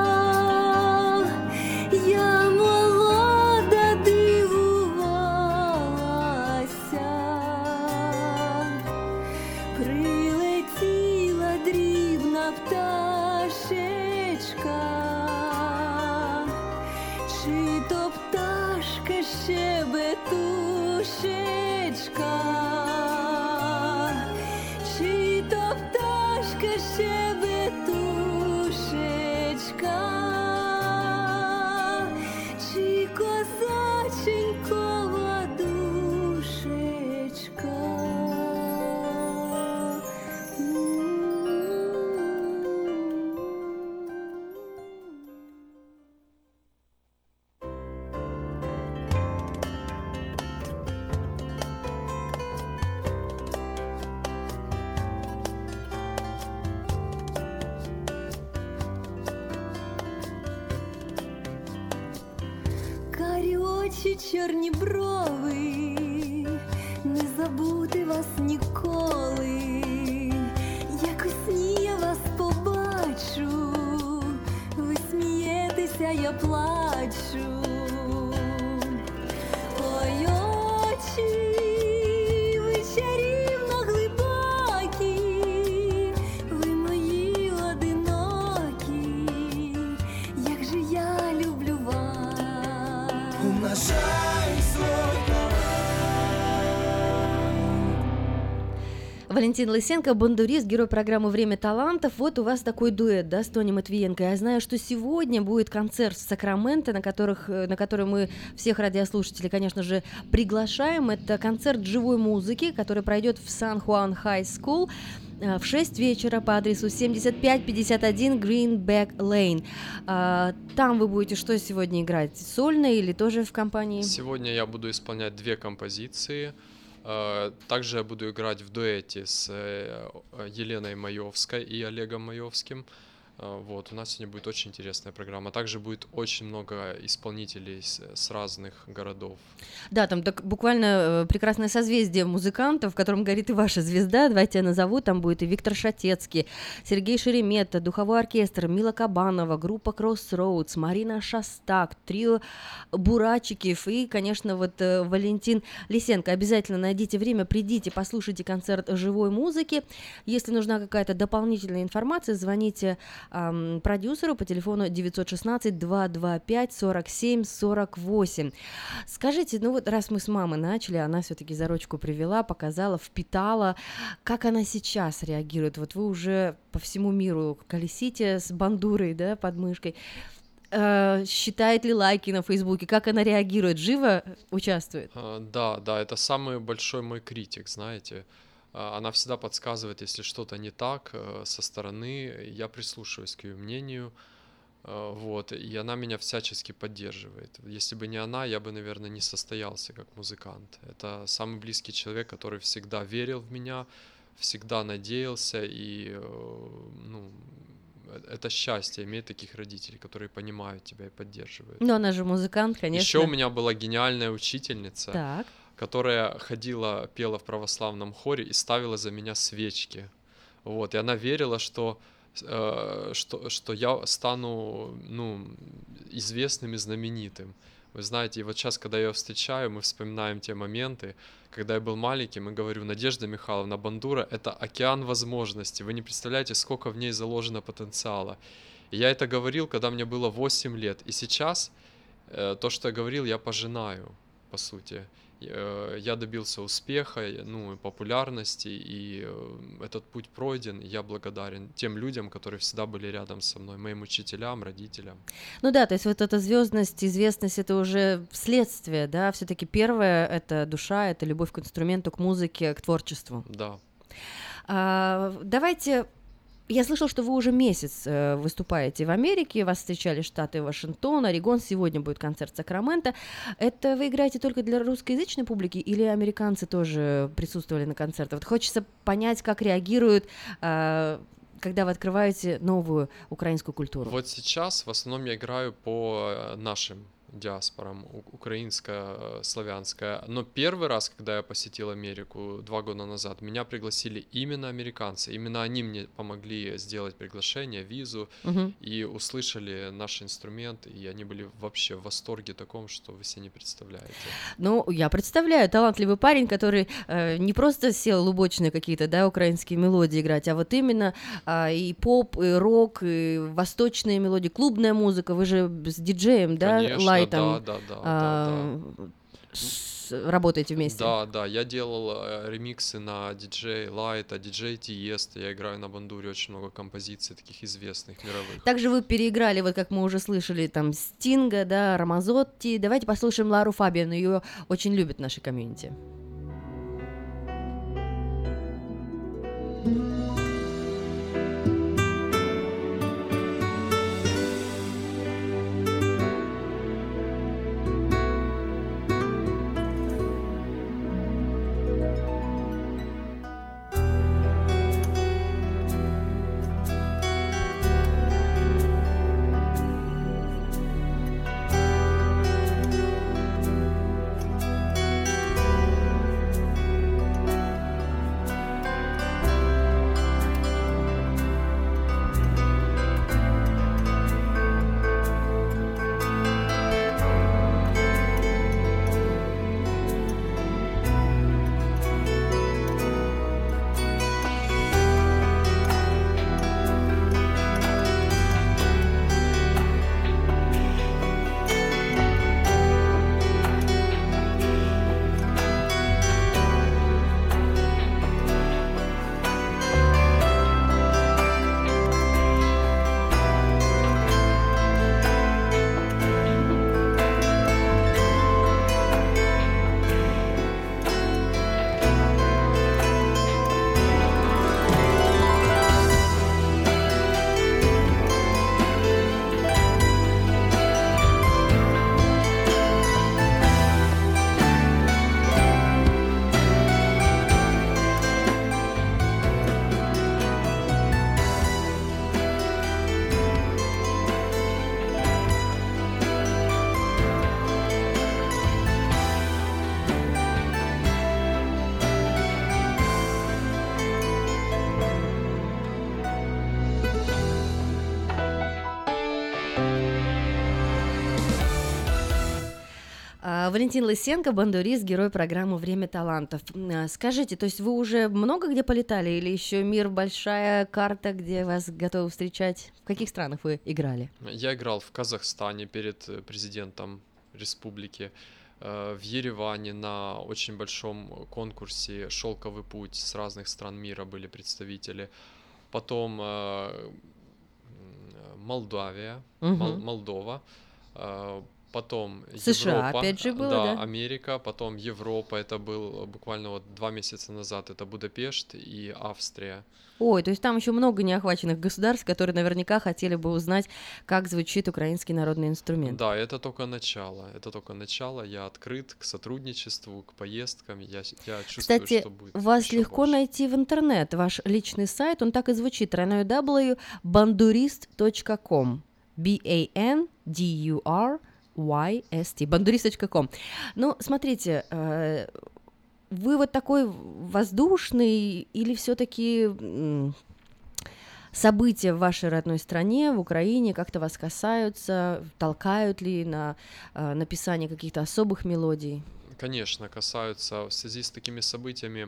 Я молода дивувалася, прилетіла дрібна пташечка, чи то пташка щебетушечка, чи то пташка щебетушечка. Чи козаченькова душечка. Карі очі, чорні брови, не забути вас ніколи. я плачу. Ой, очі ви чарівно глибокі, ви мої одинокі, як же я люблю вас. Умножай свой Валентин Лысенко, бандурист, герой программы «Время талантов». Вот у вас такой дуэт, да, с Тони Матвиенко. Я знаю, что сегодня будет концерт в Сакраменто, на который мы всех радиослушателей, конечно же, приглашаем. Это концерт живой музыки, который пройдет в Сан-Хуан Хай Скул в 6 вечера по адресу 7551 Greenback Lane. Там вы будете что сегодня играть? Сольно или тоже в компании? Сегодня я буду исполнять 2 композиции. Также я буду играть в дуэте с Еленой Маевской и Олегом Маевским. Вот, у нас сегодня будет очень интересная программа. Также будет очень много исполнителей с разных городов. Да, там так буквально прекрасное созвездие музыкантов, в котором горит и ваша звезда. Давайте я назову. Там будет и Виктор Шатецкий, Сергей Шеремета, Духовой оркестр, Мила Кабанова, группа Crossroads, Марина Шастак, трио Бурачиков и, конечно, вот Валентин Лысенко. Обязательно найдите время, придите, послушайте концерт живой музыки. Если нужна какая-то дополнительная информация, звоните продюсеру по телефону 916-225-47-48. Скажите, ну вот раз мы с мамой начали, она все-таки за ручку привела, показала, впитала, как она сейчас реагирует? Вот вы уже по всему миру колесите с бандурой, да, под мышкой. Считает ли лайки на Фейсбуке? Как она реагирует? Живо участвует? Да, это самый большой мой критик, знаете. Она всегда подсказывает, если что-то не так со стороны, я прислушиваюсь к ее мнению, вот, и она меня всячески поддерживает. Если бы не она, я бы, наверное, не состоялся как музыкант. Это самый близкий человек, который всегда верил в меня, всегда надеялся, и, ну, это счастье иметь таких родителей, которые понимают тебя и поддерживают. Но она же музыкант, конечно. Еще у меня была гениальная учительница. Так. Которая ходила, пела в православном хоре и ставила за меня свечки. Вот, и она верила, что я стану, ну, известным и знаменитым. Вы знаете, и вот сейчас, когда я ее встречаю, мы вспоминаем те моменты, когда я был маленьким, и говорю: Надежда Михайловна, бандура — это океан возможностей. Вы не представляете, сколько в ней заложено потенциала. И я это говорил, когда мне было 8 лет. И сейчас то, что я говорил, я пожинаю, по сути. Я добился успеха, ну, популярности, и этот путь пройден, и я благодарен тем людям, которые всегда были рядом со мной, моим учителям, родителям. Ну да, то есть вот эта звездность, известность — это уже следствие, да, все-таки первое — это душа, это любовь к инструменту, к музыке, к творчеству. Да. Давайте... Я слышала, что вы уже месяц выступаете в Америке, вас встречали штаты Вашингтон, Орегон, сегодня будет концерт Сакраменто. Это вы играете только для русскоязычной публики или американцы тоже присутствовали на концертах? Вот хочется понять, как реагируют, когда вы открываете новую украинскую культуру. Вот сейчас в основном я играю по нашим диаспорам, украинская, славянская. Но первый раз, когда я посетил Америку 2 года назад, меня пригласили именно американцы. Именно они мне помогли сделать приглашение, визу, и услышали наш инструмент, и они были вообще в восторге таком, что вы себе не представляете. Ну, я представляю, талантливый парень, который не просто сел лубочные какие-то, да, украинские мелодии играть, а вот именно и поп, и рок, и восточные мелодии, клубная музыка. Вы же с диджеем, да, Конечно, Лайтом да. Работаете вместе? Да, я делал ремиксы на диджей Лайта, диджей Тиеста, я играю на бандуре очень много композиций таких известных, мировых. Также вы переиграли, вот как мы уже слышали, там Стинга, да, Рамазотти. Давайте послушаем Лару Фабиан, ее очень любят в нашей комьюнити. Валентин Лысенко, бандурист, герой программы «Время талантов». Скажите, то есть вы уже много где полетали или еще мир большая карта, где вас готовы встречать? В каких странах вы играли? Я играл в Казахстане перед президентом республики, в Ереване на очень большом конкурсе «Шелковый путь», с разных стран мира были представители. Потом Молдавия, Молдова, потом США, Европа, опять же, было, да? Америка, потом Европа, это был буквально вот 2 месяца назад, это Будапешт и Австрия. Ой, то есть там еще много неохваченных государств, которые наверняка хотели бы узнать, как звучит украинский народный инструмент. Да, это только начало, я открыт к сотрудничеству, к поездкам, я чувствую, Кстати, что будет вас еще легко больше. найти в интернет, ваш личный сайт, он так и звучит, www.bandurist.com, BANDURYST, bandurist.com. Ну, смотрите, вы вот такой воздушный или все-таки события в вашей родной стране, в Украине, как-то вас касаются, толкают ли на написание каких-то особых мелодий? Конечно, касаются. В связи с такими событиями,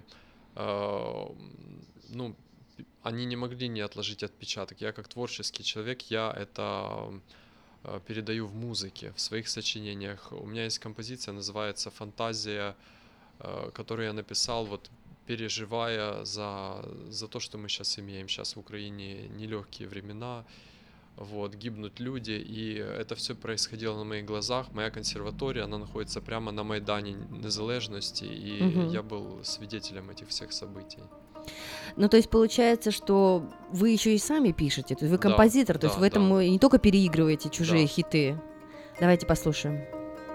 они не могли не отложить отпечаток. Я как творческий человек, я это передаю в музыке, в своих сочинениях. У меня есть композиция, называется «Фантазия», которую я написал, вот переживая за то, что мы сейчас имеем. Сейчас в Украине нелегкие времена, вот, гибнут люди, и это все происходило на моих глазах. Моя консерватория, она находится прямо на Майдане Незалежности, и я был свидетелем этих всех событий. Ну, то есть получается, что вы еще и сами пишете, то есть вы композитор, то есть в этом не только переигрываете чужие хиты. Давайте послушаем.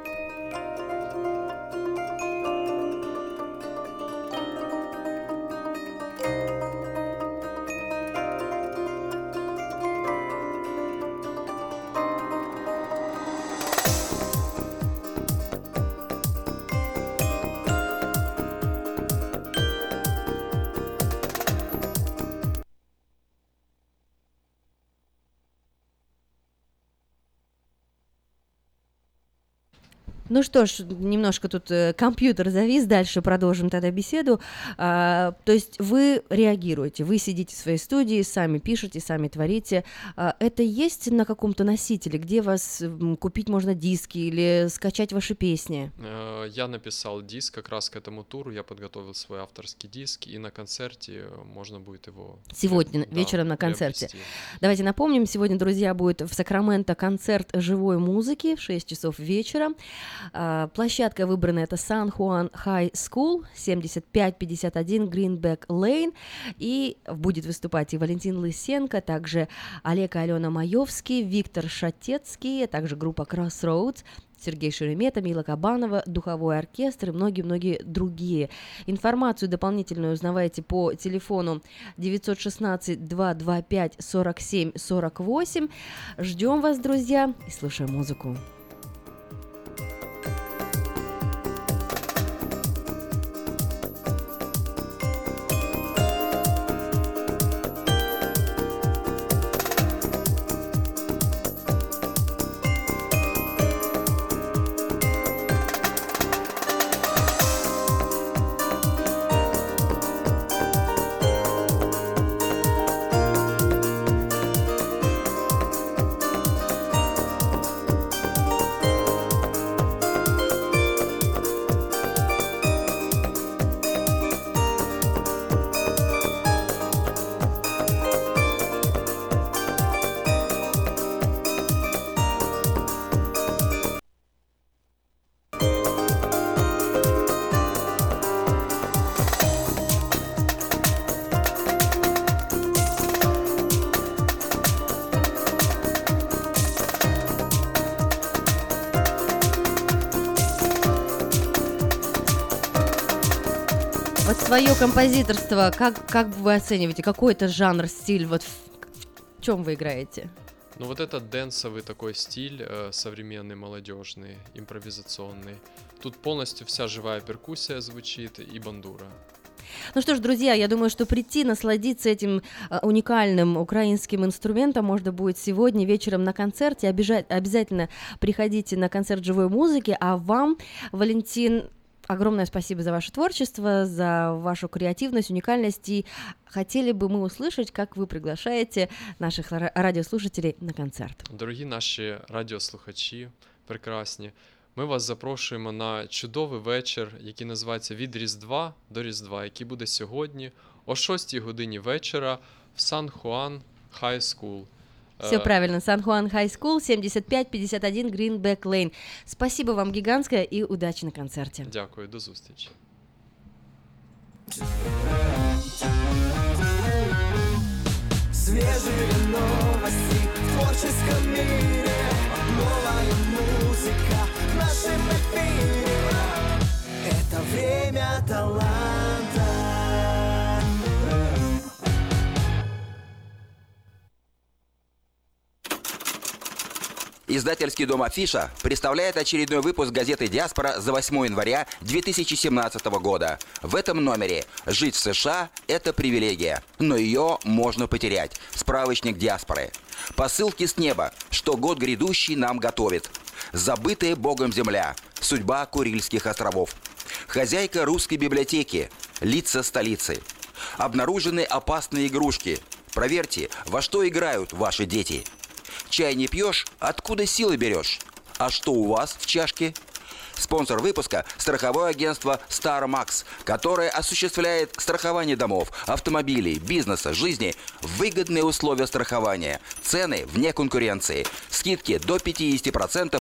Ну что ж, немножко тут компьютер завис, дальше продолжим тогда беседу. То есть вы реагируете, вы сидите в своей студии, сами пишете, сами творите. Это есть на каком-то носителе, где вас купить можно диски или скачать ваши песни? Я написал диск как раз к этому туру, я подготовил свой авторский диск, и на концерте можно будет его... Сегодня вечером на концерте. Давайте напомним, сегодня, друзья, будет в Сакраменто концерт живой музыки в 6 часов вечера. Площадка выбрана — это Сан Хуан Хай Скул, 7551 Гринбек Лейн, и будет выступать и Валентин Лысенко, также Олег и Алена Маевский, Виктор Шатецкий, а также группа Crossroads, Сергей Шеремета, Мила Кабанова, Духовой оркестр и многие-многие другие. Информацию дополнительную узнавайте по телефону 916-225-47-48. Ждем вас, друзья, и слушаем музыку. Вот свое композиторство, как вы оцениваете? Какой это жанр, стиль? Вот в чем вы играете? Ну вот этот дэнсовый такой стиль, современный, молодежный, импровизационный. Тут полностью вся живая перкуссия звучит и бандура. Ну что ж, друзья, я думаю, что прийти, насладиться этим уникальным украинским инструментом можно будет сегодня вечером на концерте. Обязательно приходите на концерт живой музыки, а вам, Валентин, огромное спасибо за ваше творчество, за вашу креативность, уникальность, и хотели бы мы услышать, как вы приглашаете наших радіослухателей на концерт. Дорогі наші радіослухачі прекрасні, ми вас запрошуємо на чудовий вечір, який називається «Від Різдва до Різдва», який буде сьогодні о 6 годині вечора в Сан-Хуан Хай Скул. Все правильно, Сан-Хуан Хай Скул, 7551 Greenback Lane. Спасибо вам гигантское и удачи на концерте. Дякую, до зустрічі. Свежие новости в творческом мире, новая музыка в нашем эфире. Это время таланта. Издательский дом «Афиша» представляет очередной выпуск газеты «Диаспора» за 8 января 2017 года. В этом номере «Жить в США – это привилегия, но ее можно потерять». Справочник «Диаспоры». Посылки с неба, что год грядущий нам готовит. Забытая Богом земля. Судьба Курильских островов. Хозяйка русской библиотеки. Лица столицы. Обнаружены опасные игрушки. Проверьте, во что играют ваши дети. Чай не пьешь, откуда силы берешь? А что у вас в чашке? Спонсор выпуска – страховое агентство StarMax, которое осуществляет страхование домов, автомобилей, бизнеса, жизни, выгодные условия страхования, цены вне конкуренции, скидки до 50%